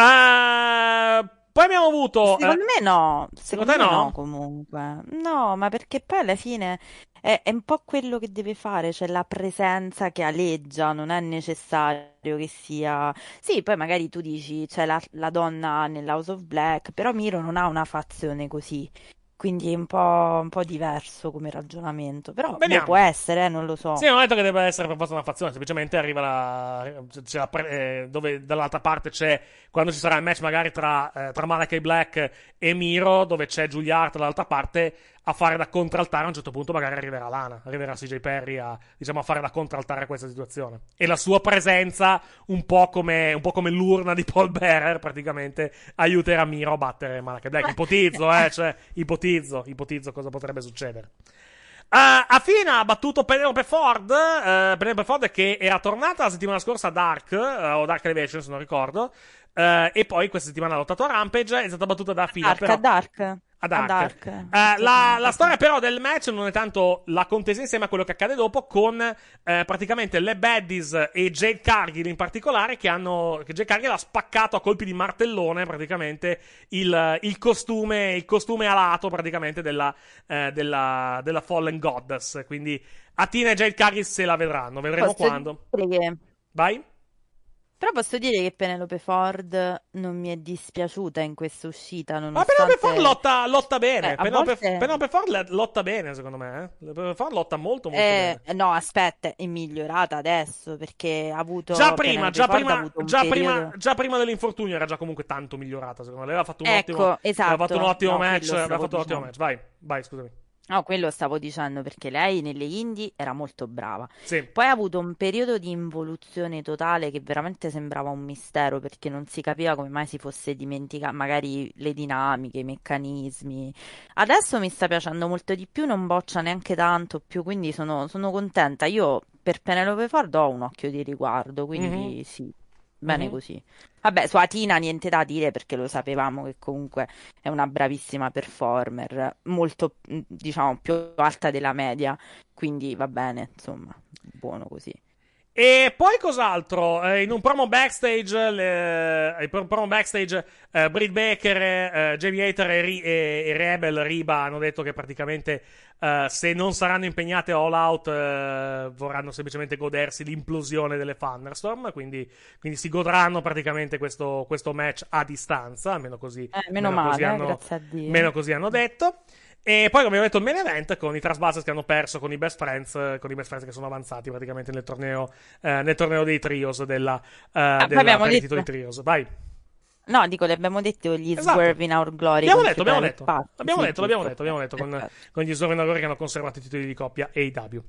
Uh, Poi abbiamo avuto... Secondo eh, me no, secondo te me no? no comunque. No, ma perché poi alla fine è, è un po' quello che deve fare, cioè la presenza che aleggia, non è necessario che sia... Sì, poi magari tu dici c'è la, la donna nell'House of Black, però Miro non ha una fazione così, quindi è un po', un po' diverso come ragionamento, però boh, Vediamo. può essere, eh, non lo so. Sì, non ho detto che debba essere per forza una fazione, semplicemente arriva la, c'è la pre- eh, dove dall'altra parte c'è, quando ci sarà il match magari tra, eh, tra Malakai Black e Miro, dove c'è Julia Hart dall'altra parte a fare da contraltare, a un certo punto magari arriverà Lana, arriverà C J Perry a, diciamo, a fare da contraltare a questa situazione. E la sua presenza, un po' come, un po' come l'urna di Paul Bearer, praticamente, aiuterà Miro a battere Malakai Black. Ipotizzo, eh, cioè, ipotizzo, ipotizzo cosa potrebbe succedere. Uh, a fine ha battuto Penelope Ford, uh, Penelope Ford che era tornata la settimana scorsa a Dark, uh, o Dark Elevation se non ricordo, uh, e poi questa settimana ha lottato a Rampage, è stata battuta da Fina. Dark, però... Dark. A Dark. A Dark. Uh, la, la storia però del match non è tanto la contesa insieme a quello che accade dopo, con eh, praticamente le Baddies e Jade Cargill in particolare, che hanno che Jade Cargill ha spaccato a colpi di martellone praticamente il, il costume il costume alato praticamente della, eh, della, della Fallen Goddess. Quindi Athena e Jade Cargill se la vedranno, vedremo Posso quando. dire che- Vai. Però posso dire che Penelope Ford non mi è dispiaciuta in questa uscita, Ma nonostante... Penelope Ford lotta, lotta bene. Eh, a Penelope, volte- Penelope Ford lotta bene, secondo me. Eh. Penelope Ford lotta molto, molto Eh, bene. no, aspetta, è migliorata adesso perché ha avuto... Già prima, Penelope già Ford ha prima, avuto un già, periodo- prima, già prima dell'infortunio era già comunque tanto migliorata, secondo me. Lei aveva fatto un Ecco, ottimo, esatto. aveva fatto un ottimo No, match. quello Aveva stavo fatto un ottimo dicendo. match. Vai, vai, scusami. No, quello stavo dicendo perché lei nelle indie era molto brava. Sì. Poi ha avuto un periodo di involuzione totale che veramente sembrava un mistero perché non si capiva come mai si fosse dimenticata magari le dinamiche, i meccanismi. Adesso mi sta piacendo molto di più, non boccia neanche tanto più, quindi sono, sono contenta. Io per Penelope Ford ho un occhio di riguardo, quindi Mhm. sì, bene Mhm. così. Vabbè, su Athena niente da dire perché lo sapevamo che comunque è una bravissima performer, molto, mh, diciamo, più alta della media, quindi va bene, insomma, buono così. E poi cos'altro? Eh, in un promo backstage, le, in un promo backstage, eh, Britt Baker, eh, Jamie Hater e, Ri- e- e Rebel Riba hanno detto che praticamente eh, se non saranno impegnate all out eh, vorranno semplicemente godersi l'implosione delle Thunderstorm, quindi, quindi si godranno praticamente questo, questo match a distanza, almeno così, Eh, meno almeno così male, eh, hanno, grazie a Dio. meno così hanno detto. E poi, come abbiamo detto, il main event con i Trustbusters che hanno perso con i Best Friends, eh, con i Best Friends che sono avanzati praticamente nel torneo, eh, nel torneo dei trios della, eh, poi della abbiamo per i detto- titoli trios. Vai. No, dico, le abbiamo detto gli Esatto. Swerve in Our Glory. Abbiamo con detto, abbiamo Private detto, Party. l'abbiamo Sì, detto, l'abbiamo giusto. detto, l'abbiamo detto con, Perfetto. con gli Swerve che hanno conservato i titoli di coppia A E W.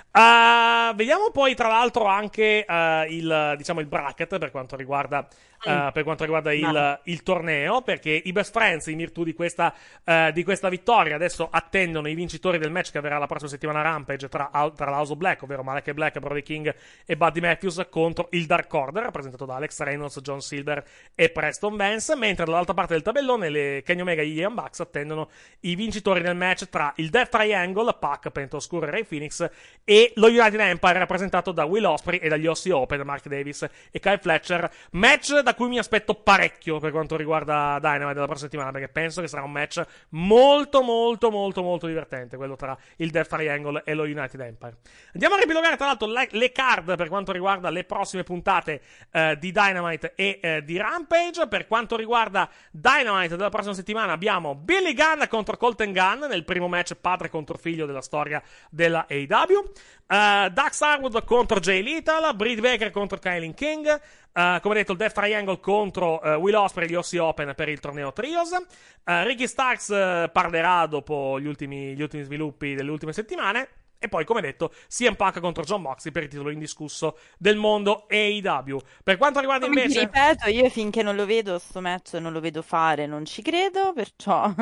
Uh, vediamo poi tra l'altro anche uh, il, diciamo, il bracket per quanto riguarda, uh, per quanto riguarda il, No. il torneo, perché i Best Friends, in virtù di questa, uh, di questa vittoria, adesso attendono i vincitori del match che avverrà la prossima settimana a Rampage tra, tra la House of Black, ovvero Malachi Black, Brody King e Buddy Matthews, contro il Dark Order rappresentato da Alex Reynolds, John Silver e Preston Vance, mentre dall'altra parte del tabellone le Kenny Omega e gli Young Bucks attendono i vincitori del match tra il Death Triangle, Pac, Penta Oscuro e Ray Phoenix, e lo United Empire rappresentato da Will Ospreay e dagli Aussie Open, Mark Davis e Kyle Fletcher. Match da cui mi aspetto parecchio per quanto riguarda Dynamite della prossima settimana, perché penso che sarà un match molto molto molto molto divertente, quello tra il Death Triangle e lo United Empire. Andiamo a riepilogare tra l'altro le, le card per quanto riguarda le prossime puntate eh, di Dynamite e eh, di Rampage. Per quanto riguarda Dynamite della prossima settimana abbiamo Billy Gunn contro Colten Gunn nel primo match padre contro figlio della storia della A E W. Uh, Dax Harwood contro Jay Lethal, Britt Baker contro Kylie King, uh, come detto il Death Triangle contro uh, Will Ospreay e gli Aussie Open per il torneo Trios. uh, Ricky Starks uh, parlerà dopo gli ultimi, gli ultimi sviluppi delle ultime settimane. E poi, come detto, C M Punk contro John Moxley per il titolo indiscusso del mondo A E W. Per quanto riguarda Come ti invece... ripeto, io finché non lo vedo sto match, non lo vedo fare, non ci credo, perciò...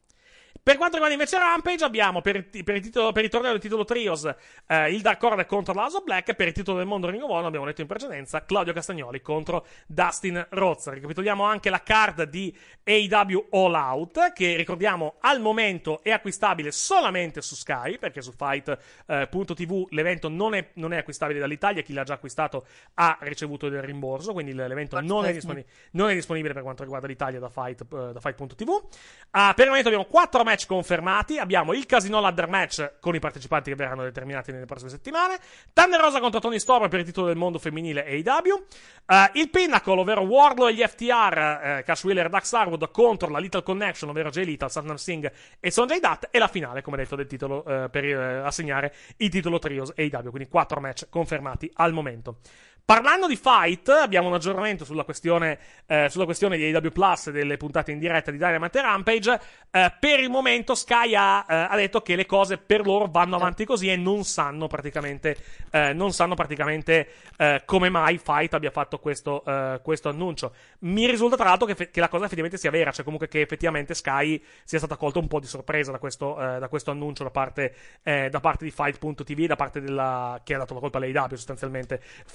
Per quanto riguarda invece Rampage, abbiamo per il, per il, titolo, per il torneo del titolo Trios eh, il Dark Order contro la House of Black. Per il titolo del mondo Ring of Honor, abbiamo detto in precedenza, Claudio Castagnoli contro Dustin Rhodes. Ricapitoliamo anche la card di A E W All Out, che ricordiamo al momento è acquistabile solamente su Sky, perché su Fight punto tv l'evento non è, non è acquistabile dall'Italia. Chi l'ha già acquistato ha ricevuto del rimborso, quindi l'evento non è, disponi- non è disponibile per quanto riguarda l'Italia da Fight, uh, da Fight punto tv. Uh, per il momento abbiamo quattro match confermati. Abbiamo il Casino Ladder match con i partecipanti che verranno determinati nelle prossime settimane. Thunder Rosa contro Tony Storm per il titolo del mondo femminile A E W. Uh, il Pinnacle, ovvero Wardlow e gli F T R, uh, Cash Wheeler e Dax Harwood contro la Little Connection, ovvero Jay Lethal, Satnam Singh e Sonjay Dutt. E la finale, come detto, del titolo uh, per uh, assegnare il titolo Trios A E W. Quindi quattro match confermati al momento. Parlando di Fight, abbiamo un aggiornamento sulla questione, eh, sulla questione di A E W Plus e delle puntate in diretta di Dynamite e Rampage. Eh, per il momento Sky ha, eh, ha detto che le cose per loro vanno avanti così e non sanno praticamente, eh, non sanno praticamente eh, come mai Fight abbia fatto questo, eh, questo annuncio. Mi risulta tra l'altro che, fe- che la cosa effettivamente sia vera, cioè comunque che effettivamente Sky sia stata colta un po' di sorpresa da questo, eh, da questo annuncio da parte, eh, da parte di Fight punto tv, da parte della che ha dato la colpa all'A E W sostanzialmente Fight per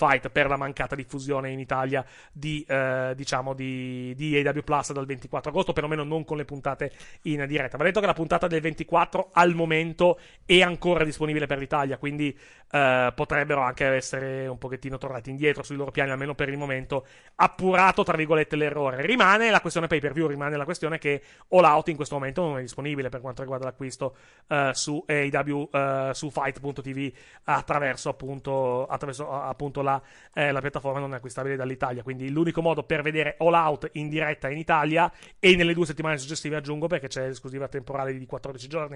per la mancata diffusione in Italia di, eh, diciamo, di, di A W Plus dal ventiquattro agosto, perlomeno non con le puntate in diretta. Va detto che la puntata del ventiquattro al momento è ancora disponibile per l'Italia, quindi eh, potrebbero anche essere un pochettino tornati indietro sui loro piani, almeno per il momento, appurato tra virgolette l'errore. Rimane la questione pay per view, rimane la questione che All Out in questo momento non è disponibile per quanto riguarda l'acquisto eh, su A E W, eh, su fight punto tv attraverso appunto, attraverso, appunto la, eh, la piattaforma non è acquistabile dall'Italia, quindi l'unico modo per vedere All Out in diretta in Italia e nelle due settimane successive, aggiungo, perché c'è l'esclusiva temporale di quattordici giorni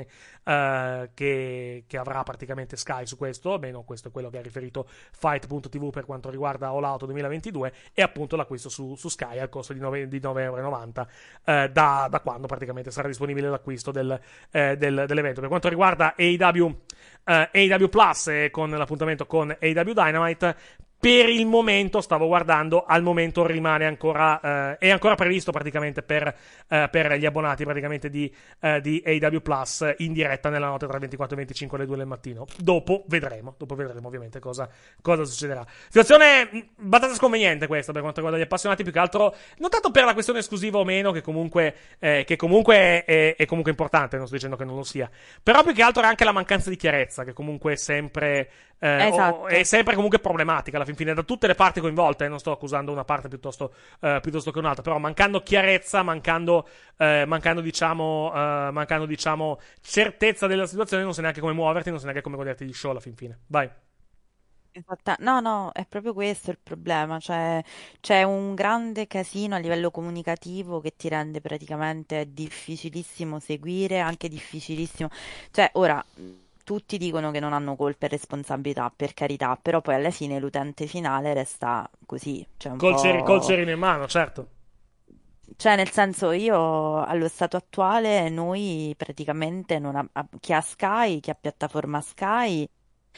eh, che, che avrà praticamente Sky su questo, almeno questo è quello che ha riferito fight punto tv per quanto riguarda All Out duemilaventidue, e appunto l'acquisto su, su Sky al costo di nove euro e novanta eh, da, da quando praticamente sarà disponibile l'acquisto del, eh, del, dell'evento. Per quanto riguarda A E W, eh, A E W Plus e con l'appuntamento con A E W Dynamite, per il momento, stavo guardando, al momento rimane ancora, eh, è ancora previsto praticamente per, eh, per gli abbonati praticamente di, eh, di A E W Plus in diretta nella notte tra le ventiquattro e venticinque alle due del mattino. Dopo vedremo, dopo vedremo ovviamente cosa, cosa succederà. Situazione abbastanza sconveniente questa per quanto riguarda gli appassionati, più che altro, non tanto per la questione esclusiva o meno, che comunque, eh, che comunque è, è comunque importante, non sto dicendo che non lo sia, però più che altro è anche la mancanza di chiarezza, che comunque è sempre... Eh, esatto. o, è sempre comunque problematica alla fin fine da tutte le parti coinvolte, eh, non sto accusando una parte piuttosto, eh, piuttosto che un'altra, però mancando chiarezza, mancando, eh, mancando diciamo eh, mancando diciamo certezza della situazione, non sai neanche come muoverti, non sai neanche come goderti gli show alla fin fine. Vai. Esatta- No, no, è proprio questo il problema, cioè c'è un grande casino a livello comunicativo che ti rende praticamente difficilissimo seguire, anche difficilissimo, cioè ora tutti dicono che non hanno colpa e responsabilità, per carità, però poi alla fine l'utente finale resta così, cioè un Col, po'... ceri- col cerino in mano, certo. Cioè, nel senso, io allo stato attuale, noi praticamente non ha- ha- chi ha Sky, chi ha piattaforma Sky,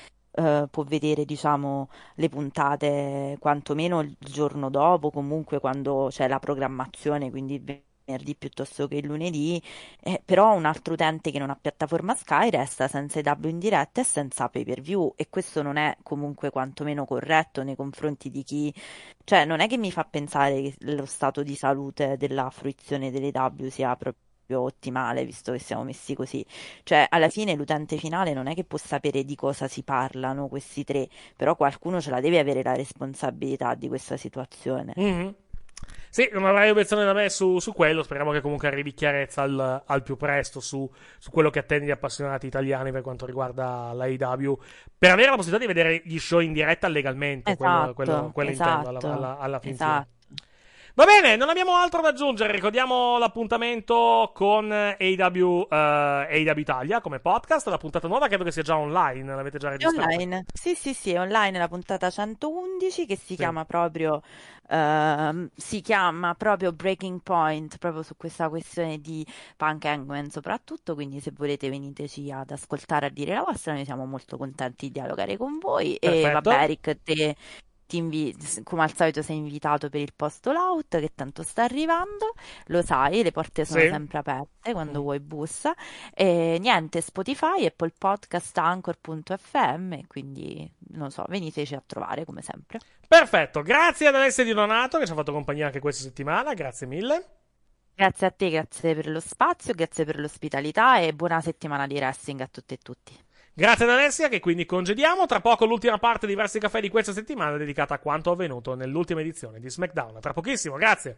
eh, può vedere, diciamo, le puntate quantomeno il giorno dopo, comunque quando c'è la programmazione, quindi il venerdì piuttosto che il lunedì, eh, però un altro utente che non ha piattaforma Sky resta senza A E W in diretta e senza pay per view, e questo non è comunque quantomeno corretto nei confronti di chi, cioè non è che mi fa pensare che lo stato di salute della fruizione delle A E W sia proprio ottimale, visto che siamo messi così, cioè alla fine l'utente finale non è che può sapere di cosa si parlano questi tre, però qualcuno ce la deve avere la responsabilità di questa situazione. Mm-hmm. Sì, non avrai obiezione da me su, su quello. Speriamo che comunque arrivi chiarezza al, al più presto su, su quello che attendi gli appassionati italiani per quanto riguarda la A E W, per avere la possibilità di vedere gli show in diretta legalmente. Esatto, quello, quello, quello esatto, intendo alla, alla, alla fin esatto. fine. Va bene, non abbiamo altro da aggiungere. Ricordiamo l'appuntamento con A E W, uh, A E W Italia come podcast. La puntata nuova credo che sia già online, l'avete già È registrata? online, sì sì sì, è online la puntata centoundici che si sì. chiama proprio uh, si chiama proprio Breaking Point, proprio su questa questione di Punk Hangman soprattutto, quindi se volete veniteci ad ascoltare, a dire la vostra, noi siamo molto contenti di dialogare con voi. Perfetto. E vabbè, Eric, te ti invi- come al solito sei invitato per il post all out che tanto sta arrivando, lo sai, le porte sono Sì. sempre aperte, quando vuoi bussa, e niente, Spotify, Apple Podcast, Anchor punto effe emme, quindi non so, veniteci a trovare come sempre. Perfetto, grazie ad Alessia Di Donato che ci ha fatto compagnia anche questa settimana, grazie mille. Grazie a te, grazie per lo spazio, grazie per l'ospitalità e buona settimana di wrestling a tutte e tutti. Grazie ad Alessia, che quindi congediamo. Tra poco l'ultima parte di Versi Caffè di questa settimana dedicata a quanto avvenuto nell'ultima edizione di SmackDown. Tra pochissimo, grazie.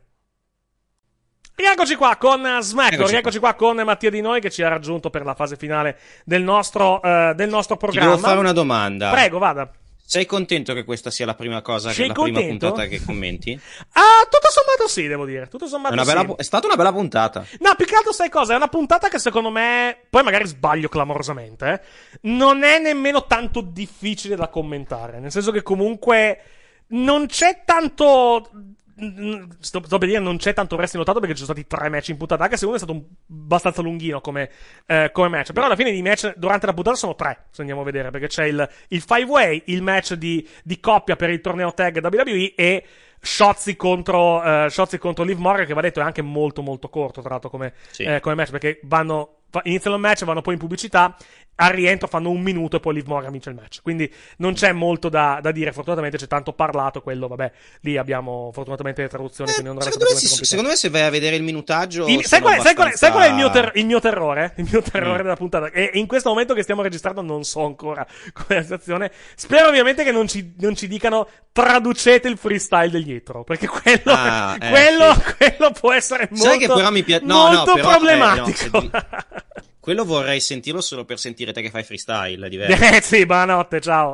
Rieccoci qua con SmackDown, Eccoci rieccoci qua con Mattia Di Noi che ci ha raggiunto per la fase finale del nostro, uh, del nostro Ti programma. devo fare una domanda. Prego, vada. Sei contento che questa sia la prima cosa, Sei che la contento? prima puntata che commenti? Ah, tutto sommato sì, devo dire. Tutto È, sommato una bella sì. pu- è stata una bella puntata. No, più che altro sai cosa? È una puntata che secondo me, poi magari sbaglio clamorosamente, eh, non è nemmeno tanto difficile da commentare. Nel senso che comunque non c'è tanto... Sto, sto per dire non c'è tanto wrestling notato perché ci sono stati tre match in puntata, anche se uno è stato un, abbastanza lunghino come, eh, come match, però alla fine i match durante la puntata sono tre, se andiamo a vedere, perché c'è il, il five way, il match di, di coppia per il torneo tag W W E e Shotzi contro, uh, Shotzi contro Liv Morgan, che va detto è anche molto molto corto tra l'altro come, Sì. eh, come match, perché vanno iniziano il match, vanno poi in pubblicità al rientro fanno un minuto e poi Liv Morgan vince il match. Quindi non c'è molto da, da dire. Fortunatamente c'è tanto parlato. Quello, vabbè, lì abbiamo fortunatamente le traduzioni. Eh, quindi non deve secondo, essere me si, secondo me, se vai a vedere il minutaggio. Il, sai, qual è, sai, qual è, sai qual è il mio, ter- il mio terrore? Il mio terrore Mm. della puntata. E in questo momento che stiamo registrando, non so ancora come è la situazione. Spero ovviamente che non ci, non ci dicano traducete il freestyle degli Etro. Perché quello, Ah, eh, quello, sì. quello può essere molto, Sai che però mi piace. No, molto no, però, problematico. Eh, no, se- quello vorrei sentirlo solo per sentire te che fai freestyle, è diverso. Eh sì, buonanotte, ciao.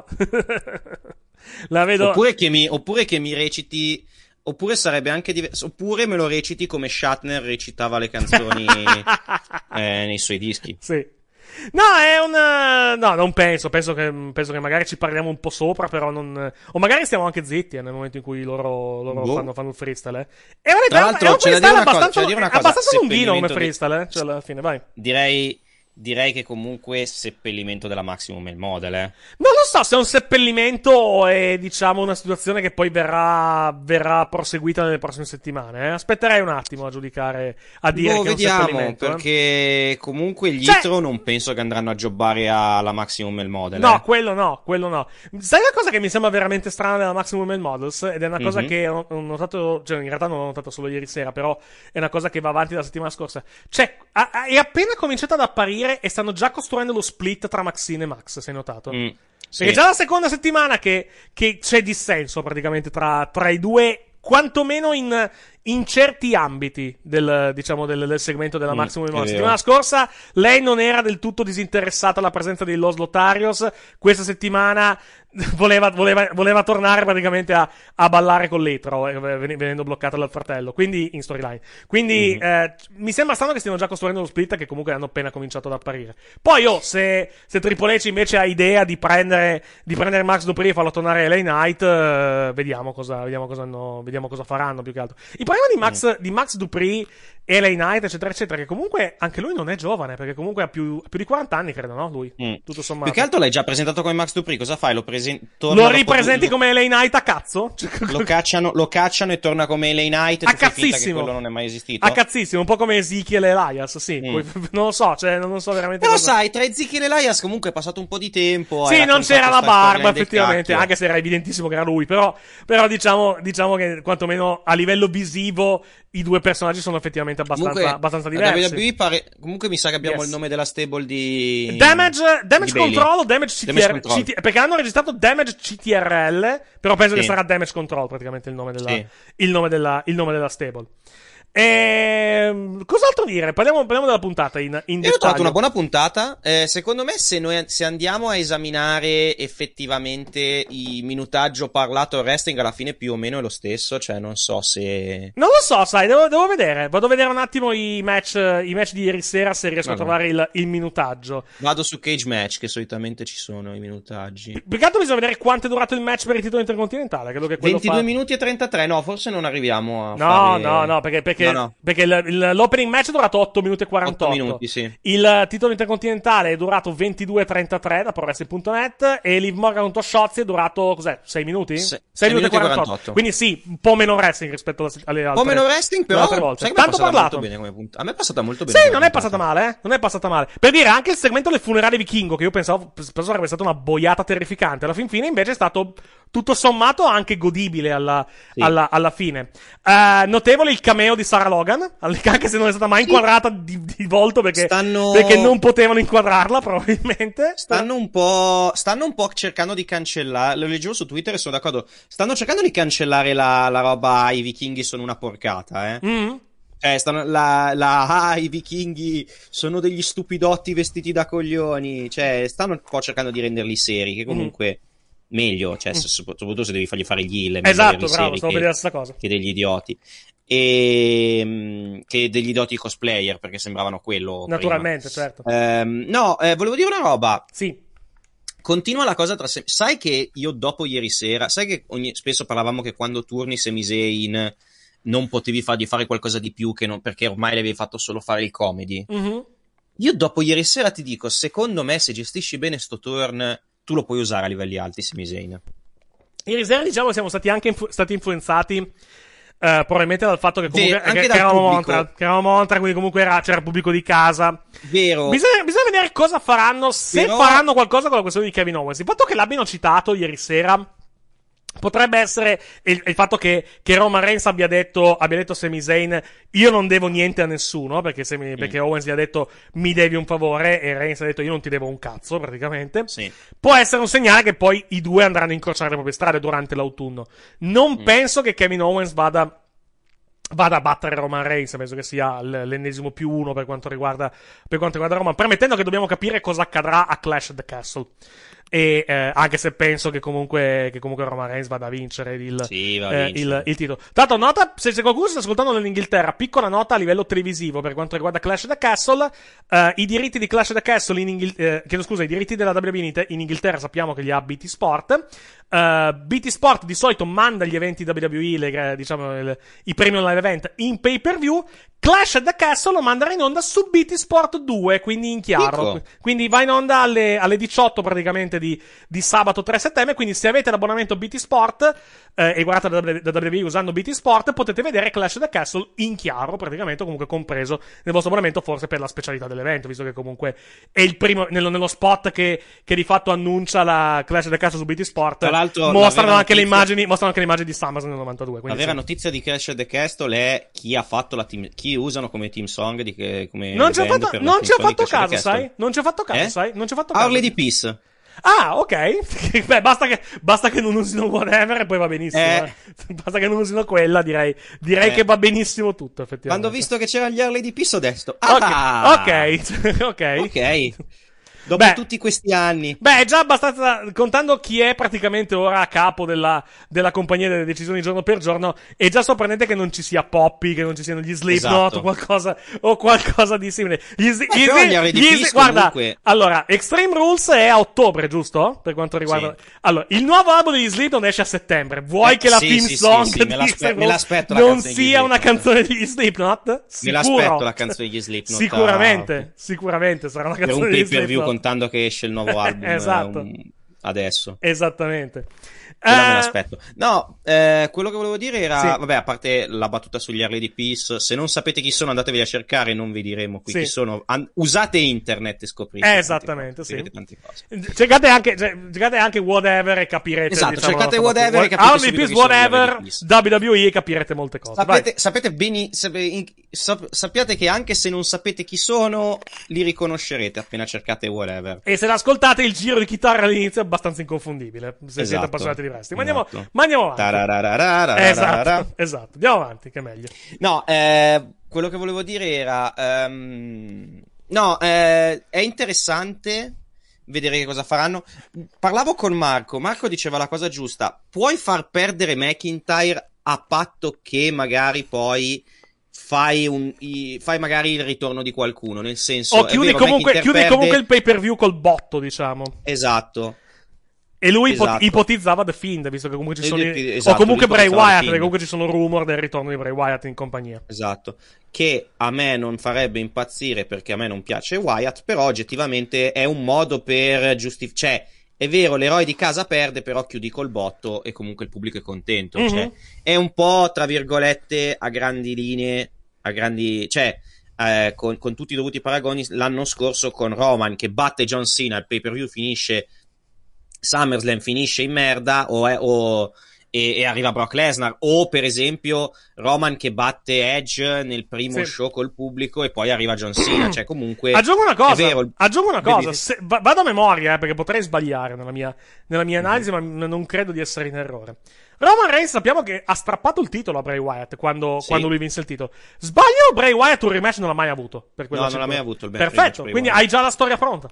La vedo. Oppure che mi, oppure che mi reciti. Oppure sarebbe anche diverso. Oppure me lo reciti come Shatner recitava le canzoni eh, nei suoi dischi. Sì. No, è un. No, non penso. Penso che, penso che magari ci parliamo un po' sopra, però non. O magari stiamo anche zitti eh, nel momento in cui loro, loro Boh. fanno, fanno il freestyle. Eh. E vabbè, Tra è un- l'altro, è un c'è da freestyle dire una cosa, abbastanza, c'è da dire una è cosa, abbastanza lunghino come seppellimento di- freestyle, eh. Cioè, alla fine, vai. Direi. Direi che comunque seppellimento della Maximum Male Model, eh. Non lo so se è un seppellimento o è, diciamo, una situazione che poi verrà, verrà proseguita nelle prossime settimane. Eh. Aspetterei un attimo a giudicare, a dire Boh, che è un vediamo, seppellimento. eh. perché comunque gli Cioè- Itro non penso che andranno a jobbare alla Maximum Male Model. No, eh. quello no, quello no. Sai una cosa che mi sembra veramente strana della Maximum Male Models? Ed è una cosa Mhm. che ho ho notato, cioè in realtà non l'ho notato solo ieri sera, però è una cosa che va avanti la settimana scorsa. Cioè, a- a- è appena cominciato ad apparire e stanno già costruendo lo split tra Maxine e Max, se hai notato? Mm, sì. Perché è già la seconda settimana che, che c'è dissenso praticamente tra, tra i due, quantomeno in, in certi ambiti del, diciamo, del, del segmento della Mm, Maximum è Male. La vero. settimana scorsa lei non era del tutto disinteressata alla presenza dei Los Lotarios. Questa settimana voleva, voleva, voleva tornare praticamente a, a ballare con l'Etro, eh, ven- venendo bloccata dal fratello. Quindi, in storyline. Quindi, Mhm. eh, mi sembra strano che stiano già costruendo lo split, che comunque hanno appena cominciato ad apparire. Poi, oh, se, se Triple H invece ha idea di prendere, di prendere Max Dupree e farlo tornare a L A Knight, eh, vediamo cosa, vediamo cosa hanno, vediamo cosa faranno più che altro. Il problema di Max, di Max Dupree e L A Knight, eccetera, eccetera, che comunque anche lui non è giovane, perché comunque ha più, più di quaranta anni, credo, no? Lui, Mm. tutto sommato. Più che altro l'hai già presentato come Max Dupree, cosa fai? Lo presenti? Lo ripresenti come L A Knight a cazzo? Lo cacciano, lo cacciano e torna come L A Knight e A tu fai finta che cazzissimo. quello non è mai esistito? A cazzissimo, un po' come Ezekiel e Elias, sì. Mm. Poi, non lo so, cioè, non lo so veramente. Però cosa- sai, tra Ezekiel e Elias comunque è passato un po' di tempo. hai Sì, non raccontato c'era la sta barba, storyline del effettivamente, cacchio. anche se era evidentissimo che era lui. Però, però diciamo, diciamo che quantomeno a livello visivo i due personaggi sono effettivamente abbastanza, Comunque, abbastanza la diversi. W W E pare... Comunque mi sa che abbiamo Yes. il nome della stable di... Damage, damage di Bayley. Control o Damage C T R Damage Control. C T perché hanno registrato Damage C T R L, però penso Sì. che sarà Damage Control praticamente il nome della, Sì. il nome della, il nome della stable. Ehm, cos'altro dire? Parliamo, parliamo della puntata in, in Io ho trovato dettaglio. una buona puntata. Eh, secondo me, se noi se andiamo a esaminare effettivamente il minutaggio parlato al wrestling, alla fine più o meno è lo stesso. Cioè, non so se. Non lo so, sai, devo, devo vedere. Vado a vedere un attimo i match, i match di ieri sera se riesco a Vabbè. trovare il, il minutaggio. Vado su Cage Match, che solitamente ci sono i minutaggi. Più che altro bisogna vedere quanto è durato il match per il titolo intercontinentale. Credo che quello ventidue fa... minuti e trentatré. No, forse non arriviamo a. No, fare... no, no, perché, perché, No, no. perché il- il- l'opening match è durato otto minuti e quarantotto. otto minuti, sì. Il titolo intercontinentale è durato ventidue e trentatré da ProWrestling punto net e Liv Morgan contro Shotzi è durato, cos'è, sei minuti? Se- sei sei minuti e minuti e quarantotto. quarantotto. Quindi sì, un po' meno wrestling rispetto alle alle Un altre. po' meno wrestling, però. alle altre volte. sai che mi è Tanto passata parlato. molto bene come puntata. A me è passata molto bene. Sì, come non è puntata. passata male, eh? Non è passata male. Per dire, anche il segmento del funerale vichingo, che io pensavo, pensavo sarebbe stata una boiata terrificante, alla fin fine invece è stato tutto sommato anche godibile alla, Sì. alla, alla fine. Eh, notevole il cameo di Sarah Logan, anche se non è stata mai inquadrata di, di volto perché, Stanno- perché non potevano inquadrarla, probabilmente. Stanno un po'. Stanno un po' cercando di cancellare. Lo leggevo su Twitter e sono d'accordo. Stanno cercando di cancellare la, la roba. I vichinghi sono una porcata, eh. Mm. Eh, stanno, la, la, ah, i vichinghi sono degli stupidotti vestiti da coglioni. Cioè, stanno un po' cercando di renderli seri, che comunque meglio, cioè, se- soprattutto se devi fargli fare gli heal. è meglio Esatto, averli bravo, seri stavo che- per dire la stessa cosa. che degli idioti. E mm, che degli idioti cosplayer, perché sembravano quello. Naturalmente, certo. prima. Ehm, no, eh, volevo dire una roba. Sì. Continua la cosa tra sé. Sai che io dopo ieri sera, sai che ogni, spesso parlavamo che quando turni Sami Zayn non potevi fargli fare qualcosa di più che non, perché ormai le avevi fatto solo fare il comedy. Mhm. Io dopo ieri sera ti dico, secondo me se gestisci bene sto turn, tu lo puoi usare a livelli alti Sami Zayn. Ieri sera, diciamo, siamo stati anche influ- stati influenzati Uh, probabilmente dal fatto che comunque Beh, anche che, dal che eravamo pubblico. Montreal, che eravamo Montreal, quindi comunque era, c'era il pubblico di casa. Vero. Bisogna, bisogna vedere cosa faranno, se Però- faranno qualcosa con la questione di Kevin Owens. Il fatto che l'abbiano citato ieri sera potrebbe essere il, il fatto che, che Roman Reigns abbia detto, abbia detto a Sami Zayn: io non devo niente a nessuno, perché, Sami, mm. perché Owens gli ha detto mi devi un favore, e Reigns ha detto io non ti devo un cazzo, praticamente. Sì. Può essere un segnale che poi i due andranno a incrociare le proprie strade durante l'autunno. Non mm. penso che Kevin Owens vada vada a battere Roman Reigns, penso che sia l'ennesimo più uno per quanto riguarda per quanto riguarda Roman, premettendo che dobbiamo capire cosa accadrà a Clash at the Castle. E eh, anche se penso che comunque che comunque Roman Reigns vada a vincere il, sì, va a eh, vincere. il, il titolo. Tanto nota, se, se qualcuno sta ascoltando nell'Inghilterra, piccola nota a livello televisivo per quanto riguarda Clash at the Castle, eh, i diritti di Clash at the Castle in Inghilterra, eh, chiedo scusa, i diritti della W W E in Inghilterra sappiamo che li ha B T Sport. Uh, B T Sport di solito manda gli eventi W W E, le, diciamo il, i premium live event in pay per view. Clash at the Castle lo manderà in onda su B T Sport due, quindi in chiaro. Pico. Quindi va in onda alle, alle diciotto praticamente di, di sabato tre settembre. Quindi se avete l'abbonamento B T Sport eh, e guardate la W W E usando B T Sport, potete vedere Clash at the Castle in chiaro, praticamente, comunque compreso nel vostro abbonamento, forse per la specialità dell'evento, visto che comunque è il primo nello, nello spot che, che di fatto annuncia la Clash at the Castle su B T Sport. Mostrano anche, notizia... le immagini, mostrano anche le immagini di SummerSlam nel novantadue. La vera sì. notizia di Clash at the Castle è chi ha fatto la team, chi usano come team song di che, come non ci ho fatto, non ci ho fatto caso, sai? Non ci ho fatto caso, eh? sai? Non ci ho fatto caso. Harley di Peace. Ah, ok. Beh, basta che, basta che non usino whatever e poi va benissimo. Eh. Eh. Basta che non usino quella, direi. Direi eh. che va benissimo tutto, effettivamente. Quando ho visto che c'era gli Harley di Peace ho detto, ah! Ok, ok. Ok. Dopo beh, tutti questi anni. Beh, è già abbastanza, contando chi è praticamente ora a capo della, della compagnia delle decisioni giorno per giorno, è già sorprendente che non ci sia Poppy, che non ci siano gli Slipknot esatto. o qualcosa, o qualcosa di simile. Gli, gli, gli, gli, gli, gli guarda, comunque. Allora, Extreme Rules è a ottobre, giusto? Per quanto riguarda... Sì. Allora, il nuovo album degli Slipknot esce a settembre. Vuoi eh, che la sì, theme sì, song sì, sì, di me Extreme me Rules non sia una canzone degli Slipknot? Me l'aspetto la canzone degli Slipknot. Sicuramente, a... sicuramente sarà una canzone degli Slipknot. Per un pay per view contando che esce il nuovo album esatto. um, adesso esattamente uh... me l'aspetto. No, eh, quello che volevo dire era sì. vabbè, a parte la battuta sugli Harley di Peace, se non sapete chi sono andatevi a cercare, non vi diremo qui sì. chi sono. An- usate internet e scoprite eh, esattamente cose, sì. tante cose. cercate anche cercate anche whatever e capirete esatto diciamo, cercate whatever e capite Harley Peace whatever W W E e capirete molte cose. Sapete, sapete bene sap- sappiate che anche se non sapete chi sono li riconoscerete appena cercate whatever, e se l'ascoltate il giro di chitarra all'inizio è abbastanza inconfondibile se esatto. siete appassionati di wrestling. Ma andiamo, esatto. ma andiamo avanti esatto, esatto andiamo avanti che è meglio. No, eh, quello che volevo dire era um, no, eh, è interessante vedere che cosa faranno. Parlavo con Marco Marco diceva la cosa giusta: puoi far perdere McIntyre a patto che magari poi fai un i, fai magari il ritorno di qualcuno, nel senso o chiudi, vero, comunque, chiudi perde... comunque il pay per view col botto, diciamo. Esatto. E lui esatto. ipotizzava The Fiend, visto che comunque ci sono i... esatto, o comunque Bray Wyatt, perché comunque ci sono rumor del ritorno di Bray Wyatt in compagnia. Esatto. Che a me non farebbe impazzire perché a me non piace Wyatt, però oggettivamente è un modo per giustificare, cioè è vero, l'eroe di casa perde, però chiudi col botto e comunque il pubblico è contento. Mm-hmm. Cioè, è un po', tra virgolette, a grandi linee, a grandi, cioè, eh, con, con tutti i dovuti paragoni, l'anno scorso con Roman che batte John Cena, il pay per view finisce, SummerSlam finisce in merda, o, è, o e, e arriva Brock Lesnar, o per esempio Roman che batte Edge nel primo sì. show col pubblico e poi arriva John Cena, cioè comunque aggiungo una cosa, è vero, aggiungo una cosa se, va, vado a memoria eh, perché potrei sbagliare nella mia, nella mia analisi, mm-hmm. ma non credo di essere in errore. Roman Reigns sappiamo che ha strappato il titolo a Bray Wyatt quando, sì. quando lui vinse il titolo. Sbaglio, Bray Wyatt un rematch non l'ha mai avuto per no, non l'ha mai avuto il perfetto, quindi hai già la storia pronta.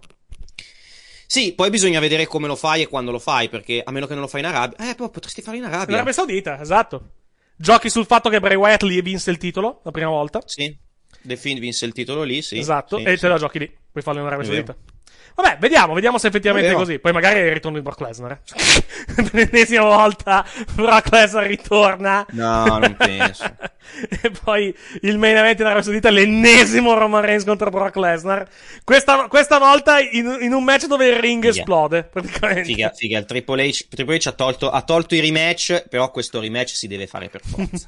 Sì, poi bisogna vedere come lo fai e quando lo fai, perché a meno che non lo fai in Arabia, eh, però potresti farlo in Arabia. In Arabia Saudita, esatto. Giochi sul fatto che Bray Wyatt lì vinse il titolo la prima volta. Sì, The Fiend vinse il titolo lì, sì. Esatto, sì, e sì. te la giochi lì, puoi farlo in Arabia Saudita. Vabbè, vediamo, vediamo se effettivamente è così. Poi magari è il ritorno di Brock Lesnar. Eh? Per l'ennesima volta Brock Lesnar ritorna. No, non penso. E poi il main event della Saudita, l'ennesimo Roman Reigns contro Brock Lesnar. Questa, questa volta in, in un match dove il ring figa. esplode, praticamente. Figa, figa. Il Triple H, Triple H ha tolto, ha tolto i rematch, però questo rematch si deve fare per forza.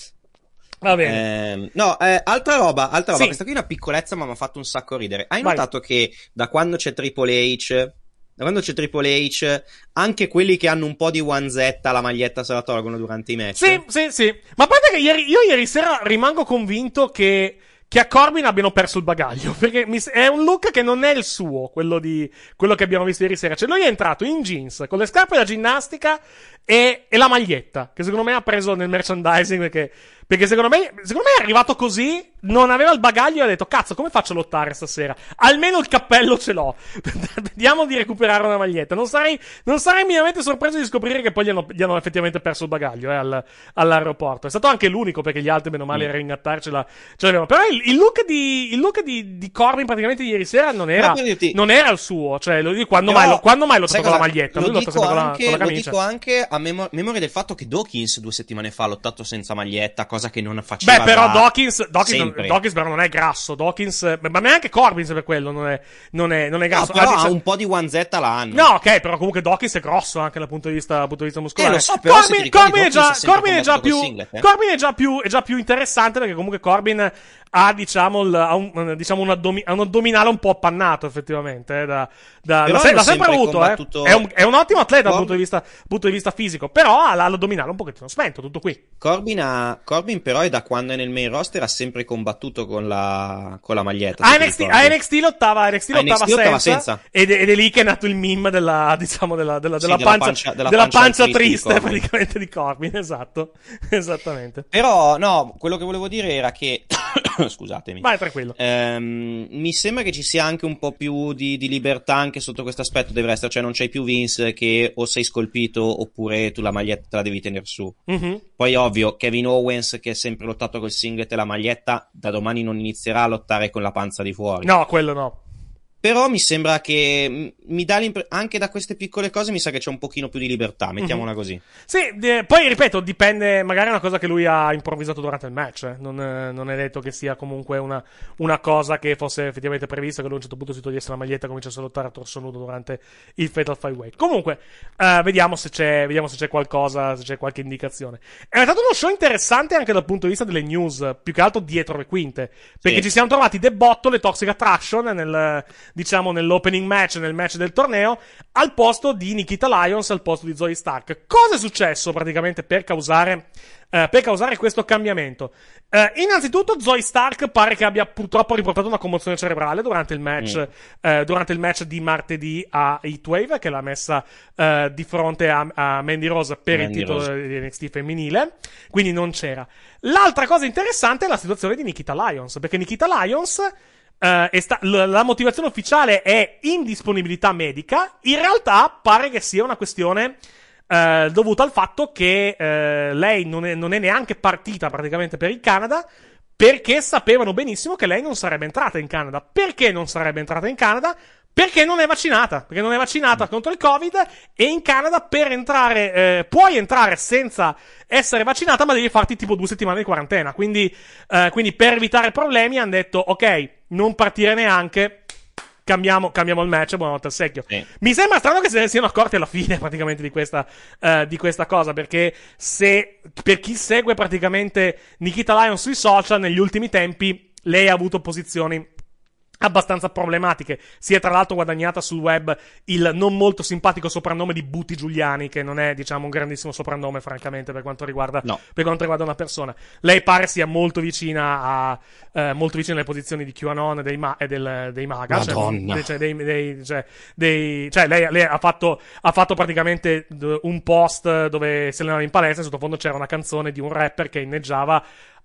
Va bene. Eh, no, eh, altra roba, altra roba. Sì. Questa qui è una piccolezza, ma mi ha fatto un sacco ridere. Hai Vai. notato che da quando c'è Triple H, da quando c'è Triple H, anche quelli che hanno un po' di wanzetta, la maglietta se la tolgono durante i match? Sì, sì, sì. Ma a parte che ieri, io ieri sera rimango convinto che, che a Corbin abbiano perso il bagaglio. Perché mi, è un look che non è il suo, quello di quello che abbiamo visto ieri sera. Cioè, lui è entrato in jeans, con le scarpe da ginnastica e, e la maglietta, che secondo me ha preso nel merchandising, perché, perché secondo me, secondo me è arrivato così, non aveva il bagaglio e ha detto, cazzo, come faccio a lottare stasera? Almeno il cappello ce l'ho. Vediamo di recuperare una maglietta. Non sarei, non sarei minimamente sorpreso di scoprire che poi gli hanno, gli hanno effettivamente perso il bagaglio, eh, al, all'aeroporto. È stato anche l'unico, perché gli altri, meno male, mm. a ringattarcela, ce l'avevano. Però il, il look di, il look di, di Corbin praticamente ieri sera non era, dirti, non era il suo. Cioè, lo dico, quando, mai, lo, quando mai lottato con la maglietta? Lo Lui dico, lotta anche, con la, con la lo camicia. dico anche a memo- memoria del fatto che Dawkins due settimane fa ha lottato senza maglietta, cosa che non faceva. Beh, però da Dawkins, Dawkins, non, Dawkins però non è grasso. Dawkins, ma neanche Corbin per quello non è, non è, non è grasso. No, però ah, ha dice... un po' di wanzetta l'hanno. No, ok, però comunque Dawkins è grosso anche dal punto di vista, dal punto di vista muscolare. Eh, lo so, però Corbin, se ti ricordi, Corbin è già, Corbin è già più, singlet, eh? Corbin è già più, è già più interessante, perché comunque Corbin ha, diciamo, il, ha un, diciamo un, addomi, ha un addominale un po' appannato, effettivamente, eh, da, da, l'ha, se, l'ha sempre avuto, combattuto... eh. È un, è un ottimo atleta dal punto di vista, punto di vista fisico, però ha l'addominale un pochettino spento, tutto qui. Corbin ha, Corbin però è da quando è nel main roster ha sempre combattuto con la, con la maglietta. A N X T, a N X T lottava, N X T lottava, N X T senza, lottava senza. Ed, ed è lì che è nato il meme della, diciamo, della, della, sì, della, della pancia, pancia, della della pancia, pancia triste, di praticamente, di Corbin, esatto, esattamente. Però, no, quello che volevo dire era che, scusatemi. Vai, tranquillo. Ehm, mi sembra che ci sia anche un po' più di, di libertà anche sotto questo aspetto, deve essere, cioè non c'hai più Vince che o sei scolpito oppure tu la maglietta te la devi tenere su. Mm-hmm. Poi ovvio, Kevin Owens che è sempre lottato col singlet e la maglietta, da domani non inizierà a lottare con la panza di fuori. No, quello no. Però mi sembra che mi dà l'impressione, anche da queste piccole cose mi sa che c'è un pochino più di libertà, mettiamola mm-hmm. così. Sì, eh, poi ripeto, dipende, magari è una cosa che lui ha improvvisato durante il match, eh. non, eh, non è detto che sia comunque una, una cosa che fosse effettivamente prevista, che lui a un certo punto si togliesse la maglietta e cominciasse a lottare a torso nudo durante il Fatal Five Way. Comunque, eh, vediamo se c'è, vediamo se c'è qualcosa, se c'è qualche indicazione. È stato uno show interessante anche dal punto di vista delle news, più che altro dietro le quinte, perché sì. ci siamo trovati De Botto, le Toxic Attraction, nel, diciamo, nell'opening match, nel match del torneo, al posto di Nikita Lyons, al posto di Zoe Stark. Cosa è successo praticamente per causare, eh, per causare questo cambiamento? Eh, innanzitutto Zoe Stark pare che abbia purtroppo riportato una commozione cerebrale durante il match, mm. eh, durante il match di martedì a Heatwave, che l'ha messa eh, di fronte a, a Mandy Rose per Mandy il titolo Rose. di N X T femminile, quindi non c'era. L'altra cosa interessante è la situazione di Nikita Lyons, perché Nikita Lyons Uh, sta- l- la motivazione ufficiale è indisponibilità medica. In realtà pare che sia una questione uh, dovuta al fatto che uh, lei non è, non è neanche partita praticamente per il Canada, perché sapevano benissimo che lei non sarebbe entrata in Canada. Perché non sarebbe entrata in Canada? Perché non è vaccinata, perché non è vaccinata contro il Covid, e in Canada per entrare, eh, puoi entrare senza essere vaccinata, ma devi farti tipo due settimane di quarantena. Quindi, eh, quindi per evitare problemi hanno detto, ok, non partire neanche, cambiamo, cambiamo il match, buonanotte al secchio. Sì. Mi sembra strano che se ne siano accorti alla fine praticamente di questa, eh, di questa cosa, perché se, per chi segue praticamente Nikita Lyons sui social, negli ultimi tempi, lei ha avuto posizioni abbastanza problematiche. Si è tra l'altro guadagnata sul web il non molto simpatico soprannome di Buti Giuliani, che non è, diciamo, un grandissimo soprannome francamente per quanto riguarda, no. per quanto riguarda una persona. Lei pare sia molto vicina a eh, molto vicina alle posizioni di QAnon e dei, ma- e del, dei MAGA, Madonna. cioè, dei, dei, cioè, dei, cioè lei, lei ha fatto ha fatto praticamente un post dove si allenava in palestra e sottofondo c'era una canzone di un rapper che inneggiava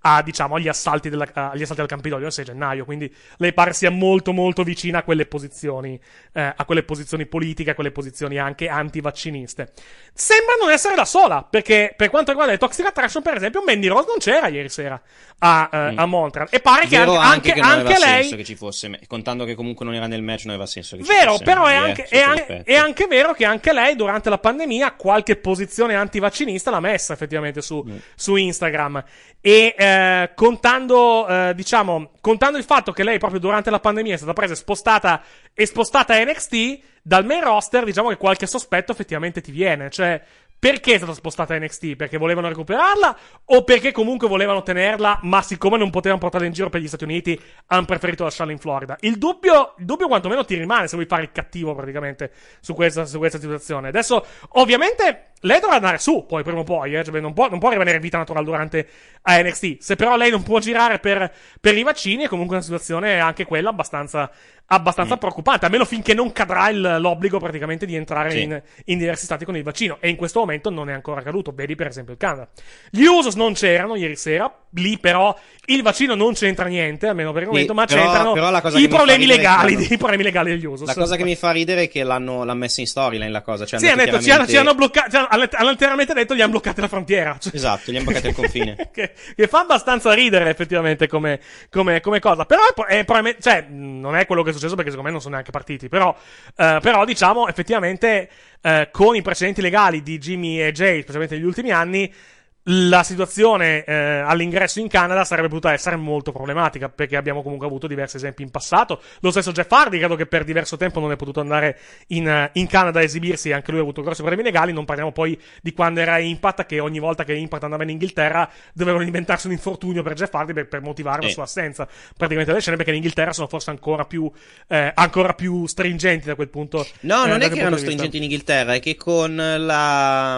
a, diciamo, agli assalti, della, agli assalti al Campidoglio il sei gennaio, quindi lei pare sia molto molto vicina a quelle posizioni, eh, a quelle posizioni politiche, a quelle posizioni anche antivacciniste. Sembra non essere la sola, perché per quanto riguarda le Toxic Attraction, per esempio, Mandy Rose non c'era ieri sera a, eh, Mm. a Montreal, e pare che Vero anche, anche, che non anche aveva lei... senso che ci fosse, contando che comunque non era nel match, non aveva senso che ci Vero, fosse però è Mandy, anche, eh, è, sotto anche, l'aspetto. è anche vero che anche lei durante la pandemia qualche posizione antivaccinista l'ha messa effettivamente su, Mm. su Instagram. E eh, contando, eh, diciamo, contando il fatto che lei proprio durante la pandemia è stata presa e spostata, e spostata a N X T dal main roster, diciamo che qualche sospetto effettivamente ti viene. Cioè, perché è stata spostata a N X T? Perché volevano recuperarla o perché comunque volevano tenerla, ma siccome non potevano portarla in giro per gli Stati Uniti hanno preferito lasciarla in Florida? Il dubbio, il dubbio quantomeno ti rimane se vuoi fare il cattivo praticamente su questa, su questa situazione. Adesso, ovviamente, lei dovrà andare su, poi prima o poi, eh? Cioè, non, può, non può rimanere vita naturale durante a N X T. Se però lei non può girare per, per i vaccini, è comunque una situazione anche quella abbastanza, abbastanza Mm. preoccupante, almeno finché non cadrà il, l'obbligo praticamente di entrare Sì. in, in diversi stati con il vaccino, e in questo momento non è ancora accaduto. Vedi per esempio il Canada. Gli Usos non c'erano ieri sera, lì però il vaccino non c'entra niente, almeno per il momento, Sì, ma però- c'entrano però la cosa i che mi fa problemi ridere è che legali, hanno- i problemi legali degli Usos. La cosa che mi fa ridere è che l'hanno, l'hanno messa in storyline la cosa. Cioè Sì, hanno hanno detto, ci hanno, chiaramente- ci hanno bloccato, ci hanno, hanno hanno letteralmente detto gli hanno bloccato la frontiera. Cioè, Esatto, gli hanno bloccato il confine. che, che fa abbastanza ridere effettivamente come, come, come cosa. Però è, pro- è probabilmente, cioè, mh, non è quello che è successo perché secondo me non sono neanche partiti. Però, eh, però diciamo, effettivamente, eh, con i precedenti legali di Jimmy e Jay, specialmente negli ultimi anni, la situazione eh, all'ingresso in Canada sarebbe potuta essere molto problematica, perché abbiamo comunque avuto diversi esempi in passato. Lo stesso Jeff Hardy, credo che per diverso tempo non è potuto andare in, in Canada a esibirsi, anche lui ha avuto grossi problemi legali. Non parliamo poi di quando era Impact, che ogni volta che Impact andava in Inghilterra dovevano inventarsi un infortunio per Jeff Hardy per, per motivare la Eh. sua assenza praticamente dalle scene, perché in Inghilterra sono forse ancora più eh, ancora più stringenti da quel punto. No, eh, non da è quel che erano punto di vista. stringenti in Inghilterra, è che con la.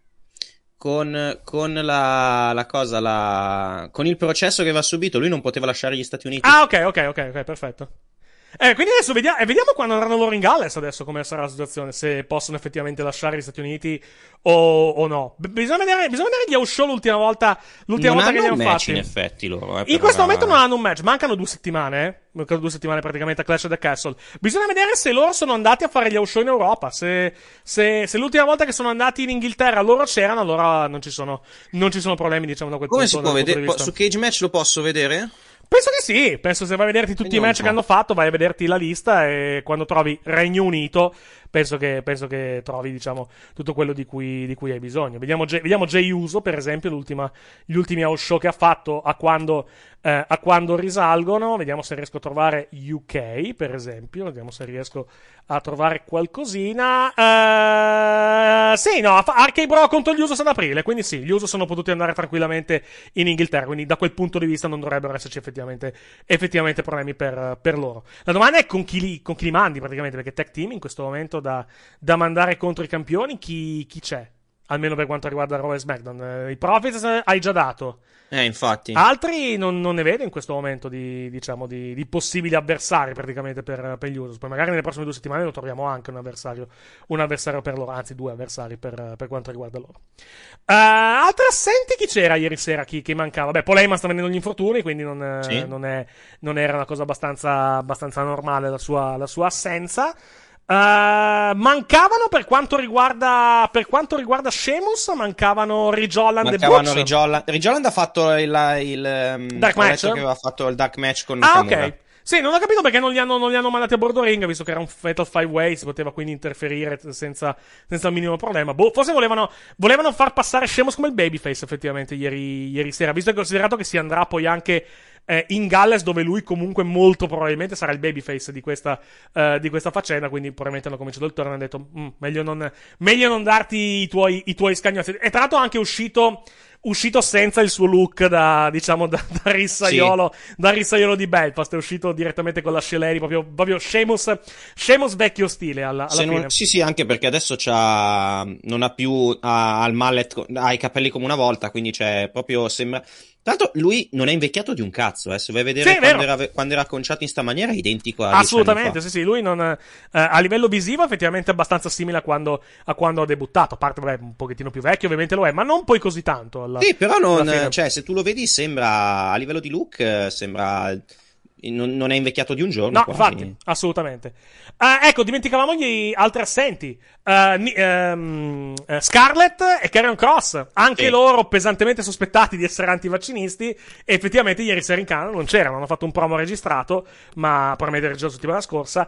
Con, con la, la cosa, la. Con il processo che aveva subito, lui non poteva lasciare gli Stati Uniti. Ah, ok, ok, ok, ok, perfetto. Eh, quindi adesso vediamo, eh, vediamo quando andranno loro in Galles adesso come sarà la situazione, se possono effettivamente lasciare gli Stati Uniti o, o no. B- bisogna vedere, bisogna vedere gli house show l'ultima volta, l'ultima non volta che li hanno hanno un match fatti. in effetti loro. Eh, In per questo ora- momento non hanno un match, mancano due settimane, eh? Mancano due settimane praticamente a Clash of the Castle. Bisogna vedere se loro sono andati a fare gli house show in Europa. Se, se, se l'ultima volta che sono andati in Inghilterra loro c'erano, allora non ci sono, non ci sono problemi, diciamo, da quel Come punto si può dal punto vedere? di Po- vista. Su Cage Match lo posso vedere? Penso che sì, penso se vai a vederti tutti Vediamo i match un che po'. hanno fatto, vai a vederti la lista e quando trovi Regno Unito, penso che, penso che trovi, diciamo, tutto quello di cui, di cui hai bisogno. Vediamo, Jay- vediamo Jey Uso, per esempio, l'ultima, gli ultimi house show che ha fatto a quando, eh, a quando risalgono. Vediamo se riesco a trovare U K, per esempio, vediamo se riesco a trovare qualcosina. Eh, sì, no, Arcade Bro contro gli Usos ad aprile, quindi sì, gli Usos sono potuti andare tranquillamente in Inghilterra, quindi da quel punto di vista non dovrebbero esserci effettivamente, effettivamente problemi per, per loro. La domanda è con chi, li, con chi li mandi praticamente, perché tag team in questo momento da, da mandare contro i campioni, chi, chi c'è? Almeno per quanto riguarda Raw e SmackDown. Eh, I Profits eh, hai già dato. Eh, infatti. Altri non, non ne vedo in questo momento di, diciamo, di, di possibili avversari praticamente per, per gli Usos. Poi magari nelle prossime due settimane lo troviamo anche un avversario, un avversario per loro, anzi due avversari per, per quanto riguarda loro. Uh, altri assenti chi c'era ieri sera? Chi, chi mancava? Beh, Paul Heyman sta venendo gli infortuni, quindi non, eh, Sì. non, è, non era una cosa abbastanza, abbastanza normale la sua, la sua assenza. Uh, mancavano per quanto riguarda per quanto riguarda Sheamus, mancavano Ridge Holland e Mancavano Butch. Ridge Holland. Ridge Holland ha fatto il, il, ehm, Dark ho match? letto che aveva fatto il dark match con Ah, Nakamura. ok. Sì, non ho capito perché non li hanno, non li hanno mandati a bordo ring, visto che era un Fatal Five Way, si poteva quindi interferire senza, senza il minimo problema. Boh, forse volevano, volevano far passare Sheamus come il babyface, effettivamente, ieri, ieri sera, visto e considerato che si andrà poi anche eh, in Galles, dove lui comunque molto probabilmente sarà il babyface di questa, eh, di questa faccenda, quindi probabilmente hanno cominciato il turno e hanno detto, "Mm, meglio non, meglio non darti i tuoi, i tuoi scagnozzi." E tra l'altro anche uscito, uscito senza il suo look da, diciamo, da, da rissaiolo, sì. da rissaiolo di Belfast, è uscito direttamente con la Sceleri, proprio, proprio Sheamus, Sheamus vecchio stile alla, alla non, fine. Sì, sì, anche perché adesso c'ha, non ha più, ha, ha il mallet, ha i capelli come una volta, quindi c'è proprio, sembra, Tra l'altro lui non è invecchiato di un cazzo, eh. Se vai a vedere sì, quando, era, quando era conciato in sta maniera è identico a assolutamente, sì sì, lui non eh, a livello visivo effettivamente è abbastanza simile a quando, a quando ha debuttato, a parte vabbè, un pochettino più vecchio ovviamente lo è, ma non poi così tanto alla, sì, però non, cioè se tu lo vedi sembra, a livello di look sembra, non, non è invecchiato di un giorno. No, quasi. infatti, assolutamente. Uh, ecco, dimenticavamo gli altri assenti. Uh, ni- um, uh, Scarlett e Karrion Kross, anche sì. loro pesantemente sospettati di essere antivaccinisti, e effettivamente ieri sera in Canada non c'erano, hanno fatto un promo registrato, ma probabilmente registrato la settimana scorsa,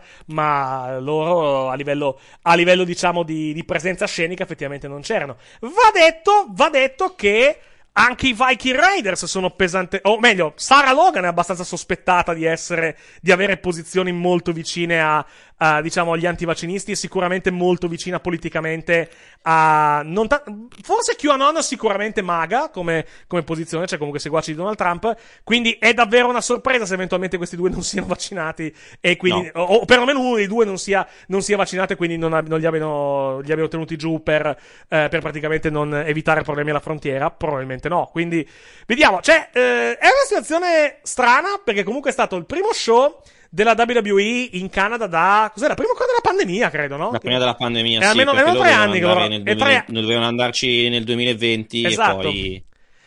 ma loro a livello, a livello diciamo di, di presenza scenica effettivamente non c'erano. Va detto, va detto che anche i Viking Raiders sono pesante, o meglio, Sarah Logan è abbastanza sospettata di essere, di avere posizioni molto vicine a, a diciamo, agli antivaccinisti, e sicuramente molto vicina politicamente a, non ta- forse QAnon sicuramente MAGA come, come posizione, cioè comunque seguaci di Donald Trump, quindi è davvero una sorpresa se eventualmente questi due non siano vaccinati, e quindi, no. o, o perlomeno uno dei due non sia, non sia vaccinato, e quindi non, non li abbiano, li abbiano tenuti giù per, eh, per praticamente non evitare problemi alla frontiera, probabilmente no, quindi vediamo, cioè eh, è una situazione strana, perché comunque è stato il primo show della W W E in Canada da, cos'era, prima della pandemia, credo, no? La prima della pandemia, è sì, almeno, almeno tre anni che loro, nel duemila, tre... dovevano andarci nel duemilaventi, esatto. E poi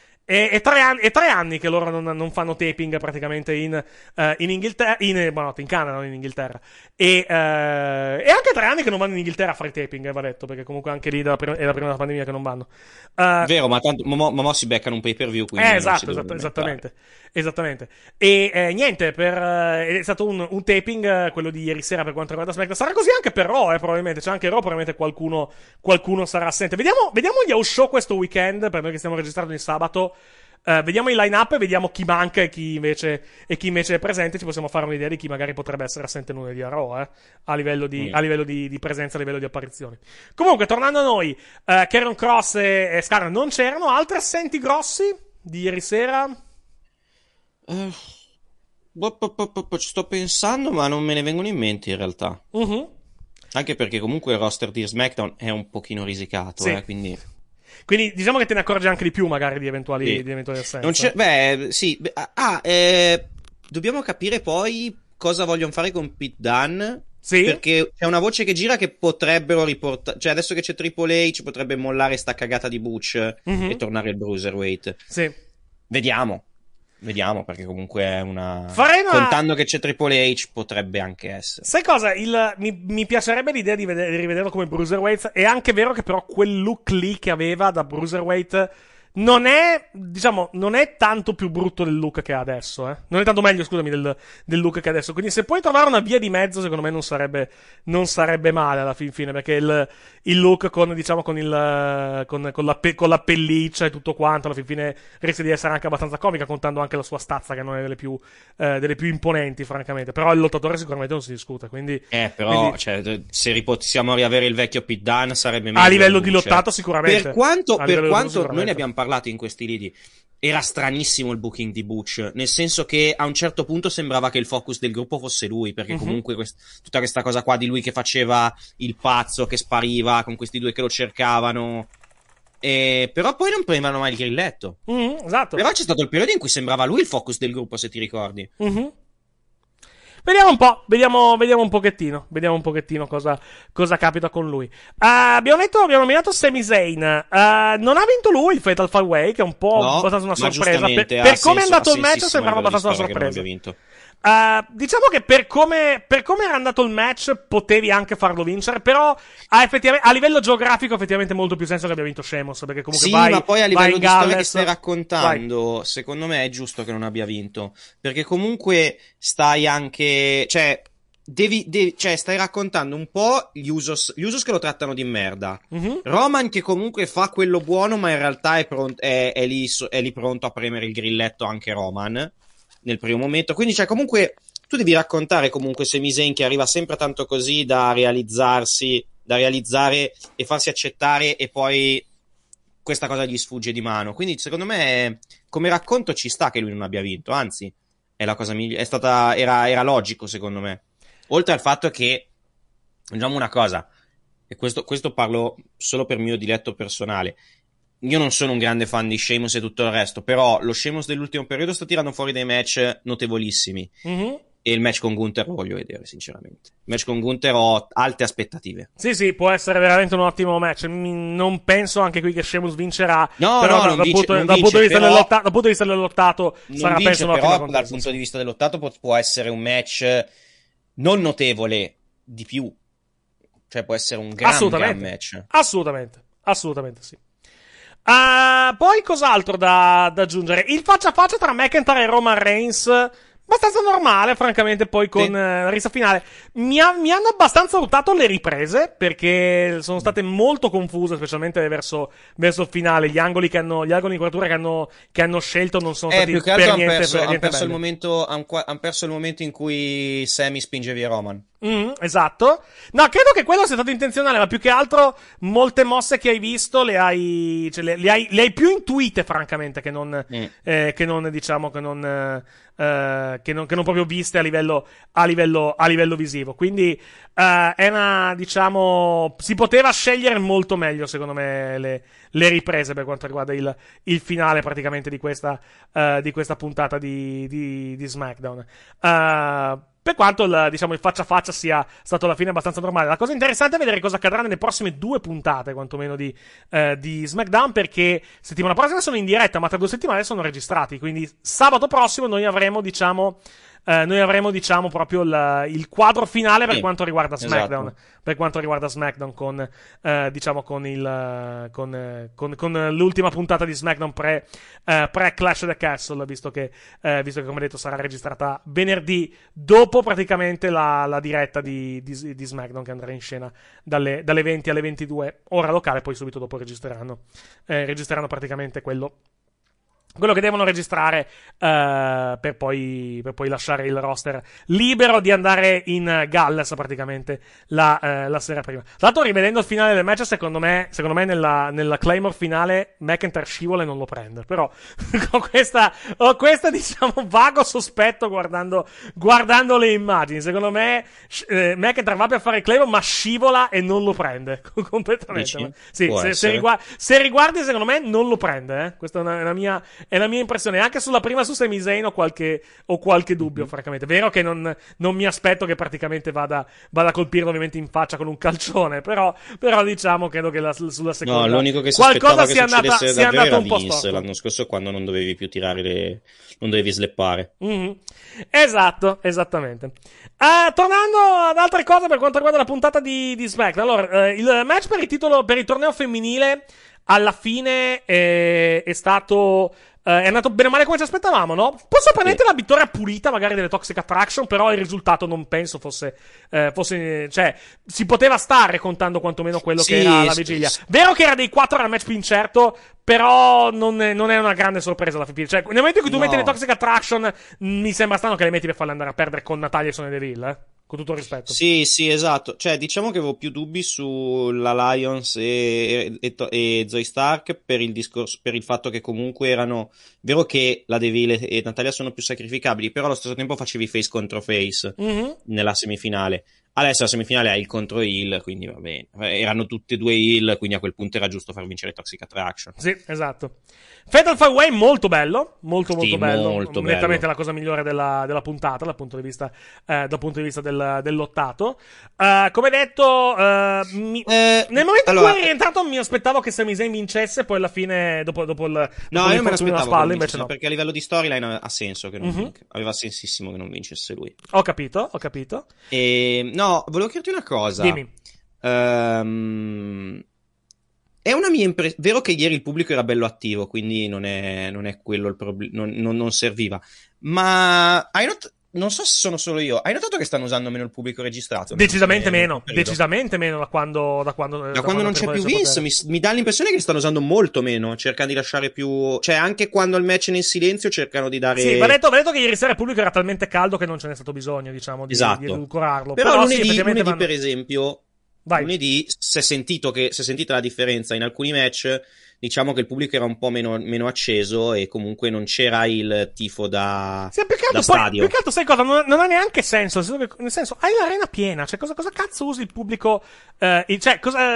E, e, tre anni, e tre anni che loro non, non fanno taping praticamente in, uh, in Inghilterra, in, buono, in Canada, non in Inghilterra. E, uh, e anche tre anni che non vanno in Inghilterra a fare taping, eh, va detto, perché comunque anche lì dalla prima, è la prima della pandemia che non vanno. Uh, Vero, ma tanto mo, mo si beccano un pay per view, quindi eh, esatto, esatto esattamente, esattamente. E eh, niente, per, eh, è stato un, un taping, eh, quello di ieri sera per quanto riguarda SmackDown. Sarà così anche per Raw, eh, probabilmente. C'è anche Raw, probabilmente qualcuno, qualcuno sarà assente. Vediamo, vediamo gli house show questo weekend, per noi che stiamo registrando il sabato. Uh, vediamo i line-up e vediamo chi manca e chi invece, e chi invece è presente. Ci possiamo fare un'idea di chi magari potrebbe essere assente lunedì a Raw, eh? a livello, di, mm. a livello di, di presenza, a livello di apparizioni. Comunque, tornando a noi, uh, Karrion Kross e, e Scarlett non c'erano. Altri assenti grossi di ieri sera? Uh, ci sto pensando, ma non me ne vengono in mente in realtà. Uh-huh. Anche perché comunque il roster di SmackDown è un pochino risicato, sì. eh, quindi... Quindi diciamo che te ne accorgi anche di più magari di eventuali, sì. di eventuali assenze. Non c'è, beh, sì. Ah, eh, dobbiamo capire poi cosa vogliono fare con Pete Dunne. Sì. Perché c'è una voce che gira che potrebbero riportare. Cioè, adesso che c'è Triple H, potrebbe mollare sta cagata di Butch mm-hmm. e tornare il Bruiserweight. Sì. Vediamo. Vediamo, perché comunque è una... una... Contando che c'è Triple H, potrebbe anche essere. Sai cosa? Il... Mi, mi piacerebbe l'idea di, vedere, di rivederlo come Bruiserweight. È anche vero che però quel look lì che aveva da Bruiserweight non è, diciamo, non è tanto più brutto del look che ha adesso, eh. Non è tanto meglio, scusami, del, del look che ha adesso. Quindi se puoi trovare una via di mezzo, secondo me non sarebbe, non sarebbe male alla fin fine, perché il, il look con, diciamo, con il, con, con la, pe, con la pelliccia e tutto quanto, alla fin fine rischia di essere anche abbastanza comica, contando anche la sua stazza, che non è delle più, eh, delle più imponenti, francamente. Però il lottatore sicuramente non si discute, quindi... Eh, però, quindi... cioè, se possiamo riavere il vecchio Pete Dunne sarebbe meglio. A livello di lottato, sicuramente. Per quanto, per quanto noi ne abbiamo parlato in questi lidi, era stranissimo il booking di Butch, nel senso che a un certo punto sembrava che il focus del gruppo fosse lui, perché uh-huh. comunque quest- tutta questa cosa qua di lui che faceva il pazzo, che spariva con questi due che lo cercavano, e... però poi non prendevano mai il grilletto. Uh-huh, esatto. Però c'è stato il periodo in cui sembrava lui il focus del gruppo, se ti ricordi. Uh-huh. Vediamo un po', vediamo, vediamo un pochettino, vediamo un pochettino cosa, cosa capita con lui. Uh, abbiamo detto, abbiamo nominato Sami Zayn. Uh, non ha vinto lui il Fatal Five Way, che è un po' no, abbastanza una sorpresa. Per, per per come è andato il match sembrava abbastanza una sorpresa. Vinto. Uh, diciamo che per come, per come era andato il match potevi anche farlo vincere, però ha effettivamente, a livello geografico effettivamente molto più senso che abbia vinto Sheamus, perché comunque sì, vai, ma poi a livello di Galles, storia che stai raccontando, vai. Secondo me è giusto che non abbia vinto, perché comunque stai anche, cioè devi, devi cioè stai raccontando un po' gli Usos, gli Usos che lo trattano di merda, mm-hmm. Roman che comunque fa quello buono ma in realtà è, pronto, è, è, lì, è lì pronto a premere il grilletto anche Roman nel primo momento, quindi cioè comunque tu devi raccontare comunque Sami Zayn che arriva sempre tanto così da realizzarsi, da realizzare e farsi accettare, e poi questa cosa gli sfugge di mano. Quindi secondo me come racconto ci sta che lui non abbia vinto, anzi è la cosa migliore, è stata, era, era logico secondo me. Oltre al fatto che, diciamo una cosa, e questo, questo parlo solo per mio diletto personale, io non sono un grande fan di Sheamus e tutto il resto, però lo Sheamus dell'ultimo periodo sta tirando fuori dei match notevolissimi. Mm-hmm. E il match con Gunther lo voglio vedere, sinceramente. Il match con Gunther ho alte aspettative. Sì, sì, può essere veramente un ottimo match. Non penso anche qui che Sheamus vincerà. No, però no, da, non dal, vince, punto, non dal, vince, punto di vista però... dell'otta, dal punto di vista dell'ottato non sarà vince, penso un'ottima però contesa. dal punto di vista dell'ottato può, può essere un match non notevole di più. Cioè può essere un gran, Assolutamente. gran match. Assolutamente, assolutamente sì. Uh, poi cos'altro da, da aggiungere? Il faccia a faccia tra McIntyre e Roman Reigns, abbastanza normale, francamente, poi con sì. uh, la risa finale. Mi, ha, mi hanno abbastanza urtato le riprese, perché sono state molto confuse, specialmente verso, verso il finale. Gli angoli che hanno, gli angoli di inquadratura che hanno, che hanno scelto non sono eh, stati più che per altro niente, hanno perso, per han niente perso, il belli. momento, han, han perso il momento in cui Sammy spinge via Roman. Mm, esatto. No, credo che quello sia stato intenzionale, ma più che altro molte mosse che hai visto le hai, cioè, le, le hai, le hai più intuite, francamente, che non, mm. eh, che non diciamo, che non, eh, che non, che non proprio viste a livello, a livello, a livello visivo. Quindi, eh, è una, diciamo, si poteva scegliere molto meglio, secondo me, le, le riprese per quanto riguarda il, il finale praticamente di questa, uh, di questa puntata di, di, di SmackDown. Uh, Per quanto il, diciamo, il faccia a faccia sia stato alla fine abbastanza normale. La cosa interessante è vedere cosa accadrà nelle prossime due puntate, quantomeno di, eh, di SmackDown, perché settimana prossima sono in diretta, ma tra due settimane sono registrati. Quindi sabato prossimo noi avremo, diciamo, eh, noi avremo, diciamo, proprio il, il quadro finale per sì, quanto riguarda SmackDown. Esatto. Per quanto riguarda SmackDown con, eh, diciamo, con il, con, eh, con, con l'ultima puntata di SmackDown pre, eh, pre Clash of the Castle, visto che, eh, visto che, come detto, sarà registrata venerdì dopo praticamente la, la diretta di, di, di SmackDown, che andrà in scena dalle, dalle venti alle ventidue ora locale, poi subito dopo registreranno, eh, registreranno praticamente quello quello che devono registrare uh, per, poi, per poi lasciare il roster libero di andare in Galles praticamente la, uh, la sera prima. Tra l'altro, rivedendo il finale del match, secondo me, secondo me nella, nella Claymore finale McIntyre scivola e non lo prende, però ho questa, ho questa diciamo vago sospetto guardando, guardando le immagini. Secondo me eh, McIntyre va per fare il Claymore ma scivola e non lo prende completamente. Ma, sì, se, se, riguardi, se riguardi secondo me non lo prende, eh? Questa è una, una mia è la mia impressione. Anche sulla prima su Sami Zayn ho qualche, ho qualche dubbio, mm-hmm. francamente. Vero che non, non mi aspetto che praticamente vada, vada a colpirlo ovviamente in faccia con un calcione, però, però diciamo credo che la, sulla seconda no, l'unico che si qualcosa sia andata, sia andato un po' Vince, storto l'anno scorso, quando non dovevi più tirare le, non dovevi sleppare. Mm-hmm. Esatto, esattamente. Uh, tornando ad altre cose per quanto riguarda la puntata di, di SmackDown. Allora, uh, il match per il titolo, per il torneo femminile alla fine è, è stato uh, è andato bene o male come ci aspettavamo, no? Poi sorprendente sì. La vittoria pulita magari delle Toxic Attraction, però il risultato non penso fosse, uh, fosse cioè si poteva stare contando quantomeno quello sì, che era la vigilia. Sì. Vero che era dei quattro, era il match più incerto, però non è, non è una grande sorpresa alla fine. Cioè, nel momento in cui tu no. metti le Toxic Attraction, mi sembra strano che le metti per farle andare a perdere con Natalia e Sonya Deville, eh? Con tutto il rispetto. Sì, sì, esatto. Cioè, diciamo che avevo più dubbi sulla Lions e, e, e Zoe Stark per il discorso, per il fatto che comunque erano, vero che la Deville e Natalia sono più sacrificabili, però allo stesso tempo facevi face contro face mm-hmm. nella semifinale. Adesso la semifinale hai il contro heel, quindi va bene. Erano tutte e due heel, quindi a quel punto era giusto far vincere Toxic Attraction. Sì, esatto. Fatal Five Way molto bello, molto molto sì, bello, molto nettamente bello. La cosa migliore della, della puntata dal punto di vista, eh, dal punto di vista del, dell'ottato. Uh, come detto, uh, mi, eh, nel momento allora, in cui è rientrato mi aspettavo che Sami Zayn vincesse, poi alla fine, dopo, dopo il no, dopo io me l'aspettavo spalla, invece no. Perché a livello di storyline ha senso che non mm-hmm. vinca. Aveva sensissimo che non vincesse lui. Ho capito, ho capito. E, no, volevo chiederti una cosa. Dimmi. Um, È una mia impressione. Vero che ieri il pubblico era bello attivo, quindi non è, non è quello il problema. Non, non, non serviva. Ma hai not- non so se sono solo io. Hai notato che stanno usando meno il pubblico registrato? Decisamente meno. Decisamente meno da quando. Da quando, da da quando, quando non c'è più Vince, mi, mi dà l'impressione che stanno usando molto meno. Cercano di lasciare più. Cioè, anche quando il match è nel silenzio, cercano di dare. Sì, va detto, va detto che ieri sera il pubblico era talmente caldo che non ce n'è stato bisogno, diciamo, di, esatto. di edulcorarlo. Però, Però lunedì, sì, lunedì vanno... per esempio. Vai. Lunedì si è sentito che si è sentita la differenza in alcuni match, diciamo che il pubblico era un po' meno, meno acceso e comunque non c'era il tifo da, sì, più che altro, da poi, stadio. Più che altro sai cosa, non, non ha neanche senso, nel senso, che, nel senso hai l'arena piena, cioè cosa, cosa cazzo usi il pubblico, eh, cioè cosa...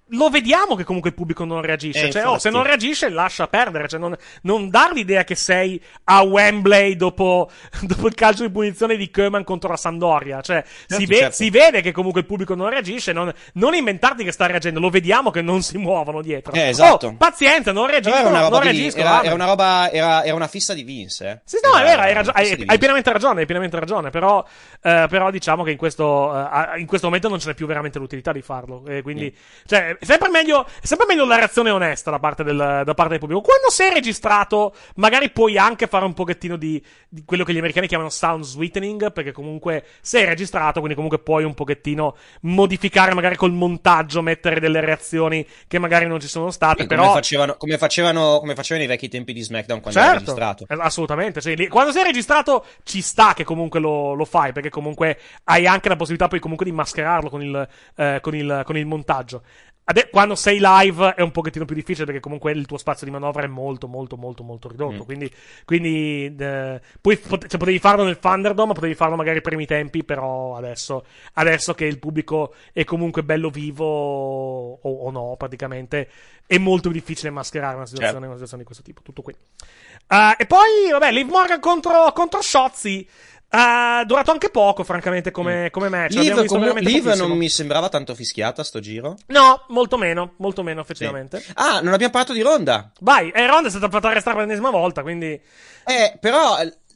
lo vediamo che comunque il pubblico non reagisce. Eh, cioè, oh, se non reagisce, lascia perdere. Cioè, non, non dar l'idea che sei a Wembley dopo, dopo il calcio di punizione di Koeman contro la Sampdoria. Cioè, certo, si, ve- certo. si vede che comunque il pubblico non reagisce. Non, non inventarti che sta reagendo. Lo vediamo che non si muovono dietro. Eh, esatto. Oh, pazienza, non reagiscono. Era una roba, non di, reagiscono era, vabbè. era una roba, era, era una fissa di Vince. Eh. Sì, no, era, è vero, hai, era ragio- hai, di hai pienamente ragione, hai pienamente ragione. Però, eh, però diciamo che in questo, eh, in questo momento non ce n'è più veramente l'utilità di farlo. E quindi, mm. cioè, è sempre meglio, è sempre meglio la reazione onesta da parte del, da parte del pubblico. Quando sei registrato, magari puoi anche fare un pochettino di, di quello che gli americani chiamano sound sweetening, perché comunque sei registrato, quindi comunque puoi un pochettino modificare, magari col montaggio, mettere delle reazioni che magari non ci sono state. Sì, però come facevano, come facevano, come facevano i vecchi tempi di SmackDown quando certo, era registrato. Assolutamente. Cioè, lì, quando sei registrato ci sta che comunque lo, lo fai, perché comunque hai anche la possibilità poi comunque di mascherarlo con il, eh, con il, con il montaggio. Ade- quando sei live è un pochettino più difficile, perché comunque il tuo spazio di manovra è molto molto molto molto ridotto. Mm. Quindi, quindi eh, poi pot- cioè, potevi farlo nel Thunderdome, potevi farlo magari ai primi tempi, però adesso, adesso che il pubblico è comunque bello vivo o, o no, praticamente è molto difficile mascherare una situazione, certo. una situazione di questo tipo. Tutto qui. Uh, e poi, vabbè, Liv Morgan contro, contro Shotzi. Ha uh, durato anche poco, francamente, come, mm. come match. Liv, com- Liv pochissimo. Non mi sembrava tanto fischiata sto giro. No, molto meno, molto meno, effettivamente. Sì. Ah, non abbiamo parlato di Ronda. Vai, e Ronda è stata fatta arrestare per l'ennesima volta, quindi... Eh, però,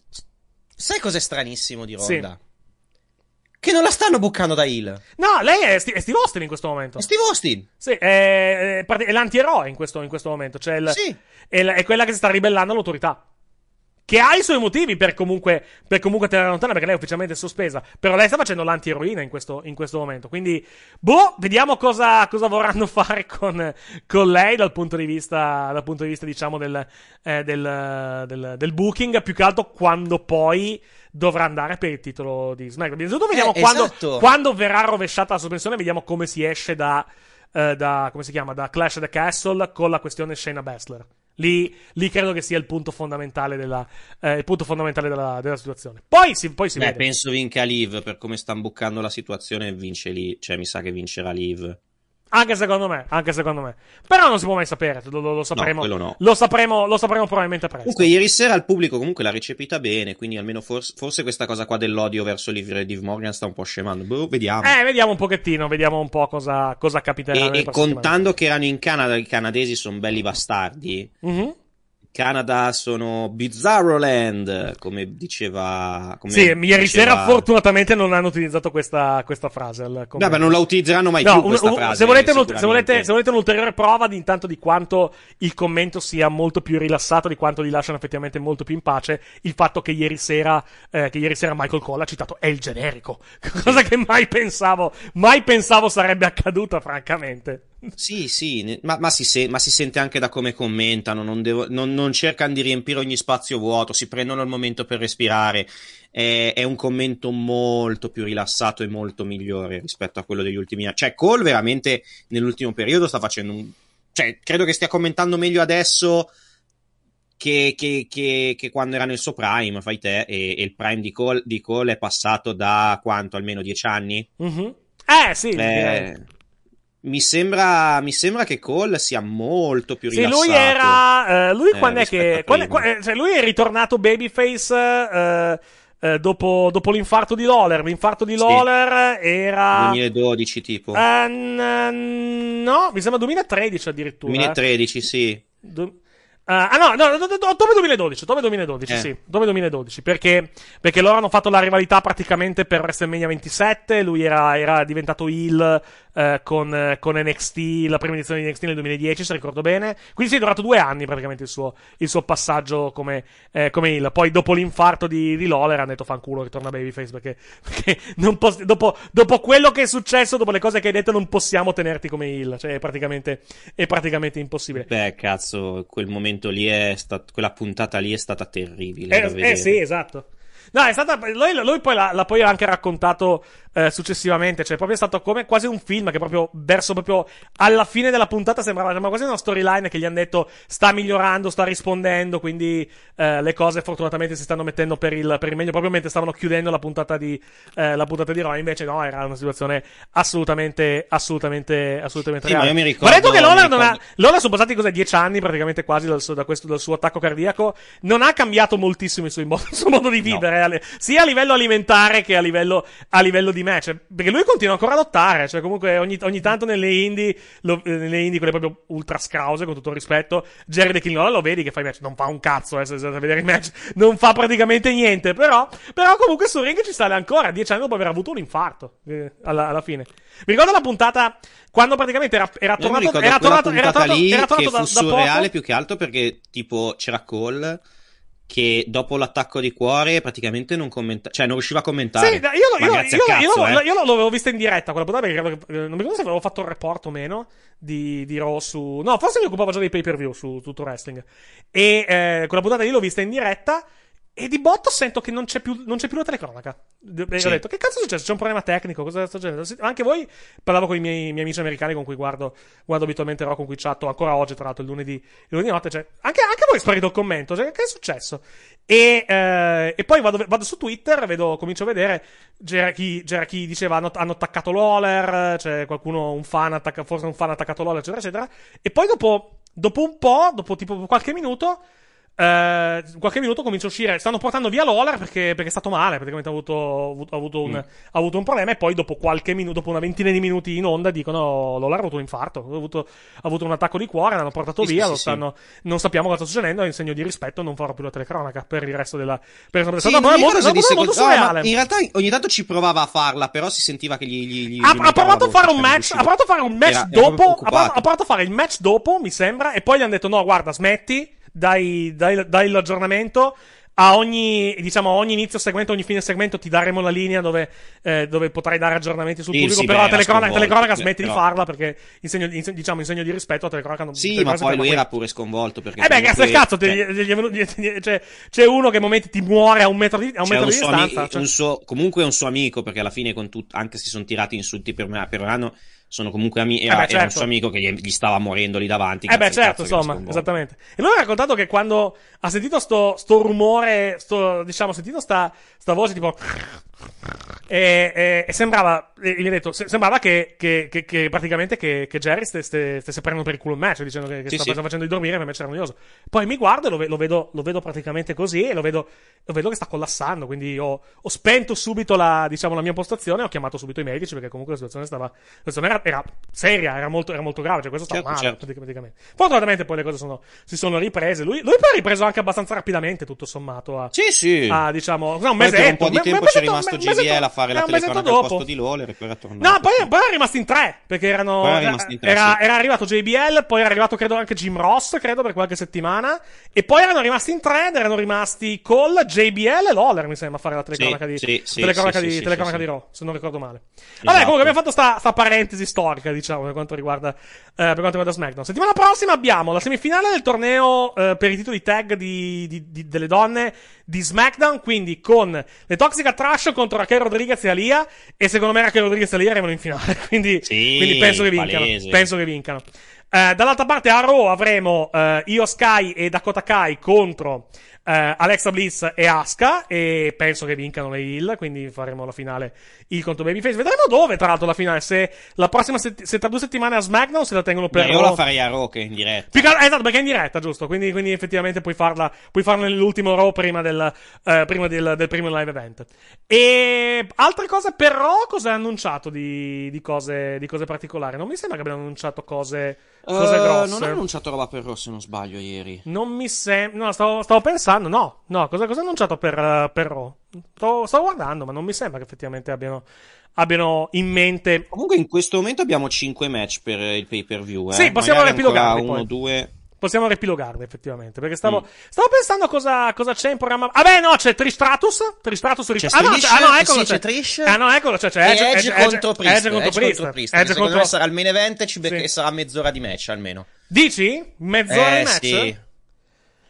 sai cos'è stranissimo di Ronda? Sì. Che non la stanno buccando da heel. No, lei è, St- è Steve Austin in questo momento. È Steve Austin? Sì, è, è, è l'antieroe in questo, in questo momento. Cioè il, sì. è, è quella che si sta ribellando all'autorità. Che ha i suoi motivi per comunque, per comunque tenere lontana, perché lei è ufficialmente sospesa. Però lei sta facendo l'antieroina in questo, in questo momento. Quindi, boh, vediamo cosa, cosa vorranno fare con, con lei dal punto di vista, dal punto di vista, diciamo, del, eh, del, del, del booking. Più che altro quando poi dovrà andare per il titolo di SmackDown. Innanzitutto vediamo eh, quando, esatto. quando verrà rovesciata la sospensione, vediamo come si esce da, eh, da, come si chiama, da Clash at the Castle con la questione Shayna Baszler. Lì, lì credo che sia il punto fondamentale della, eh, il punto fondamentale della, della situazione. Poi si, poi si Beh, vede. penso vinca Liv, per come stanno buccando la situazione, vince lì. Cioè, mi sa che vincerà Liv. Anche secondo me, anche secondo me. Però non si può mai sapere, lo, lo, lo sapremo. No, no. Lo sapremo, lo sapremo probabilmente presto. Comunque, ieri sera il pubblico comunque l'ha recepita bene, quindi almeno forse, forse questa cosa qua dell'odio verso Liv, Liv Morgan sta un po' scemando. Boh, vediamo. Eh, vediamo un pochettino, vediamo un po' cosa, cosa capiterà. E, e contando che erano in Canada, i canadesi sono belli bastardi. Mm-hmm. Canada sono Bizarro Land, come diceva. Come sì, ieri diceva... sera fortunatamente non hanno utilizzato questa, questa frase. Al, come... Vabbè, non la utilizzeranno mai no, più un, questa un, frase. Se volete, se, volete, se volete un'ulteriore prova di intanto di quanto il commento sia molto più rilassato, di quanto li lasciano effettivamente molto più in pace, il fatto che ieri sera, eh, che ieri sera Michael Cole ha citato è il generico, cosa che mai pensavo, mai pensavo sarebbe accaduta, francamente. Sì, sì, ma, ma, si se- ma si sente anche da come commentano, non, devo, non, non cercano di riempire ogni spazio vuoto, si prendono il momento per respirare, è, è un commento molto più rilassato e molto migliore rispetto a quello degli ultimi anni. Cioè, Cole veramente nell'ultimo periodo sta facendo un... Cioè, credo che stia commentando meglio adesso che, che, che, che quando era nel suo prime, fai te, e, e il prime di Cole, di Cole è passato da quanto? Almeno dieci anni? Mm-hmm. Eh, sì, eh, Mi sembra, mi sembra che Cole sia molto più rilassato. Sì, lui era. Uh, lui eh, quando è che. Quando, quando, cioè lui è ritornato babyface uh, uh, dopo, dopo l'infarto di Lawler. L'infarto di Lawler sì. era. duemiladodici, tipo. Uh, n- no, mi sembra duemilatredici addirittura. duemilatredici, sì. Du- Uh, ah no, no, no, no, ottobre duemiladodici, ottobre duemiladodici, eh. sì, ottobre duemiladodici, perché, perché loro hanno fatto la rivalità praticamente per WrestleMania ventisette, lui era, era diventato heel uh, con, con N X T, la prima edizione di N X T nel duemiladieci, se ricordo bene, quindi sì, è durato due anni praticamente il suo, il suo passaggio come, eh, come heel, poi dopo l'infarto di, di Lawler hanno detto fanculo, ritorna babyface, perché, perché non poss- dopo, dopo quello che è successo, dopo le cose che hai detto, non possiamo tenerti come heel, cioè è praticamente, è praticamente impossibile. Beh, cazzo, quel momento lì è stat- quella puntata lì è stata terribile eh, da vedere. Eh sì, esatto. No, è stata lui, lui poi l'ha, l'ha poi anche raccontato eh, successivamente, cioè proprio è stato come quasi un film che proprio verso proprio alla fine della puntata sembrava, sembrava quasi una storyline che gli hanno detto sta migliorando, sta rispondendo, quindi eh, le cose fortunatamente si stanno mettendo per il, per il meglio proprio mentre stavano chiudendo la puntata di eh, la puntata di Raw. Invece no, era una situazione assolutamente assolutamente assolutamente sì, reale. ma io mi ricordo, ma detto che Lola non ricordo... ha Lola sono passati cos'è dieci anni praticamente quasi dal suo, da questo, dal suo attacco cardiaco, non ha cambiato moltissimo il suo modo, il suo modo di vivere, no. Sia a livello alimentare che a livello a livello di match, perché lui continua ancora a lottare, cioè comunque ogni, ogni tanto nelle indie lo, nelle indie quelle proprio ultra scrause, con tutto il rispetto, Jerry the King Lawler lo vedi che fa i match, non fa un cazzo, eh, se andate a vedere i match non fa praticamente niente, però però comunque sul ring ci sale ancora dieci anni dopo aver avuto un infarto eh, alla, alla fine. Mi ricordo la puntata quando praticamente era, era tornato era tornato era tornato, lì era tornato che da, fu da surreale poco. Più che altro perché tipo c'era Cole che dopo l'attacco di cuore praticamente non commenta, cioè non riusciva a commentare. Sì, io, lo, io, grazie io, a cazzo, io, eh. io, io l'avevo vista in diretta quella puntata perché credo che, non mi ricordo se avevo fatto il report o meno di, di Raw su, no, forse mi occupavo già dei pay per view su tutto wrestling, e eh, quella puntata lì l'ho vista in diretta. E di botto sento che non c'è più, non c'è più la telecronaca. E sì. Ho detto, che cazzo è successo? C'è un problema tecnico? Cosa sta succedendo? Anche voi, parlavo con i miei, miei amici americani con cui guardo, guardo abitualmente Raw, con cui chatto ancora oggi, tra l'altro il lunedì, il lunedì notte, cioè, anche, anche voi è sparito il commento, cioè, che è successo? E, eh, e poi vado, vado su Twitter, vedo, comincio a vedere, c'era chi, c'era chi diceva hanno, hanno attaccato Lawler, c'è qualcuno, un fan attacca, forse un fan ha attaccato Lawler, eccetera, eccetera. E poi dopo, dopo un po', dopo tipo qualche minuto, Uh, qualche minuto comincia a uscire. Stanno portando via Lawler perché, perché è stato male. Praticamente ha avuto, ha, avuto un, mm. ha avuto un problema. E poi dopo qualche minuto, dopo una ventina di minuti in onda, dicono Lawler ha avuto un infarto. Ha avuto, ha avuto un attacco di cuore. L'hanno portato sì, via. Sì, lo sì, stanno, sì. Non sappiamo cosa sta succedendo. In segno di rispetto, non farò più la telecronaca per il resto della. Per il resto sì, della non molto, molto, molto, molto surreale. In realtà, ogni tanto ci provava a farla, però si sentiva che gli. gli, gli ha, ha provato a fare un match. Ha provato a fare un match era, dopo. Era ha, provato, ha provato a fare il match dopo, mi sembra. E poi gli hanno detto: no, guarda, smetti. Dai, dai, dai l'aggiornamento a ogni, diciamo, a ogni inizio segmento, ogni fine segmento ti daremo la linea dove, eh, dove potrai dare aggiornamenti sul sì, pubblico, sì, però beh, la telecronaca, telecronaca beh, smetti però... di farla perché in segno, in, diciamo, in segno di rispetto la telecronaca non. Sì, ma poi lui era pure sconvolto perché eh beh, cazzo del cazzo, cioè... gli, gli, gli, gli, c'è, c'è uno che a momenti ti muore a un metro di, a un metro un di distanza. Ami- cioè... un suo, comunque è un suo amico, perché alla fine con tut- anche se si sono tirati insulti per me, per un anno sono comunque amici, era, eh beh, certo. Era un suo amico che gli, gli stava morendo lì davanti. Eh beh, certo, insomma, esattamente. E lui ha raccontato che quando ha sentito sto, sto rumore, sto, diciamo, ha sentito sta, sta voce tipo... E, e, e sembrava, e gli ha detto, se, sembrava che, che, che, che praticamente che, che Jerry stesse, stesse prendendo per il culo il match, dicendo che, che sì, stava sì. facendo di dormire, ma il match era noioso. Poi mi guardo e lo, lo, vedo, lo vedo praticamente così e lo vedo, lo vedo che sta collassando, quindi ho, ho spento subito la, diciamo, la mia postazione e ho chiamato subito i medici perché comunque la situazione stava, la situazione era, era seria, era molto, era molto grave, cioè questo stava certo, male, certo. praticamente. Fortunatamente poi le cose sono, si sono riprese, lui, lui poi ha ripreso anche abbastanza rapidamente, tutto sommato, a, sì, sì. a diciamo, no, un poi mesetto, per un po' di me, tempo me, c'è mesetto, rimasto me, G V L a fare la telecronaca al posto di Lawler e poi era tornato. No, poi, poi era rimasto in tre, perché erano, poi era, rimasto in tre, era, sì. era arrivato J B L, poi era arrivato credo anche Jim Ross, credo, per qualche settimana, e poi erano rimasti in tre ed erano rimasti Cole, J B L e Lawler, mi sembra, a fare la telecronaca sì, di, sì, sì, telecronaca sì, di, sì, telecronaca sì, di sì. Raw, se non ricordo male. Esatto. Vabbè, comunque abbiamo fatto sta, sta parentesi storica, diciamo, per quanto riguarda, eh, per quanto riguarda SmackDown. Settimana prossima abbiamo la semifinale del torneo, eh, per i titoli tag di, di, di, delle donne di SmackDown, quindi con le Toxic Attraction contro Raquel Rodriguez e Aliyah, e secondo me Raquel Rodriguez e Aliyah arrivano in finale, quindi, sì, quindi penso che vincano, palese. penso che vincano. Eh, dall'altra parte a Raw avremo eh, Io Sky e Dakota Kai contro eh, Alexa Bliss e Asuka, e penso che vincano le heel, quindi faremo la finale heel contro Babyface. Vedremo dove, tra l'altro, la finale, se la prossima set- se tra due settimane a SmackDown se la tengono per Beh, io la farei a Raw che è in diretta. Più che- esatto, perché è in diretta, giusto, quindi, quindi effettivamente puoi farla, puoi farla nell'ultimo Raw prima del, eh, prima del, del primo live event. E altre cose per Raw, cosa ha annunciato di, di cose, di cose particolari? Non mi sembra che abbiano annunciato cose, cose Uh, grosse. non ha annunciato roba per Raw, se non sbaglio, ieri. Non mi sembra, no, stavo, stavo pensando, no, no, cosa, cosa ha annunciato per, uh, per Raw? Stavo, stavo guardando, ma non mi sembra che effettivamente abbiano, abbiano in mente. Comunque in questo momento abbiamo cinque match per il pay per view, eh. Sì, possiamo Magari riepilogarli ancora uno, poi. due. Possiamo riepilogarli effettivamente, perché stavo, Mm. stavo pensando cosa, cosa c'è in programma. Ah beh, no, c'è Trish Stratus, Trish Stratus C'è ah, no, Trish, c'è, ah no, eccolo, sì, c'è c'è Trish. Ah no, eccolo, c'è, c'è E Edge, Edge, Edge, contro Priest. Edge contro Edge Priest. contro Priest. Edge Secondo contro... me sarà il main event e ci becca- Sì. sarà mezz'ora di match almeno. Dici? Mezz'ora Eh, di match? sì.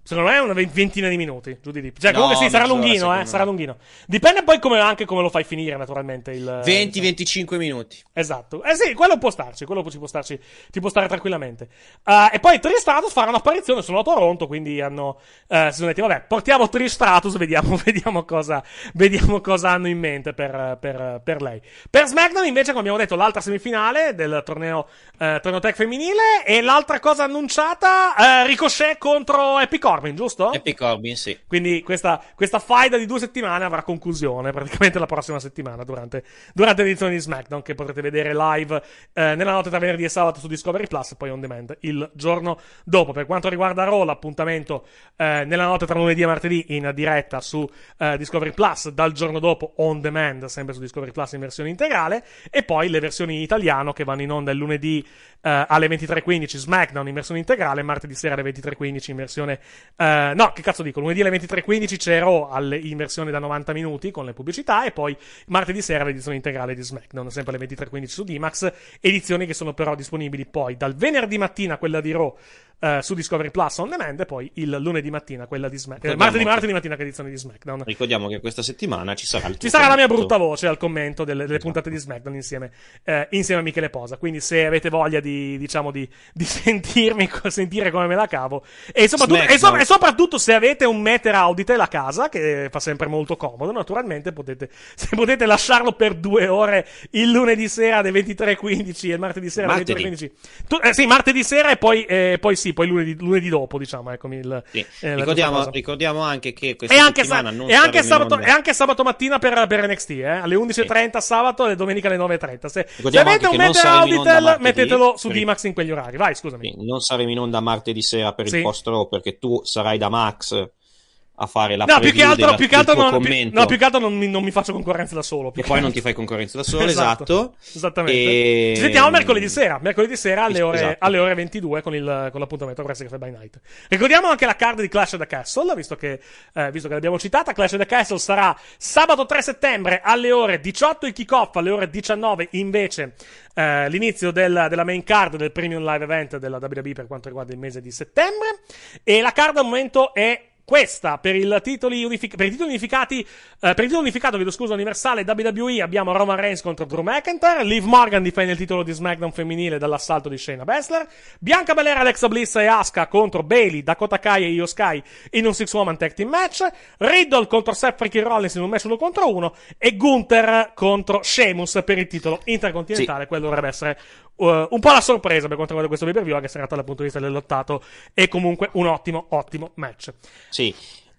Secondo me è una ventina di minuti, giù di lì. Cioè, comunque No, sì, sarà mezz'ora, lunghino, eh, secondo sarà me. lunghino. Dipende poi come, anche come lo fai finire, naturalmente, il... venti venticinque minuti. Esatto. Eh sì, quello può starci, quello ci può starci, ci può stare tranquillamente. Uh, e poi Tristratus farà un'apparizione, sono a Toronto, quindi hanno, uh, si sono detti, vabbè, portiamo Tristratus, vediamo, vediamo cosa, vediamo cosa hanno in mente per, per, per lei. Per SmackDown, invece, come abbiamo detto, l'altra semifinale del torneo, uh, torneo tech femminile, e l'altra cosa annunciata, uh, Ricochet contro Happy Corbin, giusto? Happy Corbin, sì. Quindi questa, questa faida di due settimane avrà conclusione praticamente la prossima settimana durante, durante l'edizione di SmackDown, che potrete vedere live eh, nella notte tra venerdì e sabato su Discovery Plus e poi on demand il giorno dopo. Per quanto riguarda Raw, l'appuntamento eh, nella notte tra lunedì e martedì in diretta su eh, Discovery Plus, dal giorno dopo on demand sempre su Discovery Plus in versione integrale, e poi le versioni in italiano che vanno in onda il lunedì eh, alle ventitré e quindici SmackDown in versione integrale, martedì sera alle ventitré e quindici in versione eh, no, che cazzo dico, lunedì alle ventitré e quindici c'è Raw alle, in versione da novanta minuti con le pubblicità, e poi martedì sera l'edizione integrale di SmackDown sempre alle ventitré e quindici su D-Max, edizioni che sono però disponibili poi dal venerdì mattina quella di Raw Uh, su Discovery Plus on demand, e poi il lunedì mattina quella di SmackDown, eh, martedì, che... martedì mattina che edizione di SmackDown. Ricordiamo che questa settimana ci sarà il tuo ci sarà commento. la mia brutta voce al commento delle, delle puntate di SmackDown insieme, eh, insieme a Michele Posa, quindi se avete voglia di, diciamo, di, di sentirmi, sentire come me la cavo, e soprattutto, e, so, e soprattutto se avete un meter Auditel a casa, che fa sempre molto comodo, naturalmente potete, se potete lasciarlo per due ore il lunedì sera alle ventitré e quindici e il martedì sera alle ventitré e quindici. Tu, eh, sì, martedì sera e poi, eh, poi sì, poi lunedì, lunedì dopo, diciamo, eccomi il, sì. eh, ricordiamo, ricordiamo anche che questa e anche, settimana sa- non e anche sabato, in e anche sabato mattina per, per N X T, eh, alle undici e trenta sì. sabato e domenica alle nove e trenta. Se, se Ricordiamo avete un anche che meter non saremo in onda Auditel, martedì, mettetelo su per- D-Max in quegli orari. Vai, scusami. Sì, non saremo in onda martedì sera per Sì. il post Raw, perché tu sarai da Max a fare la No, più che preview altro, della- più che del altro, tuo non, più, commento. no, più che altro non mi, non mi faccio concorrenza da solo. più E che poi altro. non ti fai concorrenza da solo, Esatto. esatto. Esattamente. E... Ci sentiamo mercoledì sera. Mercoledì sera alle ore, Esatto. alle ore ventidue con, il, con l'appuntamento Wrestling Cafe by Night. Ricordiamo anche la card di Clash of the Castle, visto che, eh, visto che l'abbiamo citata. Clash of the Castle sarà sabato tre settembre alle ore diciotto il kick-off, alle ore diciannove invece eh, l'inizio del, della main card del premium live event della W W E per quanto riguarda il mese di settembre. E la card al momento è questa. Per, il titoli unific- per i titoli unificati, eh, per il titolo unificato, vedo scusa, universale W W E abbiamo Roman Reigns contro Drew McIntyre, Liv Morgan difende il titolo di SmackDown femminile dall'assalto di Shayna Baszler, Bianca Belair, Alexa Bliss e Asuka contro Bayley, Dakota Kai e Io Sky in un six woman tag team match, Riddle contro Seth Freaking Rollins in un match uno contro uno, e Gunther contro Sheamus per il titolo intercontinentale. Sì. Quello dovrebbe essere uh, un po' la sorpresa per quanto riguarda questo pay-per-view, anche se in realtà dal punto di vista del lottato è comunque un ottimo, ottimo match. Sì.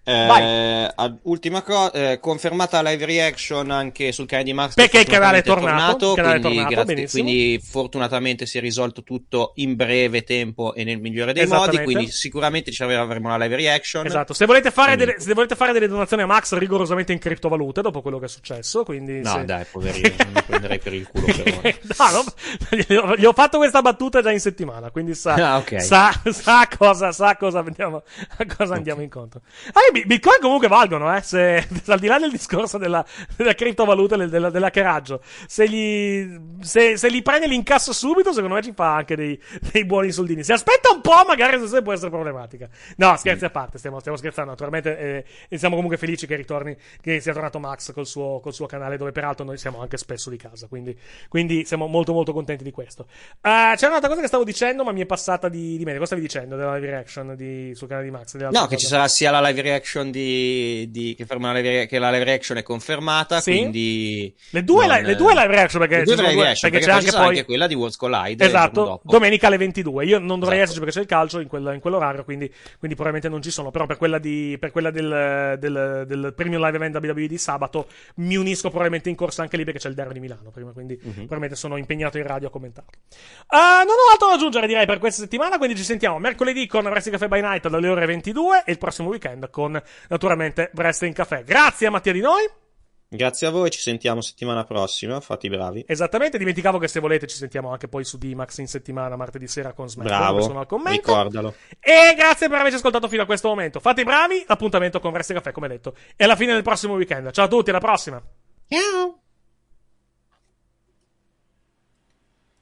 Eh, ad, ultima cosa, eh, confermata live reaction anche sul canale di Max, perché il canale è tornato, tornato, il canale quindi, è tornato grazie, quindi fortunatamente si è risolto tutto in breve tempo e nel migliore dei modi, quindi sicuramente ci avremo una live reaction. Esatto. Se volete fare delle, se volete fare delle donazioni a Max rigorosamente in criptovalute dopo quello che è successo, quindi no se... dai poverino, non mi prenderei per il culo però. No, no, gli, ho, gli ho fatto questa battuta già in settimana, quindi sa, ah, okay. sa, sa cosa, sa cosa andiamo, a cosa andiamo okay. incontro. Ah, Bitcoin comunque valgono, eh, se, al di là del discorso della, della criptovaluta e della, dell'hackeraggio, se gli, se, se li prende l'incasso subito, secondo me ci fa anche dei, dei buoni soldini. Se aspetta un po', magari se può essere problematica. No, scherzi mm. a parte, stiamo, stiamo scherzando, naturalmente, eh, e siamo comunque felici che ritorni, che sia tornato Max col suo, col suo canale, dove peraltro noi siamo anche spesso di casa, quindi, quindi siamo molto molto contenti di questo. Uh, c'era un'altra cosa che stavo dicendo, ma mi è passata di, di mente. Cosa stavi dicendo della live reaction di, sul canale di Max? No, cosa? Che ci sarà sia la live reaction di Di, che, la live, che la live reaction è confermata, sì? Quindi le due, non, li, le due live reaction, perché, le due live due, reaction, perché, perché c'è anche poi poi anche quella di Worlds Collide, esatto, domenica alle ventidue. Io non dovrei esatto. esserci perché c'è il calcio in, quella, in quell'orario, quindi, quindi probabilmente non ci sono, però per quella, di, per quella del, del, del premium live event W W E di sabato mi unisco probabilmente in corsa anche lì, perché c'è il derby di Milano prima, quindi uh-huh. probabilmente sono impegnato in radio a commentarlo. Uh, non ho altro da aggiungere, direi, per questa settimana, quindi ci sentiamo mercoledì con Wrestling Cafe by Night dalle ore ventidue e il prossimo weekend con naturalmente Wrestling Cafe. Grazie a Mattia Di Noi. Grazie a voi, ci sentiamo settimana prossima, fate i bravi. Esattamente, dimenticavo che se volete ci sentiamo anche poi su D-Max in settimana, martedì sera con SmackDown. Bravo, sono al commento. ricordalo. E grazie per averci ascoltato fino a questo momento. Fate i bravi, appuntamento con Wrestling Cafe, come detto. E alla fine del prossimo weekend. Ciao a tutti, alla prossima. Ciao.